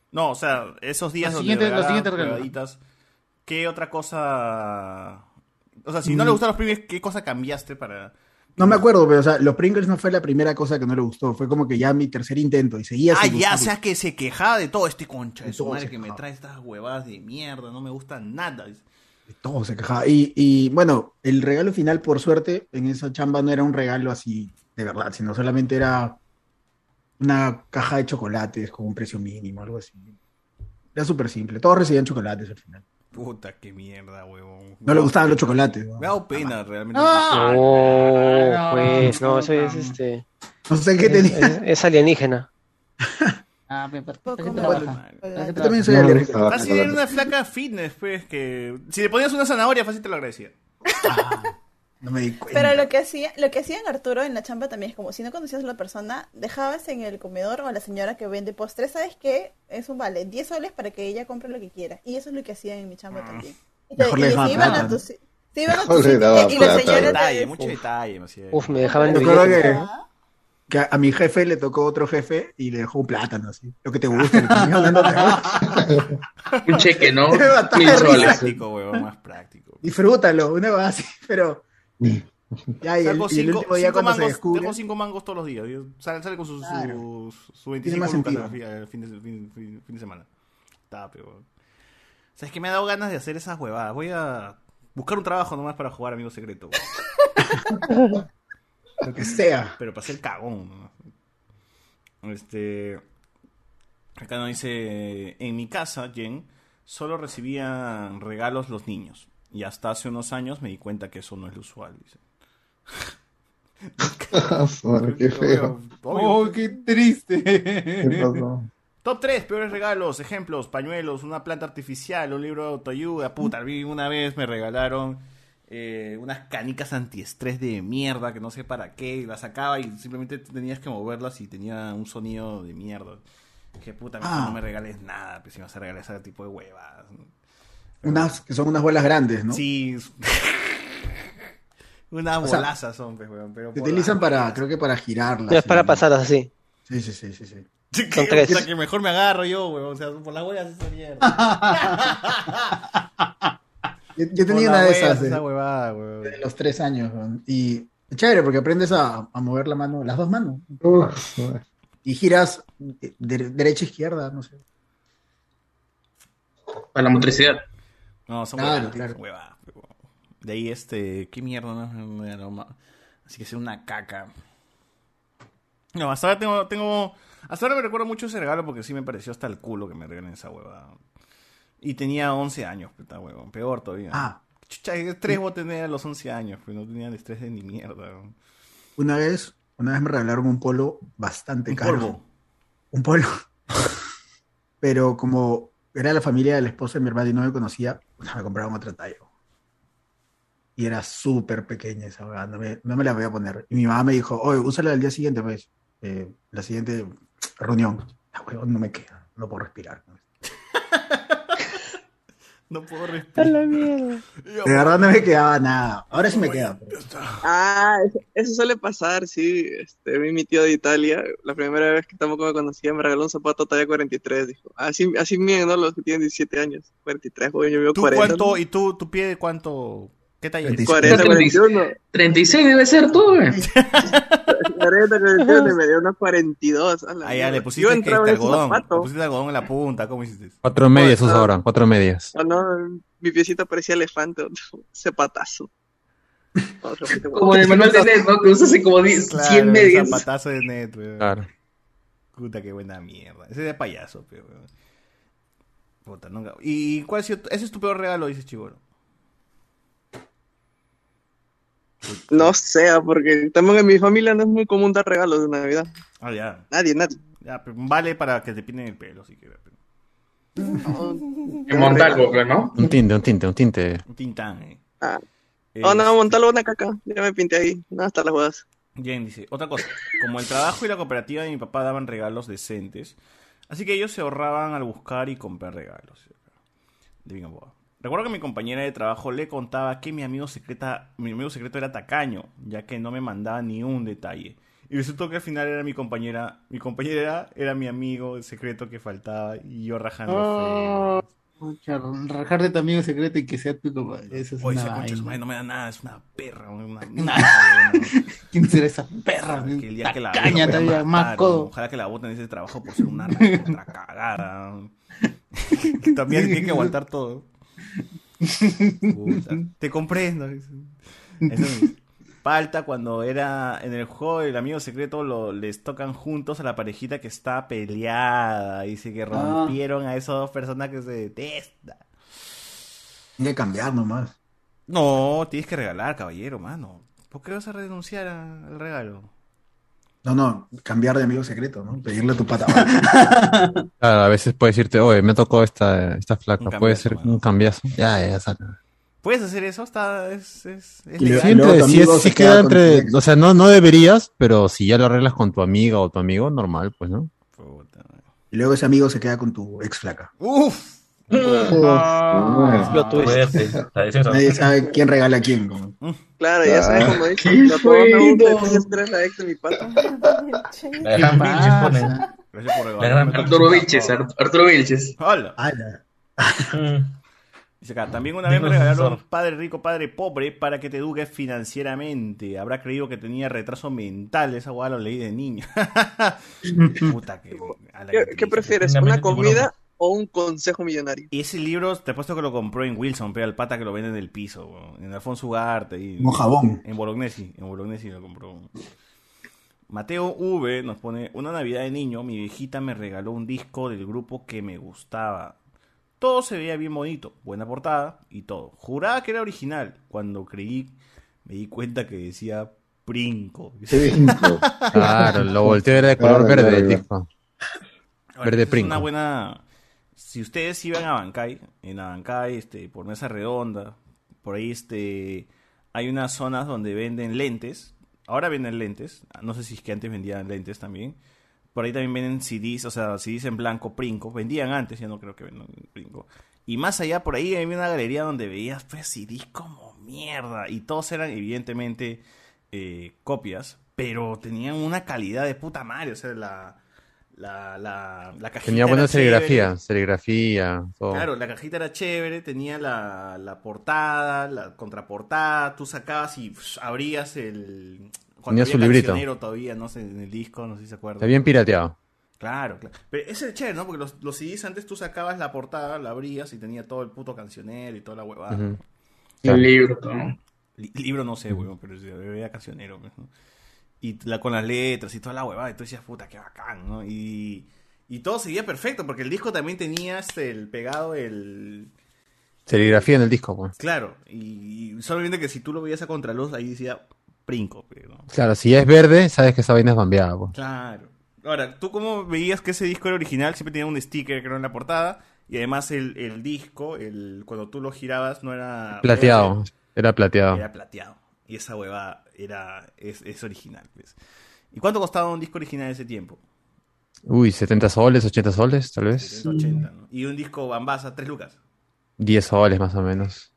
No, o sea, esos días Los donde siguientes regalaban regalos. huevaditas, ¿qué otra cosa? O sea, si no le gustaron los Pringles, ¿qué cosa cambiaste para...? No me acuerdo, pero o sea, los Pringles no fue la primera cosa que no le gustó, fue como que ya mi tercer intento y seguía Ah, sin ya, o gustarle. sea, que se quejaba de todo este concha de su todo madre se que me trae estas huevadas de mierda, no me gusta nada. Todo se quejaba. Y bueno, el regalo final, por suerte, en esa chamba no era un regalo así de verdad, sino solamente era una caja de chocolates con un precio mínimo, algo así. Era súper simple. Todos recibían chocolates al final. Puta, qué mierda, huevón. No le gustaban los chocolates. Me ha dado pena, realmente. No, pues, no, eso es No sé qué tenía. Es alienígena. Ah, pero ¿para qué Poco trabaja? mal. Yo también soy alérgico. Estás en una flaca fitness, pues, que... Si le ponías una zanahoria, fácil te lo agradecía. No me di cuenta. Pero lo que hacían Arturo en la chamba también es como si no conocías a la persona, dejabas en el comedor o a la señora que vende postres, ¿sabes qué? Es un vale, 10 soles para que ella compre lo que quiera. Y eso es lo que hacían en mi chamba también. Y Mejor le dejaban se iban plata, a tu ¿no? se iban a tu Mejor le sitio daban y la plata. señora Detalle, mucho detalle. Me hacía. Uf, me dejaban Yo el creo billete. que a mi jefe le tocó otro jefe y le dejó un plátano, así. Lo que te gusta. Lo que me iba dando Un cheque, ¿no? Me mataba 1000 de risa. soles. Práctico, huevón, más práctico. Disfrútalo, una va así, pero. Ya, y el, Saco y el último día cuando se mangos, descubre. dejo 5 mangos todos los días. Sale con Claro. su Tiene 25 más lucas sentido. al fin de semana. Está, pero... ¿Sabes qué? Me ha dado ganas de hacer esas huevadas. Voy a buscar un trabajo nomás para jugar Amigo Secreto. Lo que sea. Pero para ser cagón, ¿no? Acá nos dice... En mi casa, Jen, solo recibían regalos los niños. Y hasta hace unos años me di cuenta que eso no es lo usual, dice. Qué feo. Oh, qué triste. ¿Qué pasó? Top 3 peores regalos, ejemplos, pañuelos, una planta artificial, un libro de autoayuda. Puta, vi una vez me regalaron unas canicas antiestrés de mierda que no sé para qué. Las sacaba y simplemente tenías que moverlas y tenía un sonido de mierda. Que puta, no me regales nada, pues si me vas a regalar ese tipo de huevas. Unas que son unas bolas grandes, ¿no? Sí. Unas O sea, bolazas son, pues, weón. Pero Se utilizan para, creo que para girarlas. Es para pasarlas así. Sí, sí, sí, sí, sí. Son tres. O sea, que mejor me agarro yo, weón. O sea, por las huevas esa mierda. Yo tenía una de esas esa huevada, weón. de los 3 años, weón. Y es chévere porque aprendes a mover la mano, las dos manos. Y giras derecha e izquierda, no sé. Para la motricidad. No, son Claro, huevadas, claro. son huevadas, weón. De ahí, ¿qué mierda? No, así que es una caca. No, hasta ahora hasta ahora me recuerdo mucho ese regalo porque sí me pareció hasta el culo que me regalen esa huevada. Y tenía 11 años, puta huevón. Peor todavía. Ah. Chucha, ¿qué estrés vos tenés a los 11 años? Pues no tenía estrés de ni mierda. Weón. Una vez me regalaron un polo bastante Un caro. polvo. Un polo. Pero como era la familia de la esposa de mi hermano y no me conocía, me compraron otra talla. Y era súper pequeña esa huevada, no me la voy a poner. Y mi mamá me dijo, oye, úsala al día siguiente, pues. La siguiente reunión. La huevón no me queda, no puedo respirar. No puedo respirar. De verdad no me quedaba nada. Ahora sí me queda. Pero... Ah, eso suele pasar, sí. Mi tío de Italia, la primera vez que tampoco me conocía, me regaló un zapato talla 43. Dijo, así bien, ¿no? Los que tienen 17 años. 43, joder, yo vivo ¿Tú 40. cuánto? ¿no? ¿Y tu pie de cuánto? ¿Qué talla es? 40, 41. 36 debe ser tú, güey. 40, 41, me dio unos 42. Ah, ya, le pusiste algodón. Le pusiste algodón en la punta, ¿cómo hiciste? 4 medias usa ahora, 4 medias. No, mi piecito parecía elefante, ese patazo. Como de Manuel de Net, ¿no? Que usa así como 100 medias. Zapatazo de net, weón. Claro. Puta, qué buena mierda. Ese es de payaso, pero weón. Puta, nunca. ¿Y cuál ha sido? Ese es tu peor regalo, dices, chibolo. No sé, porque también en mi familia no es muy común dar regalos de Navidad. Ah, ya. Nadie. Ya, pero vale para que te pinten el pelo, si quieres. En Montalvo, ¿no? Un tinte. Un tintán, Oh, no, montarlo una caca. Ya me pinté ahí. No, hasta las bodas. Jen dice, otra cosa. Como el trabajo y la cooperativa de mi papá daban regalos decentes, así que ellos se ahorraban al buscar y comprar regalos. Recuerdo que mi compañera de trabajo le contaba que mi amigo secreto era tacaño, ya que no me mandaba ni un detalle. Y resultó que al final era mi compañera. Mi compañera era mi amigo secreto que faltaba y yo rajando Oh, feo. pucha, rajarte tu amigo secreto y que sea tu compadre. Eso es Oye, una esa concha de su vaina. madre no me da nada, es una perra, una Nah. mierda, ¿Quién será esa perra? que el día que la Tacaña voten, todavía, más mataron. codo. Ojalá que la voten en ese trabajo por ser una otra cagada. También tiene que aguantar todo. Puta, te comprendo. Eso es. Falta cuando era en el juego del amigo secreto les tocan juntos a la parejita que está peleada. Dice que rompieron a esas dos personas que se detestan. Tiene que cambiar nomás. No, tienes que regalar, caballero, mano. ¿Por qué vas a renunciar al regalo? No, cambiar de amigo secreto, ¿no? Pedirle tu pata. Claro, a veces puede decirte, oye, me tocó esta flaca, Un puede cambiazo, ser mano. un cambiazo. Ya, sale. ¿Puedes hacer eso? Es Y legal. Siempre, tu si amigo es, se si queda queda con entre, tu ex. o sea, no deberías, pero si ya lo arreglas con tu amiga o tu amigo, normal, pues, ¿no? Y luego ese amigo se queda con tu ex flaca. ¡Uf! Plot twist. Nadie sabe quién regala a quién. ¿no? Claro, ya sabes Ah, como dice, qué lo todo me gusta, bueno. entonces tú eres la ex de mi pata. La dejan pinches, ponen. Gracias por La regalarme gran tu Arturo chapa. Vilches, Arturo Vilches. ¡Hala! Dice acá, también una vez me regalaron padre rico, padre pobre para que te eduques financieramente. Habrá creído que tenía retraso mental. Esa guada lo leí de niño. Puta que... ¿Qué prefieres, una comida o un consejo millonario? Y ese libro, te apuesto que lo compró en Wilson, pero el pata que lo vende en el piso, weón, en Alfonso Ugarte. Y, Como jabón. En Bolognesi lo compró. Mateo V nos pone, una Navidad de niño, mi viejita me regaló un disco del grupo que me gustaba. Todo se veía bien bonito, buena portada y todo. Juraba que era original. Cuando creí, me di cuenta que decía Princo. Claro, lo volteé era de color Claro, verde el claro. disco. Ahora, Verde es Princo. una buena... Si ustedes iban a Abancay, en Abancay, por Mesa Redonda, por ahí hay unas zonas donde venden lentes. Ahora venden lentes. No sé si es que antes vendían lentes también. Por ahí también venden CDs, o sea, CDs en blanco, Princo. Vendían antes, ya no creo que vendan Princo. Y más allá, por ahí había una galería donde veías pues CDs como mierda. Y todos eran, evidentemente, copias. Pero tenían una calidad de puta madre. O sea, la cajita Tenía buena era chévere. serigrafía, todo. Claro, la cajita era chévere, tenía la portada, la contraportada, tú sacabas y abrías el... Cuando Tenía su había librito. cancionero todavía, no sé, en el disco, no sé si se acuerdan. Está bien pirateado. Claro. Pero ese es chévere, ¿no? Porque los CDs antes tú sacabas la portada, la abrías y tenía todo el puto cancionero y toda la huevada. Ujú. El libro, ¿no? Libro no sé, huevón, pero era cancionero, pues, ¿no? Y con las letras y toda la huevada, y tú decías, puta, qué bacán, ¿no? Y todo seguía perfecto, porque el disco también tenía el pegado, Serigrafía en el disco, pues. Claro, y solamente que si tú lo veías a contraluz, ahí decía Princo, ¿no? Claro, si ya es verde, sabes que esa vaina es bambeada, pues. Claro. Ahora, ¿tú cómo veías que ese disco era original? Siempre tenía un sticker, creo, en la portada, y además el disco, cuando tú lo girabas, no era... Plateado, verde, era plateado. era plateado. Y esa huevada es original, pues. ¿Y cuánto costaba un disco original en ese tiempo? Uy, 70 soles, 80 soles, tal vez. 70, 80, ¿no? Y un disco Bambasa, 3 lucas. 10 soles más o menos.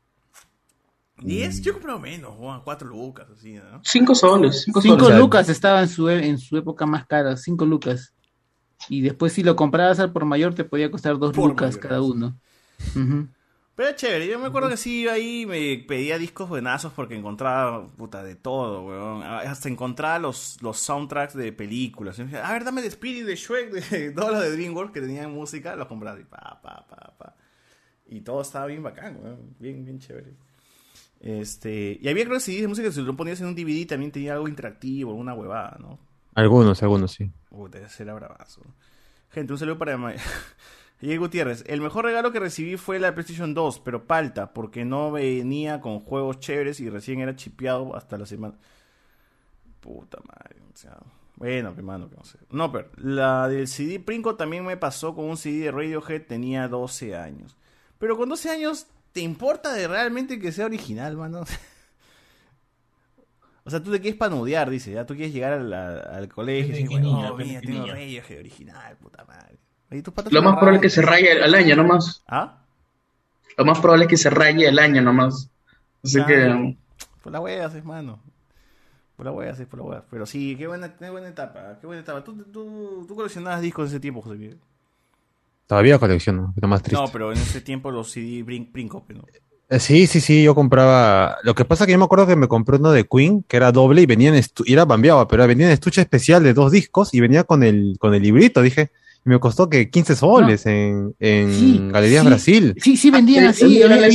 10, yo he comprado menos, 4 lucas, así, ¿no? 5 soles. 5 5 soles. lucas estaba en su época más cara, 5 lucas. Y después si lo comprabas al por mayor te podía costar 2 Por lucas mayor, cada uno. Ujú. Pero es chévere, yo me acuerdo que sí, iba ahí me pedía discos buenazos porque encontraba, puta, de todo, weón. Hasta encontraba los soundtracks de películas. Y me decía, a ver, dame de Spirit, de Shrek, de todos los de DreamWorks que tenían música, los compraba así, pa. Y todo estaba bien bacán, weón, bien chévere. Y había, creo que CDs de música que si lo ponías en un DVD también tenía algo interactivo, alguna huevada, ¿no? Algunos, sí. Puta, ese era bravazo. Gente, un saludo para Miguel Gutiérrez. El mejor regalo que recibí fue la PlayStation 2, pero palta, porque no venía con juegos chéveres y recién era chipeado hasta la semana. Puta madre, o sea... Bueno, hermano, que no sé. No, pero la del CD Princo también me pasó con un CD de Radiohead, tenía 12 años. Pero con 12 años, ¿te importa de realmente que sea original, mano? O sea, tú te quieres panudear, dice, ya tú quieres llegar al colegio y decir, bueno, mira, tengo Radiohead original, puta madre. Oye, tus patas Lo son más probable es raras. que se raye al año nomás. ¿Ah? Lo más probable es que se raye al año nomás. Así que... Pues la huevas, hermano. Por la wea, sí, por la wea. Pero sí, qué buena etapa, qué buena etapa. ¿Tú coleccionabas discos en ese tiempo, José Miguel? Todavía colecciono, lo más triste. No, pero en ese tiempo los CD Brinco, ¿no? Sí, yo compraba. Lo que pasa es que yo me acuerdo que me compré uno de Queen, que era doble y venía y era bambeado, pero venía en estuche especial de 2 discos y venía con el librito, dije. Y me costó que 15 soles en Galerías Brasil. Sí, vendían así.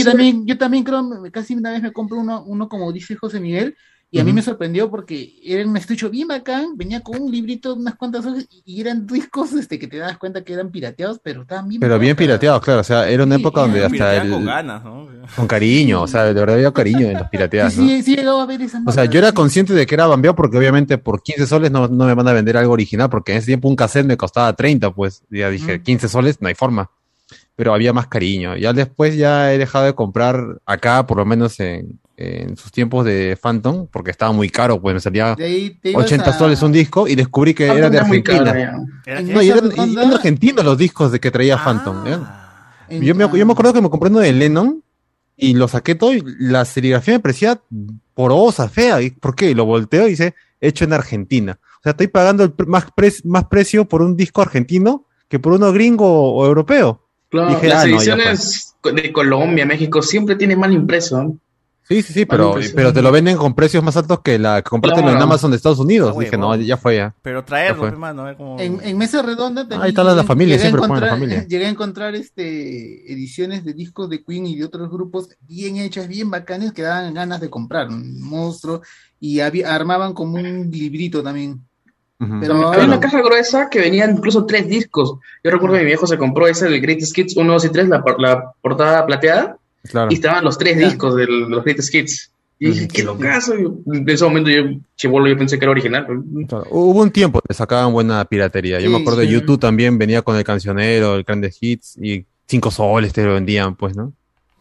Yo también creo, casi una vez me compré uno como dice José Miguel, y a mí me sorprendió porque era un estuche bien bacán, venía con un librito, unas cuantas hojas, y eran discos que te das cuenta que eran pirateados, pero estaban bien. Pero bien pirateados, claro. O sea, era una época donde hasta con ganas, ¿no? Con cariño, o sea, de verdad había cariño en los pirateadas, ¿no? Sí, llegaba a ver esa O sea, yo era consciente de que era bambeado porque obviamente por 15 soles no me van a vender algo original, porque en ese tiempo un cassette me costaba 30, pues. Ya dije, 15 soles, no hay forma. Pero había más cariño. Ya después ya he dejado de comprar acá, por lo menos en sus tiempos de Phantom, porque estaba muy caro, pues me salía 80 soles un disco y descubrí que era de Argentina. Y eran argentinos los discos de que traía Phantom. Yo me acuerdo que me compré uno de Lennon y lo saqué todo y la serigrafía me parecía porosa, fea. ¿Y por qué? Y lo volteo y dice, hecho en Argentina. O sea, estoy pagando más precio por un disco argentino que por uno gringo o europeo. Claro, dije, las ediciones de Colombia, México, siempre tienen mal impreso, ¿no? Sí, pero te lo venden con precios más altos que la que compraste en Amazon de Estados Unidos. Dije, no, ya fue ya. Pero traerlo, hermano, a ver cómo... En Mesa Redonda también. Ahí está la familia, siempre ponen la familia. Llegué a encontrar ediciones de discos de Queen y de otros grupos bien hechas, bien bacanes, que daban ganas de comprar. Un monstruo. Y armaban como un librito también. Pero había una caja gruesa que venían incluso 3 discos. Yo recuerdo que mi viejo se compró ese del Greatest Hits 1, 2 y 3, la portada plateada. Claro. Y estaban los 3 discos de los Greatest Hits. Y dije, qué locazo. En ese momento yo pensé que era original. Claro. Hubo un tiempo que sacaban buena piratería. Yo me acuerdo de YouTube también venía con el cancionero, el Greatest Hits, y 5 soles te lo vendían, pues, ¿no?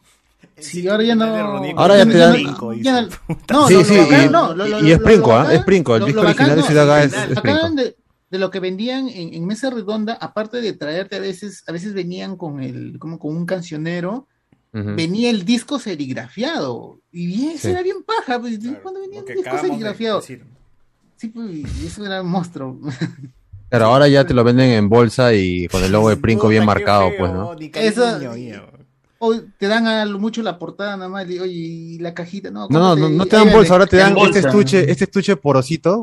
Sí, ahora ya no. Ahora ya te dan. Y es Princo, ¿ah? Es Princo. El disco original de Ciudad Gá es Princo. De lo que vendían en Mesa Redonda, aparte de traerte a veces venían con un cancionero. Venía el disco serigrafiado y eso era bien paja, pues, cuando venía un disco serigrafiado. Sí, pues, eso era un monstruo. Pero ahora ya te lo venden en bolsa y con el logo de Princo bien marcado, pues, ¿no? Eso, o te dan a lo mucho la portada nada más, oye, y la cajita, no te dan bolsa, ahora te dan este estuche porosito,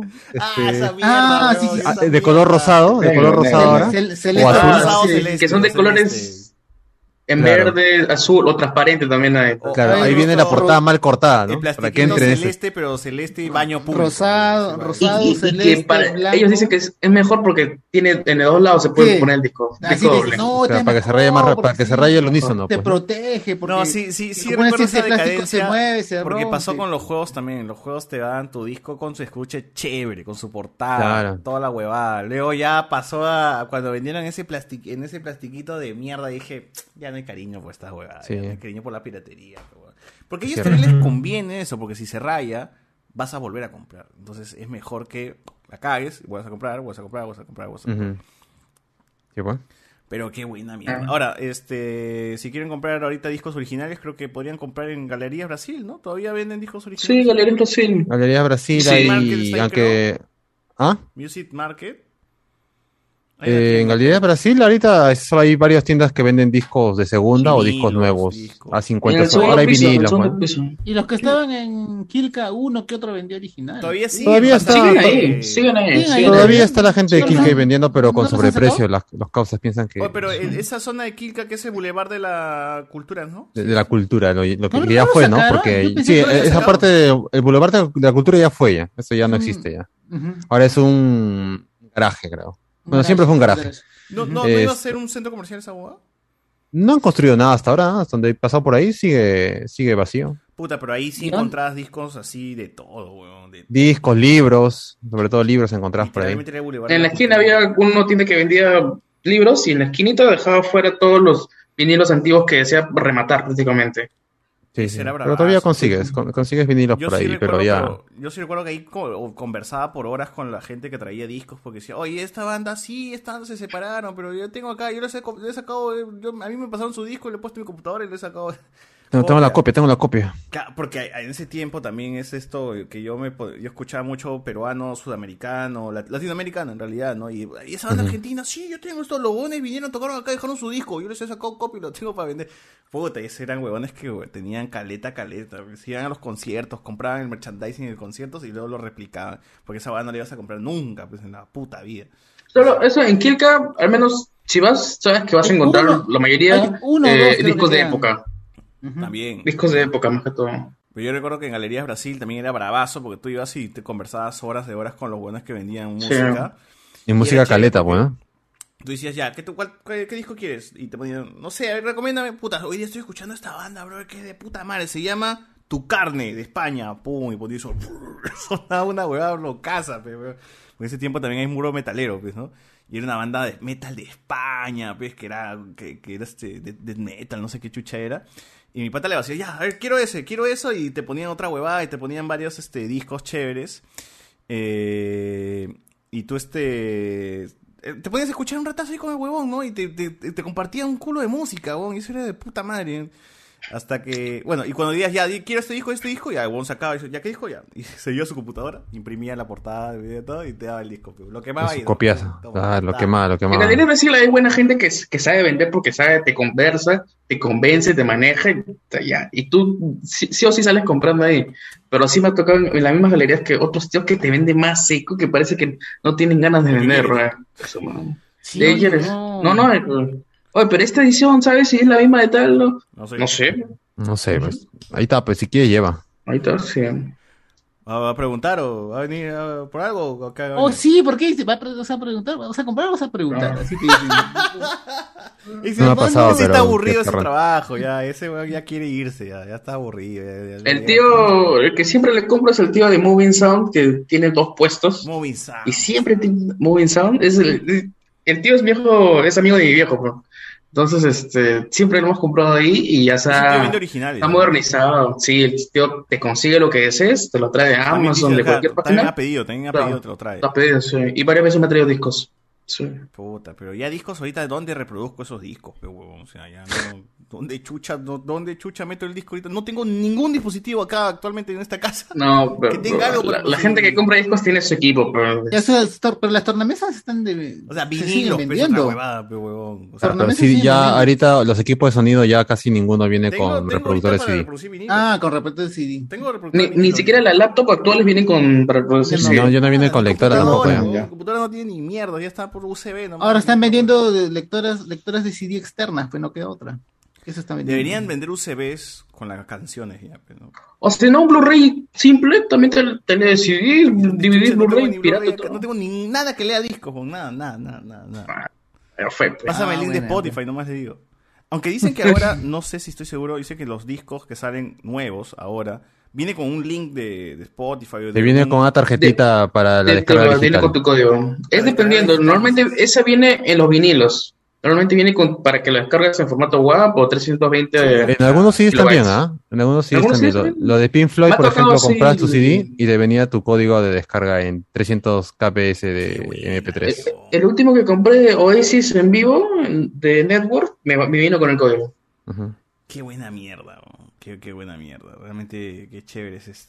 de color rosado, ahora, o azul, que son de colores en verde, azul o transparente también hay. Claro, ahí viene la portada mal cortada, ¿no? Para que entre celeste, pero celeste y baño público. Rosado, y celeste, que ellos dicen que es mejor porque tiene en los 2 lados se puede poner el disco doble. Para que se raye más, para que se raye el unísono. Te protege, porque no, sí recuerdo esa decadencia, porque pasó con los juegos también. Los juegos te dan tu disco con su escuche chévere, con su portada, toda la huevada. Luego ya pasó a cuando vendieron ese plastiquito de mierda, dije, ya no hay cariño por estas huevadas, no hay cariño por la piratería. Porque a ellos también les conviene eso, porque si se raya, vas a volver a comprar. Entonces es mejor que la cagues, vuelvas a comprar. ¿Qué bueno? Pero qué buena mierda. Ahora, si quieren comprar ahorita discos originales, creo que podrían comprar en Galerías Brasil, ¿no? ¿Todavía venden discos originales? Sí, Galerías Brasil. Galerías Brasil, y aunque... ¿Ah? Music Market. En Galerías Brasil ahorita solo hay varias tiendas que venden discos de segunda o discos nuevos a 50 soles. Ahora hay vinilos. Y los que estaban en Quilca, uno que otro vendía original. Todavía siguen ahí. Todavía está la gente de Quilca ahí vendiendo, pero con sobreprecio. Los causas piensan que... Pero esa zona de Quilca, que es el bulevar de la cultura, ¿no? De la cultura, lo que ya fue, ¿no? Porque sí, esa parte del bulevar de la cultura ya fue ya. Eso ya no existe ya. Ahora es un garaje, creo. Bueno, siempre fue un garaje. ¿No iba a ser un centro comercial esa hueá? No han construido nada hasta ahora. Hasta donde he pasado por ahí sigue vacío. Puta, pero ahí sí encontrabas discos así de todo, weón. Discos, libros, sobre todo libros encontrabas por ahí. En la esquina había una tienda que vendía libros y en la esquinita dejaba fuera todos los vinilos antiguos que desea rematar prácticamente. Sí, pero todavía consigues vinilos por ahí, pero ya... Yo sí recuerdo que ahí conversaba por horas con la gente que traía discos, porque decía, oye, esta banda se separaron, pero yo tengo acá, yo les he sacado, a mí me pasaron su disco, le he puesto en mi computadora y le he sacado... Tengo la copia. Claro, porque en ese tiempo también es esto que yo escuchaba mucho peruano, sudamericano, latinoamericano en realidad, ¿no? Y esa banda argentina, sí, yo tengo estos lobones, vinieron, tocaron acá, dejaron su disco, yo les he sacado copia y lo tengo para vender. Puta, y esos eran huevones que tenían caleta, se iban a los conciertos, compraban el merchandising de conciertos y luego lo replicaban, porque esa banda no la ibas a comprar nunca, pues en la puta vida. Solo eso, en Quilca, al menos, si vas, sabes que vas a encontrar la mayoría discos de época. También. Discos de época, más que todo. Pero yo recuerdo que en Galerías Brasil también era bravazo, porque tú ibas y te conversabas horas de horas con los buenos que vendían música. Y música caleta, pues, ¿no? Tú decías, ya, ¿qué disco quieres? Y te ponían, no sé, a ver, recomiéndame, puta, hoy día estoy escuchando esta banda, bro, que es de puta madre, se llama Tu Carne, de España, pum, y ponía eso, sonaba una huevada locaza, pero en ese tiempo también hay muro metalero, pues, ¿no? Y era una banda de metal de España, pues, que era death metal, no sé qué chucha era. Y mi pata le decía, ya, a ver, quiero eso, y te ponían otra huevada, y te ponían varios discos chéveres. Y tú te podías escuchar un ratazo ahí con el huevón, ¿no? Y te compartían un culo de música, huevón, y eso era de puta madre. Hasta que, bueno, y cuando digas, ya, quiero este disco, ya el huevón sacaba y dice, ya, ¿qué disco? Ya. Y se dio a su computadora, imprimía la portada, el video, todo, y te daba el disco. Lo quemaba ahí. Copias. Lo quemaba. En Galerías Brasil hay buena gente que sabe vender porque sabe, te conversa, te convence, te maneja, y tú sí o sí sales comprando ahí. Pero sí me ha tocado en las mismas galerías que otros tíos que te venden más seco, que parece que no tienen ganas de vender, ¿verdad? Eso, man. Sí, Oye, pero esta edición, ¿sabes si es la misma de tal? No sé. Pues. Ahí está, pues si quiere lleva. Ahí está, sí. ¿Va a preguntar o va a venir por algo? Sí, ¿por qué? ¿Vas a preguntar? ¿Vas a comprar o vas a preguntar? Así que y si no está aburrido ese trabajo, ya ese ya quiere irse, ya está aburrido. El que siempre le compro es el tío de Moving Sound, que tiene 2 puestos. Moving Sound. Y siempre tiene Moving Sound. El tío es viejo, es amigo de mi viejo, bro. Entonces, siempre lo hemos comprado ahí y ya está modernizado. Sí, el tío te consigue lo que desees, te lo trae de Amazon, de cualquier página. También ha pedido, te lo trae. Ha pedido, sí. Y varias veces me ha traído discos. Sí. Puta, pero ya discos ahorita, ¿dónde reproduzco esos discos, huevón? O sea, ya no... ¿Dónde chucha meto el disco ahorita? No tengo ningún dispositivo acá actualmente en esta casa. No, pero la gente que compra discos tiene su equipo, pero las tornamesas están o sea, vinilos, vendiendo. Huevada, huevón. O sea, pero sí, ya ahorita los equipos de sonido ya casi ninguno viene con reproductores CD. Con reproductores CD. Ni siquiera la laptop actuales vienen para reproducir CD. No, ya no viene con lectora tampoco. La computadora no tiene ni mierda, ya está por USB. Ahora están vendiendo lectoras de CD externas, pues no queda otra. Eso está vendiendo. Deberían vender UCBs con las canciones ya, pero... O si no, un Blu-ray simple, también te lee CD, DVD, Blu-ray, pirata. No tengo ni nada que lea discos, nada. Perfecto. Pásame el link de Spotify, nomás le digo. Aunque dicen que ahora, no sé si estoy seguro, dicen que los discos que salen nuevos ahora, viene con un link de Spotify. Te viene con una tarjetita para la descarga digital. Viene con tu código. Es dependiendo, normalmente esa viene en los vinilos. Normalmente viene para que lo descargues en formato WAV o 320. En algunos CDs también, ¿ah? En algunos CDs también. Lo de Pink Floyd, por ejemplo, compras tu CD y te venía tu código de descarga en 300 kbps de MP3. El último que compré de Oasis en vivo, de Network, me vino con el código. Qué buena mierda, qué buena mierda. Realmente, qué chévere es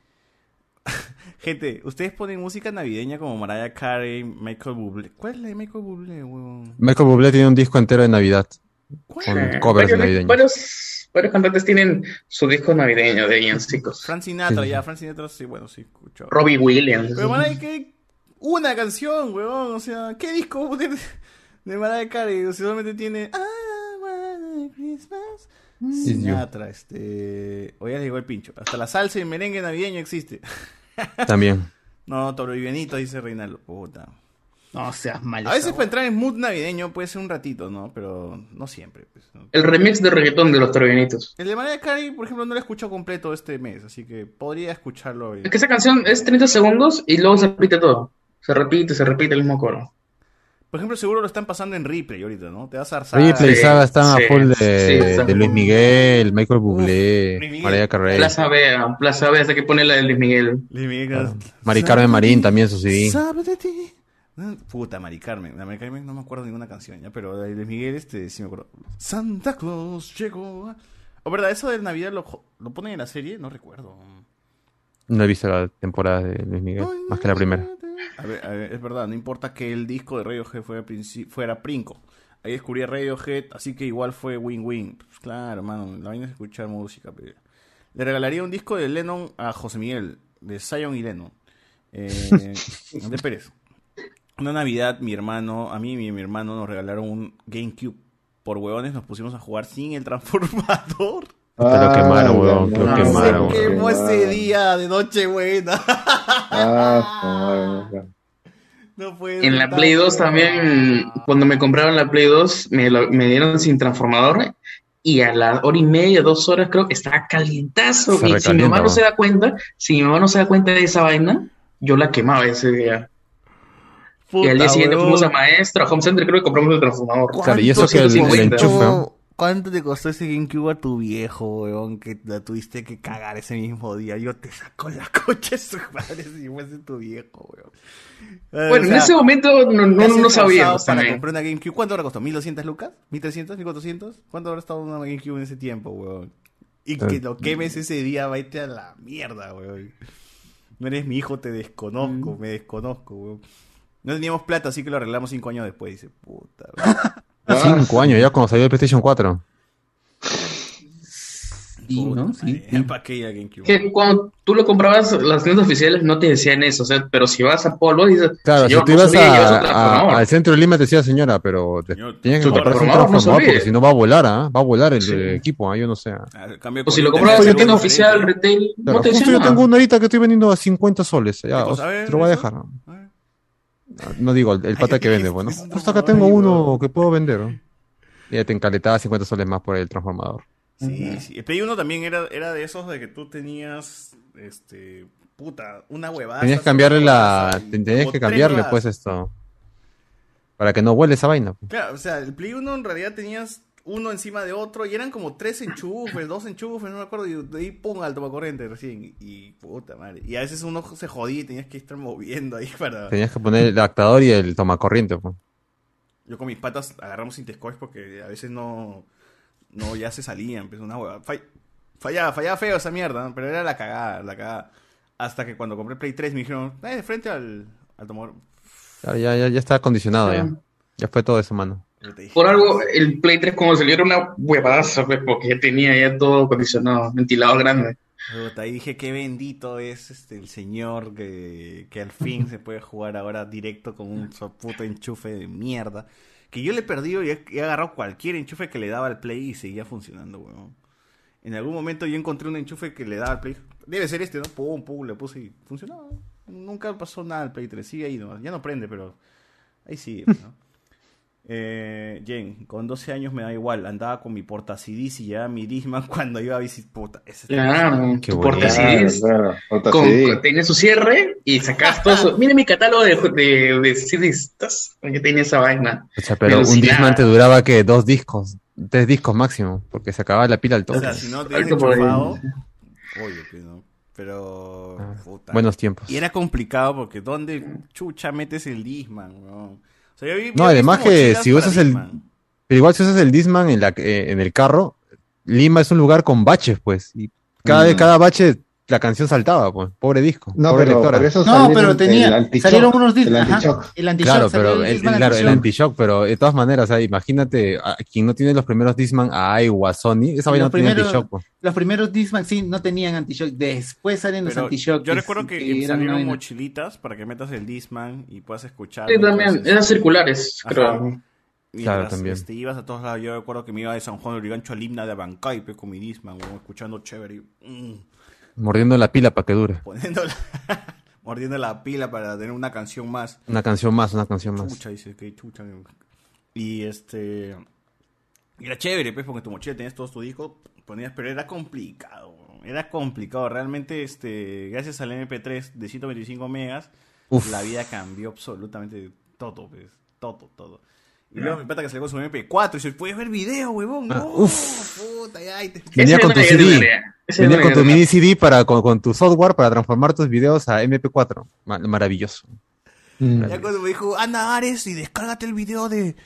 Gente, ustedes ponen música navideña como Mariah Carey, Michael Bublé. ¿Cuál es la de Michael Bublé, huevón? Michael Bublé tiene un disco entero de Navidad. Con covers navideños. Varios cantantes tienen su disco navideño de villancicos. Frank Sinatra, Frank Sinatra, sí, bueno, sí, escucho. Robbie Williams. Pero Mariah Carey, una canción, huevón, o sea, ¿qué disco de Mariah Carey? O sea, solamente tiene I want Christmas. Sinatra, hoy ya llegó el pincho. Hasta la salsa y merengue navideño existe. También. No, Toro y Benito, dice Reinaldo. Puta. No seas malo. A veces para entrar en mood navideño puede ser un ratito, ¿no? Pero no siempre. Pues, ¿no? El remix de reggaetón de los Trovianitos. El de Mariah Carey, por ejemplo, no lo escucho completo este mes, así que podría escucharlo hoy. Es que esa canción es 30 segundos y luego se repite todo. Se repite el mismo coro. Por ejemplo, seguro lo están pasando en Replay ahorita, ¿no? Te vas a zarzar. Replay, Saga están a full de Luis Miguel, Michael Bublé, Mariah Carey. Plaza B, hasta que pone la de Luis Miguel. Mari Carmen Marín también su CD. Puta, Mari Carmen. La Mari Carmen no me acuerdo de ninguna canción, ya, pero la de Luis Miguel, sí me acuerdo. Santa Claus llegó ¿O verdad? ¿Eso de Navidad lo ponen en la serie? No recuerdo. No he visto la temporada de Luis Miguel, más que la primera. A ver, es verdad, no importa que el disco de Radiohead fuera Princo. Ahí descubrí a Radiohead, así que igual fue win-win. Pues claro, mano, la vaina es escuchar música. Pero... Le regalaría un disco de Lennon a José Miguel, de Zion y Lennon. De Pérez. Una Navidad, a mí y mi hermano nos regalaron un GameCube. Por huevones nos pusimos a jugar sin el transformador. Te lo quemaron, huevón. Te lo quemaron. Se quemó ese día de Nochebuena. No puede en la Play 2 también, cuando me compraron la Play 2, me dieron sin transformador. Y a la hora y media, 2 horas, creo que estaba calientazo. Y si mi mamá no se da cuenta, de esa vaina, yo la quemaba ese día. Puta, y al día siguiente fuimos a Maestro, a Home Center, creo que compramos el transformador. Claro, y eso que el enchufe. ¿Cuánto te costó ese GameCube a tu viejo, weón? Que la tuviste que cagar ese mismo día. Yo te saco la coche de su madre si fuese tu viejo, weón. Bueno, o sea, en ese momento no sabíamos. Para comprar una GameCube, ¿cuánto habrá costado? ¿1.200 lucas? ¿1.300? ¿1.400? ¿Cuánto habrá estado una GameCube en ese tiempo, weón? Y que lo quemes ese día, vete a la mierda, weón. No eres mi hijo, te desconozco, me desconozco, weón. No teníamos plata, así que lo arreglamos 5 años después. Dice, puta, weón. 5 años ya cuando salió el PlayStation 4. Sí, ¿no? Sí. ¿Para qué ya GameCube? Que cuando tú lo comprabas, las tiendas oficiales no te decían eso, o sea, pero si vas a Polo, dices... Claro, si tú ibas al centro de Lima te decía señora, pero tienes que comprar un transformador porque si no va a volar, va a volar el equipo, yo no sé. O si lo comprabas en tienda oficial, retail, no te decían nada. Yo tengo una ahorita que estoy vendiendo a 50 soles, ya, te lo voy a dejar. No digo, el pata que vende, bueno. Justo acá tengo uno que puedo vender, ¿no? Y ya te encaletaba 50 soles más por el transformador. Sí, sí. El Play 1 también era de esos de que tú tenías, una huevada. Tenías que cambiarle, pues, esto. Para que no huele esa vaina. Claro, o sea, el Play 1 en realidad tenías uno encima de otro y eran como 3 enchufes, 2 enchufes, no me acuerdo, y de ahí pum al tomacorriente recién. Y puta madre. Y a veces uno se jodía y tenías que estar moviendo ahí para... Tenías que poner el adaptador y el tomacorriente, pues. Yo con mis patas agarramos Interscope porque a veces no ya se salían, empezó una hueva. Fallaba feo esa mierda, ¿no? Pero era la cagada. Hasta que cuando compré Play 3 me dijeron, de frente al tomador. Claro, ya está acondicionado, ya fue todo eso, mano. Por algo, el Play 3 como salió era una huevadaza, pues, porque ya tenía ya todo acondicionado, ventilado grande. Ahí dije, qué bendito es el señor que al fin se puede jugar ahora directo con un puto enchufe de mierda. Que yo le he perdido y he agarrado cualquier enchufe que le daba al Play y seguía funcionando, weón. En algún momento yo encontré un enchufe que le daba al Play. Debe ser ¿no? Pum, le puse y funcionaba. Nunca pasó nada al Play 3. Sigue ahí nomás. Ya no prende, pero ahí sigue, ¿no? Jen, con 12 años me da igual. Andaba con mi portacidis y ya mi Discman cuando iba a visitar. Puta, claro, tu portacidis. Tenía su cierre y sacas todo eso. Mira mi catálogo de CDs que tenía esa vaina. O sea, pero un Discman te duraba que 2 discos, 3 discos máximo, porque se acababa la pila al toque. O sea, si no tienes enchufado, obvio que no. Pero puta. Buenos tiempos. Y era complicado porque ¿dónde chucha metes el Discman, weón? O sea, no, además que si usas pero igual si usas el Discman en el carro, Lima es un lugar con baches, pues, y cada bache la canción saltaba, pues, pobre disco, no, pobre lectora. Pero salieron unos discos, el anti-shock. Claro, el anti-shock, pero de todas maneras, imagínate, a quien no tiene los primeros Discman, o Sony, esa vaina no tiene anti-shock, pues. Los primeros Discman sí no tenían anti-shock, después salen los anti-shock. Yo recuerdo que salieron mochilitas para que metas el Discman y puedas escuchar. Sí, también, eran circulares, creo. Claro, también. Ibas a todos lados, yo recuerdo que me iba de San Juan de Urigancho al Himna de Abancay, pues, con mi Discman, escuchando chévere. Mordiendo la pila para que dure. Mordiendo la pila para tener una canción más. Una canción más. Chucha, dice, que chucha. Y era chévere, pues, porque tu mochila tenías todos tus discos, ponías, pero era complicado. Realmente, gracias al MP3 de 125 megas, la vida cambió absolutamente todo, pues, todo. Y luego mi pata que salió con su MP4 y dice, ¿puedes ver video, huevón? No, puta, ya. Venía con tu CD. Venía con tu mini CD con tu software para transformar tus videos a MP4. Maravilloso. Ya cuando me dijo, anda Ares y descárgate el video de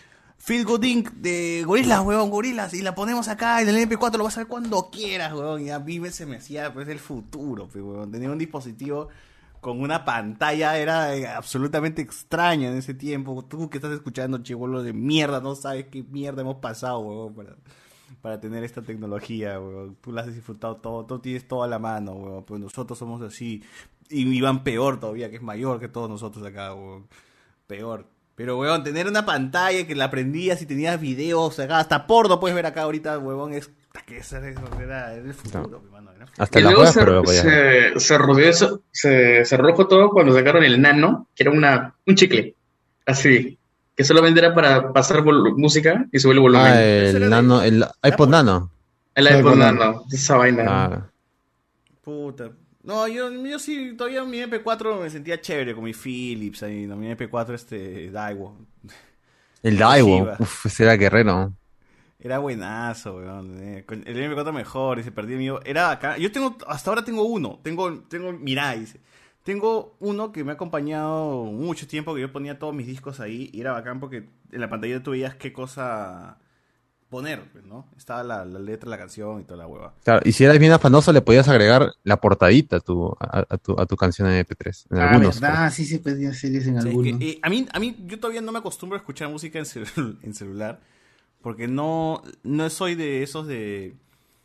Feel Good Inc. de Gorilas, huevón, Gorilas, y la ponemos acá en el MP4, lo vas a ver cuando quieras, huevón, y a mí se me hacía, pues, el futuro, pues, huevón, tener un dispositivo con una pantalla era absolutamente extraña en ese tiempo. Tú que estás escuchando, chibolo de mierda, no sabes qué mierda hemos pasado, huevón, para tener esta tecnología, huevón. Tú la has disfrutado todo, tú tienes todo a la mano, huevón, pues nosotros somos así, y Iván peor todavía, que es mayor que todos nosotros acá, huevón, peor. Pero, huevón, tener una pantalla que la prendías y tenías videos acá, hasta porno puedes ver acá ahorita, huevón, que eso era el futuro, no. Hermano, era el futuro. Hasta y la luego juegas, se rodeó eso, se redujo todo cuando sacaron el Nano, que era un chicle, así, que solamente era para pasar música y subir el volumen. Ah, el Nano, el iPod Nano. El iPod Nano, esa vaina. Ah. Puta. No, yo sí, todavía mi MP4 me sentía chévere con mi Philips ahí, no, mi MP4 Daiwo. El Daiwo, ese era guerrero. Era buenazo, weón. El MP4 mejor, y se perdió el mío. Era acá. Hasta ahora tengo uno. Tengo, mirá, dice. Tengo uno que me ha acompañado mucho tiempo, que yo ponía todos mis discos ahí, y era bacán porque en la pantalla tú veías qué cosa poner, ¿no? Estaba la letra de la canción y toda la hueva. Claro, y si eras bien afanoso le podías agregar la portadita a tu canción en MP3. En algunos. ¿Verdad? Sí se podía hacer eso en algunos. A mí, yo todavía no me acostumbro a escuchar música en celular, porque no soy de esos de...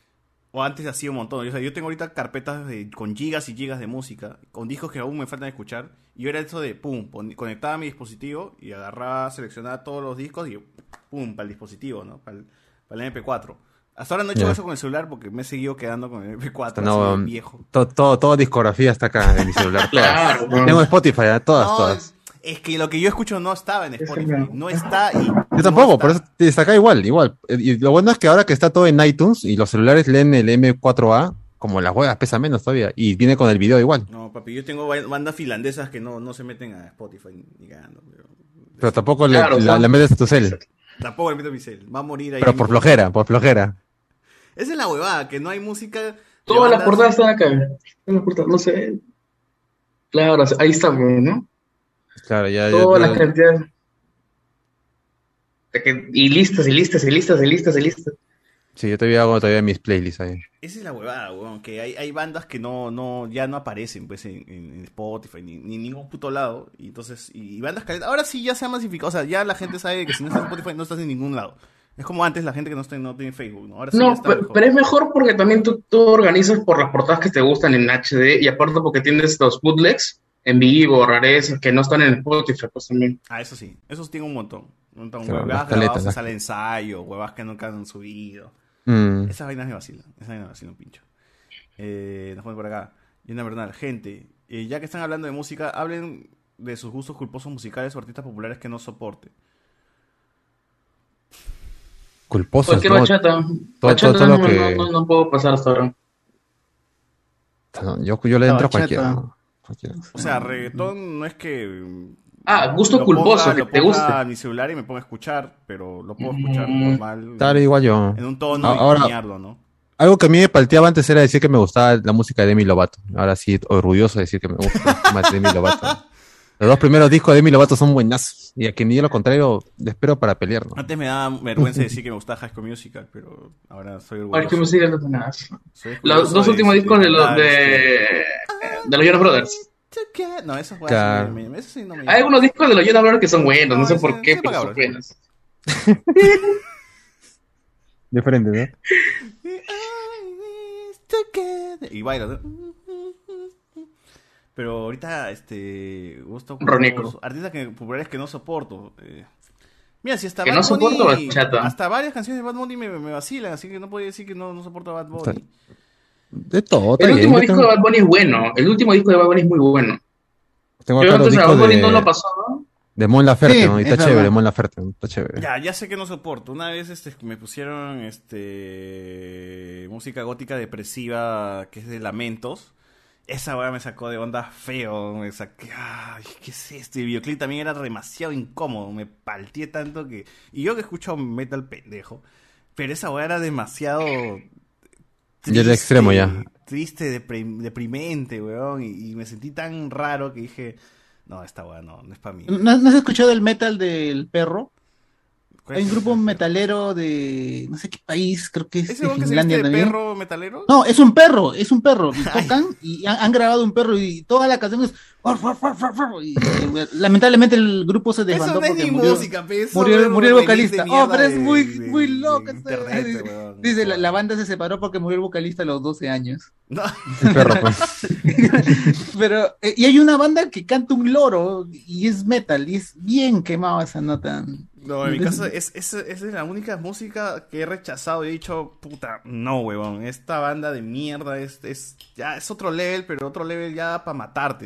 O antes hacía un montón. O sea, yo tengo ahorita carpetas con gigas y gigas de música, con discos que aún me faltan escuchar, y yo era eso de, pum, conectaba a mi dispositivo y agarraba, seleccionaba todos los discos y pum, para el dispositivo, ¿no? Para el MP4. Hasta ahora no he hecho eso con el celular porque me he seguido quedando con el MP4, no, así viejo. Toda discografía está acá en mi celular. Claro, tengo Spotify, todas. Es que lo que yo escucho no estaba en Spotify. No está y... Yo tampoco, por eso está acá igual. Y lo bueno es que ahora que está todo en iTunes y los celulares leen el M4A, como las huevas pesa menos todavía. Y viene con el video igual. No, papi, yo tengo bandas finlandesas que no se meten a Spotify ni ganando. Pero tampoco le metes a tu cel. Tampoco le meto a mi cel. Va a morir ahí. Pero por flojera. Esa es la huevada, que no hay música... Todas las portadas están acá. No sé. Claro, ahí está, ¿no? Claro, ya. Todas las cantidades. Y listas. Sí, yo todavía hago mis playlists ahí. Esa es la huevada, weón, que hay bandas que ya no aparecen pues en Spotify ni en ningún puto lado, y entonces y bandas que ahora sí ya se ha masificado, o sea, ya la gente sabe que si no estás en Spotify no estás en ningún lado. Es como antes la gente que no tiene Facebook, ¿no? Ahora sí pero es mejor porque también tú organizas por las portadas que te gustan en HD, y aparte porque tienes los bootlegs en vivo, rarezas que no están en Spotify, pues también. Ah, eso sí tiene un montón. Claro, huevas grabadas a sala de ensayo, huevas que nunca han subido. Esas vainas me vacilan, pincho. Nos ponen por acá. Yenda Bernal, gente, ya que están hablando de música, hablen de sus gustos culposos musicales o artistas populares que no soporte. Culposos. Cualquier bachata. Bachata no puedo pasar hasta ahora. No, yo le entro a cualquiera. O sea, reggaetón no es que... gusto culposo, que te guste. A mi celular y me pongo a escuchar, pero lo puedo escuchar normal. Claro, igual yo. En un tono ahora, ¿no? Algo que a mí me palteaba antes era decir que me gustaba la música de Demi Lovato. Ahora sí, orgulloso de decir que me gusta más Demi Lovato. Los dos primeros discos de Demi Lovato son buenazos. Y a quien diga lo contrario, le espero para pelear, ¿no? Antes me daba vergüenza decir que me gustaba High School Musical, pero ahora soy orgulloso. High School Musical no tiene nada. Los dos últimos discos de los Jonas Brothers. No, eso fue claro. Eso sí no me... Hay algunos discos de los Jonas Brothers que son buenos, no sé por qué, pero son buenos. Diferente, ¿no? Y baila, ¿no? Pero ahorita, gusto Ronico. artistas populares que no soporto. Mira, si hasta que Bad no soporto Bunny, bachata. hasta varias canciones de Bad Bunny me vacilan, así que no puedo decir que no soporto a Bad Bunny. De todo. El último disco de Bad Bunny es bueno. El último disco de Bad Bunny es muy bueno. Tengo Yo acá los antes a discos Bad Bunny no lo pasó, ¿no? de Mon Laferte, Sí, ¿no? Y está es chévere, verdad. Mon Laferte, está chévere. Ya sé que no soporto. Una vez me pusieron música gótica depresiva que es de lamentos. Esa weá me sacó de onda feo. Me saqué, ay, ¿qué es esto? Y el videoclip también era demasiado incómodo. Me palteé tanto que... Y yo que escucho metal pendejo. Pero esa weá era demasiado... Ya era extremo ya. Triste, deprimente, weón. Y me sentí tan raro que dije... No, esta weá no es para mí. ¿No has escuchado el metal del perro? Hay un grupo metalero de no sé qué país, creo que es ¿Ese de weón que se Finlandia viste de también. perro metalero? No, es un perro. Y tocan y han grabado un perro y toda la canción es. Y, lamentablemente el grupo se desbandó Eso no es porque ni murió, música, pe, eso murió es el un remix vocalista. de mierda Pero es de- muy loco. internet, weón. Dice, la banda se separó porque murió el vocalista a los 12 años. No. El perro, pues. Pero, y hay una banda que canta un loro y es metal y es bien quemado esa nota. No, en mi caso es la única música que he rechazado y he dicho, puta, no, huevón, esta banda de mierda ya es otro level, pero otro level ya para matarte.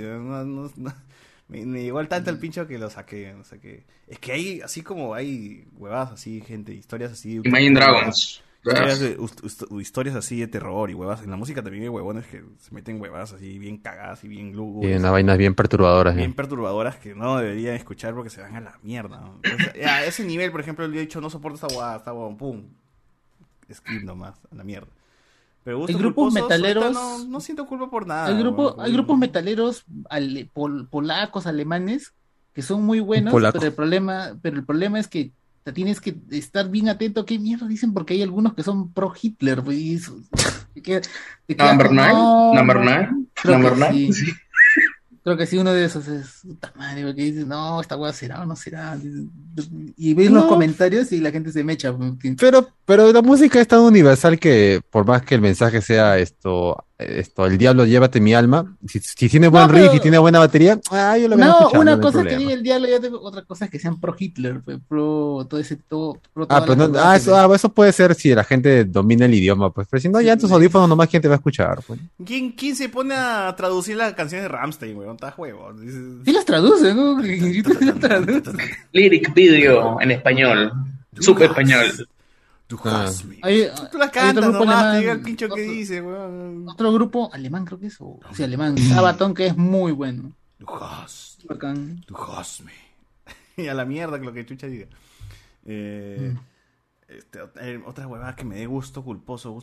Me llegó al tanto el pincho que lo saqué, no sé qué. Es que hay, así como hay huevadas así, gente, historias así. Imagine Dragons. Historias así de terror y huevas. En la música también hay huevones que se meten huevas así bien cagadas y bien Y lúgubres. unas vainas bien perturbadoras. Bien perturbadoras que no deberían escuchar porque se van a la mierda, ¿no? Entonces, a ese nivel, por ejemplo, le he dicho, no soporto esta huevada, está huevón, pum. Skip nomás, a la mierda. Pero Hay gustos grupos culposos, metaleros. ahorita no siento culpa por nada. Hay grupos metaleros polacos, alemanes, que son muy buenos, Polaco. pero el problema es que te tienes que estar bien atento a qué mierda dicen, porque hay algunos que son pro Hitler, pues, y eso- te queda- te queda- Number nine, no, number no, nine, creo que number nine, sí. Creo que sí, uno de esos es puta madre, porque dices, no, esta hueá será o no será. Y ves los No. comentarios y la gente se mecha. Porque- Pero la música es tan universal que por más que el mensaje sea el diablo llévate mi alma, si tiene buen No, riff pero- y tiene buena batería, yo lo voy a No, escuchar, una no hay cosa es que problema. diga el diablo y otra cosa es que sean pro Hitler, pues, pro todo ese todo. Pro Ah, todas pero las no, huevadas que eso puede ser si la gente domina el idioma, pues. Pero si no, ya en tus audífonos nomás quién te va a escuchar, pues. ¿Quién se pone a traducir las canciones de Rammstein, weón? Está juego. Sí las traduce, ¿no? En YouTube sí las traduce. Lyric video en español. Super español. Hay Tú la otro cantas grupo nomás, te alemán, diga el pincho que dice, weón. otro grupo alemán creo que es, o sí, alemán, Sabaton, que es muy bueno. Bacán. Tu Hosme. Y a la mierda que lo que Chucha diga. Otra huevada que me dé gusto culposo.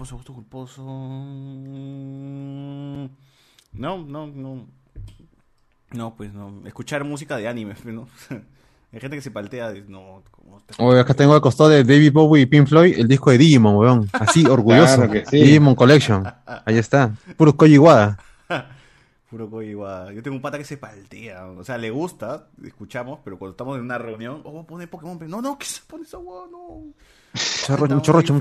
No, pues no. Escuchar música de anime, ¿no? Hay gente que se paltea. No, ¿cómo te- Oye, acá tengo al costado de David Bowie y Pink Floyd el disco de Digimon, weón. Así, orgulloso. Claro que sí. Digimon Collection. Ahí está. Puro Koji Wada. Puro Koiwa. Yo tengo un pata que se paltea. O sea, le gusta, escuchamos, pero cuando estamos en una reunión, pone Pokémon. No, ¿qué se pone esa hueá? No. Mucho rocho.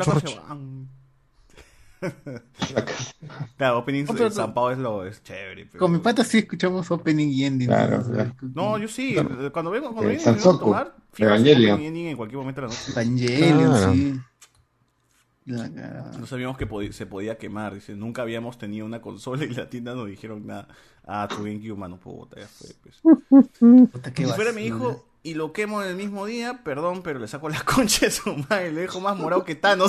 Claro, opening Otro- San Pao es chévere. Pero... Con mi pata sí escuchamos opening y ending. Claro, ¿no? claro. No, yo sí. Cuando vienen a Sansoku, tomar, fijo, Evangelion. opening y ending en cualquier momento de la noche. Evangelion, Claro. sí. No sabíamos que se podía quemar. Dice, nunca habíamos tenido una consola y la tienda nos dijeron nada. Tu GameCube, mano, puta, ya fue. Pues. Puta, qué Si fuera mi basura. hijo y lo quemo en el mismo día, perdón, pero le saco la concha de su madre. Le dejo más morado que Thanos.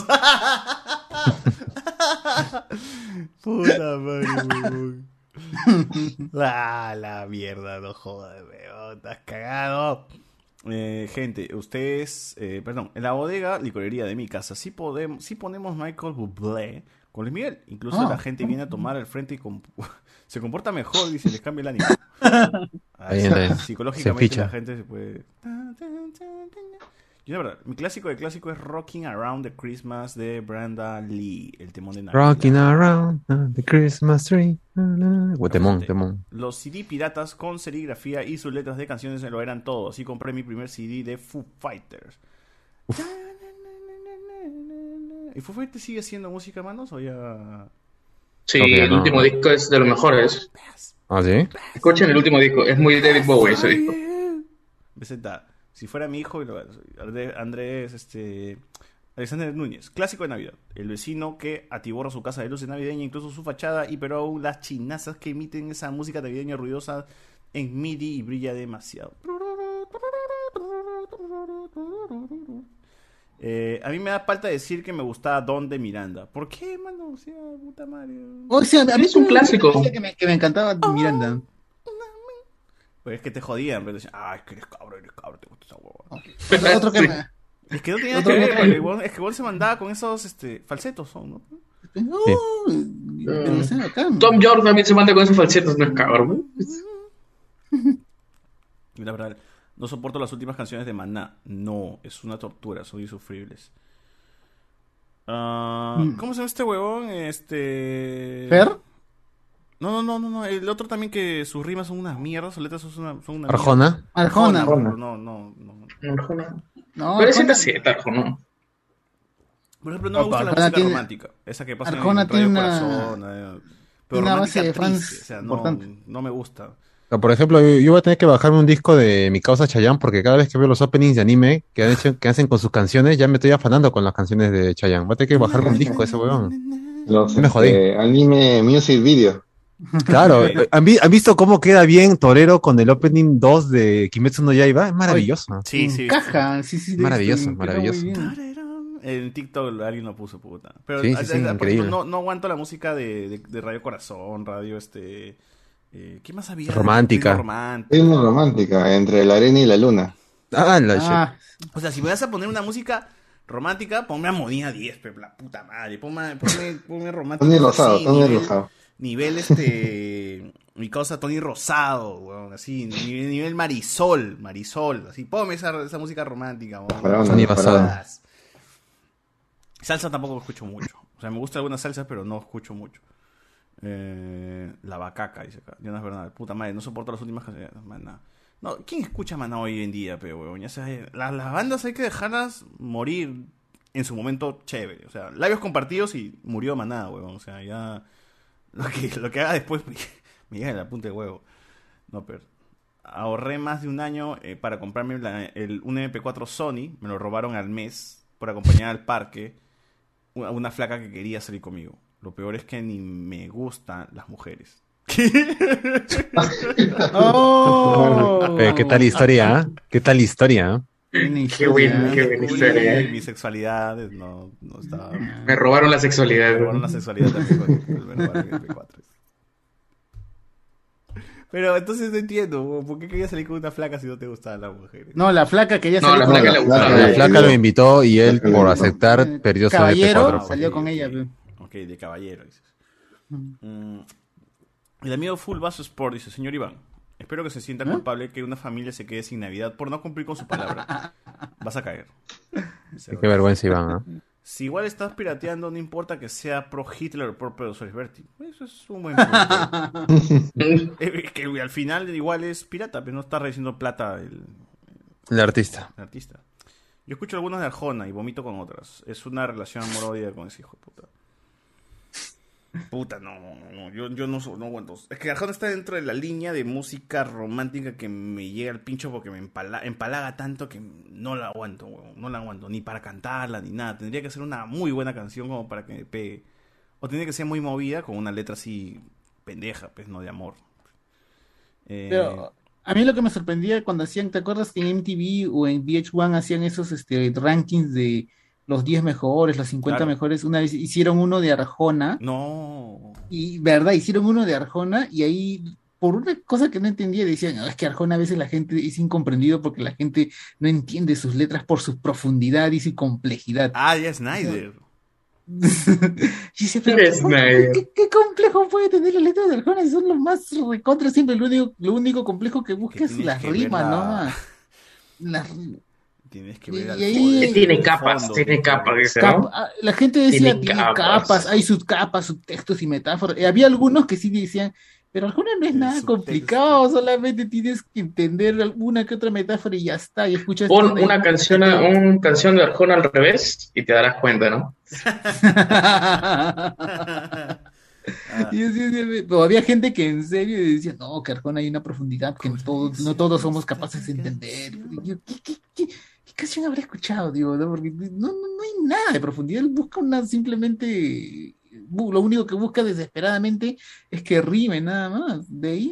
Puta madre, weón. La mierda, no jodas, weón. Estás cagado. Gente, ustedes, perdón, en la bodega, licorería de mi casa, sí ponemos Michael Bublé con Luis Miguel. Incluso la gente viene a tomar al frente y se comporta mejor y se les cambia el ánimo. Ahí está. Psicológicamente Se ficha. la gente se puede... Yo la verdad, mi clásico de clásico es Rocking Around the Christmas de Brenda Lee, el temón de Navidad. Rocking around the Christmas tree. Temón. Los CD piratas con serigrafía y sus letras de canciones lo eran todo. Así compré mi primer CD de Foo Fighters. ¿Y Foo Fighters sigue haciendo música, manos? ¿O ya...? Sí, Ok, el no. último disco es de los mejores. ¿Ah, sí? Escuchen el último disco, es muy David Bowie ese disco. Beseta, si fuera mi hijo, Andrés, Alexander Núñez, clásico de Navidad. El vecino que atiborra su casa de luces navideña, incluso su fachada, y pero aún las chinazas que emiten esa música navideña ruidosa en MIDI y brilla demasiado. A mí me da falta decir que me gustaba Don de Miranda. ¿Por qué, mano? O sea, puta madre. O sea, a mí Es un clásico. que me encantaba Miranda. Pues es que te jodían, pero decían, es que eres cabro, te gusta esa hueva. Otro que Sí. me... Es que no tenía Otro que ver, que- porque es que igual se mandaba con esos falsetos, ¿no? No, pero está bacán. Tom York también se manda con esos falsetos, no es cabrón. Y la verdad, No soporto las últimas canciones de Maná. No, es una tortura, son insufribles. ¿Cómo se llama este huevón? ¿Fer? No. El otro también que sus rimas son unas mierdas, sus letras son una ¿Arjona? Arjona. No. Arjona. No, Pero Arjona- es Arjona. Por ejemplo, no me gusta la Arjona música tiene- romántica. Esa que pasa Arjona en Radio tiene una- Corazón. Pero una romántica base de fans triste. O sea, importante. no me gusta. Por ejemplo, yo voy a tener que bajarme un disco de mi causa Chayanne porque cada vez que veo los openings de anime que hacen con sus canciones, ya me estoy afanando con las canciones de Chayanne. Voy a tener que bajarme un disco de ese huevón. Los Me jodí. anime music video. Claro, ¿han visto cómo queda bien Torero con el opening 2 de Kimetsu no Yaiba? Es maravilloso. Sí. Caja, sí. Maravilloso, queda maravilloso. muy bien. En TikTok alguien lo puso, puta. Pero Sí, por increíble. ejemplo, no aguanto la música de Radio Corazón, Radio ¿qué más había? Romántica. Ritmo romántico. Es una romántica entre la arena y la luna. O sea, si me vas a poner una música romántica, ponme a Monía 10, la puta madre. Ponme romántico. Tony Rosado, así, Tony Rosado. Nivel mi causa Tony Rosado, weón, así, nivel Marisol, así, ponme esa música romántica, weón. Tony Rosado. Salsa tampoco escucho mucho. O sea, me gustan algunas salsas, pero no escucho mucho. La Bacaca, dice acá. Jonas Bernal, puta madre, no soporto las últimas canciones. Maná. No, ¿quién escucha Maná hoy en día, pero weón? Ya sabes, las bandas hay que dejarlas morir en su momento chévere. O sea, labios compartidos y murió Maná, weón. O sea, ya lo que haga después me llega en la punta de huevo. No, pero ahorré más de un año para comprarme un MP4 Sony. Me lo robaron al mes por acompañar al parque una flaca que quería salir conmigo. Lo peor es que ni me gustan las mujeres. ¿Qué tal historia? ¿Qué tal historia? Qué buena historia. Mi sexualidad no estaba... Me robaron la sexualidad. Me robaron la sexualidad también con el MP4. Pero entonces no entiendo, ¿por qué querías salir con una flaca si no te gustaban las mujeres? No, la flaca quería No, salir la con flaca le gustaba. La flaca lo invitó y él, por aceptar, perdió su Caballero MP4. salió con ella. Ok, de caballero, dices. El amigo Full Vaso Sport dice: señor Iván, espero que se sienta culpable que una familia se quede sin Navidad por no cumplir con su palabra. Vas a caer. Qué vergüenza, Iván, ¿no? Si igual estás pirateando, no importa que sea pro Hitler o pro Berti. Eso es un buen punto. Que al final igual es pirata, pero no está recibiendo plata El artista. el artista. Yo escucho algunas de Arjona y vomito con otras. Es una relación amor-odio con ese hijo de puta. Puta, no. Yo no aguanto. Es que Arjona está dentro de la línea de música romántica que me llega al pincho porque me empalaga tanto que no la aguanto, weón. No la aguanto, ni para cantarla, ni nada. Tendría que ser una muy buena canción como para que me pegue. O tendría que ser muy movida con una letra así pendeja, pues, no de amor. Pero a mí lo que me sorprendía cuando hacían, ¿te acuerdas que en MTV o en VH1 hacían esos rankings de los 10 mejores, los 50 Claro. mejores? Una vez hicieron uno de Arjona. No. Y, ¿verdad? Hicieron uno de Arjona y ahí, por una cosa que no entendía, decían: "No, es que Arjona a veces la gente es incomprendido porque la gente no entiende sus letras por su profundidad y su complejidad". Ah, ya Snyder. Y dice, pero ¿qué complejo puede tener las letras de Arjona? Si son los más recontra, siempre lo único complejo que busca es tienes las que ver rimas, la- ¿no? Las Tienes que Y ver al ahí- fondo. Que tiene capas, Fondo, tiene capas, dice, Cap- ¿no? La gente decía, Tiene tiene capas. capas, hay subcapas, subtextos y metáforas. Había algunos que sí decían, pero Arjona no es nada complicado, solamente tienes que entender alguna que otra metáfora y ya está. Y escuchas Pon una canción de Arjona al revés y te darás cuenta, ¿no? Y yo decía, pero había gente que en serio decía, no, que Arjona hay una profundidad que no todos somos capaces de entender. Y yo, ¿qué canción habrá escuchado? Digo, ¿no? Porque no hay nada de profundidad. Él busca simplemente, lo único que busca desesperadamente es que rime, nada más. De ahí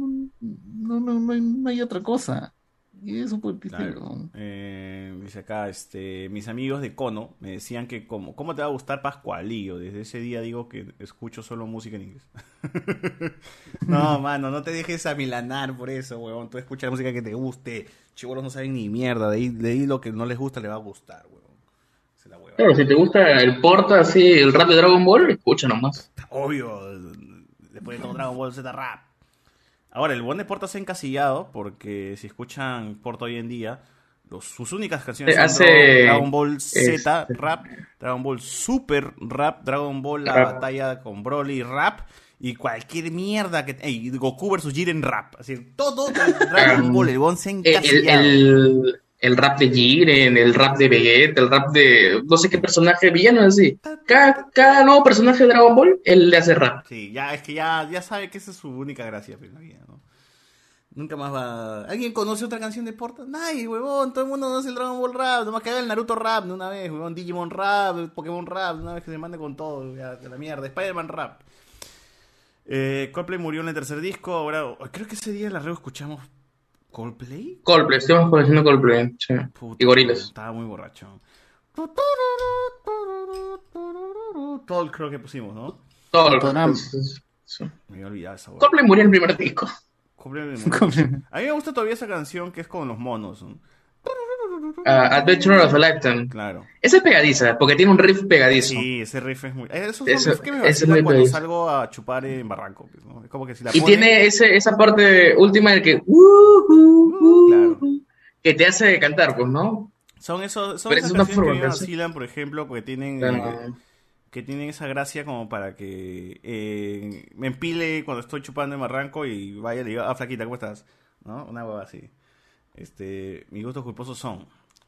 no hay otra cosa. Y eso por Claro. Dice acá, mis amigos de Cono me decían que ¿cómo te va a gustar Pascualillo? Desde ese día digo que escucho solo música en inglés. No, mano, no te dejes amilanar por eso, huevón. Tú escucha la música que te guste. Chibolos no saben ni mierda. De ahí lo que no les gusta les va a gustar, huevón. Claro, si te gusta el porta así, el rap de Dragon Ball, escucha nomás. Obvio. Después de todo Dragon Ball Z Rap. Ahora, el buen de Porta se ha encasillado porque si escuchan Porta hoy en día, sus únicas canciones son Dragon Ball Z rap, Dragon Ball Super rap, Dragon Ball la batalla con Broly rap y cualquier mierda que... Goku vs Jiren rap. Así, todo Dragon Ball, el buen se ha encasillado. El rap de Jiren, el rap de Vegeta, el rap de no sé qué personaje villano, así. Cada nuevo personaje de Dragon Ball, él le hace rap. Sí, ya es que ya sabe que esa es su única gracia en la vida, ¿no? Nunca más va... ¿Alguien conoce otra canción de Porta? Nadie, huevón, todo el mundo conoce el Dragon Ball rap, nomás que haga el Naruto rap de una vez, huevón, Digimon rap, Pokémon rap, de una vez que se mande con todo, ya, de la mierda, Spider-Man rap. Coldplay murió en el tercer disco, ahora creo que ese día en la radio escuchamos ¿Coldplay? Coldplay, estamos conociendo Coldplay, sí. Y Gorillaz. Estaba muy borracho. Todo creo que pusimos, ¿no? Todo. Me había olvidado esa. Coldplay murió en el primer disco. A mí me gusta todavía esa canción que es con los monos, ¿no? Adventure of a Lifetime. Claro. Esa es pegadiza, porque tiene un riff pegadizo. Sí, ese riff es muy... Eso es que me vacila cuando pegadizo. Salgo a chupar en Barranco, ¿no? Es como que si la y pone... tiene esa parte última en que... claro. Que te hace cantar, pues, ¿no? Son esas canciones que me vacilan, por ejemplo, porque tienen... que tienen esa gracia como para que me empile cuando estoy chupando en Barranco y vaya y le diga, flaquita, ¿cómo estás? ¿No? Una hueva así. Mis gustos culposos son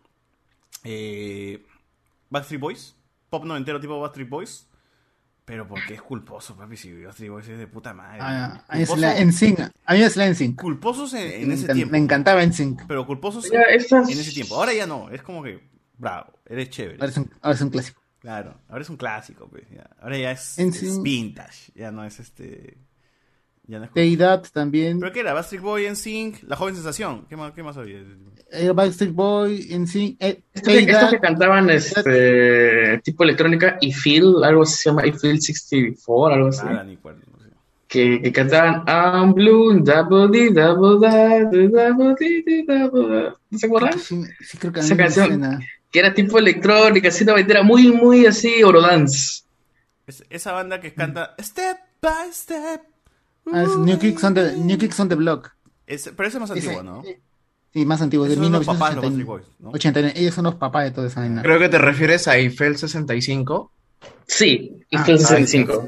Backstreet Boys, pop noventero tipo Backstreet Boys, pero ¿por qué es culposo, papi? Si Backstreet Boys es de puta madre. A mí es la NSYNC. Culposos en ese tiempo. Me encantaba NSYNC. Pero culposos en ese tiempo. Ahora ya no, es como que, bravo, eres chévere. Ahora es un clásico. Claro, ahora es un clásico, pues. Ya. Ahora ya es vintage, ya no es ya no es Deidad también. ¿Pero qué era? Backstreet Boy, NSYNC, La Joven Sensación. ¿Qué más había? Backstreet Boy, NSYNC, estos que cantaban tipo electrónica y Phil, algo así se llama, y Phil 64, algo así. Ni cuerno, no sé. Que cantaban I'm blue, double D, double da, double D, double da. ¿No se acuerdan? Sí, creo que esa canción que era tipo electrónica, así una baitera muy así, Eurodance. Esa banda que canta Step by Step. Es New Kicks on the Block. Pero ese es más antiguo, ¿no? Sí, más antiguo, de 1989. ¿No? Ellos son los papás de toda esa vaina. Creo que te refieres a Eiffel 65. Sí, Eiffel 65.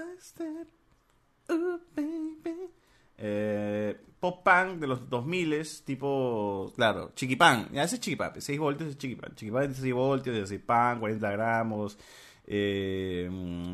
Pop punk de los 2000 tipo, claro, Chiquipán, ya ese es Chiquipán, 6 voltios es Chiquipán, Chiquipán es 6 voltios, de 6 pan, 40 gramos, ¿qué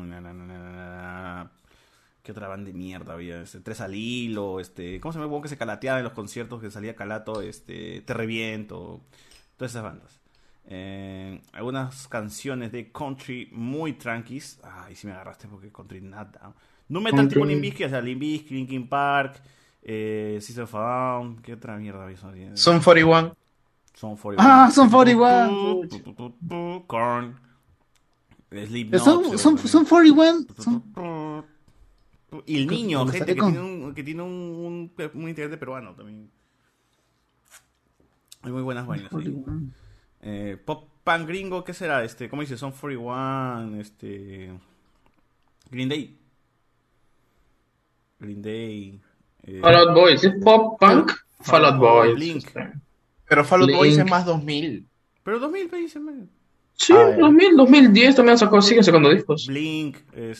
otra banda de mierda había? 3 al hilo, ¿cómo se me acuerdo que se calateaba en los conciertos, que salía Calato, Te Reviento, todas esas bandas. Algunas canciones de country muy tranquis, ay, si me agarraste porque country nada, no metal tipo Limp Bizkit, o sea, Limp Bizkit, Linkin Park, System of a Down, ¿qué otra mierda había? Son 41. Son 41. Korn, Slipknot. Son 41. Y el niño, gente que tiene un integrante peruano también. Hay muy buenas vainas. Pop punk gringo, ¿qué será? ¿Cómo dice? Son 41, Green Day. Fall Out Boy, ¿es pop punk? Fall Out Boy. Blink. Pero Fall Out Boy es más 2000. Pero 2000, dice. Sí, 2000, 2010 también siguen sacando discos. Blink,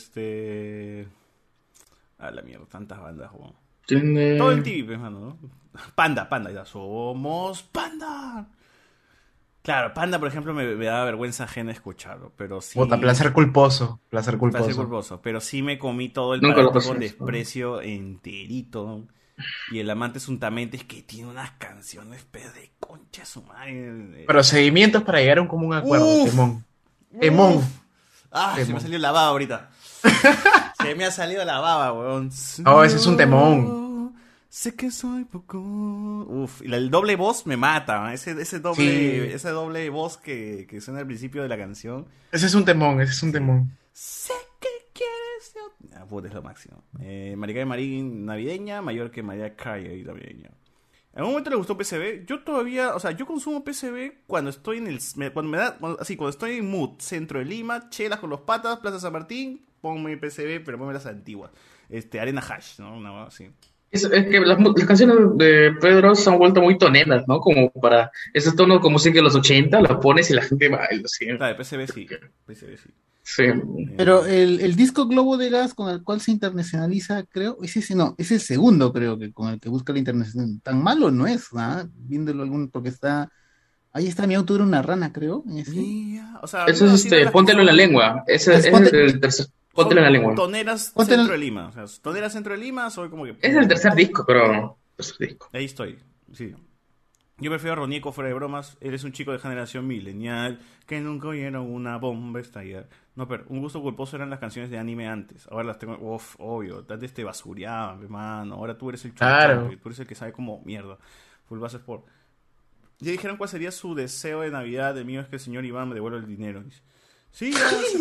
la mierda, tantas bandas, weón. Todo el TV, hermano, ¿no? Panda, ya. Somos Panda. Claro, Panda, por ejemplo, me da vergüenza ajena escucharlo, pero sí... Placer culposo. Pero sí me comí todo el paquete con desprecio enterito. Y El Amante es un Tamentes que tiene unas canciones de concha su madre. Pero seguimientos para llegar a un común acuerdo. Temón. Se me salió la baba ahorita. Se me ha salido la baba, weón. Oh, ese es un temón. Sé que soy poco. Y el doble voz me mata, ¿eh? Ese doble voz que suena al principio de la canción. Ese es un temón. Sé que quieres. Es lo máximo. Marica de Marín navideña, mayor que María Carey navideña. En algún momento le gustó PCB. Yo todavía, yo consumo PCB cuando estoy cuando estoy en mood, centro de Lima, chelas con los patas, Plaza San Martín, ponme PCB, pero ponme las antiguas. Arena Hash, ¿no? Una cosa así. Es que las canciones de Pedro se han vuelto muy toneras, ¿no? Como para ese tono como música de los 80, la pones y la gente baila, ¿sí? La de PCB sí. PCB sí. Sí. Pero el disco Globo de Gas con el cual se internacionaliza, creo, es el segundo, creo, que con el que busca la internacionalización. Tan malo no es, ¿ah? Viéndolo porque ahí está Mi auto era una rana, creo. En ese. O sea, Eso es Póntelo en la lengua. Ese es el tercer. Póntelo en la lengua. Toneras Centro de Lima. O sea, Toneras Centro de Lima, soy como que. Es el tercer disco, pero. Ahí estoy, sí. Yo prefiero a Ronieco fuera de bromas. Él es un chico de generación milenial que nunca oyeron una bomba estallar. No, pero un gusto culposo eran las canciones de anime antes. Ahora las tengo, obvio. Antes te basureaban, hermano. Ahora tú eres el chulo. Claro. Tú eres el que sabe como mierda. Full Bass Sport. Ya dijeron cuál sería su deseo de Navidad. El mío es que el señor Iván me devuelva el dinero. Dice. Sí,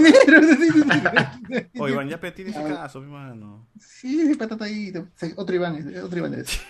ya. O Iván, ya tienes ese caso, mi mano. Sí, patata ahí. Otro Iván eres.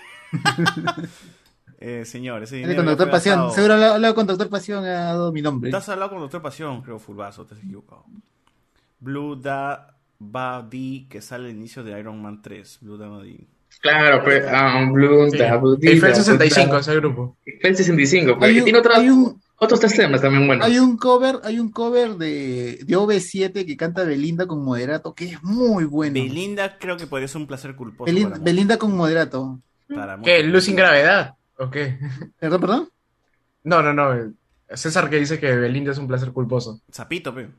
Señor, ese dinero. Con Doctor Pasión. Seguro hablado con Doctor Pasión, ha dado mi nombre. Te has hablado con Doctor Pasión, creo, Fulbazo, te has equivocado. Blue Da Badi, que sale al inicio de Iron Man 3. Blue Da Badi. Claro, pues, Blue Da Badi. Eiffel 65, ese grupo. Eiffel 65, pues. Y tiene otros tres temas también buenos. Hay un cover de OV7 que canta Belinda con Moderato, que es muy bueno. Belinda creo que podría ser un placer culposo. Belinda con Moderato. ¿Qué? ¿Luz sin gravedad? ¿O qué? ¿Perdón? No. César que dice que Belinda es un placer culposo. Zapito, pe.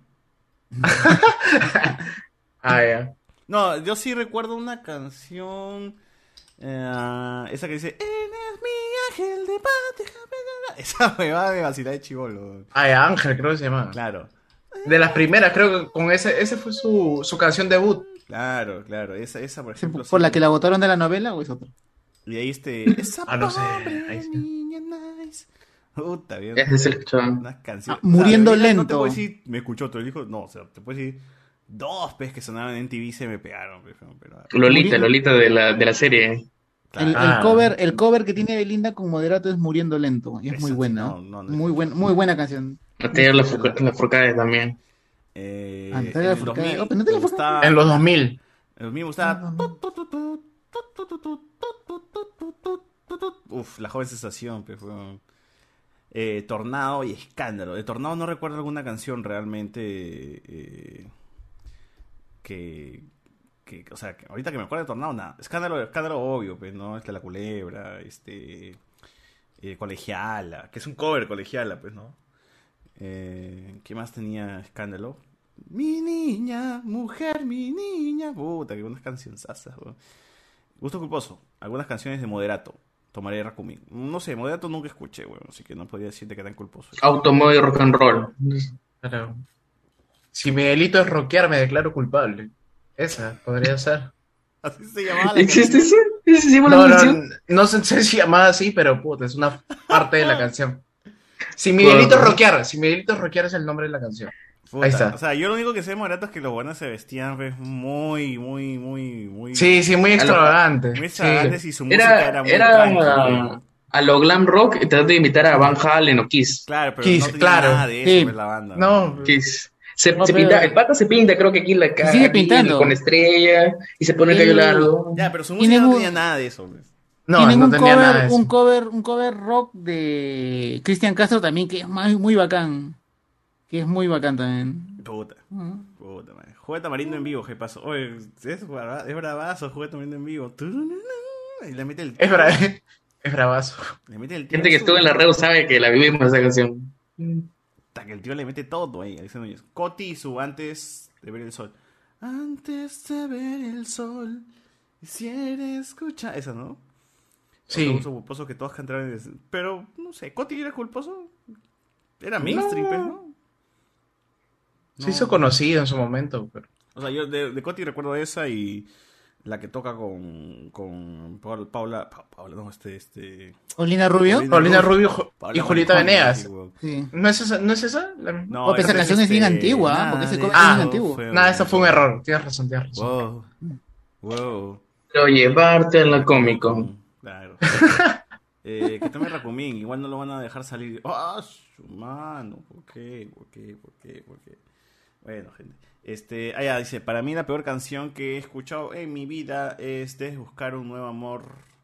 Ya. No, yo sí recuerdo una canción. Esa que dice eres mi ángel de paz. Esa me va de vacilar de chibolo. Ángel, creo que se llama. Claro. De las primeras, creo que con ese fue su canción debut. Claro. Esa por ejemplo. ¿Por la que la votaron de la novela o es otra? Y ahí esa no sé. niña nice. Puta, bien. Ese es el Una canción. Muriendo lento. No te lento. puedo decir, me escuchó todo el hijo. No, o sea, te puedo decir, dos peces que sonaban en TV se me pegaron. Pero... Lolita de la serie. El cover que tiene Belinda con Moderato es Muriendo Lento. Y es muy buena. Muy buena canción. Natalia Lafourcade también. Natalia Lafourcade. En los 2000. En los 2000 me gustaba. La joven sensación, Tornado y Escándalo. De Tornado no recuerdo alguna canción realmente o sea, ahorita que me acuerdo de Tornado, nada. Escándalo obvio, pues, ¿no? La Culebra, Colegiala, que es un cover Colegiala, pues, ¿no? ¿Qué más tenía Escándalo? Mi niña, mujer, mi niña. Puta, que unas cancionzasas, weón. Gusto culposo. Algunas canciones de Moderato. Tomaré Rakumin. No sé, Moderato nunca escuché, weón. Así que no podría decirte que tan culposo. Automodo y rock and roll. Claro. Si mi delito es rockear, me declaro culpable. Esa podría ser. Así se llamaba la ¿Existe canción. eso? ¿Se llama la canción? No sé si se llamaba así, pero puta, es una parte de la canción. Si mi delito es rockear es el nombre de la canción. Puta, ahí está. O sea, yo lo único que sé de Moderato es que los buenos se vestían pues, muy. Sí, muy extravagantes. Muy extravagantes y su música era muy tranquila. A lo glam rock tratando de imitar a Van Halen o Kiss. Claro, pero Kiss, no tenía nada de eso, pues, la banda. No, Kiss. Pinta, el pata se pinta, creo que aquí en la cara. Sigue pintando. Con estrella y se pone el cabello largo. Ya, pero su música no tenía nada de eso. Pues. Tienen no tenía nada de eso. un cover rock de Cristian Castro también que es muy bacán. Que es muy bacán también. Puta, man. Juguete Tamarindo en vivo, ¿qué pasó? Oye, es bravazo, Juguete Tamarindo en vivo. Y le mete el... Es bravazo. Le mete el Gente que estuvo en la red sabe que la vivimos esa canción. Que el tío le mete todo ahí. Coti y su Antes de ver el sol. Antes de ver el sol, quisiera escuchar. Esa, ¿no? Sí. Un culposo que todos cantaban. Pero, no sé, ¿Coti era culposo? Era mainstream, pues, ¿no? Se hizo conocido en su momento. Pero... O sea, yo de Coti recuerdo esa y la que toca con Paula, no, Paulina Rubio. Paulina Rubio y Julieta Venegas. Sí. ¿No es esa? No, esa canción es bien antigua, porque ese cover es bien antiguo. Eso fue un error. Tienes razón. Wow. Pero llevarte a la Comic Con. Claro. Que tome Rakumin, igual no lo van a dejar salir. ¡Ah, su mano! ¿Por qué? Bueno, gente. Ya dice, para mí la peor canción que he escuchado en mi vida es Debes buscar un nuevo amor.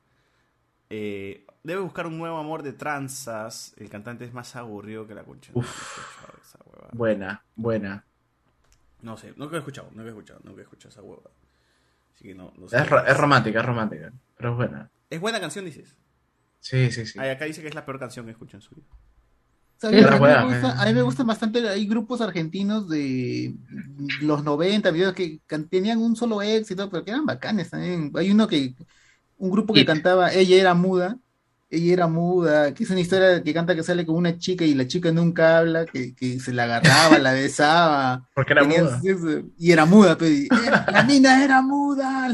Debe buscar un nuevo amor de tranzas. El cantante es más aburrido que la concha. Buena. No sé, nunca he escuchado esa hueva. Así que no sé. Es romántica, pero es buena. ¿Es buena canción, dices? Sí. Acá dice que es la peor canción que escucho en su vida. A mí me gustan bastante, hay grupos argentinos de los 90, videos que tenían un solo éxito, pero que eran bacanes también. Hay un grupo que cantaba Ella era muda, que es una historia que canta que sale con una chica y la chica nunca habla, que se la agarraba, la besaba. Porque era muda. Y era muda, pero la mina era muda.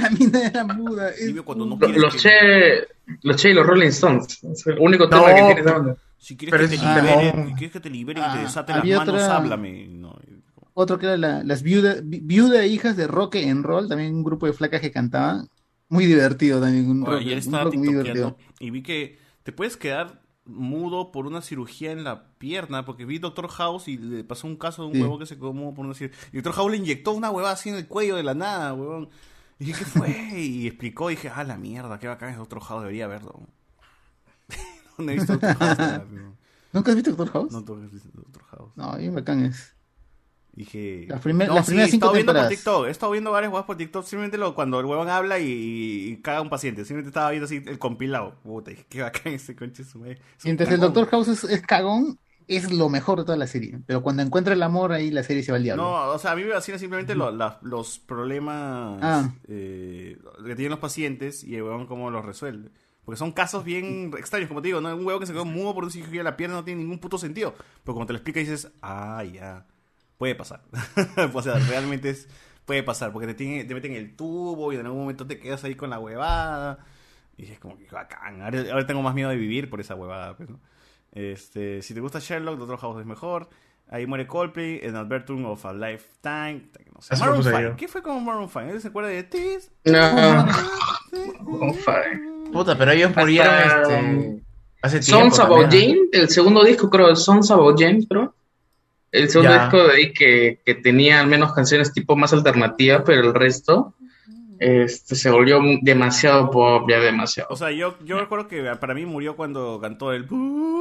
Los Che y los Rolling Stones. Es el único tema que tiene esa banda. Si quieres que te liberen y te desaten las manos, háblame. No. Otro que era las viuda hijas de Rock and Roll, también un grupo de flacas que cantaban. Muy divertido también. Ayer estaba tiktokeando y vi que te puedes quedar mudo por una cirugía en la pierna, porque vi Doctor House y le pasó un caso de un huevón que se quedó mudo por una cirugía. Y Doctor House le inyectó una huevada así en el cuello de la nada, huevón. Y dije, ¿qué fue? Y explicó, y dije, la mierda, qué bacán es Doctor House, debería verlo. No he visto Doctor House. ¿Nunca has visto Doctor House? No, he visto Doctor House. No, bien bacán es. Dije... Las primeras 5 temporadas. He estado viendo varias huevas por TikTok, simplemente cuando el huevón habla y caga a un paciente. Simplemente estaba viendo así el compilado. Puta, dije, qué bacán ese conche su madre. Mientras el Doctor House es cagón, es lo mejor de toda la serie. Pero cuando encuentra el amor, ahí la serie se va al diablo. No, o sea, a mí me vacilan simplemente los problemas que tienen los pacientes y el huevón cómo los resuelve. Porque son casos bien extraños, como te digo, ¿no? Un huevo que se quedó mudo por una cirugía de la pierna no tiene ningún puto sentido. Pero como te lo explica dices, ya, puede pasar. O sea, realmente puede pasar, porque te meten el tubo y en algún momento te quedas ahí con la huevada. Y es como que bacán. Ahora tengo más miedo de vivir por esa huevada. Pues, ¿no? Si te gusta Sherlock, Doctor House es mejor. Ahí muere Coldplay, en Advertum of a Lifetime. No sé. Maroon 5. ¿Qué fue con Maroon 5? ¿Él se acuerda de This? No. Maroon 5. Puta, pero ellos murieron hace tiempo. Songs About Jane, el segundo disco, creo, Songs About Jane, creo. El segundo disco de ahí que tenía al menos canciones tipo más alternativas, pero el resto se volvió demasiado pop, ya demasiado. O sea, yo recuerdo que para mí murió cuando cantó el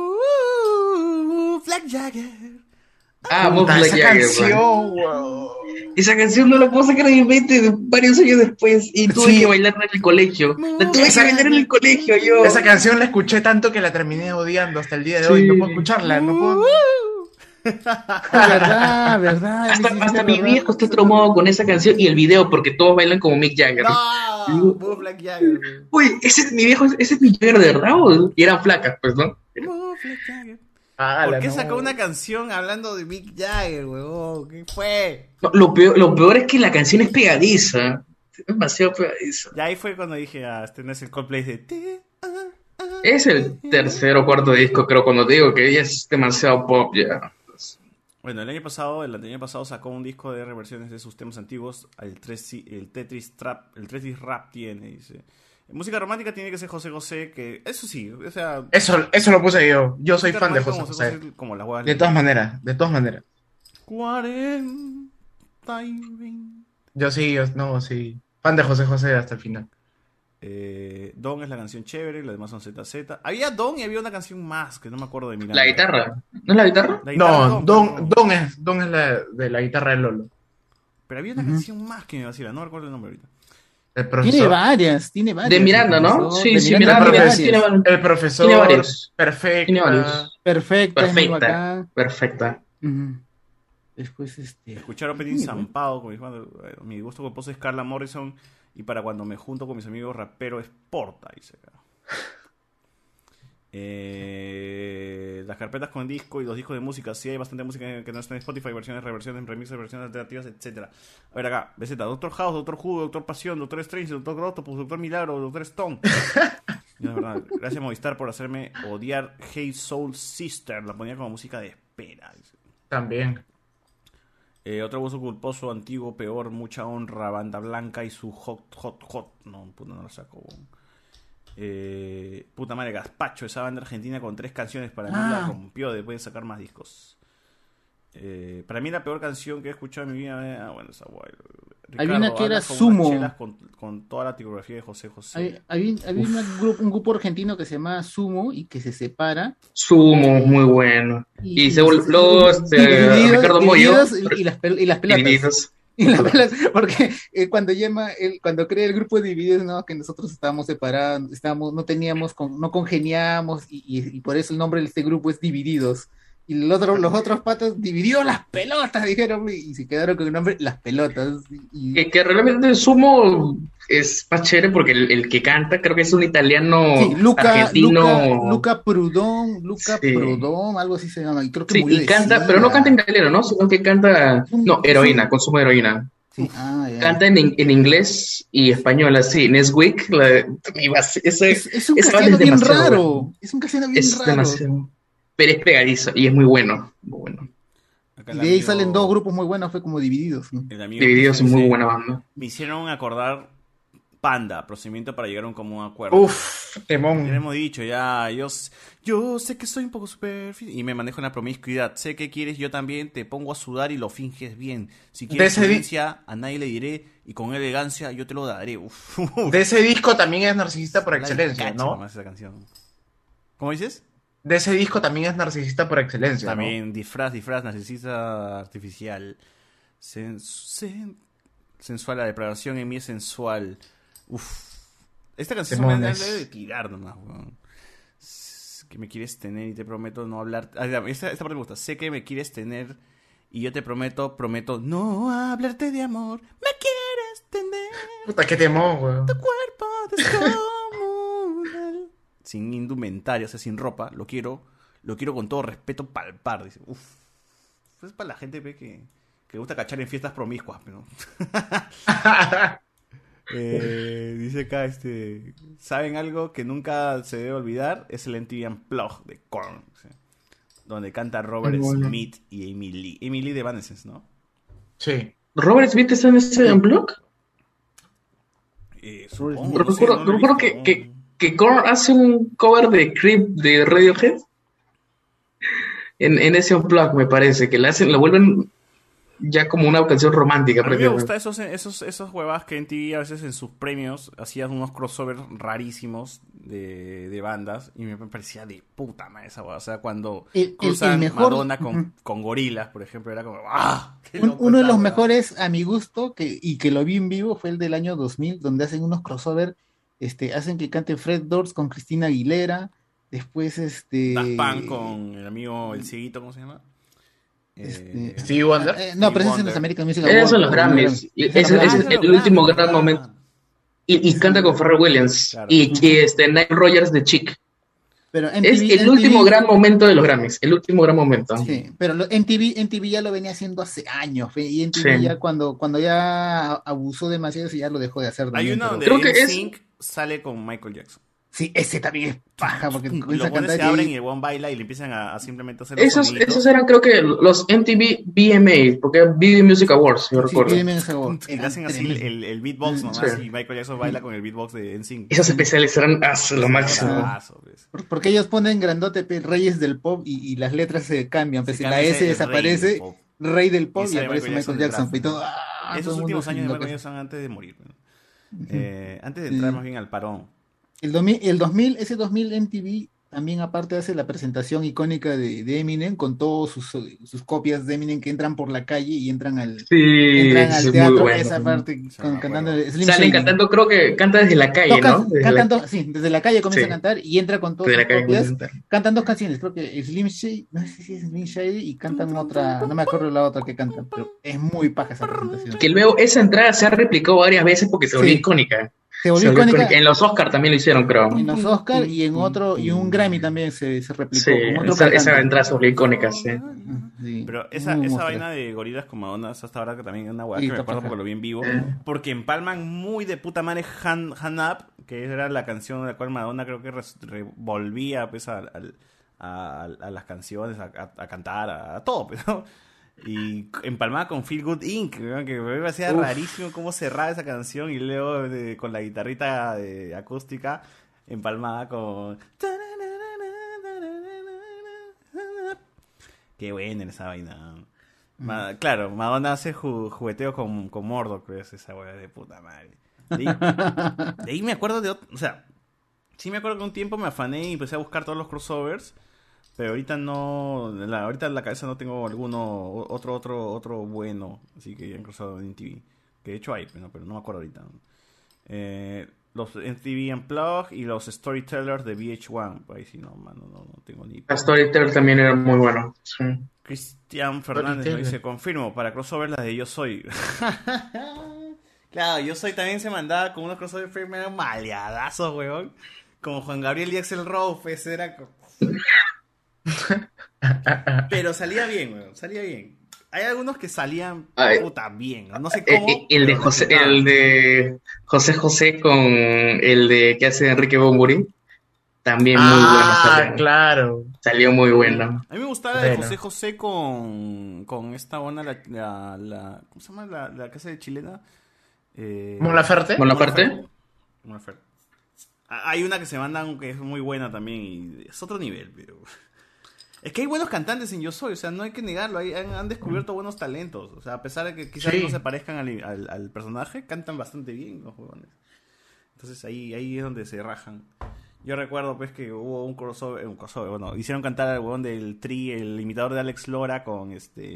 Black Jagger. Black esa Jagger, canción, wow. Esa canción no la puedo sacar de mi mente varios años después y tuve que bailarla en el colegio. La tuve que bailar en el colegio yo. Esa canción la escuché tanto que la terminé odiando hasta el día de hoy. No puedo escucharla, no puedo. verdad. Hasta mi viejo está traumado con esa canción y el video porque todos bailan como Mick Jagger. No, Black Jagger. Uy, ese es mi viejo, ese es Mick Jagger de verdad, y eran flacas, pues, ¿no? Black Jagger. ¿Por qué sacó una canción hablando de Mick Jagger, huevón? ¿Qué fue? No, lo peor es que la canción es pegadiza. Es demasiado pegadiza. Ya ahí fue cuando dije, este no es el Coldplay de... Es el tercer o cuarto disco, creo, cuando te digo que ella es demasiado pop ya. Bueno, el año pasado sacó un disco de reversiones de sus temas antiguos. El Tetris Rap tiene, dice. Música romántica tiene que ser José José, que eso sí, o sea... Eso lo puse yo. Yo soy fan de José José. Como las huevas de todas maneras. 40 y 20. Yo sí. Fan de José José hasta el final. Don es la canción chévere, las demás son ZZ. Había Don y había una canción más que no me acuerdo de Milán. ¿La guitarra? ¿No es la guitarra? No, Don es la de la guitarra de Lolo. Pero había una canción más que me vacila, no recuerdo el nombre ahorita. El profesor. Tiene varias. De Miranda, ¿no? Sí, Miranda. El profesor. Tiene varios. Perfecta. Después escuchar Opening Zampado con mi gusto culposo es Carla Morrison y para cuando me junto con mis amigos raperos es Porta, dice acá. Las carpetas con disco y los discos de música, sí hay bastante música que no está en Spotify, versiones, reversiones, remixes, versiones alternativas, etcétera. A ver acá, BZ, Doctor House, Doctor Who, Doctor Pasión, Doctor Strange, Doctor Octopus, Doctor Milagro, Doctor Stone. No, es verdad. Gracias Movistar por hacerme odiar Hey Soul Sister, la ponía como música de espera, dice. También. Otro abuso culposo, antiguo, peor, mucha honra, Banda Blanca y su hot. No, puta, no la saco. Puta madre, Gazpacho, esa banda argentina con 3 canciones para mí la rompió después de sacar más discos. Para mí la peor canción que he escuchado en mi vida, bueno, esa guay. Había una que era anda con Sumo. unas chelas con toda la tipografía de José José. Había un grupo argentino que se llamaba Sumo y que se separa. Sumo, muy bueno. Y se volvió Ricardo Mollo. Y las pelotas. Divididos. Y las pelotas, porque cuando crea el grupo de Divididos, no, que nosotros estábamos separados, no congeniábamos, y por eso el nombre de este grupo es Divididos. Y los otros patas dividió las pelotas, dijeron, y se quedaron con el nombre Las Pelotas. Que realmente el Sumo es más chévere porque el que canta creo que es un italiano argentino. Luca Prudón, algo así se llama. Y creo que sí, y canta, pero no canta en italiano, ¿no? Sino que canta, heroína, consumo de heroína. Sí. Canta en inglés y español, así. Neswick, es un castellano bien raro. Es un castellano bien raro. Demasiado. Pero es pegadizo y es muy bueno. Muy bueno. Y de ahí salen dos grupos muy buenos, fue como Divididos, ¿no? Divididos es muy buena banda. Me hicieron acordar Panda, procedimiento para llegar a un común acuerdo. Uf, temón. Ya hemos dicho, ya, yo sé que soy un poco superficial y me manejo en la promiscuidad. Sé que quieres, yo también, te pongo a sudar y lo finges bien. Si quieres ciencia, a nadie le diré y con elegancia yo te lo daré. Uf. De ese disco también es narcisista por excelencia, ¿no? Esa canción. ¿Cómo dices? De ese disco también es narcisista por excelencia, también, ¿no? disfraz, narcisista artificial. Sensual, la depravación en mí es sensual. Uf. Esta canción me debe tirar nomás, weón. Que me quieres tener y te prometo no hablar. Esta parte me gusta. Sé que me quieres tener y yo te prometo no hablarte de amor. Me quieres tener. Puta, qué temón, weón. Tu cuerpo descomunal. Sin indumentaria, o sea, sin ropa, lo quiero con todo respeto palpar. Dice, uff. Es para la gente que le gusta cachar en fiestas promiscuas, pero. Dice acá, ¿saben algo que nunca se debe olvidar? Es el MTV Unplugged de Korn, ¿sí? Donde canta Robert Smith y Amy Lee. Amy Lee de Evanescence, ¿no? Sí. ¿Robert Smith está en ese Unplugged? Recuerdo que Korn hace un cover de Creep de Radiohead en ese Unplugged, me parece, que lo vuelven ya como una canción romántica. A mí me gusta esos huevas que en TV a veces en sus premios hacían unos crossovers rarísimos de bandas y me parecía de puta madre esa hueva. O sea, cuando cruzan Madonna con Gorilas, por ejemplo, era como ¡ah! Uno de los mejores a mi gusto y que lo vi en vivo fue el del año 2000, donde hacen unos crossovers. Hacen que cante Fred Durst con Cristina Aguilera, después Daft Punk con el amigo el cieguito, ¿cómo se llama? Stevie Wonder. No, pero ese es en los American Music Awards. Esos son los Grammys. Ese es el último gran momento. Y canta con Pharrell Williams. Claro. Y Nile Rodgers de Chic. Pero es el último gran momento de los Grammys. El último gran momento. Sí, pero MTV ya lo venía haciendo hace años. Y MTV ya cuando ya abusó demasiado, ya lo dejó de hacer. Hay uno donde creo que NSYNC sale con Michael Jackson. Sí, ese también es paja, porque los pones se abren y el one baila y le empiezan a simplemente hacer esos eran creo que los MTV VMA, porque Video Music Awards, yo recuerdo. Y le hacen así el beatbox nomás y Michael Jackson baila con el beatbox de NSYNC. Esos especiales eran lo máximo. Porque ellos ponen grandote Reyes del Pop y las letras se cambian, pues si la S desaparece, Rey del Pop y aparece Michael Jackson y todo. Esos últimos años de Michael Jackson antes de morir. Antes de entrar más bien al parón. Ese 2000 MTV también aparte hace la presentación icónica de Eminem con todas sus copias de Eminem que entran por la calle y entran al teatro, esa parte cantando Slim Salen Shady. cantando, creo que canta desde la calle, ¿no? Desde la calle comienza a cantar y entra con todas sus copias, cantan dos canciones, creo que Slim Shady, no sé si es Slim Shady y cantan otra, no me acuerdo la otra que cantan, pero es muy paja esa presentación. Que luego esa entrada se ha replicado varias veces porque se volvió icónica. Se volvió icónica. En los Oscar también lo hicieron, creo. En los Oscar y en otro, y un Grammy también se replicó. Sí, esa entrada se volvió icónica, sí. Pero esa vaina de Gorilas con Madonna hasta ahora que también es una hueá que me acuerdo porque lo vi en vivo. Porque empalman muy de puta madre Hand Up, que era la canción de la cual Madonna creo que revolvía pues, a las canciones, a cantar, a todo, pero... Y empalmada con Feel Good Inc., que me parecía rarísimo cómo cerraba esa canción y luego con la guitarrita acústica empalmada con... Qué buena esa vaina. Claro, Madonna hace jugueteo con Mordor, creo, es esa weá de puta madre. De ahí me acuerdo o sea, sí me acuerdo que un tiempo me afané y empecé a buscar todos los crossovers, pero ahorita ahorita en la cabeza no tengo alguno, otro bueno, así que hayan cruzado en MTV. Que de hecho hay, pero no me acuerdo ahorita. Los MTV Unplugged y los Storytellers de VH1. Ahí sí, no tengo ni... La Storyteller también era muy bueno. Sí. Cristian Fernández me dice, confirmo, para crossover la de Yo Soy. Claro, Yo Soy también se mandaba con unos crossover medio maleadazos, weón. Como Juan Gabriel y Axl Rose, ese era... Pero salía bien, weón, salía bien. Hay algunos que salían puta bien, no sé cómo. El de José José con el de que hace Enrique Bunbury. También muy bueno. Salió. Claro. Salió muy bueno. A mí me gustaba de José José con esta onda, ¿cómo se llama? La casa de chilena. ¿Mon Laferte? Hay una que se mandan que es muy buena también y es otro nivel, pero... Es que hay buenos cantantes en Yo Soy, o sea, no hay que negarlo, han descubierto buenos talentos, o sea, a pesar de que quizás no se parezcan al personaje, cantan bastante bien los huevones. Entonces ahí es donde se rajan. Yo recuerdo pues que hubo un crossover, bueno, hicieron cantar al huevón del Tri, el imitador de Alex Lora con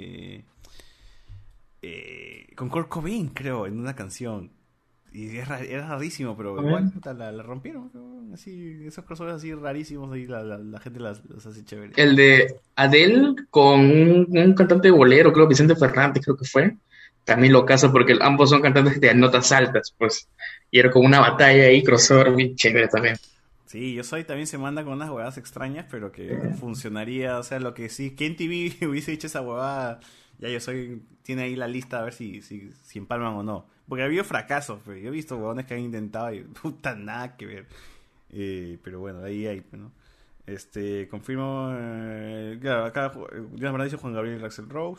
con Kurt Cobain, creo, en una canción. Y era rarísimo, pero igual la rompieron. Así, esos crossovers así rarísimos, ahí la gente los hace chévere. El de Adele con un cantante de bolero, creo Vicente Fernández, creo que fue. También lo caso porque ambos son cantantes de notas altas, pues. Y era como una batalla ahí, crossover bien chévere también. Sí, Yo Soy también se manda con unas huevadas extrañas, pero que funcionaría. O sea, lo que sí, que en TV hubiese hecho esa huevada, ya Yo Soy tiene ahí la lista a ver si empalman o no. Porque ha habido fracasos, pues. Yo he visto huevones que han intentado y puta, nada que ver. Pero bueno, ahí hay, ¿no? Confirmo. Claro, acá ya me dice Juan Gabriel y Axl Rose.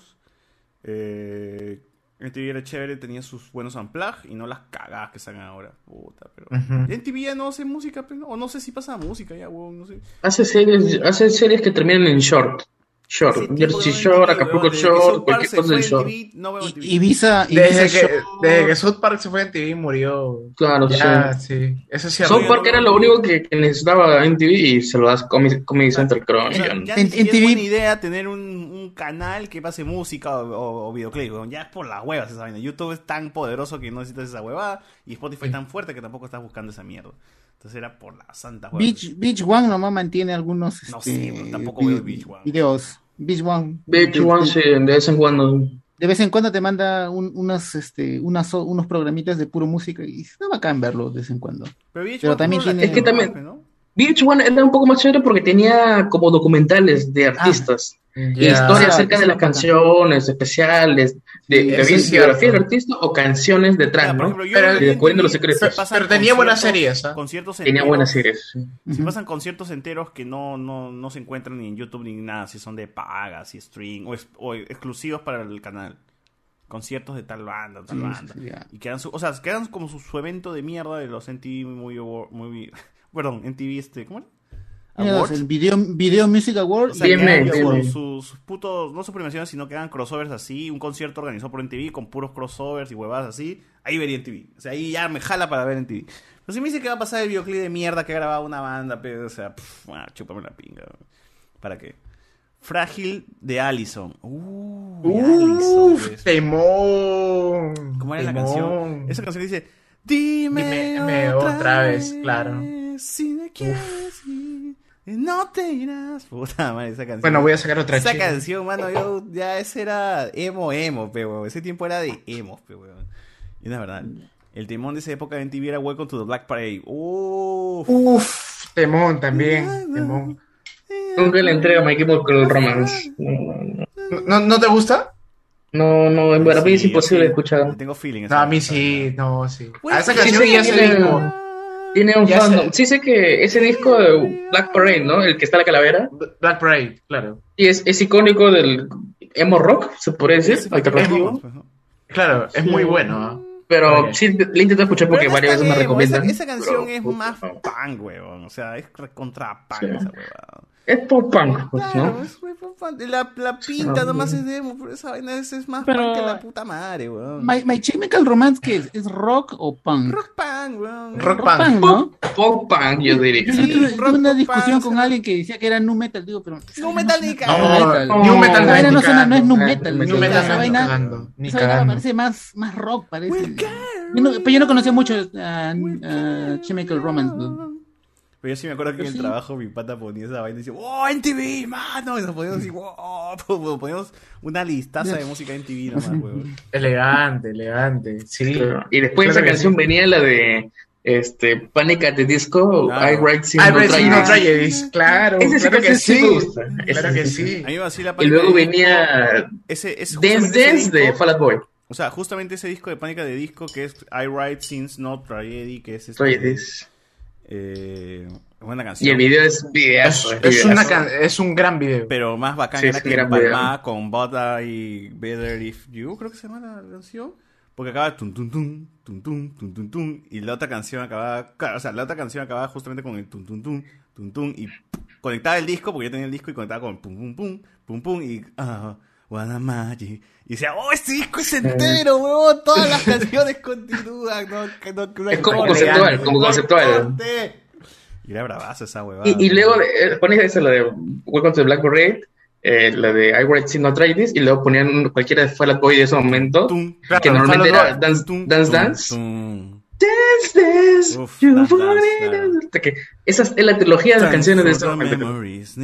MTV era chévere, tenía sus buenos unplugged y no las cagadas que sacan ahora. Puta, pero. MTV ya no hace música, pero, o no sé si pasa música ya, huevón, no sé. Hace series que terminan en short. Jersey Shore, Acapulco Shore, cualquier cosa del Shore. Ibiza desde que South Park se fue en TV murió. Claro, sí. Eso sí. South Park era lo único que necesitaba en TV y se lo das Comedy Central, creo. O sea, ya en TV es buena idea tener un canal que pase música o videoclip. Ya es por las huevas esa vaina. YouTube es tan poderoso que no necesitas esa huevada y Spotify tan fuerte que tampoco estás buscando esa mierda. Entonces era por la santa hueva. Beach One nomás mantiene algunos no sé, tampoco veo Beach One. Videos. Beach One sí, de vez en cuando. De vez en cuando te manda unos programitas de puro música y está bacán verlo de vez en cuando. Pero también tiene... Es que también Beach One era un poco más chévere porque tenía como documentales de artistas. Historias acerca de las canciones especiales, de biografía del artista o canciones detrás, ¿no? Pero descubriendo los secretos. Pero tenía buenas series, ¿eh? Tenía buenas series. Si pasan conciertos enteros que no se encuentran ni en YouTube ni nada, si son de paga, si stream o exclusivos para el canal. Conciertos de tal banda. Y quedan quedan como su evento de mierda de los MTV perdón, MTV ¿cómo era? El Video Music Awards. O sea, sus putos, no sus premiaciones, sino que hagan crossovers así, un concierto organizado por MTV con puros crossovers y huevadas así, ahí vería MTV. O sea, ahí ya me jala para ver MTV. Pero si me dice que va a pasar el videoclip de mierda que ha grabado una banda, pero, o sea, chúpame la pinga. ¿Para qué? Frágil de Allison. Allison. Temón. ¿Cómo era la canción? Esa canción dice, dime otra vez, claro. Si me quieres no te irás. Puta madre, esa canción. Bueno, voy a sacar otra Esa canción, mano, ese era emo, pero ese tiempo era de emo, pero y es verdad. El temón de esa época de MTV era Welcome to the Black Parade. Temón también. Temón. Nunca le entrega a My Chemical Romance. ¿No te gusta? No, en verdad es imposible escuchar. Tengo feeling. No, a mí sí, sí. Bueno, esa canción ya se dijo. Tiene un fandom. Sí sé que ese disco de Black Parade, ¿no? El que está la calavera. Black Parade, claro. Y es icónico del emo rock, se podría decir. Alternativo. Claro, es muy bueno. pero sí le intento escuchar porque Pero no varias está veces me emo, recomiendan. esa canción pero, es puta, más no. punk, weón. O sea, es contra punk Sí. esa weón. Es pop punk, pues, Claro, ¿no? es pop punk. La pinta nomás es de emo, pero esa vaina es más Pero- punk que la puta madre, weón. My Chemical Romance, ¿qué es? ¿Es rock o punk? Punk, weón. Rock Rock punk. punk, ¿no? Pop punk, yo diría. Yo tuve rock una punk, discusión con sí. alguien que decía que era nu metal, digo, pero Nu metal ni no, cagando. no, New Metal esa vaina no ni suena, no es nu cagando. metal, New Metal esa ni vaina, cagando, ni esa vaina me cagando. parece más rock, parece. Pero yo no conocía mucho Chemical Romance. Pero yo sí me acuerdo que en el trabajo mi pata ponía esa vaina y decía, ¡oh, NTV, mano! Y nos poníamos así, ¡wow! Poníamos una listaza de música en TV nomás, weón. Elegante, sí. Claro. Y después de Claro esa que canción sí. venía la de Panic at the Disco, Claro. I Write Sin I No Write Sin No Tragedies. Tragedies, claro. Ese sí Claro que sí me sí. gusta. Claro Ese que sí. sí. A mí me vacila Y Panic! luego at the venía Ese Dance Dance de Fall Out Boy. O sea, justamente ese disco de Pánica de Disco que es I Write Since No Tragedy, que es Tragedies. buena canción. Y el video es videazo. Es un gran video. Pero más bacán Sí, era es que un gran empalmaba con But I Better If You, creo que se llama la canción. Porque acaba tum tum tum, tum tum, tum tum tum. Y la otra canción acababa, claro, o sea, la otra canción acababa justamente con el tum tum tum, tum tum. Y conectaba el disco, porque yo tenía el disco y conectaba con pum pum pum, pum pum. Y what a magic. Y decía, oh, este disco es entero, huevón. Todas las canciones continúan. Es como conceptual, como conceptual. corte. Y era bravazo esa huevada. Y luego pones eso, la de Welcome to the Black Parade, la de I Write Sin No Tragedies, y luego ponían cualquiera de Fall Out Boy de ese momento, que normalmente era Dance Dance. Uf, You Dance want Dance, it, claro. que esa es la trilogía de las canciones de ese momento. Memories.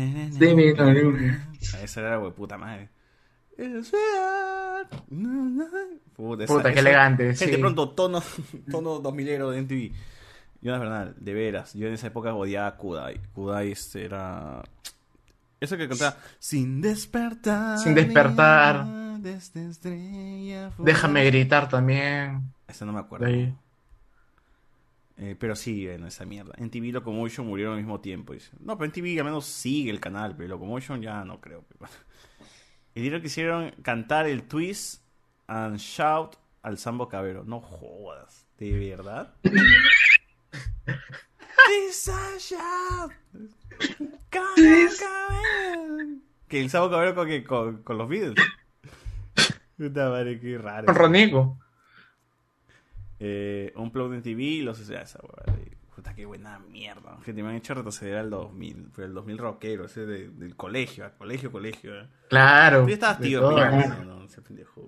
Esa era la puta madre. Puta, qué elegante, Gente, sí. pronto, tono 2000ero de MTV. Jonas Bernal, de veras. Yo en esa época odiaba a Kudai. Kudai era... Eso que cantaba Sin despertar. Sin despertar. Desde estrella Déjame gritar también. Esa no me acuerdo. Ahí. Pero sí, en esa mierda. En TV Locomotion murieron al mismo tiempo. Dice. No, pero en TV al menos sigue el canal, pero Locomotion ya no creo. Y dijeron que hicieron cantar el Twist and Shout al Sambo Cabero. No jodas, ¿de verdad? Twist and Shout. Que el Sambo Cabero con los Beatles. Puta madre, qué raro. Con Ronico. Unplugged en TV, los esa huevada. Puta, qué buena mierda. Gente, me han hecho retroceder al 2000. Pero el 2000 rockero, ese del colegio, colegio. Claro. Tú ya estabas de tío, todo. no, ese pendejo.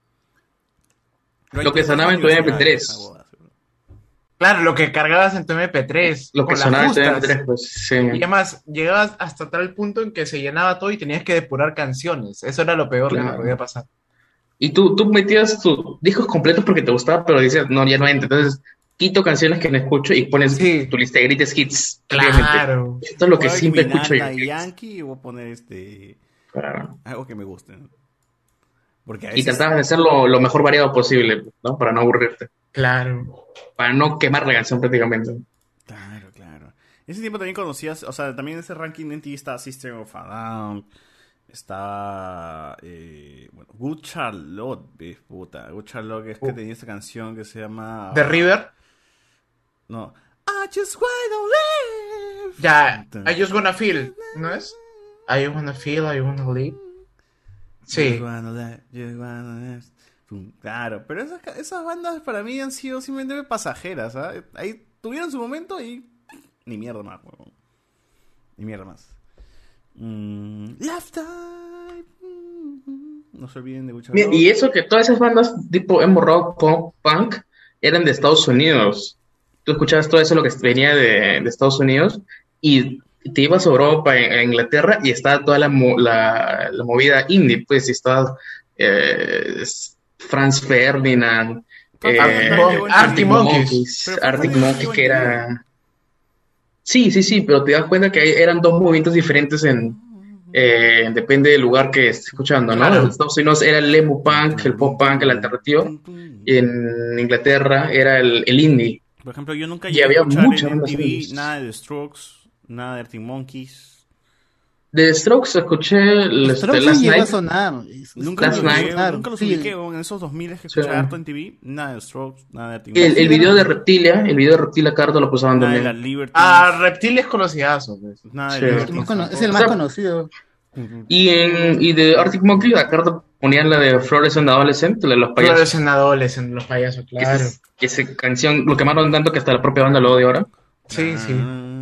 Lo que sonaba en tu MP3. Claro, lo que cargabas en tu MP3. Lo que con las sonaba en tu justas. MP3, pues sí. Y además, llegabas hasta tal punto en que se llenaba todo y tenías que depurar canciones. Eso era lo peor Claro. que podía pasar. Y tú metías tus discos completos porque te gustaba, pero decías, no, ya no entra. Entonces, quito canciones que no escucho y pones tu lista de greatest hits. Claro. Esto es lo que Voy a siempre eliminar escucho yo. a Yankee y voy a poner Claro. algo que me guste. Porque a Y veces... tratabas de hacer lo mejor variado posible, ¿no? Para no aburrirte. Claro. Para no quemar la canción prácticamente. Claro. En ese tiempo también conocías, o sea, también en ese ranking en TV está System of a Down, está, Good Charlotte, puta, Good Charlotte, que es que tenía esta canción que se llama... ¿The River? No. I just wanna live. Ya, I just wanna feel, ¿no es? I wanna feel, I wanna live. Sí. Just wanna live. Claro, pero esas bandas para mí han sido simplemente pasajeras, ¿sabes? Ahí tuvieron su momento y ni mierda más, huevón. Ni mierda más. Lifetime. No se olviden de escuchar. Y eso que todas esas bandas tipo emo rock, pop, punk eran de Estados Unidos. Tú escuchabas todo eso lo que venía de Estados Unidos y te ibas a Europa, a Inglaterra y estaba toda la movida indie, pues y estaba Franz Ferdinand, Arctic Monkeys, que era... Sí, pero te das cuenta que eran dos movimientos diferentes depende del lugar que estés escuchando, ¿no? Claro. En Estados Unidos era el emo punk, el pop punk, el alternativo, y en Inglaterra era el indie. Por ejemplo, yo nunca Y llegué a había escuchar muchas en bandas MTV indies. nada de The Strokes, nada de Arctic Monkeys. De Strokes escuché Strokes Last llegó a Night. sonar. Nunca Last Night. los ubiqué, weón, en esos 2000 que escuchaba harto en TV. Nada de Strokes, nada de Arctic El video de Reptilia, Cardo lo pasaban Nada de también. la Liberty. Reptilia es conocidazo. Pues. Nada de Sí. Liberty. Es el más conocido. Y de Arctic Monkey, a Cardo ponían la de Fluorescent Adolescent, la de los payasos. Flores en Adolescent, los payasos, claro. Que esa canción lo quemaron tanto que hasta la propia banda lo odia ahora. Sí, sí.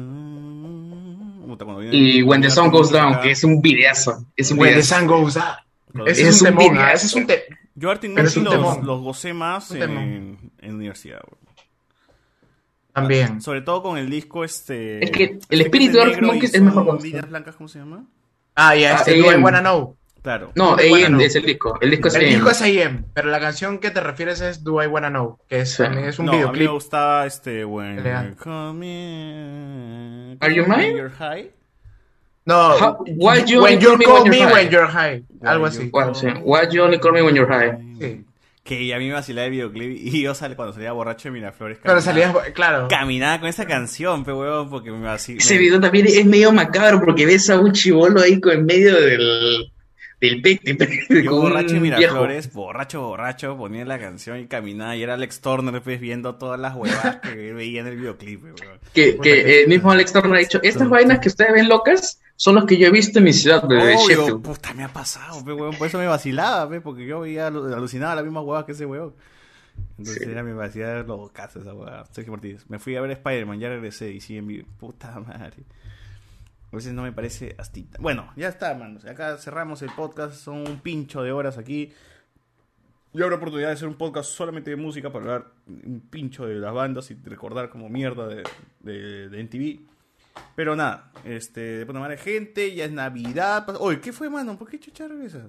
Y When the Sun Goes Down, que es un videazo. Es un When the videazo. Sun Goes Down. Ese Es es un un temón, videazo. ese es un te... Yo Arctic Pero es Monkey un temón. los gocé más Un temón. en universidad, weón. También. Sobre todo con el disco Es que el espíritu de Arctic Monkeys es mejor con líneas blancas, ¿cómo se llama? Ah, ya, Do I Wanna Know. Claro. No, Do I Wanna AM Know. es el disco. El disco es El AM. disco es AM, pero la canción que te refieres es Do I Wanna Know, que es, también es un No, a mí videoclip. me gustaba When Elegante. You Call Me Are You Mine? When You're High. No, Why You When Only You Call Me Call When Me You're When High. You're High, algo así. Why You Only Call Me When You're High. Sí. Que a mí me vacilaba el videoclip y yo cuando salía borracho de Miraflores Pero caminaba- salías, claro. caminaba con esa canción, pe huevón, porque me vacilaba. Ese video también es medio macabro porque ves a un chibolo ahí en medio del pecti. Yo borracho de Miraflores, borracho, ponía la canción y caminaba y era Alex Turner pues, viendo todas las huevas que veía en el videoclip. Pe, huevón. Que el mismo Alex Turner ha dicho, estas vainas que ustedes ven locas son las que yo he visto en mi ciudad de Obvio, Sheffield. puta, me ha pasado, pe, huevón, por eso me vacilaba, pe, porque yo veía, alucinaba la misma hueva que ese huevón. Entonces Sí. era mi vacilada los casos esa hueva. Sergio Martínez. Me fui a ver Spider-Man, ya regresé y sí en vivo. Puta madre. A veces no me parece astita. Bueno, ya está, manos. Acá cerramos el podcast. Son un pincho de horas aquí. Y habrá oportunidad de hacer un podcast solamente de música para hablar un pincho de las bandas y recordar como mierda de NTV. Pero nada, de puta madre, gente, ya es Navidad. Oye, ¿qué fue, mano? ¿Por qué chucha regresas?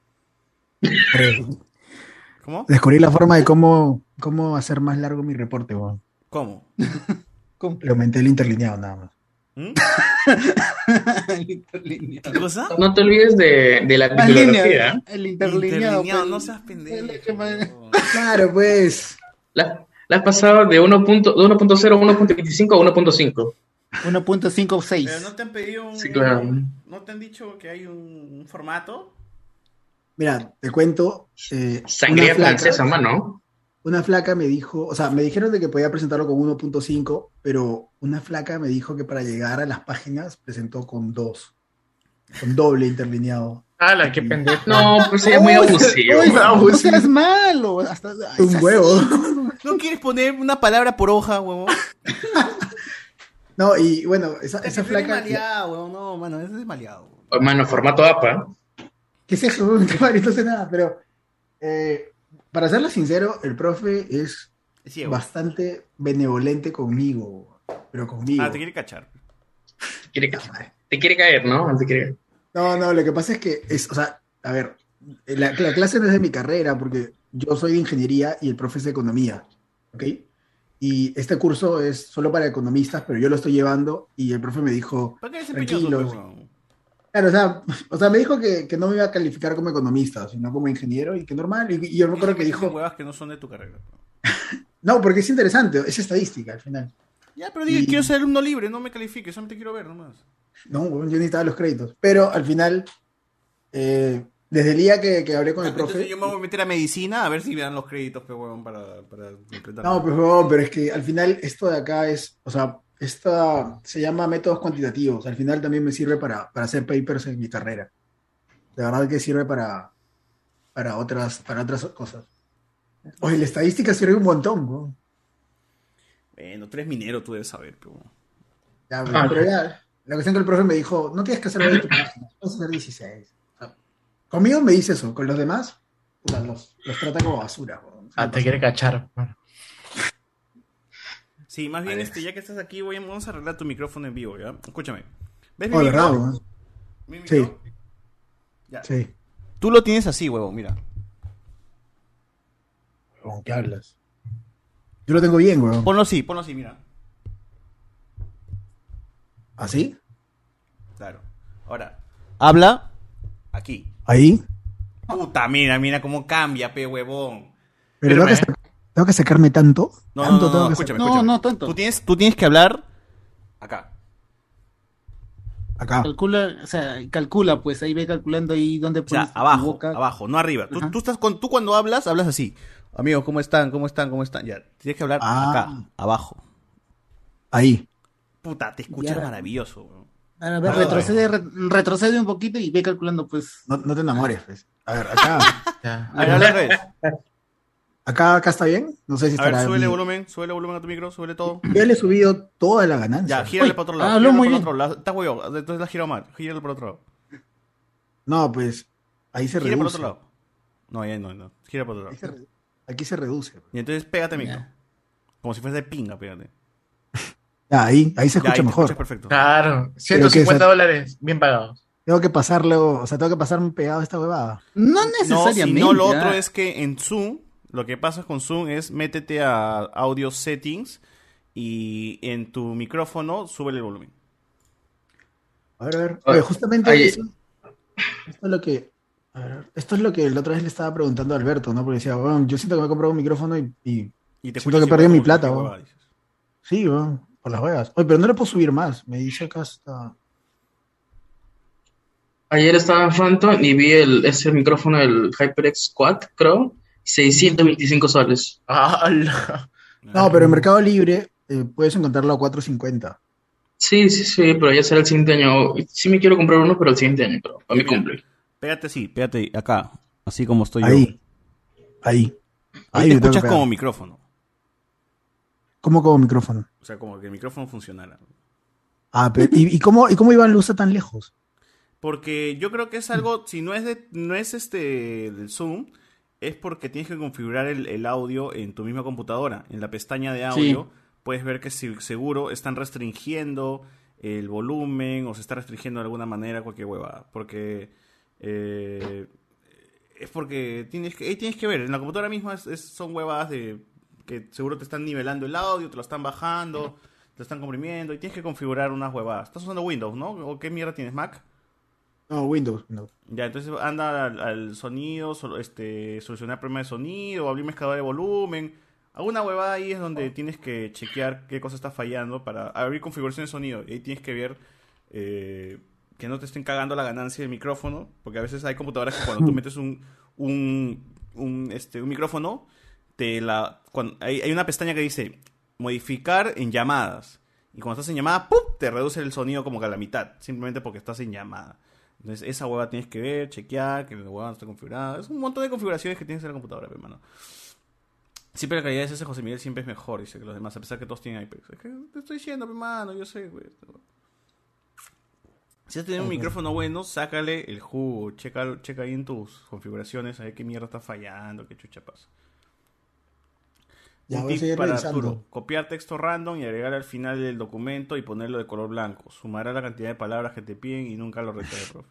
¿Cómo? Descubrí la forma de cómo hacer más largo mi reporte, weón. ¿Cómo? Le aumenté el interlineado nada más. ¿Qué cosa? No te olvides de la Más bibliografía. líneas, el interlineado. Interlineado, pues. no seas pendejo. Claro, pues. La has pasado de 1.0 a 1.25 a 1.5. 1.56. Pero no te han pedido un... Sí, claro. ¿No te han dicho que hay un formato? Mira, te cuento. Sangría una flaca- francesa, mano. Una flaca me dijo, o sea, me dijeron de que podía presentarlo con 1.5, pero una flaca me dijo que para llegar a las páginas presentó con 2. Con doble interlineado. ¡Hala, qué pendejo! No, pues sería muy abusivo. Uy, No seas malo. Hasta, Un huevo. ¿No quieres poner una palabra por hoja, huevón? No, y bueno, esa Es flaca. maleado, huevón. No, mano, ese es maleado. Mano, formato APA. ¿Qué es eso? No sé nada, pero para serlo sincero, el profe es ciego. bastante benevolente conmigo, pero conmigo. Ah, te quiere cachar. Te quiere caer, ¿no? Te quiere... No, lo que pasa es que o sea, a ver, la clase no es de mi carrera porque yo soy de ingeniería y el profe es de economía, ¿ok? Y este curso es solo para economistas, pero yo lo estoy llevando y el profe me dijo, ¿Para qué eres empeñoso, tranquilos. huevón? Claro, o sea, me dijo que no me iba a calificar como economista, sino como ingeniero y que normal. Y yo me acuerdo que dijo, huevas que no son de tu carrera. no, porque es interesante, es estadística al final. Ya, pero diga, quiero ser alumno libre, no me califiques, solamente quiero ver nomás. No, bueno, yo necesitaba los créditos. Pero al final, desde el día que hablé con el profe. Entonces yo me voy a meter a medicina a ver si me dan los créditos, pe huevón, para completar. No, pues, huevón, pero es que al final esto de acá es, o sea, esta se llama métodos cuantitativos. Al final también me sirve para hacer papers en mi carrera. De verdad que sirve para otras cosas. Oye, la estadística sirve un montón, ¿no? Bueno, tú eres minero, tú debes saber, pe huevón. Ya, pero ya, la cuestión que el profe me dijo, no tienes que hacer 20 páginas, puedes hacer 16. O sea, conmigo me dice eso, con los demás, puta, los trata como basura. ¿No? Ah, te quiere cachar. Sí, más bien, ya que estás aquí, vamos a arreglar tu micrófono en vivo, ¿ya? Escúchame. ¿Ves mi Oh, micro? ¿verdad, huevón? ¿Mi micro? Sí. Ya. Sí. Tú lo tienes así, huevón, mira. ¿Con qué hablas? Yo lo tengo bien, huevón. Ponlo así, mira. ¿Así? Claro. Ahora, habla aquí. ¿Ahí? Puta, mira cómo cambia, pe huevón. Pero tengo que sacarme tanto. No, tanto no, tengo no, que escúchame, sacar- escúchame. No, tanto. Tú tienes que hablar acá. Acá. Calcula, o sea, calcula, pues ahí ve calculando ahí dónde O sea, pones tu abajo, boca. abajo, no arriba. Ajá. Tú cuando hablas así. Amigos, ¿cómo están? ¿Cómo están? ¿Cómo están? Ya, tienes que hablar acá, abajo. Ahí. Puta, te escuchas Ya. maravilloso, weón. A ver, retrocede un poquito y ve calculando, pues. No te enamores, pues. A ver, acá. A ver, habla al revés. Acá está bien. No sé si A ver, estará súbele bien. volumen a tu micro, súbele todo. Yo le he subido toda la ganancia. Ya, gírale para otro lado. habló Gírale muy para bien. otro lado. Está huevo, entonces la giro mal. Gírale por otro lado. No, pues ahí se Gira por reduce. otro lado. No, ya no. Gira por otro lado. Aquí se reduce. Y entonces pégate micro. Como si fuese de pinga, pégate. Ya, ahí se Ya, escucha ahí te mejor. escuchas perfecto. Claro, Pero que $150 bien pagados. Tengo que pasarlo, o sea, tengo que pasarme pegado a esta huevada. No No, si no, lo otro es que en Zoom, lo que pasa con Zoom es métete a Audio Settings y en tu micrófono súbele el volumen. A ver. Oye, justamente esto es lo que. A ver, esto es lo que la otra vez le estaba preguntando a Alberto, ¿no? Porque decía, bueno, yo siento que me he comprado un micrófono y te siento escuchas que he perdido igual mi como plata, cualquier weón. huevada, dices. Sí, weón, por las huevas. Oye, pero no le puedo subir más. Me dice acá hasta. Ayer estaba en Phantom y vi ese micrófono, el HyperX Quad, creo, 625 soles. No, pero en Mercado Libre puedes encontrarlo a 450. Sí, pero ya será el siguiente año. Sí me quiero comprar uno, pero el siguiente año, pero para mi cumple. Pégate así, pégate acá, así como estoy Ahí. yo. Ahí Ahí te me tengo que escuchas pegar. como micrófono. ¿Cómo como micrófono? O sea, como que el micrófono funcionara. Ah, pero, ¿y cómo Iván lo usa tan lejos? Porque yo creo que es algo, si no es del Zoom, es porque tienes que configurar el audio en tu misma computadora. En la pestaña de audio puedes ver que seguro están restringiendo el volumen o se está restringiendo de alguna manera cualquier huevada. Porque es porque tienes que ver. En la computadora misma son huevadas de que seguro te están nivelando el audio, te lo están bajando, te lo están comprimiendo y tienes que configurar unas huevadas. Estás usando Windows, ¿no? ¿O qué mierda tienes? ¿Mac? No, Windows. Ya, entonces anda al sonido, solucionar problemas de sonido, abrir mezclador de volumen. Alguna huevada ahí es donde tienes que chequear qué cosa está fallando para abrir configuración de sonido. Y ahí tienes que ver que no te estén cagando la ganancia del micrófono, porque a veces hay computadoras que cuando tú metes un micrófono, hay una pestaña que dice modificar en llamadas. Y cuando estás en llamada, ¡pum!, te reduce el sonido como que a la mitad, simplemente porque estás en llamada. Entonces esa hueva tienes que ver, chequear, que la hueva no está configurada. Es un montón de configuraciones que tienes en la computadora, hermano. Siempre la calidad de ese José Miguel siempre es mejor, dice que los demás, a pesar que todos tienen iPads. Es que te estoy diciendo, hermano, yo sé, güey. Si vas a tener un micrófono bueno, sácale el jugo, checa ahí en tus configuraciones, a ver qué mierda está fallando, qué chucha pasa. Ya Un voy a tip seguir para revisando. Arturo: copiar texto random y agregar al final del documento y ponerlo de color blanco. Sumará la cantidad de palabras que te piden y nunca lo retrae, profe.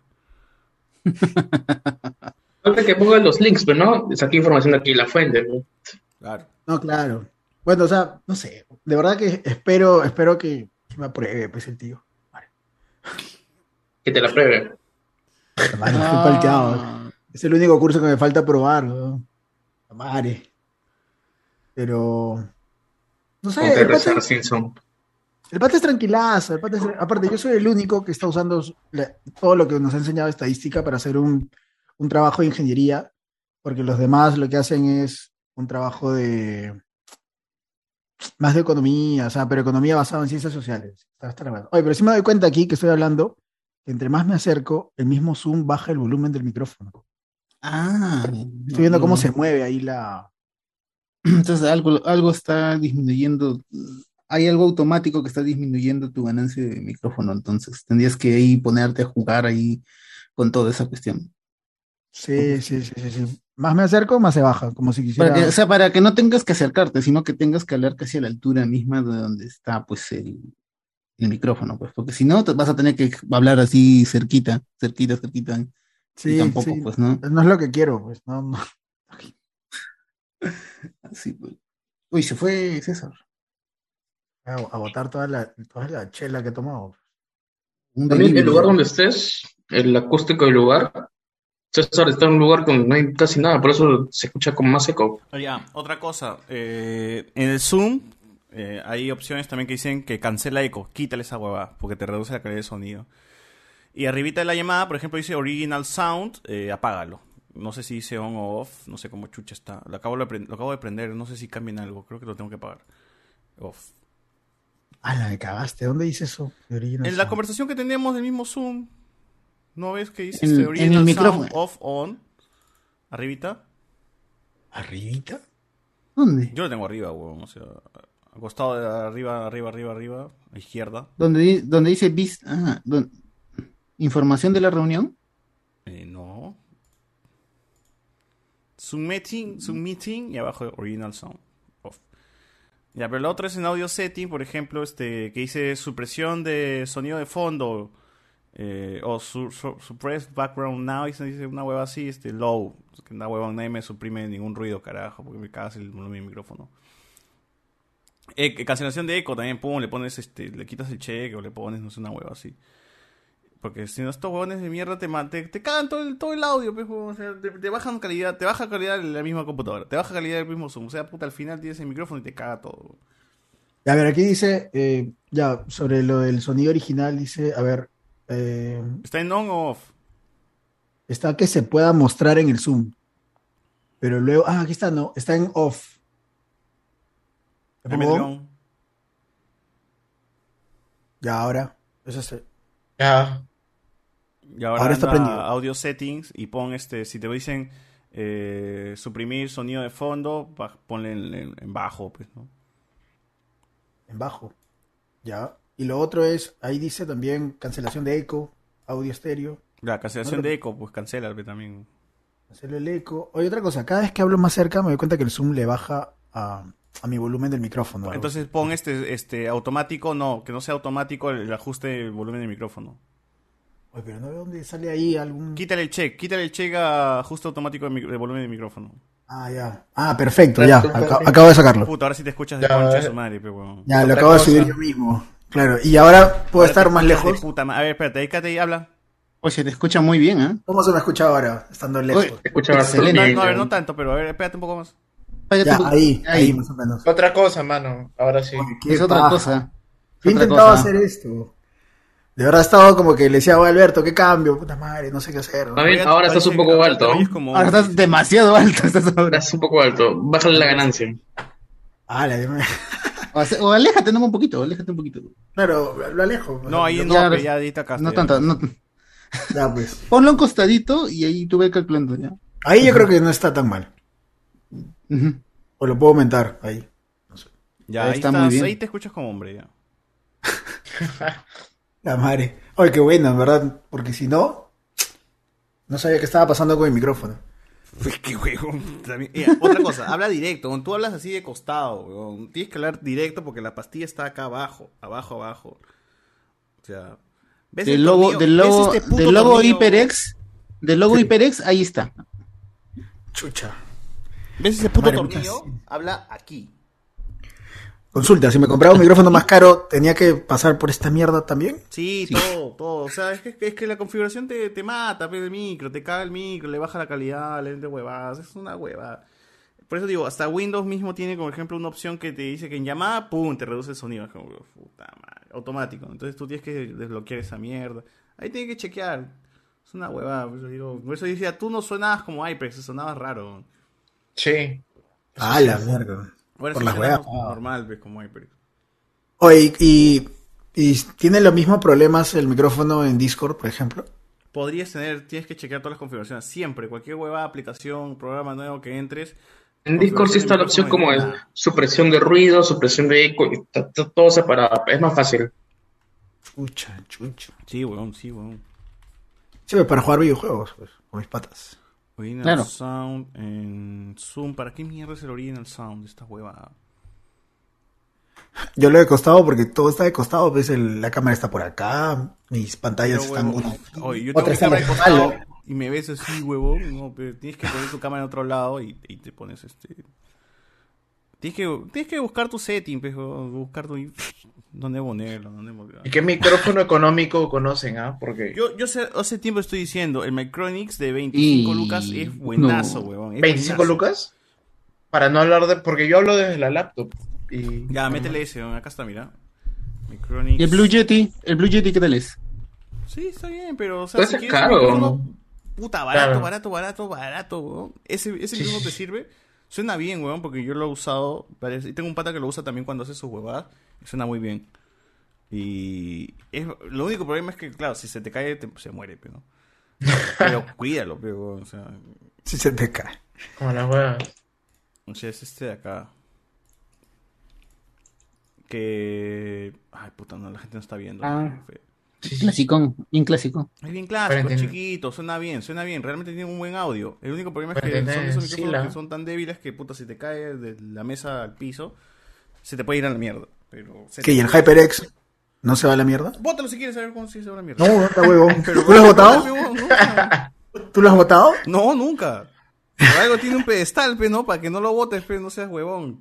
Falta que pongan los links, pero no saqué información de aquí, la fuente, ¿no? Claro. No, claro. Bueno, o sea, no sé. De verdad que espero que me apruebe, pues, el tío. Que te la pruebe. Madre, estoy palteado. Es el único curso que me falta probar, ¿no? Madre. Pero. No sé, Con que el rezar, pata, Simpson. el pata es tranquilazo. Aparte, yo soy el único que está usando todo lo que nos ha enseñado estadística para hacer un trabajo de ingeniería, porque los demás lo que hacen es un trabajo más de economía, o sea, pero economía basada en ciencias sociales. Oye, pero sí me doy cuenta aquí que estoy hablando, que entre más me acerco, el mismo Zoom baja el volumen del micrófono. Estoy viendo cómo se mueve ahí la... Entonces algo está disminuyendo, hay algo automático que está disminuyendo tu ganancia de micrófono, entonces tendrías que ahí ponerte a jugar ahí con toda esa cuestión. Sí. Más me acerco, más se baja, como si quisiera... Para que no tengas que acercarte, sino que tengas que hablar casi a la altura misma de donde está pues el micrófono, pues, porque si no te vas a tener que hablar así cerquita, y tampoco, sí. pues, ¿no? No es lo que quiero, pues, no. Así, pues. Uy, se fue César. A botar toda la chela que he tomado. También el lugar donde estés, el acústico del lugar. César está en un lugar donde no hay casi nada, por eso se escucha como más eco. Ya, otra cosa. En el Zoom hay opciones también que dicen que cancela eco. Quítale esa hueva, porque te reduce la calidad de sonido. Y arribita de la llamada, por ejemplo, dice Original Sound, apágalo. No sé si dice on o off, no sé cómo chucha está. Lo acabo de prender, no sé si cambian algo, creo que lo tengo que apagar. Off. Ah, me cagaste. ¿Dónde dice eso? En la conversación que tenemos del mismo Zoom, ¿no ves que dice En Original el Sound, micrófono. off, on? ¿Arribita? ¿Arribita? ¿Dónde? Yo lo tengo arriba, weón, o sea, acostado de arriba, a izquierda. Donde dice información de la reunión. No. Zoom meeting y abajo Original Sound. Off. Ya, pero lo otro es en audio setting, por ejemplo, que dice supresión de sonido de fondo. O suppress background noise, dice una hueva así, low. Una hueva, nadie me suprime ningún ruido, carajo, porque me cagas el volumen del micrófono. Cancelación de eco también, pum, le pones, le quitas el cheque o le pones, no sé, una hueva así. Porque si no, estos huevones de mierda te cagan todo el audio, pues, o sea, te bajan calidad, te baja calidad la misma computadora, te baja calidad el mismo Zoom, o sea, puta, al final tienes el micrófono y te caga todo. A ver, aquí dice, ya, sobre lo del sonido original, dice, a ver. ¿Está en on o off? Está que se pueda mostrar en el Zoom. Pero luego, aquí está, no, está en off. Ya, ahora. Eso es. Ya. Y ahora está prendido. Audio settings y pon si te dicen suprimir sonido de fondo, ponle en bajo, pues, ¿no? En bajo. Ya. Y lo otro es, ahí dice también cancelación de eco, audio estéreo. La cancelación de eco, pues cancela también. Cancelo el eco. Oye, otra cosa, cada vez que hablo más cerca me doy cuenta que el Zoom le baja a mi volumen del micrófono. Entonces pon automático, no, que no sea automático el ajuste del volumen del micrófono. Oye, pero no veo dónde sale ahí algún... Quítale el check a ajuste automático de volumen del micrófono. Ah, ya. Ah, perfecto, ya. Acabo de sacarlo. Puta, ahora sí te escuchas de concha de su madre, pe, weón. Ya, lo acabo de subir yo mismo. Claro, y ahora puedo estar más lejos. A ver, espérate, dedícate y habla. Oye, te escucha muy bien, ¿eh? ¿Cómo se me escucha ahora, estando lejos? Te escucha excelente. No, a ver, no tanto, pero a ver, espérate un poco más. Ya, ahí más o menos. Otra cosa, mano. Ahora sí. Es otra cosa. He intentado hacer esto. De verdad he estado como que le decía a Alberto, ¿qué cambio? Puta madre, no sé qué hacer. ¿No? Ahora estás un poco alto. Ahora estás demasiado alto. Estás un poco alto. Bájale la ganancia. O aléjate un poquito, Claro, lo alejo. No, ahí no, ya edita acá. No tanto, no. Ya, pues. Ponlo a un costadito y ahí tú ves calculando, ¿ya? Ahí yo creo que no está tan mal. O lo puedo aumentar, ahí. No sé. Ya, ahí está muy bien. Ahí te escuchas como hombre, ya. La madre. Oye, qué buena, en verdad. Porque si no, no sabía qué estaba pasando con el micrófono. Pues qué huevón. Otra cosa, habla directo. Cuando tú hablas así de costado, huevón, tienes que hablar directo porque la pastilla está acá abajo. O sea, ¿ves del logo HyperX? Del logo HyperX, ahí está. Chucha. ¿Ves ese puto tornillo? Habla aquí. Consulta, si me compraba un micrófono más caro, ¿tenía que pasar por esta mierda también? Sí, todo. O sea, es que la configuración te mata, el micro, te caga el micro, le baja la calidad, le de huevadas, es una hueva. Por eso digo, hasta Windows mismo tiene, por ejemplo, una opción que te dice que en llamada, pum, te reduce el sonido. Es como, puta madre, automático. Entonces tú tienes que desbloquear esa mierda. Ahí tienes que chequear. Es una huevada. Por eso decía, tú no sonabas como HyperX, sonabas raro. Sí. Ah, la mierda. Por las huevas. Normal, ves, como HyperX. Oye, ¿y tiene los mismos problemas el micrófono en Discord, por ejemplo? Tienes que chequear todas las configuraciones. Siempre, cualquier hueva, aplicación, programa nuevo que entres. En Discord sí está la opción como es supresión de ruido, supresión de eco, todo separado. Es más fácil. Chucha. Sí, weón. Sí, para jugar videojuegos, pues, con mis patas. Original Sound en Zoom. ¿Para qué mierda es el Original Sound de esta hueva? Yo lo he costado porque todo está de costado. Pues la cámara está por acá, mis pantallas están... Oye, yo tengo mi cámara de costado y me ves así, huevón. No, pero tienes que poner tu cámara en otro lado y te pones Tienes que buscar tu setting, pues, buscar dónde ponerlo. ¿Y qué micrófono económico conocen, Porque yo hace tiempo estoy diciendo, el Micronix de 25 lucas es buenazo, huevón. ¿25 lucas? Para no hablar porque yo hablo desde la laptop. Ya, métele ese, acá está, mira. Micronix. ¿Y el Blue Yeti? ¿El Blue Yeti qué tal es? Sí, está bien, pero o sea, Puede si ser quieres caro. un micrófono, puta, barato, Claro. barato, weón. Ese micrófono te sirve. Suena bien, weón, porque yo lo he usado. Y tengo un pata que lo usa también cuando hace sus huevadas. Y suena muy bien. Lo único problema es que, claro, si se te cae, se muere, pero, pero cuídalo, pero, o sea. Si se te cae. Como las huevas. O sea, es este de acá. Que. Ay, puta, no, la gente no está viendo. Clasicón, bien clásico. Es bien clásico, es chiquito, suena bien. Realmente tiene un buen audio. El único problema es que son esos micrófonos que son tan débiles que, puta, si te cae de la mesa al piso, se te puede ir a la mierda. Pero ¿Qué? ¿Y el HyperX no se va a la mierda? Bótalo si quieres saber cómo se va a la mierda. No, está huevón. Pero ¿Tú lo has votado? nunca. ¿Tú lo has votado? No, nunca. Por algo tiene un pedestal, ¿no? Para que no lo votes, no seas huevón.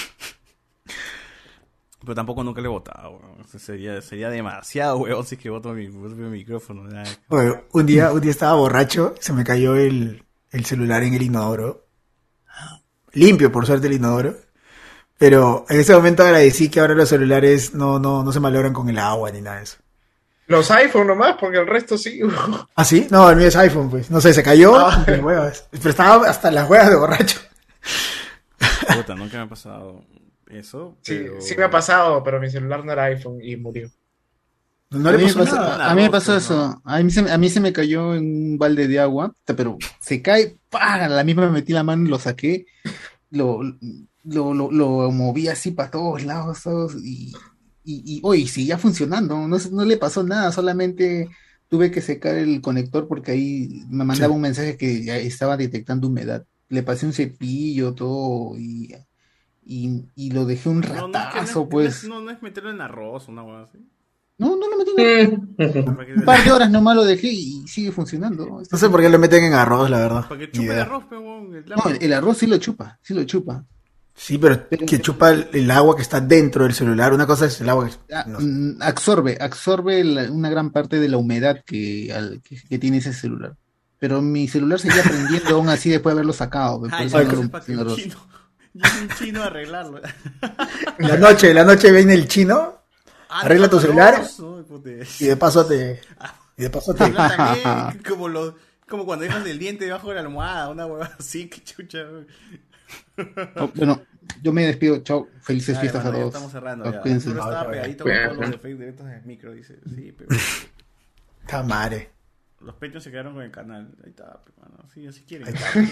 Pero tampoco nunca le he votado, weón. Sería demasiado, weón, si es que voto mi micrófono. Bueno, un día estaba borracho, se me cayó el celular en el inodoro. Limpio, por suerte, el inodoro. Pero en ese momento agradecí que ahora los celulares no se malogran con el agua ni nada de eso. Los iPhone nomás, porque el resto sí. ¿Ah, sí? No, el mío es iPhone, pues. No sé, se cayó. Las huevas. Pero estaba hasta las huevas de borracho. Puta, nunca me ha pasado eso. Pero... Sí me ha pasado, pero mi celular no era iPhone y murió. No le pasó A mí me pasó eso. A mí se me cayó en un balde de agua, pero se cae, ¡pah! A la misma me metí la mano y lo saqué, lo moví así para todos lados, y hoy seguía funcionando, no le pasó nada, solamente tuve que secar el conector porque ahí me mandaba un mensaje que ya estaba detectando humedad. Le pasé un cepillo, todo, y lo dejé un ratazo, pues. No es meterlo en arroz, una hueá así. No lo metí en un par de horas nomás lo dejé y sigue funcionando. No sé por qué lo meten en arroz, la verdad. Para que chupe el arroz, pero No, el arroz sí lo chupa. Sí, pero que chupa el agua que está dentro del celular. Una cosa es el agua que... Absorbe una gran parte de la humedad que tiene ese celular. Pero mi celular seguía prendiendo aún así después de haberlo sacado. Por eso no lo- para que el chino... Llega un chino a arreglarlo. La noche viene el chino, arregla tu celular y de paso te... También, como cuando dejas el diente debajo de la almohada, una hueá así, que chucha. Bueno, yo me despido. Chao. Felices fiestas a Ya todos. estamos cerrando. Chao, Ya. cuídense. Pero estaba pegadito con todos los defectos directos en el micro, dice. Sí, pero... Camare. Los pechos se quedaron con el canal. Ahí está, hermano. Sí, así quieren.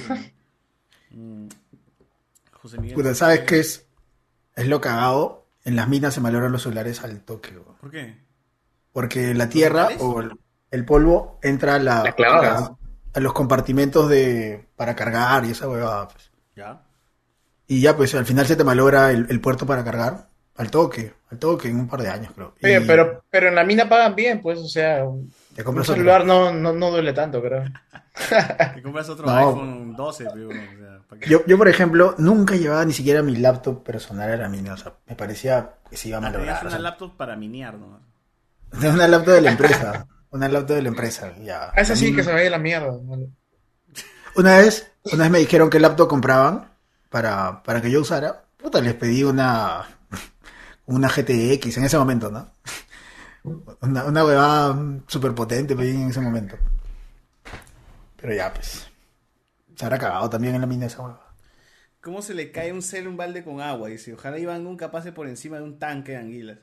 José Miguel. Puta, ¿sabes qué es? Es lo cagado. En las minas se malogran los celulares al toque. Bro. ¿Por qué? Porque la tierra o el polvo entra a los compartimentos para cargar y esa huevada. Pues. ¿Ya? Y ya, pues al final se te malogra el puerto para cargar. Al toque, en un par de años, creo. Oye, pero en la mina pagan bien, pues, o sea, un compras celular no duele tanto, creo. Te compras otro No. iPhone 12, pero, o sea, ¿para qué? Yo, por ejemplo, nunca llevaba ni siquiera mi laptop personal a la mina. O sea, me parecía que se iba a malograr. Tenías O una sea, laptop para minear, ¿no? una laptop de la empresa. Una laptop de la empresa, ya. Esa sí que se vaya a la mierda. ¿No? Una vez me dijeron qué laptop compraban para que yo usara. Puta, les pedí una GTX en ese momento, ¿no? Una huevada súper potente pedí en ese momento. Pero ya, pues. Se habrá cagado también en la mina esa huevada. ¿Cómo se le cae un balde con agua? Dice, ojalá Iván nunca pase por encima de un tanque de anguilas.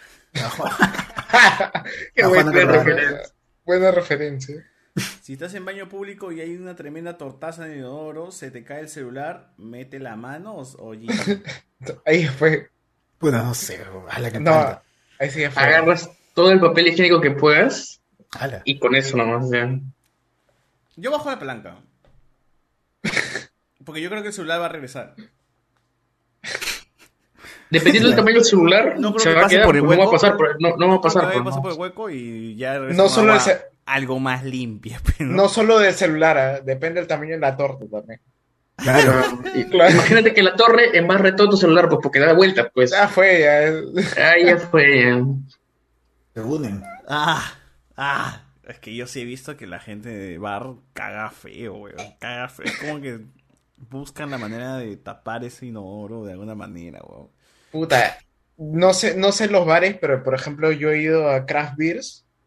Qué buena referencia. Si estás en baño público y hay una tremenda tortaza en el inodoro, se te cae el celular, mete la mano o Ahí fue. Bueno, no sé, no, ahí sí fue. Agarras todo el papel higiénico que puedas y con eso nomás, ya. Yo bajo la palanca. Porque yo creo que el celular va a regresar. Dependiendo del tamaño del celular, No creo se que va a pase quedar, por el no va a hueco. pasar, no va a pasar. Creo que Pues, pase no. por el hueco y ya regresa No con solo agua ese- algo más limpia. No solo del celular, depende del tamaño de la torta también. Claro. Imagínate que la torre embarre todo tu celular, pues porque da vuelta, pues. Ya fue, ya fue, ya. Se unen. Es que yo sí he visto que la gente de bar caga feo, weón. Caga feo. Es como que buscan la manera de tapar ese inodoro de alguna manera, weón. Puta, no sé los bares, pero por ejemplo yo he ido a Craft Beers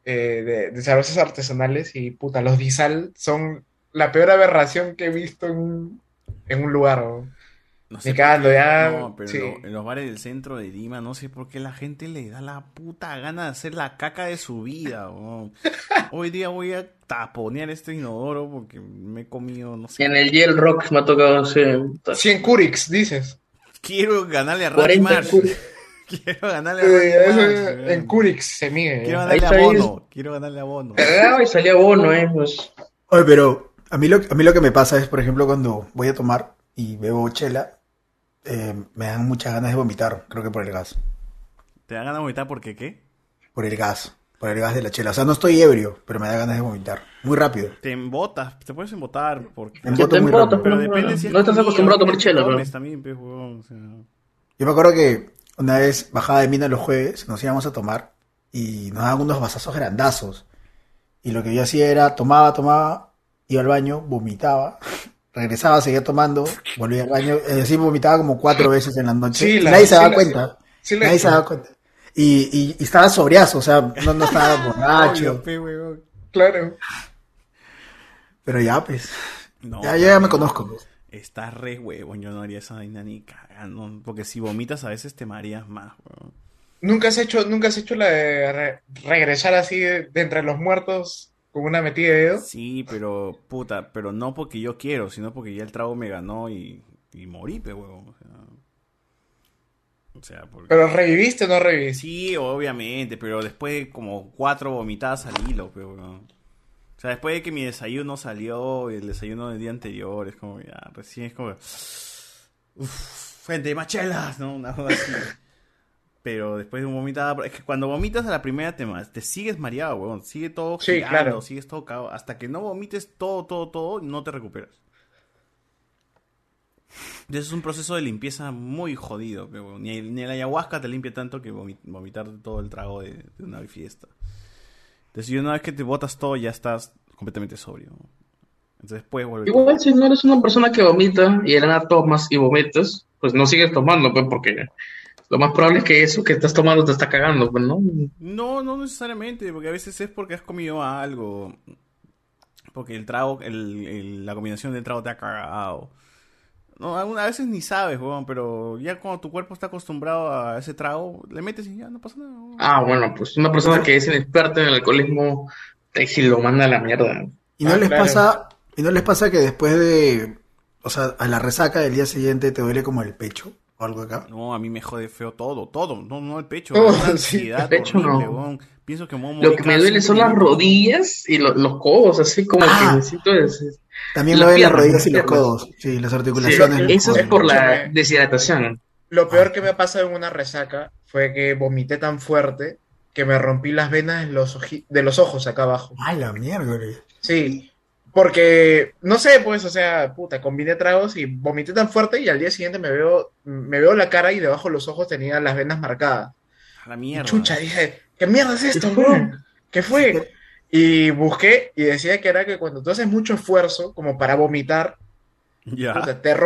de cervezas artesanales y puta, los Disal son la peor aberración que he visto en un lugar. No Me cagando, ya. No, pero sí. en los bares del centro de Lima, no sé por qué la gente le da la puta gana de hacer la caca de su vida. Hoy día voy a taponear este inodoro porque me he comido, no sé. En el Yale Rock me ha tocado, sí. 100 Curix, dices. Quiero ganarle a Randy 40 Marsh. Quiero ganarle a Eso Randy Marsh. en Curix se mide. Quiero ganarle a Bono. Quiero ganarle a Bono. Y salía Bono, pues. Oye, pero a mí lo que me pasa es, por ejemplo, cuando voy a tomar y bebo chela, me dan muchas ganas de vomitar, creo que por el gas. ¿Te da ganas de vomitar porque qué? Por el gas de la chela. O sea, no estoy ebrio, pero me da ganas de vomitar. Muy rápido. Te embotas, te puedes embotar. Porque... Me emboto muy rápido. Pero depende si es no estás acostumbrado a tomar chela, pero... pero... También, pues, huevón, o sea... Yo me acuerdo que una vez bajaba de mina los jueves, nos íbamos a tomar y nos daban unos vasazos grandazos. Y lo que yo hacía era tomaba, iba al baño, vomitaba, regresaba, seguía tomando, volvía al baño, así vomitaba como 4 veces en la noche. Sí, nadie se daba cuenta. Nadie se daba cuenta. Y estaba sobriazo, o sea, no estaba borracho. Claro. Pero ya, pues. No, ya me conozco, pues. Estás re huevón, yo no haría esa vaina ni cagando. Porque si vomitas a veces te mareas más, huevón. ¿Nunca has hecho la de regresar así de entre los muertos con una metida de dedo? Sí, pero puta, pero no porque yo quiero, sino porque ya el trago me ganó y morí, pe huevón. O sea, porque... ¿Pero reviviste o no reviviste? Sí, obviamente, pero después de como 4 vomitadas al hilo, pe huevón. O sea, después de que mi desayuno salió, el desayuno del día anterior, es como ya, recién es como... Uff, gente, machelas, ¿no? Una cosa así. Pero después de un vomitada, es que cuando vomitas a la primera te sigues mareado, weón. Sigue todo sí, girando, claro. Sigues todo cagado. Hasta que no vomites todo, no te recuperas. Entonces es un proceso de limpieza muy jodido, weón. Ni el ayahuasca te limpia tanto que vomitar todo el trago de una fiesta. Entonces una vez que te botas todo ya estás completamente sobrio. Entonces puedes volver. Igual si no eres una persona que vomita y de la nada tomas y vomitas, pues no sigues tomando, pues porque... Lo más probable es que eso que estás tomando te está cagando, pues, ¿no? No necesariamente, porque a veces es porque has comido algo. Porque el trago, la combinación del trago te ha cagado. No, a veces ni sabes, weón, pero ya cuando tu cuerpo está acostumbrado a ese trago, le metes y ya no pasa nada. Weón. Ah, bueno, pues una persona que es inexperta en el alcoholismo, si lo manda a la mierda. ¿Y no les pasa que después de, o sea, a la resaca del día siguiente te duele como el pecho? ¿O algo acá? No, a mí me jode feo todo, no el pecho, Oh, la ansiedad, el pecho horrible, no. weón. Pienso que Lo que me duele son las rodillas y los codos, así como que necesito... También me duelen las rodillas y los codos, sí, las articulaciones. Sí, eso es por la deshidratación. Lo peor que me ha pasado en una resaca fue que vomité tan fuerte que me rompí las venas de los ojos acá abajo. ¡Ay, la mierda! Sí, porque, no sé, pues, o sea, puta, combiné tragos y vomité tan fuerte y al día siguiente me veo la cara y debajo de los ojos tenía las venas marcadas. A la mierda. Y chucha, dije, ¿qué mierda es esto, bro? ¿Qué fue? Y busqué y decía que era que cuando tú haces mucho esfuerzo como para vomitar, puta, te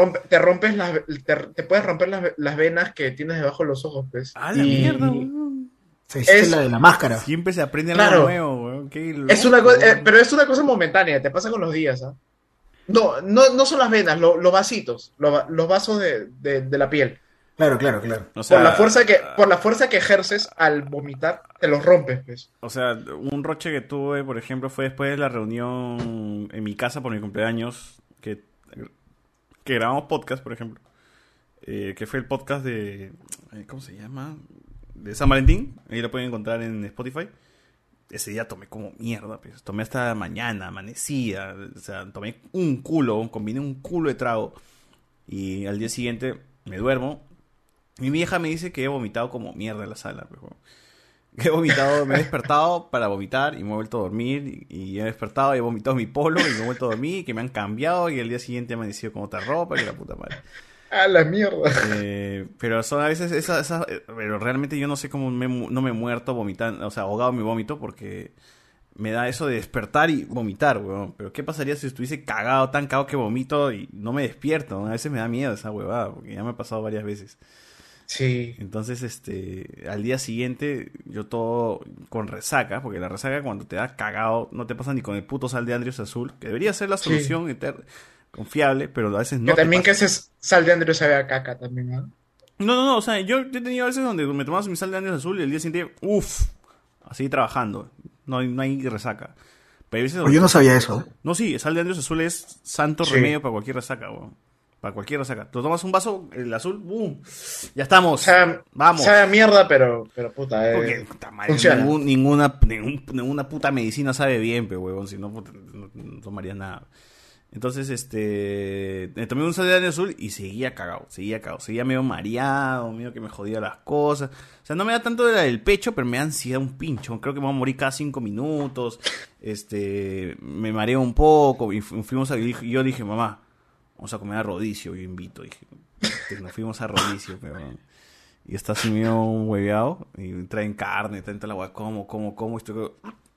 puedes romper las venas que tienes debajo de los ojos, pues. A la mierda, weón. Es la de la máscara. Siempre se aprende algo nuevo, weón. Es una cosa, pero es una cosa momentánea, te pasa con los días, ¿ah? No son las venas, los vasitos, los vasos de la piel. Claro. O sea, por la fuerza que ejerces al vomitar, te los rompes, pues. O sea, un roche que tuve, por ejemplo, fue después de la reunión en mi casa por mi cumpleaños, que grabamos podcast, por ejemplo. Que fue el podcast de... ¿Cómo se llama? De San Valentín. Ahí lo pueden encontrar en Spotify. Ese día tomé como mierda, pues. Tomé hasta mañana, amanecía. O sea, tomé combiné un culo de trago. Y al día siguiente me duermo. Mi vieja me dice que he vomitado como mierda en la sala, pues. Que he vomitado, me he despertado para vomitar y me he vuelto a dormir. Y he despertado y he vomitado mi polo y me he vuelto a dormir. Y que me han cambiado y el día siguiente he amanecido con otra ropa y la puta madre. A la mierda. Pero son a veces pero realmente yo no sé cómo no me he muerto vomitando, o sea, ahogado en mi vómito porque me da eso de despertar y vomitar, weón. Pero ¿qué pasaría si estuviese tan cagado que vomito y no me despierto? A veces me da miedo esa huevada porque ya me ha pasado varias veces. Sí. Entonces, al día siguiente, yo todo con resaca, porque la resaca cuando te da cagado, no te pasa ni con el puto sal de Andrews azul, que debería ser la solución confiable, pero a veces no. Que también te pasa. que ese sal de Andrews sabe a caca también, ¿no? No, o sea, yo he tenido veces donde me tomaba mi sal de Andrews azul y el día siguiente, así trabajando, no hay resaca. Pero hay veces Yo no sabía eso. No, sí, sal de Andrews azul es santo remedio para cualquier resaca, weón. Para cualquier resaca. Te tomas un vaso, el azul, ¡boom! Ya estamos. Vamos. Sabe a mierda, pero puta, porque puta madre, funciona. ninguna puta medicina sabe bien, pero huevón, si no, puta, no tomarías nada. Entonces, me tomé un sal de Andrews azul y seguía cagado. Seguía medio mareado, medio que me jodía las cosas. O sea, no me da tanto de la del pecho, pero me da ansiedad un pincho. Creo que me voy a morir cada 5 minutos. Me mareo un poco. Y y yo dije, mamá, vamos a comer a Rodicio, yo invito. Dije, nos fuimos a Rodicio, pero... Y está así medio hueveado. Y traen carne, traen toda la hueá, como. Estoy...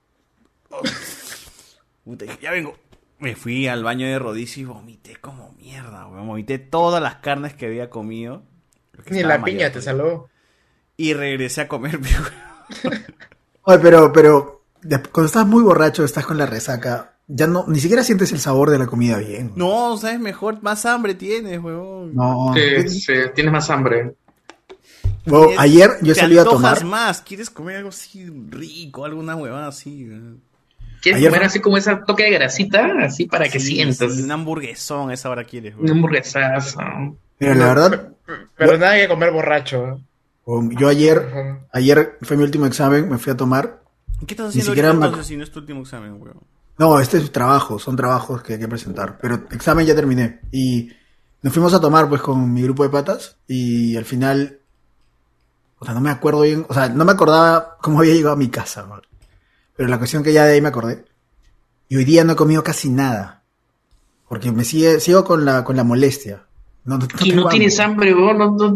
Puta, dije, ya vengo. Me fui al baño de Rodicio y vomité como mierda, weón. Vomité todas las carnes que había comido. Ni la piña te salvó. Y regresé a comer, Oye, pero cuando estás muy borracho, estás con la resaca, ya no, ni siquiera sientes el sabor de la comida bien. No, sabes mejor, más hambre tienes, weón. No. Sí, tienes más hambre. Bueno, ayer yo salí a tomar. Te más, quieres comer algo así rico, alguna huevada así, weón. ¿Quieres comer así como ese toque de grasita? Así para que sientas. Sí, un hamburguesón, esa hora quieres. Un hamburguesazo. Pero la verdad... Pero nada que comer borracho. Yo ayer fue mi último examen, me fui a tomar. ¿Qué estás haciendo ahorita entonces si no es tu último examen, weón? No, son trabajos que hay que presentar. Pero examen ya terminé. Y nos fuimos a tomar pues con mi grupo de patas. Y al final... O sea, no me acuerdo bien... O sea, no me acordaba cómo había llegado a mi casa, ¿no? Pero la cuestión que ya de ahí me acordé. Y hoy día no he comido casi nada. Porque sigo con la molestia. ¿Y no tienes hambre, vos?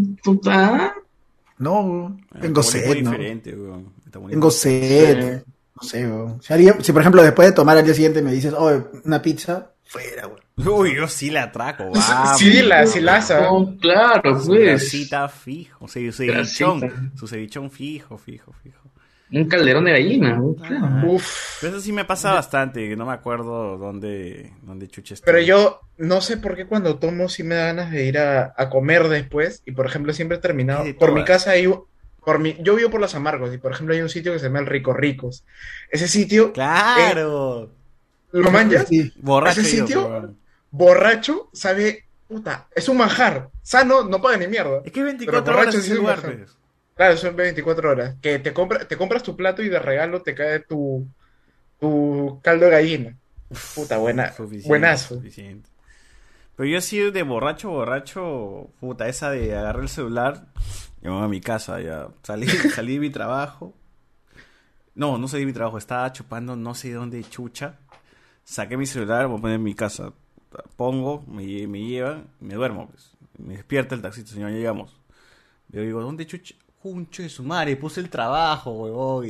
No, tengo sed, ¿no? Tengo sed. No sé, weón. Si por ejemplo después de tomar al día siguiente me dices, una pizza, fuera, weón. Uy, yo sí la atraco, vamos. Sí la asa. No, claro, su pues. Grasita fijo, su cevichón fijo. Un calderón de gallina. Claro. Uf. Pero eso sí me pasa bastante, que no me acuerdo dónde chuches. Pero yo no sé por qué cuando tomo sí me da ganas de ir a comer después. Y por ejemplo siempre he terminado. Por mi casa yo vivo por Los Amargos. Y por ejemplo hay un sitio que se llama el Rico Ricos. Ese sitio... ¡Claro! ¿Lo manjas? Sí. Borracho. Ese sitio, borracho, sabe... Puta, es un manjar. Sano, no paga ni mierda. Es que 24 horas ese lugar, pues. Claro, son 24 horas. Que te compras tu plato y de regalo te cae tu caldo de gallina. Puta, buenazo. Suficiente. Pero yo sí de borracho, puta, esa de agarrar el celular, llevo a mi casa, ya salí de mi trabajo. No salí de mi trabajo, estaba chupando no sé dónde chucha. Saqué mi celular, voy a poner en mi casa. Pongo, me llevan, me duermo, pues. Me despierta el taxista, señor, llegamos. Yo digo, ¿dónde chucha? Juncho de su madre, puse el trabajo, huevón.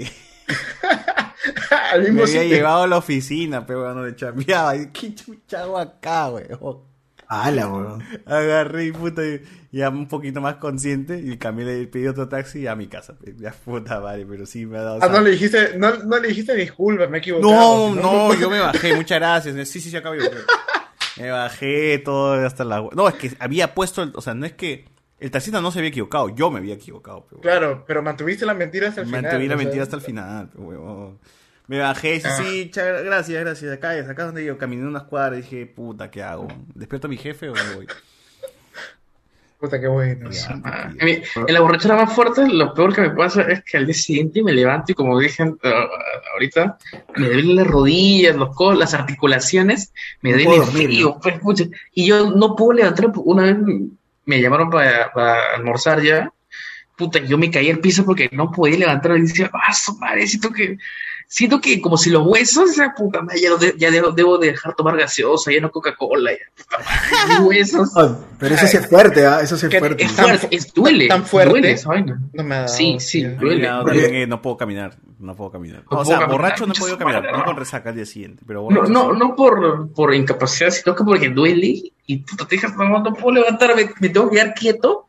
Me había llevado a la oficina, pero no le chambeaba. ¿Qué chucha hago acá, huevón? ¡Hala, huevón! Agarré y puta, ya un poquito más consciente y le pedí otro taxi a mi casa. Ya puta madre, pero sí me ha dado... no le dijiste disculpa, me he equivocado. No, yo me bajé, muchas gracias. Sí, se acabó. Me bajé todo hasta la... No, es que había puesto, o sea, no es que... El taxista no se había equivocado, yo me había equivocado. Pero claro, pero mantuviste la mentira hasta el final. Mantuviste la mentira hasta el final, pero huevón. Me bajé y sí, gracias. Acá es donde yo caminé unas cuadras y dije, puta, ¿qué hago? ¿Despierto a mi jefe o me voy? Puta, qué bueno. En la borrachera más fuerte, lo peor que me pasa es que al día siguiente me levanto y como dije ahorita, me duelen las rodillas, los codos, las articulaciones, me duele frío, pues, pucha, y yo no puedo levantar. Una vez me llamaron para almorzar ya, puta, yo me caí al piso porque no podía levantar y decía, su madre, siento que como si los huesos, esa puta madre, ya debo dejar tomar gaseosa, ya no Coca-Cola, ya, mis huesos. Pero eso sí es fuerte, eso sí es fuerte. Es fuerte, duele. ¿Tan fuerte? Duele esa vaina. No me ha dado, sí, duele. No puedo caminar. O sea, borracho no he podido caminar, no con resaca al día siguiente, pero borracho. No por incapacidad, sino que porque duele y puta, te dejas, no puedo levantarme, me tengo que quedar quieto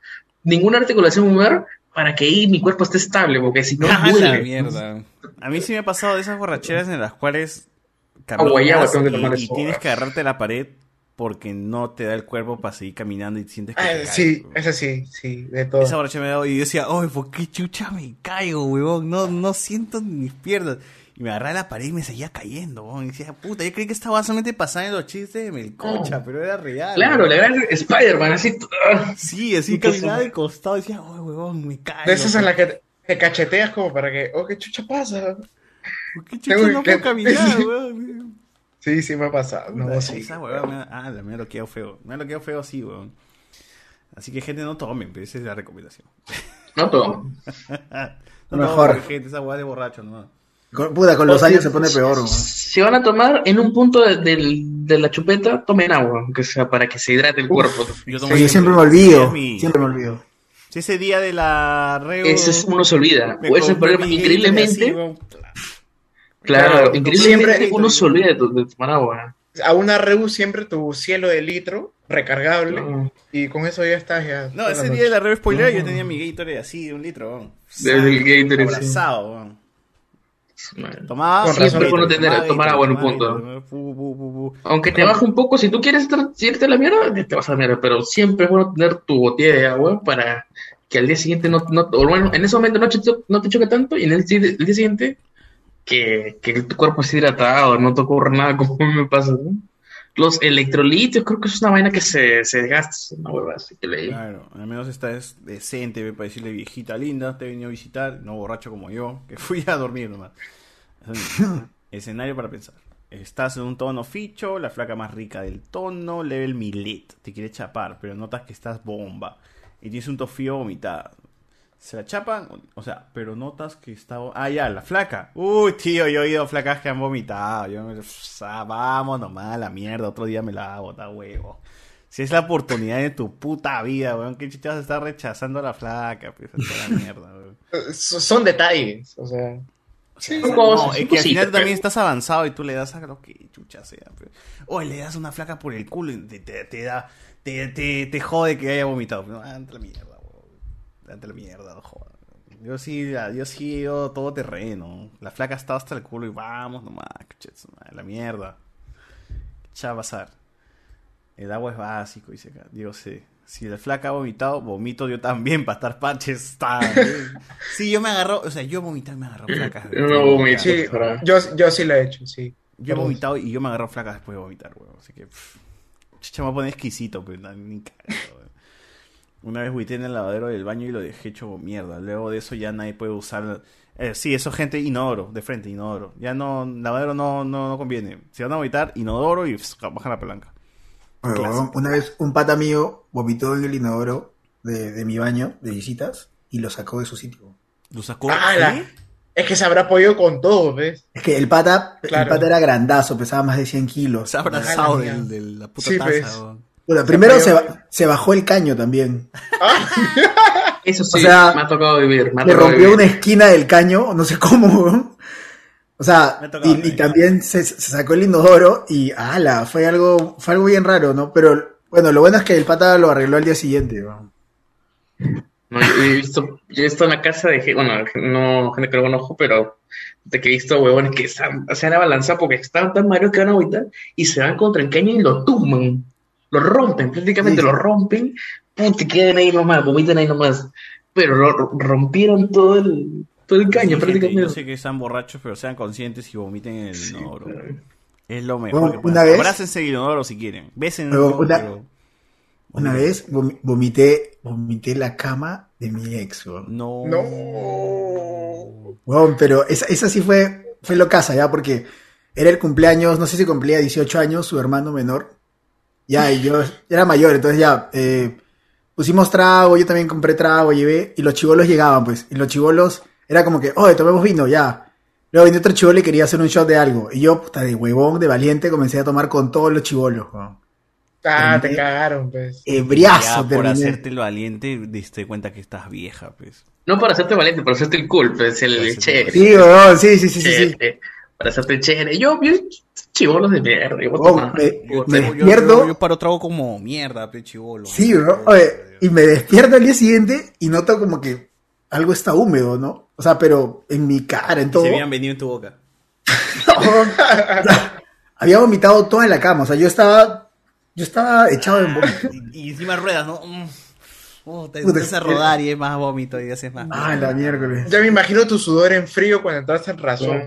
ninguna articulación mover para que ahí mi cuerpo esté estable, porque si no La duele. mierda. A mí sí me ha pasado de esas borracheras en las cuales Guayaba, caminas tengo que tomar y eso. tienes que agarrarte a la pared porque no te da el cuerpo para seguir caminando y sientes que te caes, Sí, weón. ese sí, de todo. Esa borrachera me ha dado y yo decía, ¡ay, por qué chucha me caigo, huevón! No siento ni mis piernas. Y me agarraba a la pared y me seguía cayendo, huevón. Y decía, puta, yo creí que estaba solamente pasando en los chistes de Melcocha, pero era real. Claro, huevón. la gran Spider-Man, así. Sí, así caminaba de costado y decía, ¡ay, huevón, me caigo! De esas en las que te cacheteas como para que, ¿qué chucha pasa? ¿Qué chucha no puedo caminar, huevón? Sí, me ha pasado. No, sí. Esa huevón, me ha bloqueado feo. Me ha bloqueado feo así, huevón. Así que, gente, no tomen, pero esa es la recomendación. No tomen. No Mejor. tomen, gente, esa hueá de borracho, no. Con los años se pone peor, weón. Si van a tomar en un punto de la chupeta, tomen agua, aunque sea para que se hidrate el cuerpo. Yo Sí, siempre me olvido. Siempre me olvido. Si ese día de la reo... Uno se olvida. me O ese compré problema, mi increíblemente. así, huevón. Claro, increíblemente siempre- uno se olvida de tomar agua. A una Reu siempre tu cielo de litro recargable y con eso ya estás ya. No, ese día de la reo spoiler yo tenía mi Gatorade así, de 1 litro, huevón. Desde el Gatorade, abrazado, huevón. Tomaba Con razón, Gatorade, uno tendrá que tomar agua en un tomaba punto. Gatorade, Aunque te baje un poco, si tú quieres irte a la mierda, te vas a la mierda. Pero siempre es bueno tener tu botella de agua para que al día siguiente o bueno, en ese momento no te choque tanto y en el día siguiente que tu cuerpo esté hidratado, no te ocurra nada como me pasa, ¿no? Los electrolitos, creo que es una vaina que se desgasta, es una hueva, así que leí. Claro, al menos esta es decente para decirle viejita linda, te he venido a visitar, no borracho como yo, que fui a dormir nomás. Escenario para pensar. Estás en un tono ficho, la flaca más rica del tono, level milet, te quiere chapar, pero notas que estás bomba y tienes un tofío vomitado. Se la chapan, o sea, pero notas que está... Ah, ya, la flaca. Uy, tío, yo he oído flacas que han vomitado. Vamos nomás a la mierda, otro día me la hago, ta huevo. Si es la oportunidad de tu puta vida, weón, ¿qué chucha vas a estar rechazando a la flaca? Pues, a la mierda, weón. Son detalles, o sea. Sí, No, es que al final tú también estás avanzado y tú le das a lo que chucha sea. Pues. O le das una flaca por el culo y te jode que haya vomitado. No, ante la mierda, weón. Ante la mierda, no jodas. Yo sí he ido todo terreno. La flaca estaba hasta el culo y vamos nomás, chucha, la mierda. ¿Qué va a pasar? El agua es básico, dice acá. Dios sé. Si la flaca ha vomitado, vomito yo también para estar paches. Sí, yo me agarro, o sea, yo vomité y me agarro flacas. No vomito. Sí, yo sí lo he hecho, sí. Yo he vomitado y yo me agarro flacas después de vomitar, weón. Así que, chicha, me voy a poner exquisito, pero ni cagado, weón. Una vez vomité en el lavadero del baño y lo dejé hecho mierda. Luego de eso ya nadie puede usar... sí, eso gente inodoro, de frente, inodoro. Ya no, lavadero no conviene. Si van a vomitar, inodoro y bajan la palanca. Bueno, una vez un pata mío vomitó en el inodoro de mi baño de visitas y lo sacó de su sitio. ¿Lo sacó? Es que se habrá apoyado con todo, ¿ves? Es que el pata Claro. era grandazo, pesaba más de 100 kilos. Se ha abrazado de la puta Sí, taza. pues. weón. Bueno, primero se bajó el caño también. Eso sí, O sea, me ha tocado vivir. Le rompió una esquina del caño, no sé cómo, weón. O sea, Me ha tocado, y también se sacó el inodoro y ala, fue algo bien raro, ¿no? Pero bueno, lo bueno es que el pata lo arregló al día siguiente, weón. No, yo he visto en la casa de bueno, no gente que no conozco, pero de que he visto huevones que se han abalanzado porque estaban tan mareados que van a vomitar y se van contra el caño y lo tumban, lo rompen, prácticamente lo rompen, te quedan ahí nomás, vomitan ahí nomás, pero rompieron todo el caño, Sí, prácticamente. gente, yo sé que están borrachos, pero sean conscientes y vomiten en el inodoro. Es lo mejor. Bueno, que pueden una hacer. vez- Abrácense el inodoro si quieren. Besen. Pero pero... una vez vomité la cama de mi ex, weón. No. Weón, pero esa sí fue locaza, ya, porque era el cumpleaños, no sé si cumplía 18 años, su hermano menor. Ya, y yo era mayor, entonces ya, pusimos trago, yo también compré trago, llevé, y los chibolos llegaban, pues, y los chibolos, era como que, oye, tomemos vino, ya. Luego venía otro chibolo y quería hacer un shot de algo, y yo, puta, de huevón, de valiente, comencé a tomar con todos los chibolos, weón. Te cagaron, pues. Ebriazo, Ya, por terminé. hacerte lo valiente, diste cuenta que estás vieja, pues. No para hacerte valiente, para hacerte el cool, pues el chévere. Sí, weón, sí. Chévere, para hacerte chévere. Yo Chibolos de mierda. Me despierto. Yo paro trago como mierda, pe chibolo. Sí, ¿no? Oye, y me despierto al día siguiente y noto como que algo está húmedo, ¿no? O sea, pero en mi cara, en todo. Se habían venido en tu boca. Había vomitado toda en la cama. O sea, yo estaba echado en vómito. Y encima ruedas, ¿no? Te empiezas a rodar y es más vómito y haces más. La miércoles. Ya me imagino tu sudor en frío cuando entraste en razón.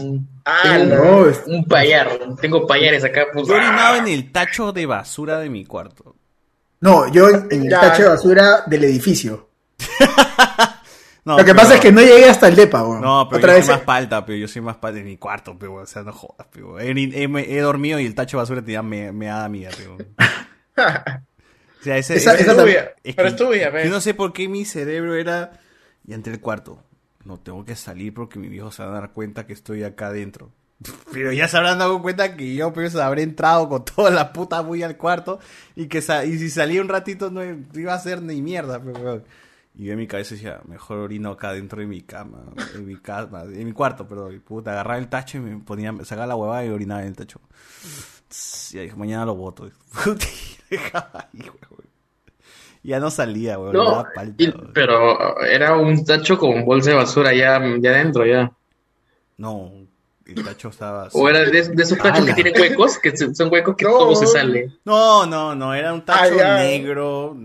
Un payar. Tengo payares acá. Pues. Yo orinaba en el tacho de basura de mi cuarto. No, yo en el tacho de basura del edificio. No, lo que pasa es que no llegué hasta el depa, weón. No, pero Otra yo vez soy más palta, pero yo soy más palta en mi cuarto, pero o sea, no jodas, pero he dormido y el tacho de basura tenía meada mía, pero. O sea, pero estuvo bien, yo no sé por qué mi cerebro era y entré al cuarto. No tengo que salir porque mi viejo se va a dar cuenta que estoy acá adentro. Pero ya se habrán dado cuenta que yo pues habré entrado con toda la puta bulla al cuarto y que y si salía un ratito no iba a hacer ni mierda, pero y yo en mi cabeza decía, mejor orino acá dentro de mi cama, en mi cuarto, perdón. Y puta, agarraba el tacho y me sacaba la huevada y orinaba en el tacho. Y dije, mañana lo boto. Dejaba ahí, weón. Ya no salía, weón. No, pero era un tacho con bolsa de basura ya adentro, ya. No, el tacho estaba... O era de esos tachos que tienen huecos, que son huecos que todo se sale. No, era un tacho negro.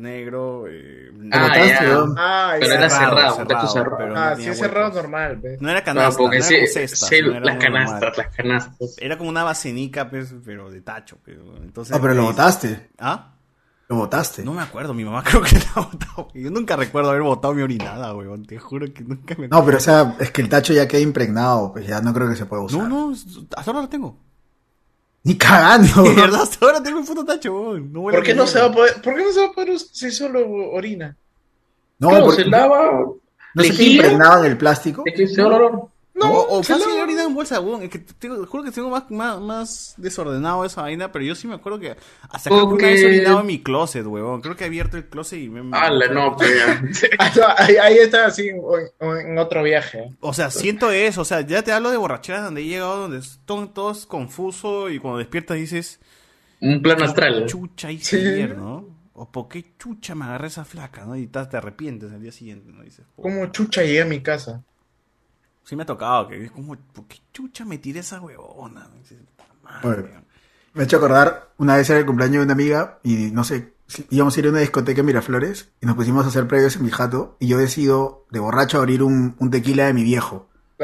Pero era cerrado, un tacho cerrado. Pero sí, es cerrado normal, ¿ves? No era canasta, porque no era cesta, no era las canastas. Era como una basenica, pues, pero de tacho. Entonces, pero lo botaste. ¿Ah? ¿Lo botaste? No me acuerdo, mi mamá creo que lo botó. Yo nunca recuerdo haber botado mi orinada, weón. Te juro que nunca me... No, pero o sea, es que el tacho ya queda impregnado, pues ya no creo que se pueda usar. No, hasta ahora lo tengo. Ni cagando. De verdad, hasta ahora tengo un puto tacho, weón. ¿Por qué no se va a poder usar si solo orina? No, claro, porque se lava. ¿No se queda impregnado en el plástico? No, o fácil orina en bolsa, weón. Es que juro que tengo más desordenado esa vaina, pero yo sí me acuerdo que hasta creo que una vez he orinado en mi closet, weón. Creo que he abierto el closet y me... no, pues ahí está así en otro viaje. O sea, siento eso, o sea, ya te hablo de borracheras donde he llegado, donde están todos confusos y cuando despiertas dices... Un plano astral. Chucha hice ayer, ¿no? O por qué chucha me agarré esa flaca, ¿no? Y te arrepientes al día siguiente, ¿no? Dices, ¿cómo chucha llegué a mi casa? Sí me ha tocado, que es como, ¿por qué chucha me tiré esa huevona? Me he hecho acordar, una vez era el cumpleaños de una amiga y no sé, íbamos a ir a una discoteca en Miraflores y nos pusimos a hacer previos en mi jato y yo decido de borracho abrir un tequila de mi viejo.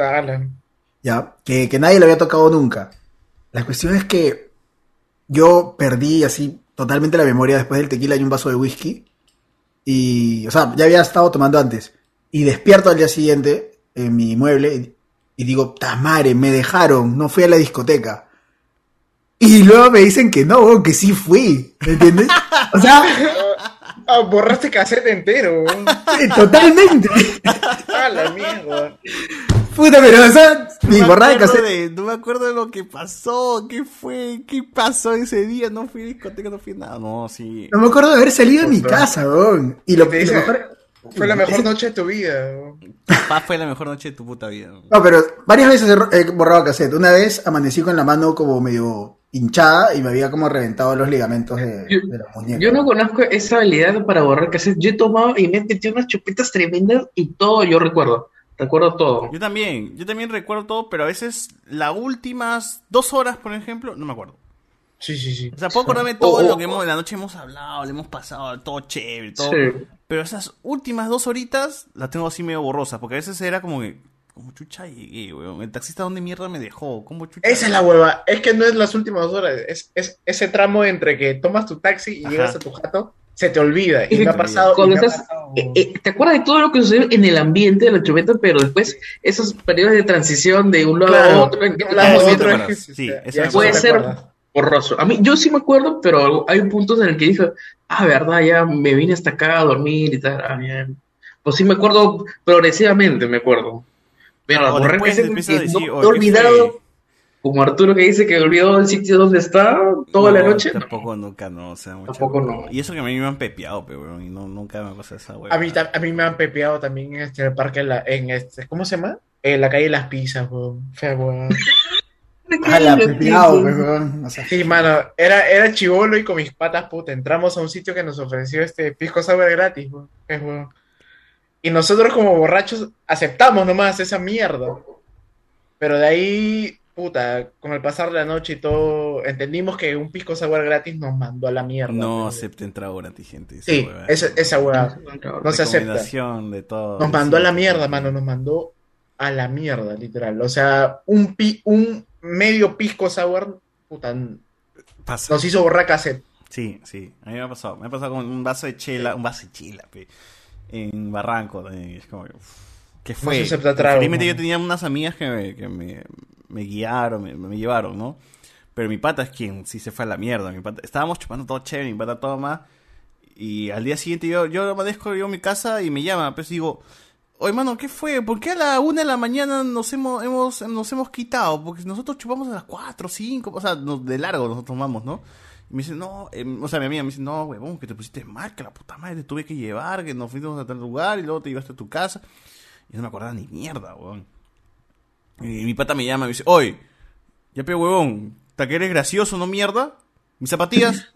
Ya, que nadie le había tocado nunca. La cuestión es que yo perdí así totalmente la memoria después del tequila y un vaso de whisky y, o sea, ya había estado tomando antes y despierto al día siguiente en mi mueble y digo, tamare, me dejaron, no fui a la discoteca. Y luego me dicen que no, que sí fui, ¿me entiendes? O sea... borraste cassette entero. Sí, totalmente. La mierda. Puta, pero o sea, ni borrar de cassette. No me acuerdo de lo que pasó, qué pasó ese día, no fui a discoteca, no fui a nada, no, sí. No me acuerdo de haber salido de mi casa, weón. Y lo mejor... Fue la mejor noche de tu vida. Papá, fue la mejor noche de tu puta vida. No, pero varias veces he borrado cassette. Una vez amanecí con la mano como medio hinchada y me había como reventado los ligamentos de la muñeca. Yo no conozco esa habilidad para borrar cassette. Yo he tomado y me he metido unas chupetas tremendas y todo yo recuerdo. Recuerdo todo. Yo también recuerdo todo, pero a veces las últimas 2 horas, por ejemplo, no me acuerdo. Sí. O sea, puedo acordarme todo lo que en la noche hemos hablado, le hemos pasado, todo chévere, todo. Sí. Pero esas últimas 2 horitas las tengo así medio borrosas, porque a veces era como que, como chucha llegué, weón. El taxista, ¿dónde mierda me dejó? ¿Cómo chucha? Esa es la hueva. Es que no es las últimas 2 horas. Es ese tramo entre que tomas tu taxi y llegas a tu jato, se te olvida. Y me ha pasado. ¿Te acuerdas de todo lo que sucede en el ambiente de la chupeta? Pero después, esos periodos de transición de un lado a otro, en que puede ser borroso. A mí, yo sí me acuerdo, pero hay puntos en el que dije, verdad, ya me vine hasta acá a dormir y tal, bien. Pues sí me acuerdo progresivamente, me acuerdo. Pero borrar que no he olvidado, como Arturo que dice que olvidó el sitio donde está toda la noche. Tampoco nunca, no, o sea, tampoco no. Y eso que a mí me han pepeado, pero y nunca me pasa esa hueá. A mí me han pepeado también en el parque, ¿cómo se llama? En la calle Las Pizzas, weón. Fea, weón. Cuidado, pues, weón. O sea, Sí, mano, era chivolo y con mis patas, puta, entramos a un sitio que nos ofreció pisco sour gratis, weón. Weón. Y nosotros como borrachos aceptamos nomás esa mierda. Pero de ahí, puta, con el pasar de la noche y todo, entendimos que un pisco sour gratis nos mandó a la mierda. No acepten trago gratis, gente. Sí, esa hueá no se acepta. Recomendación de todo. Nos mandó a la mierda, mano, nos mandó a la mierda, literal. O sea, un medio pisco sour, puta, nos hizo borrar cassette. Sí, a mí me ha pasado con un vaso de chela, pe, en Barranco. Es como, ¿qué fue? No se acepta trago, Felizmente ¿no? yo tenía unas amigas que me guiaron, me llevaron, ¿no? Pero mi pata es quien sí se fue a la mierda. Estábamos chupando todo chévere, mi pata todo más. Y al día siguiente yo amanezco a mi casa y me llama, pues digo, oye, mano, ¿qué fue? ¿Por qué a la 1 de la mañana nos hemos quitado? Porque nosotros chupamos a las 4, 5, o sea, de largo nosotros tomamos, ¿no? Y me dice, no, o sea, mi amiga me dice, no, huevón, que te pusiste mal, que la puta madre te tuve que llevar, que nos fuimos a tal lugar y luego te llevaste a tu casa. Y no me acordaba ni mierda, huevón. Y mi pata me llama y me dice, oye, ya pe, huevón, ¿ta que eres gracioso, no mierda? ¿Mis zapatillas?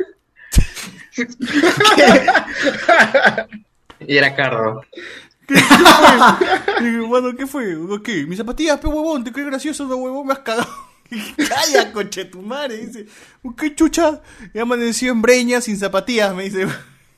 Y era carro. ¿Qué fue? Digo, bueno, ¿qué fue? ¿Qué? Mis zapatillas, pe, huevón, ¿te crees gracioso, no, huevón? Me has cagado. Calla, coche tu madre, dice. ¿Qué chucha? He amanecido en Breña sin zapatillas, me dice.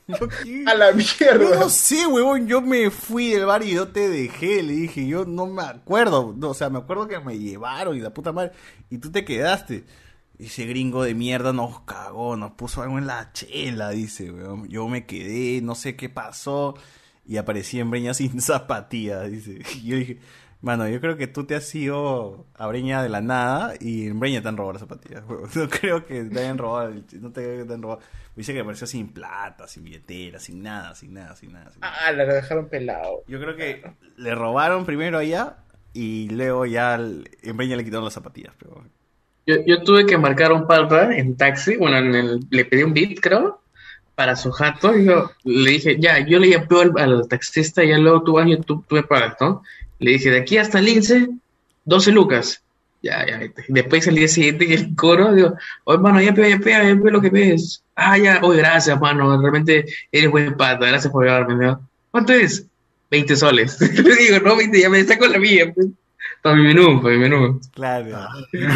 A la mierda. Yo no sé, huevón, yo me fui del bar y yo te dejé, le dije, yo no me acuerdo, no, o sea, me acuerdo que me llevaron y la puta madre, y tú te quedaste. Ese gringo de mierda nos cagó, nos puso algo en la chela, dice, weón. Yo me quedé, no sé qué pasó, y aparecí en Breña sin zapatillas, dice. Y yo dije, mano, yo creo que tú te has ido a Breña de la nada, y en Breña te han robado las zapatillas, weón. No creo que te hayan robado, no te creo que te han robado. Dice que apareció sin plata, sin billetera, sin nada. Ah, lo dejaron pelado. Yo creo que le robaron primero allá, y luego ya en Breña le quitaron las zapatillas, pero... Yo tuve que marcar un pata en taxi, bueno, le pedí un beat, creo, para su jato, y yo le dije, ya, yo le llamé al taxista, y ya luego tú vas y tú me pagas, ¿no? Le dije, de aquí hasta Lince, 12 lucas. Ya. Después el día siguiente, en el coro, digo, oye, mano, ya pega lo que ves. Ah, ya, oye, gracias, mano, realmente eres buen pata, gracias por llevarme, ¿no? ¿Cuánto es? 20 soles. Le digo, no, 20, ya me saco la mía, pues. Para mi menú. Claro.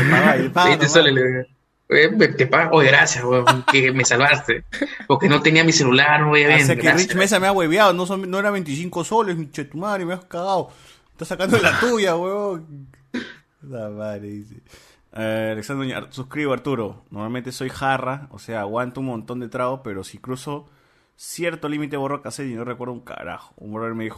20 soles, le digo. Te pago, oye, gracias, weón, que me salvaste. Porque no tenía mi celular, no voy a ver. O sea que Rich Mesa me ha hueveado, no era 25 soles, mi chetumare, me has cagado. Estás sacando la tuya, huevón. La madre, dice. Alexandro Ñar, suscribo, Arturo. Normalmente soy jarra, o sea, aguanto un montón de trago, pero si cruzo cierto límite borro cassette y no recuerdo un carajo. Un brother me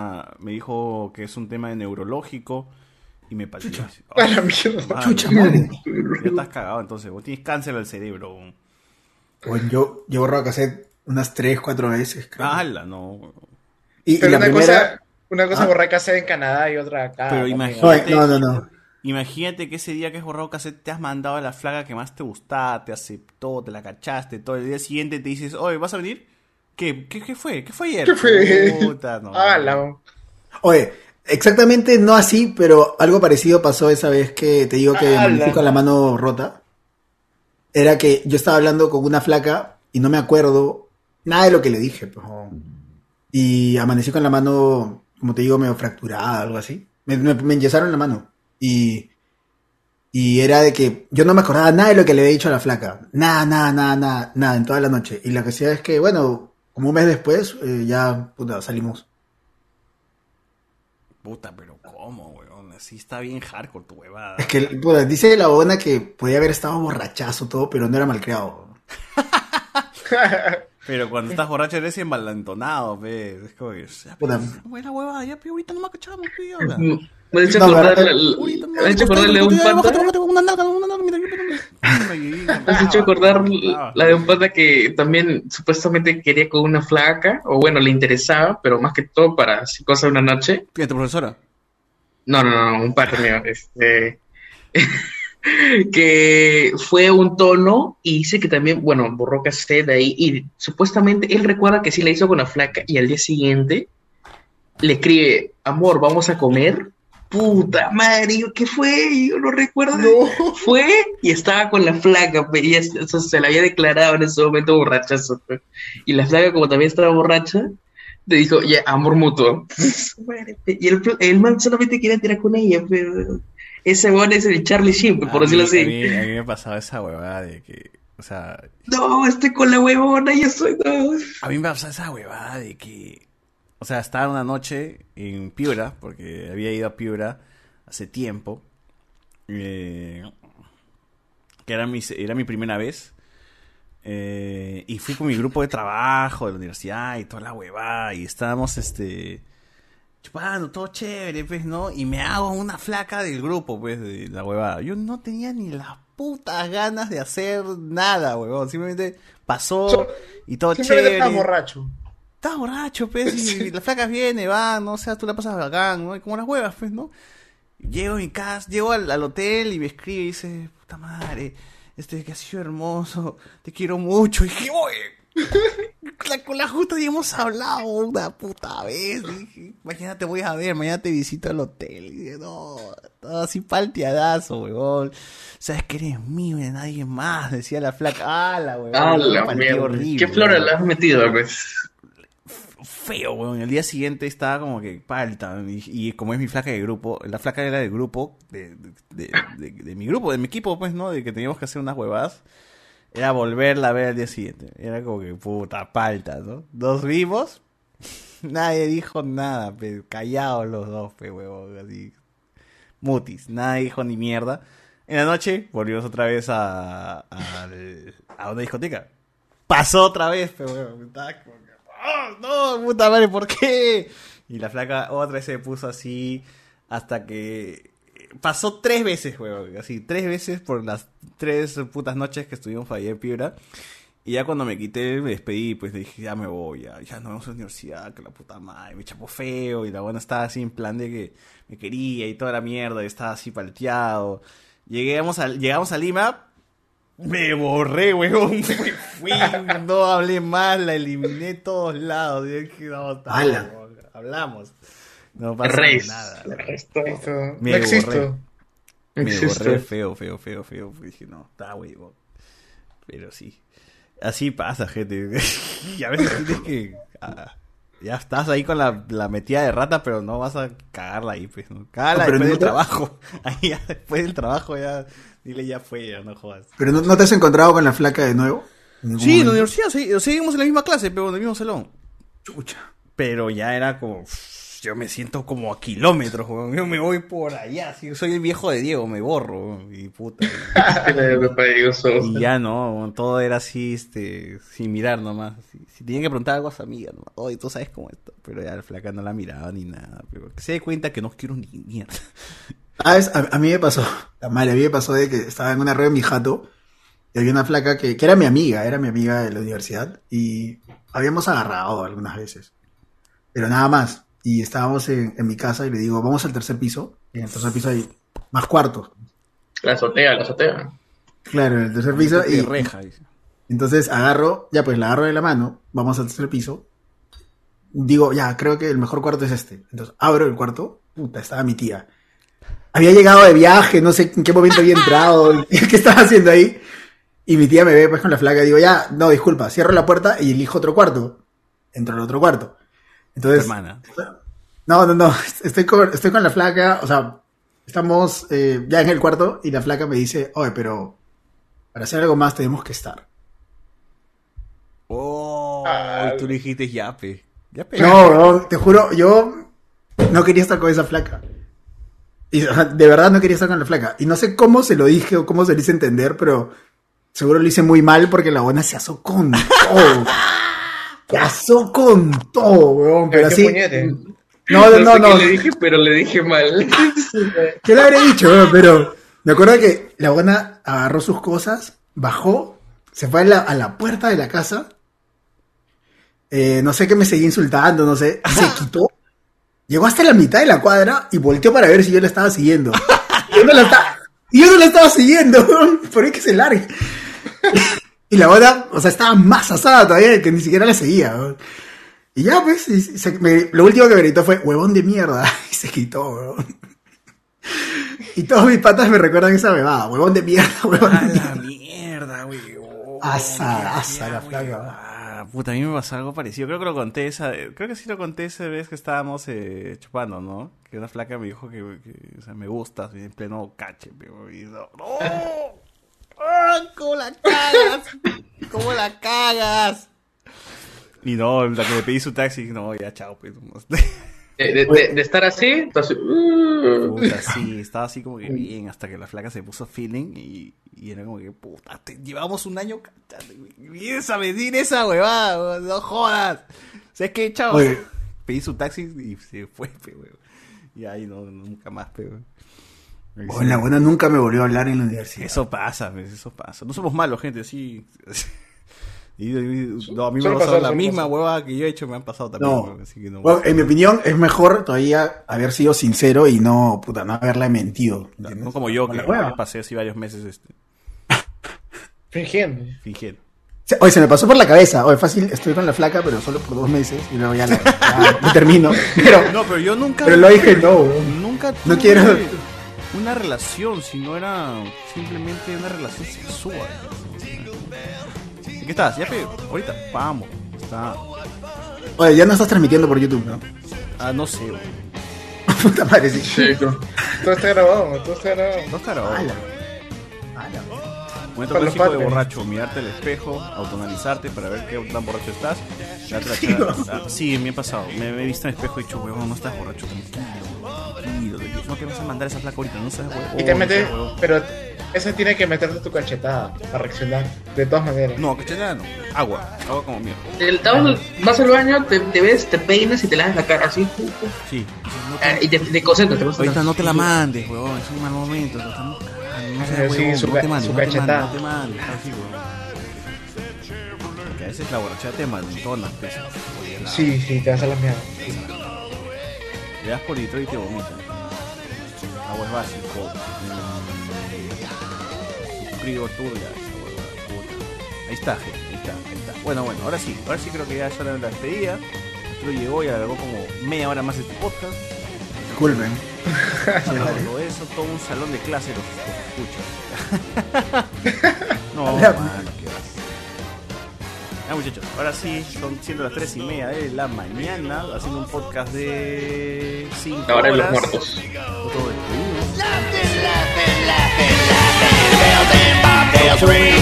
dijo que es un tema de neurológico y me pateó. A la mierda. Chucha, madre. Ya estás cagado, entonces. Vos tienes cáncer al cerebro. Bueno, yo borro cassette unas 3-4 veces, creo. ¡Hala, no! Y pero la una primera... cosa borrar cassette en Canadá y otra acá. Pero imagínate, no. Imagínate que ese día que has borrado cassette te has mandado a la flaca que más te gustaba, te aceptó, te la cachaste, todo el día siguiente te dices, oye, ¿vas a venir? ¿Qué fue? ¿Qué fue ayer? ¿Qué fue? Puta, no. Oye, exactamente no así, pero algo parecido pasó esa vez que te digo que amanecí con la mano rota. Era que yo estaba hablando con una flaca y no me acuerdo nada de lo que le dije. Pues. Y amanecí con la mano, como te digo, medio fracturada, algo así. Me enyesaron la mano. Y era de que yo no me acordaba nada de lo que le había dicho a la flaca. Nada, en toda la noche. Y la cuestión es que, bueno, como un mes después, ya, puta, salimos. Puta, pero ¿cómo, weón? Así está bien hardcore tu huevada. Es que, puta, dice la buena que podía haber estado borrachazo todo, pero no era malcriado. Pero cuando estás borracho eres envalentonado, ¿ves? Es como que... Buena huevada, ya, pero ahorita no me cachamos, tío. Me he hecho acordarle a un pata. Me has hecho acordar la de un pata que también supuestamente quería con una flaca, o bueno, le interesaba, pero más que todo para cosas de una noche. ¿Quién, tu profesora? No, un pata mío. Que fue un tono y dice que también, bueno, borró cassette ahí y supuestamente él recuerda que sí la hizo con la flaca y al día siguiente le escribe, amor, vamos a comer. Puta madre, yo, ¿qué fue? Yo no recuerdo. Fue y estaba con la flaca, pe, y eso se la había declarado en ese momento borrachazo, pe. Y la flaca, como también estaba borracha, le dijo, ya, amor mutuo. Y el man solamente quería tirar con ella, pero ese weón es el Charlie Sheen, por decirlo así. A mí me pasaba esa huevada de que, o sea... No, estoy con la huevona, yo soy... No. A mí me pasaba esa huevada de que... O sea, estaba una noche en Piura, porque había ido a Piura hace tiempo, que era mi primera vez, y fui con mi grupo de trabajo de la universidad y toda la huevada, y estábamos, chupando, todo chévere, pues, ¿no? Y me hago una flaca del grupo, pues, de la huevada. Yo no tenía ni las putas ganas de hacer nada, huevón, simplemente pasó y todo chévere. Estaba borracho. Estás borracho, pues, y las flacas vienen, van, ¿no? O sea, tú la pasas bacán, ¿no? Y como las huevas, pues, ¿no? Llego a mi casa, llego al hotel y me escribe y dice, puta madre, que ha sido hermoso, te quiero mucho. Y dije, oye, con la justa ya hemos hablado una puta vez. Y dije, mañana te voy a ver, mañana te visito al hotel. Y dije, no, todo así palteadazo, huevón. Sabes que eres mío y de nadie más, decía la flaca. Ah, la huevón. Ah, la mierda. Horrible, ¿Qué flores le has metido, pues? Feo, weón. El día siguiente estaba como que palta. Y como es mi flaca de grupo, la flaca era del grupo, de mi grupo, de mi equipo, pues, ¿no? De que teníamos que hacer unas huevadas. Era volverla a ver al día siguiente. Era como que puta palta, ¿no? Nos vimos, nadie dijo nada, pe, callados los dos, pe, huevón, así. Mutis, nadie dijo ni mierda. En la noche volvimos otra vez a una discoteca. Pasó otra vez, pe, huevón. ¡Oh, no, puta madre, ¿por qué? Y la flaca otra vez se puso así hasta que pasó 3 veces, weón, así, 3 veces por las 3 putas noches que estuvimos allá en Piura. Y ya cuando me quité, me despedí, pues dije, ya me voy, ya nos vamos a la universidad, que la puta madre, me chapó feo, y la buena estaba así en plan de que me quería y toda la mierda, y estaba así palteado. Llegamos a Lima. Me borré, weón. Fui, no hablé más, la eliminé todos lados. Y dije, no, hablamos. No pasa nada. Me no existo. Me borré feo. Dije, no, está weón. Pero sí. Así pasa, gente. Y a veces tienes que... ya estás ahí con la metida de rata, pero no vas a cagarla ahí, pues, ¿no? Cagarla después del trabajo. Ahí ya después del trabajo ya... Dile ya fue, ya no jodas. ¿Pero no te has encontrado con la flaca de nuevo? Sí, en la universidad, seguimos en la misma clase, pero en el mismo salón. Chucha. Pero ya era como... Yo me siento como a kilómetros, weón. Yo me voy por allá. Si soy el viejo de Diego, me borro, weón. Y puta. Y ya no, todo era así, sin mirar nomás. Si tenían que preguntar algo a su amiga, nomás. Oye, tú sabes cómo esto. Pero ya la flaca no la miraba ni nada. Pero que se dé cuenta que no quiero ni mierda. A mí me pasó, a mí me pasó de que estaba en una red en mi jato y había una flaca que era mi amiga de la universidad y habíamos agarrado algunas veces, pero nada más. Y estábamos en mi casa y le digo, vamos al tercer piso, y en el tercer piso hay más cuartos. La azotea. Claro, en el tercer piso. Y reja. Entonces la agarro de la mano, vamos al tercer piso. Digo, ya, creo que el mejor cuarto es este. Entonces abro el cuarto, puta, estaba mi tía. Había llegado de viaje, no sé en qué momento había entrado, qué estaba haciendo ahí. Y mi tía me ve pues con la flaca y digo, ya, no, disculpa, cierro la puerta y elijo otro cuarto. Entro al otro cuarto. Entonces, hermana. No, estoy con la flaca, o sea, estamos ya en el cuarto y la flaca me dice, oye, pero para hacer algo más tenemos que estar. Tú le dijiste yape. No, te juro, yo no quería estar con esa flaca. Y, o sea, de verdad no quería estar con la flaca. Y no sé cómo se lo dije o cómo se lo hice entender, pero seguro lo hice muy mal porque la buena se asó con todo. Se asó con todo, weón. Pero así... No. Le dije, pero le dije mal. ¿Qué le habré dicho, weón? Pero me acuerdo que la buena agarró sus cosas, bajó, se fue a la puerta de la casa. No sé qué me seguía insultando, no sé. Se quitó. Llegó hasta la mitad de la cuadra y volteó para ver si yo la estaba siguiendo. Y yo no la estaba siguiendo, por ahí que se largue. Y la otra, o sea, estaba más asada todavía que ni siquiera la seguía. Y ya, pues, lo último que me gritó fue, huevón de mierda. Y se quitó, weón. Y todos mis patas me recuerdan esa bebada, huevón de mierda, huevón de mierda. Mierda, güey. Asa, la flaca. Puta, a mí me pasó algo parecido. Creo que lo conté creo que sí lo conté esa vez que estábamos chupando, ¿no? Que una flaca me dijo que o sea, me gusta, en pleno cache, pero ¡no! ¿Cómo la cagas? ¿Cómo la cagas? Y no, la que le pedí su taxi, no, ya chao, pues. De estar así, entonces, puta, sí, estaba así como que bien, hasta que la flaca se puso feeling y era como que, puta, llevamos un año cantando, vienes a medir esa huevada, no jodas. ¿Sabes qué, chao? Pedí su taxi y se fue, weón. Y ahí no, nunca más, weón. La buena nunca me volvió a hablar en la universidad. Eso pasa. No somos malos, gente, sí. No, a mí me ha pasado la misma huevada que yo he hecho, me han pasado también. No. Así que no. Bueno, en mi opinión, es mejor todavía haber sido sincero y no haberla mentido. No como yo, que pasé así varios meses fingiendo. Oye, se me pasó por la cabeza. Oye, fácil, estoy con la flaca, pero solo por 2 meses y luego ya me termino. Pero yo nunca. Pero lo dije, nunca tuve no quiero una relación, sino era simplemente una relación sexual. ¿Qué estás? Ya ahorita, vamos. Está. Oye, ya no estás transmitiendo por YouTube, ¿no? No sé, güey. Puta madre, sí. Todo está grabado. Momento clásico de borracho, mirarte al espejo, autoanalizarte para ver qué tan borracho estás. Sí, me ha pasado. Me he visto en el espejo y he dicho, huevón, no estás borracho, tranquilo. No te vas a mandar esa flaca ahorita, no seas huevón. Y te metes, pero ese tiene que meterte tu cachetada para reaccionar, de todas maneras. No, cachetada no, agua como mierda. Vas al baño, te ves, te peinas y te lavas la cara así. Sí. Y te concentras. Ahorita no te la mandes, huevón, es un mal momento. No te mandes, así, porque a veces la borrachera te maldona, pues. Sí, te vas a la mierda. Le das por litro y te vomitas. Agua es básico. Frío, turbia. Ahí está, gente. Ahí está. Bueno, ahora sí creo que ya es hora de la despedida. Esto llegó y alargó como media hora más este podcast. Disculpen. Todo eso, todo un salón de clase los escucha. No, mano, qué vas. Ya, muchachos, ahora sí, son siendo las 3:30 de la mañana, haciendo un podcast de 5 horas. Ahora en los muertos. Todo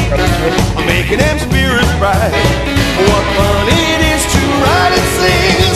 making them spirits bright. What fun it is to ride and sing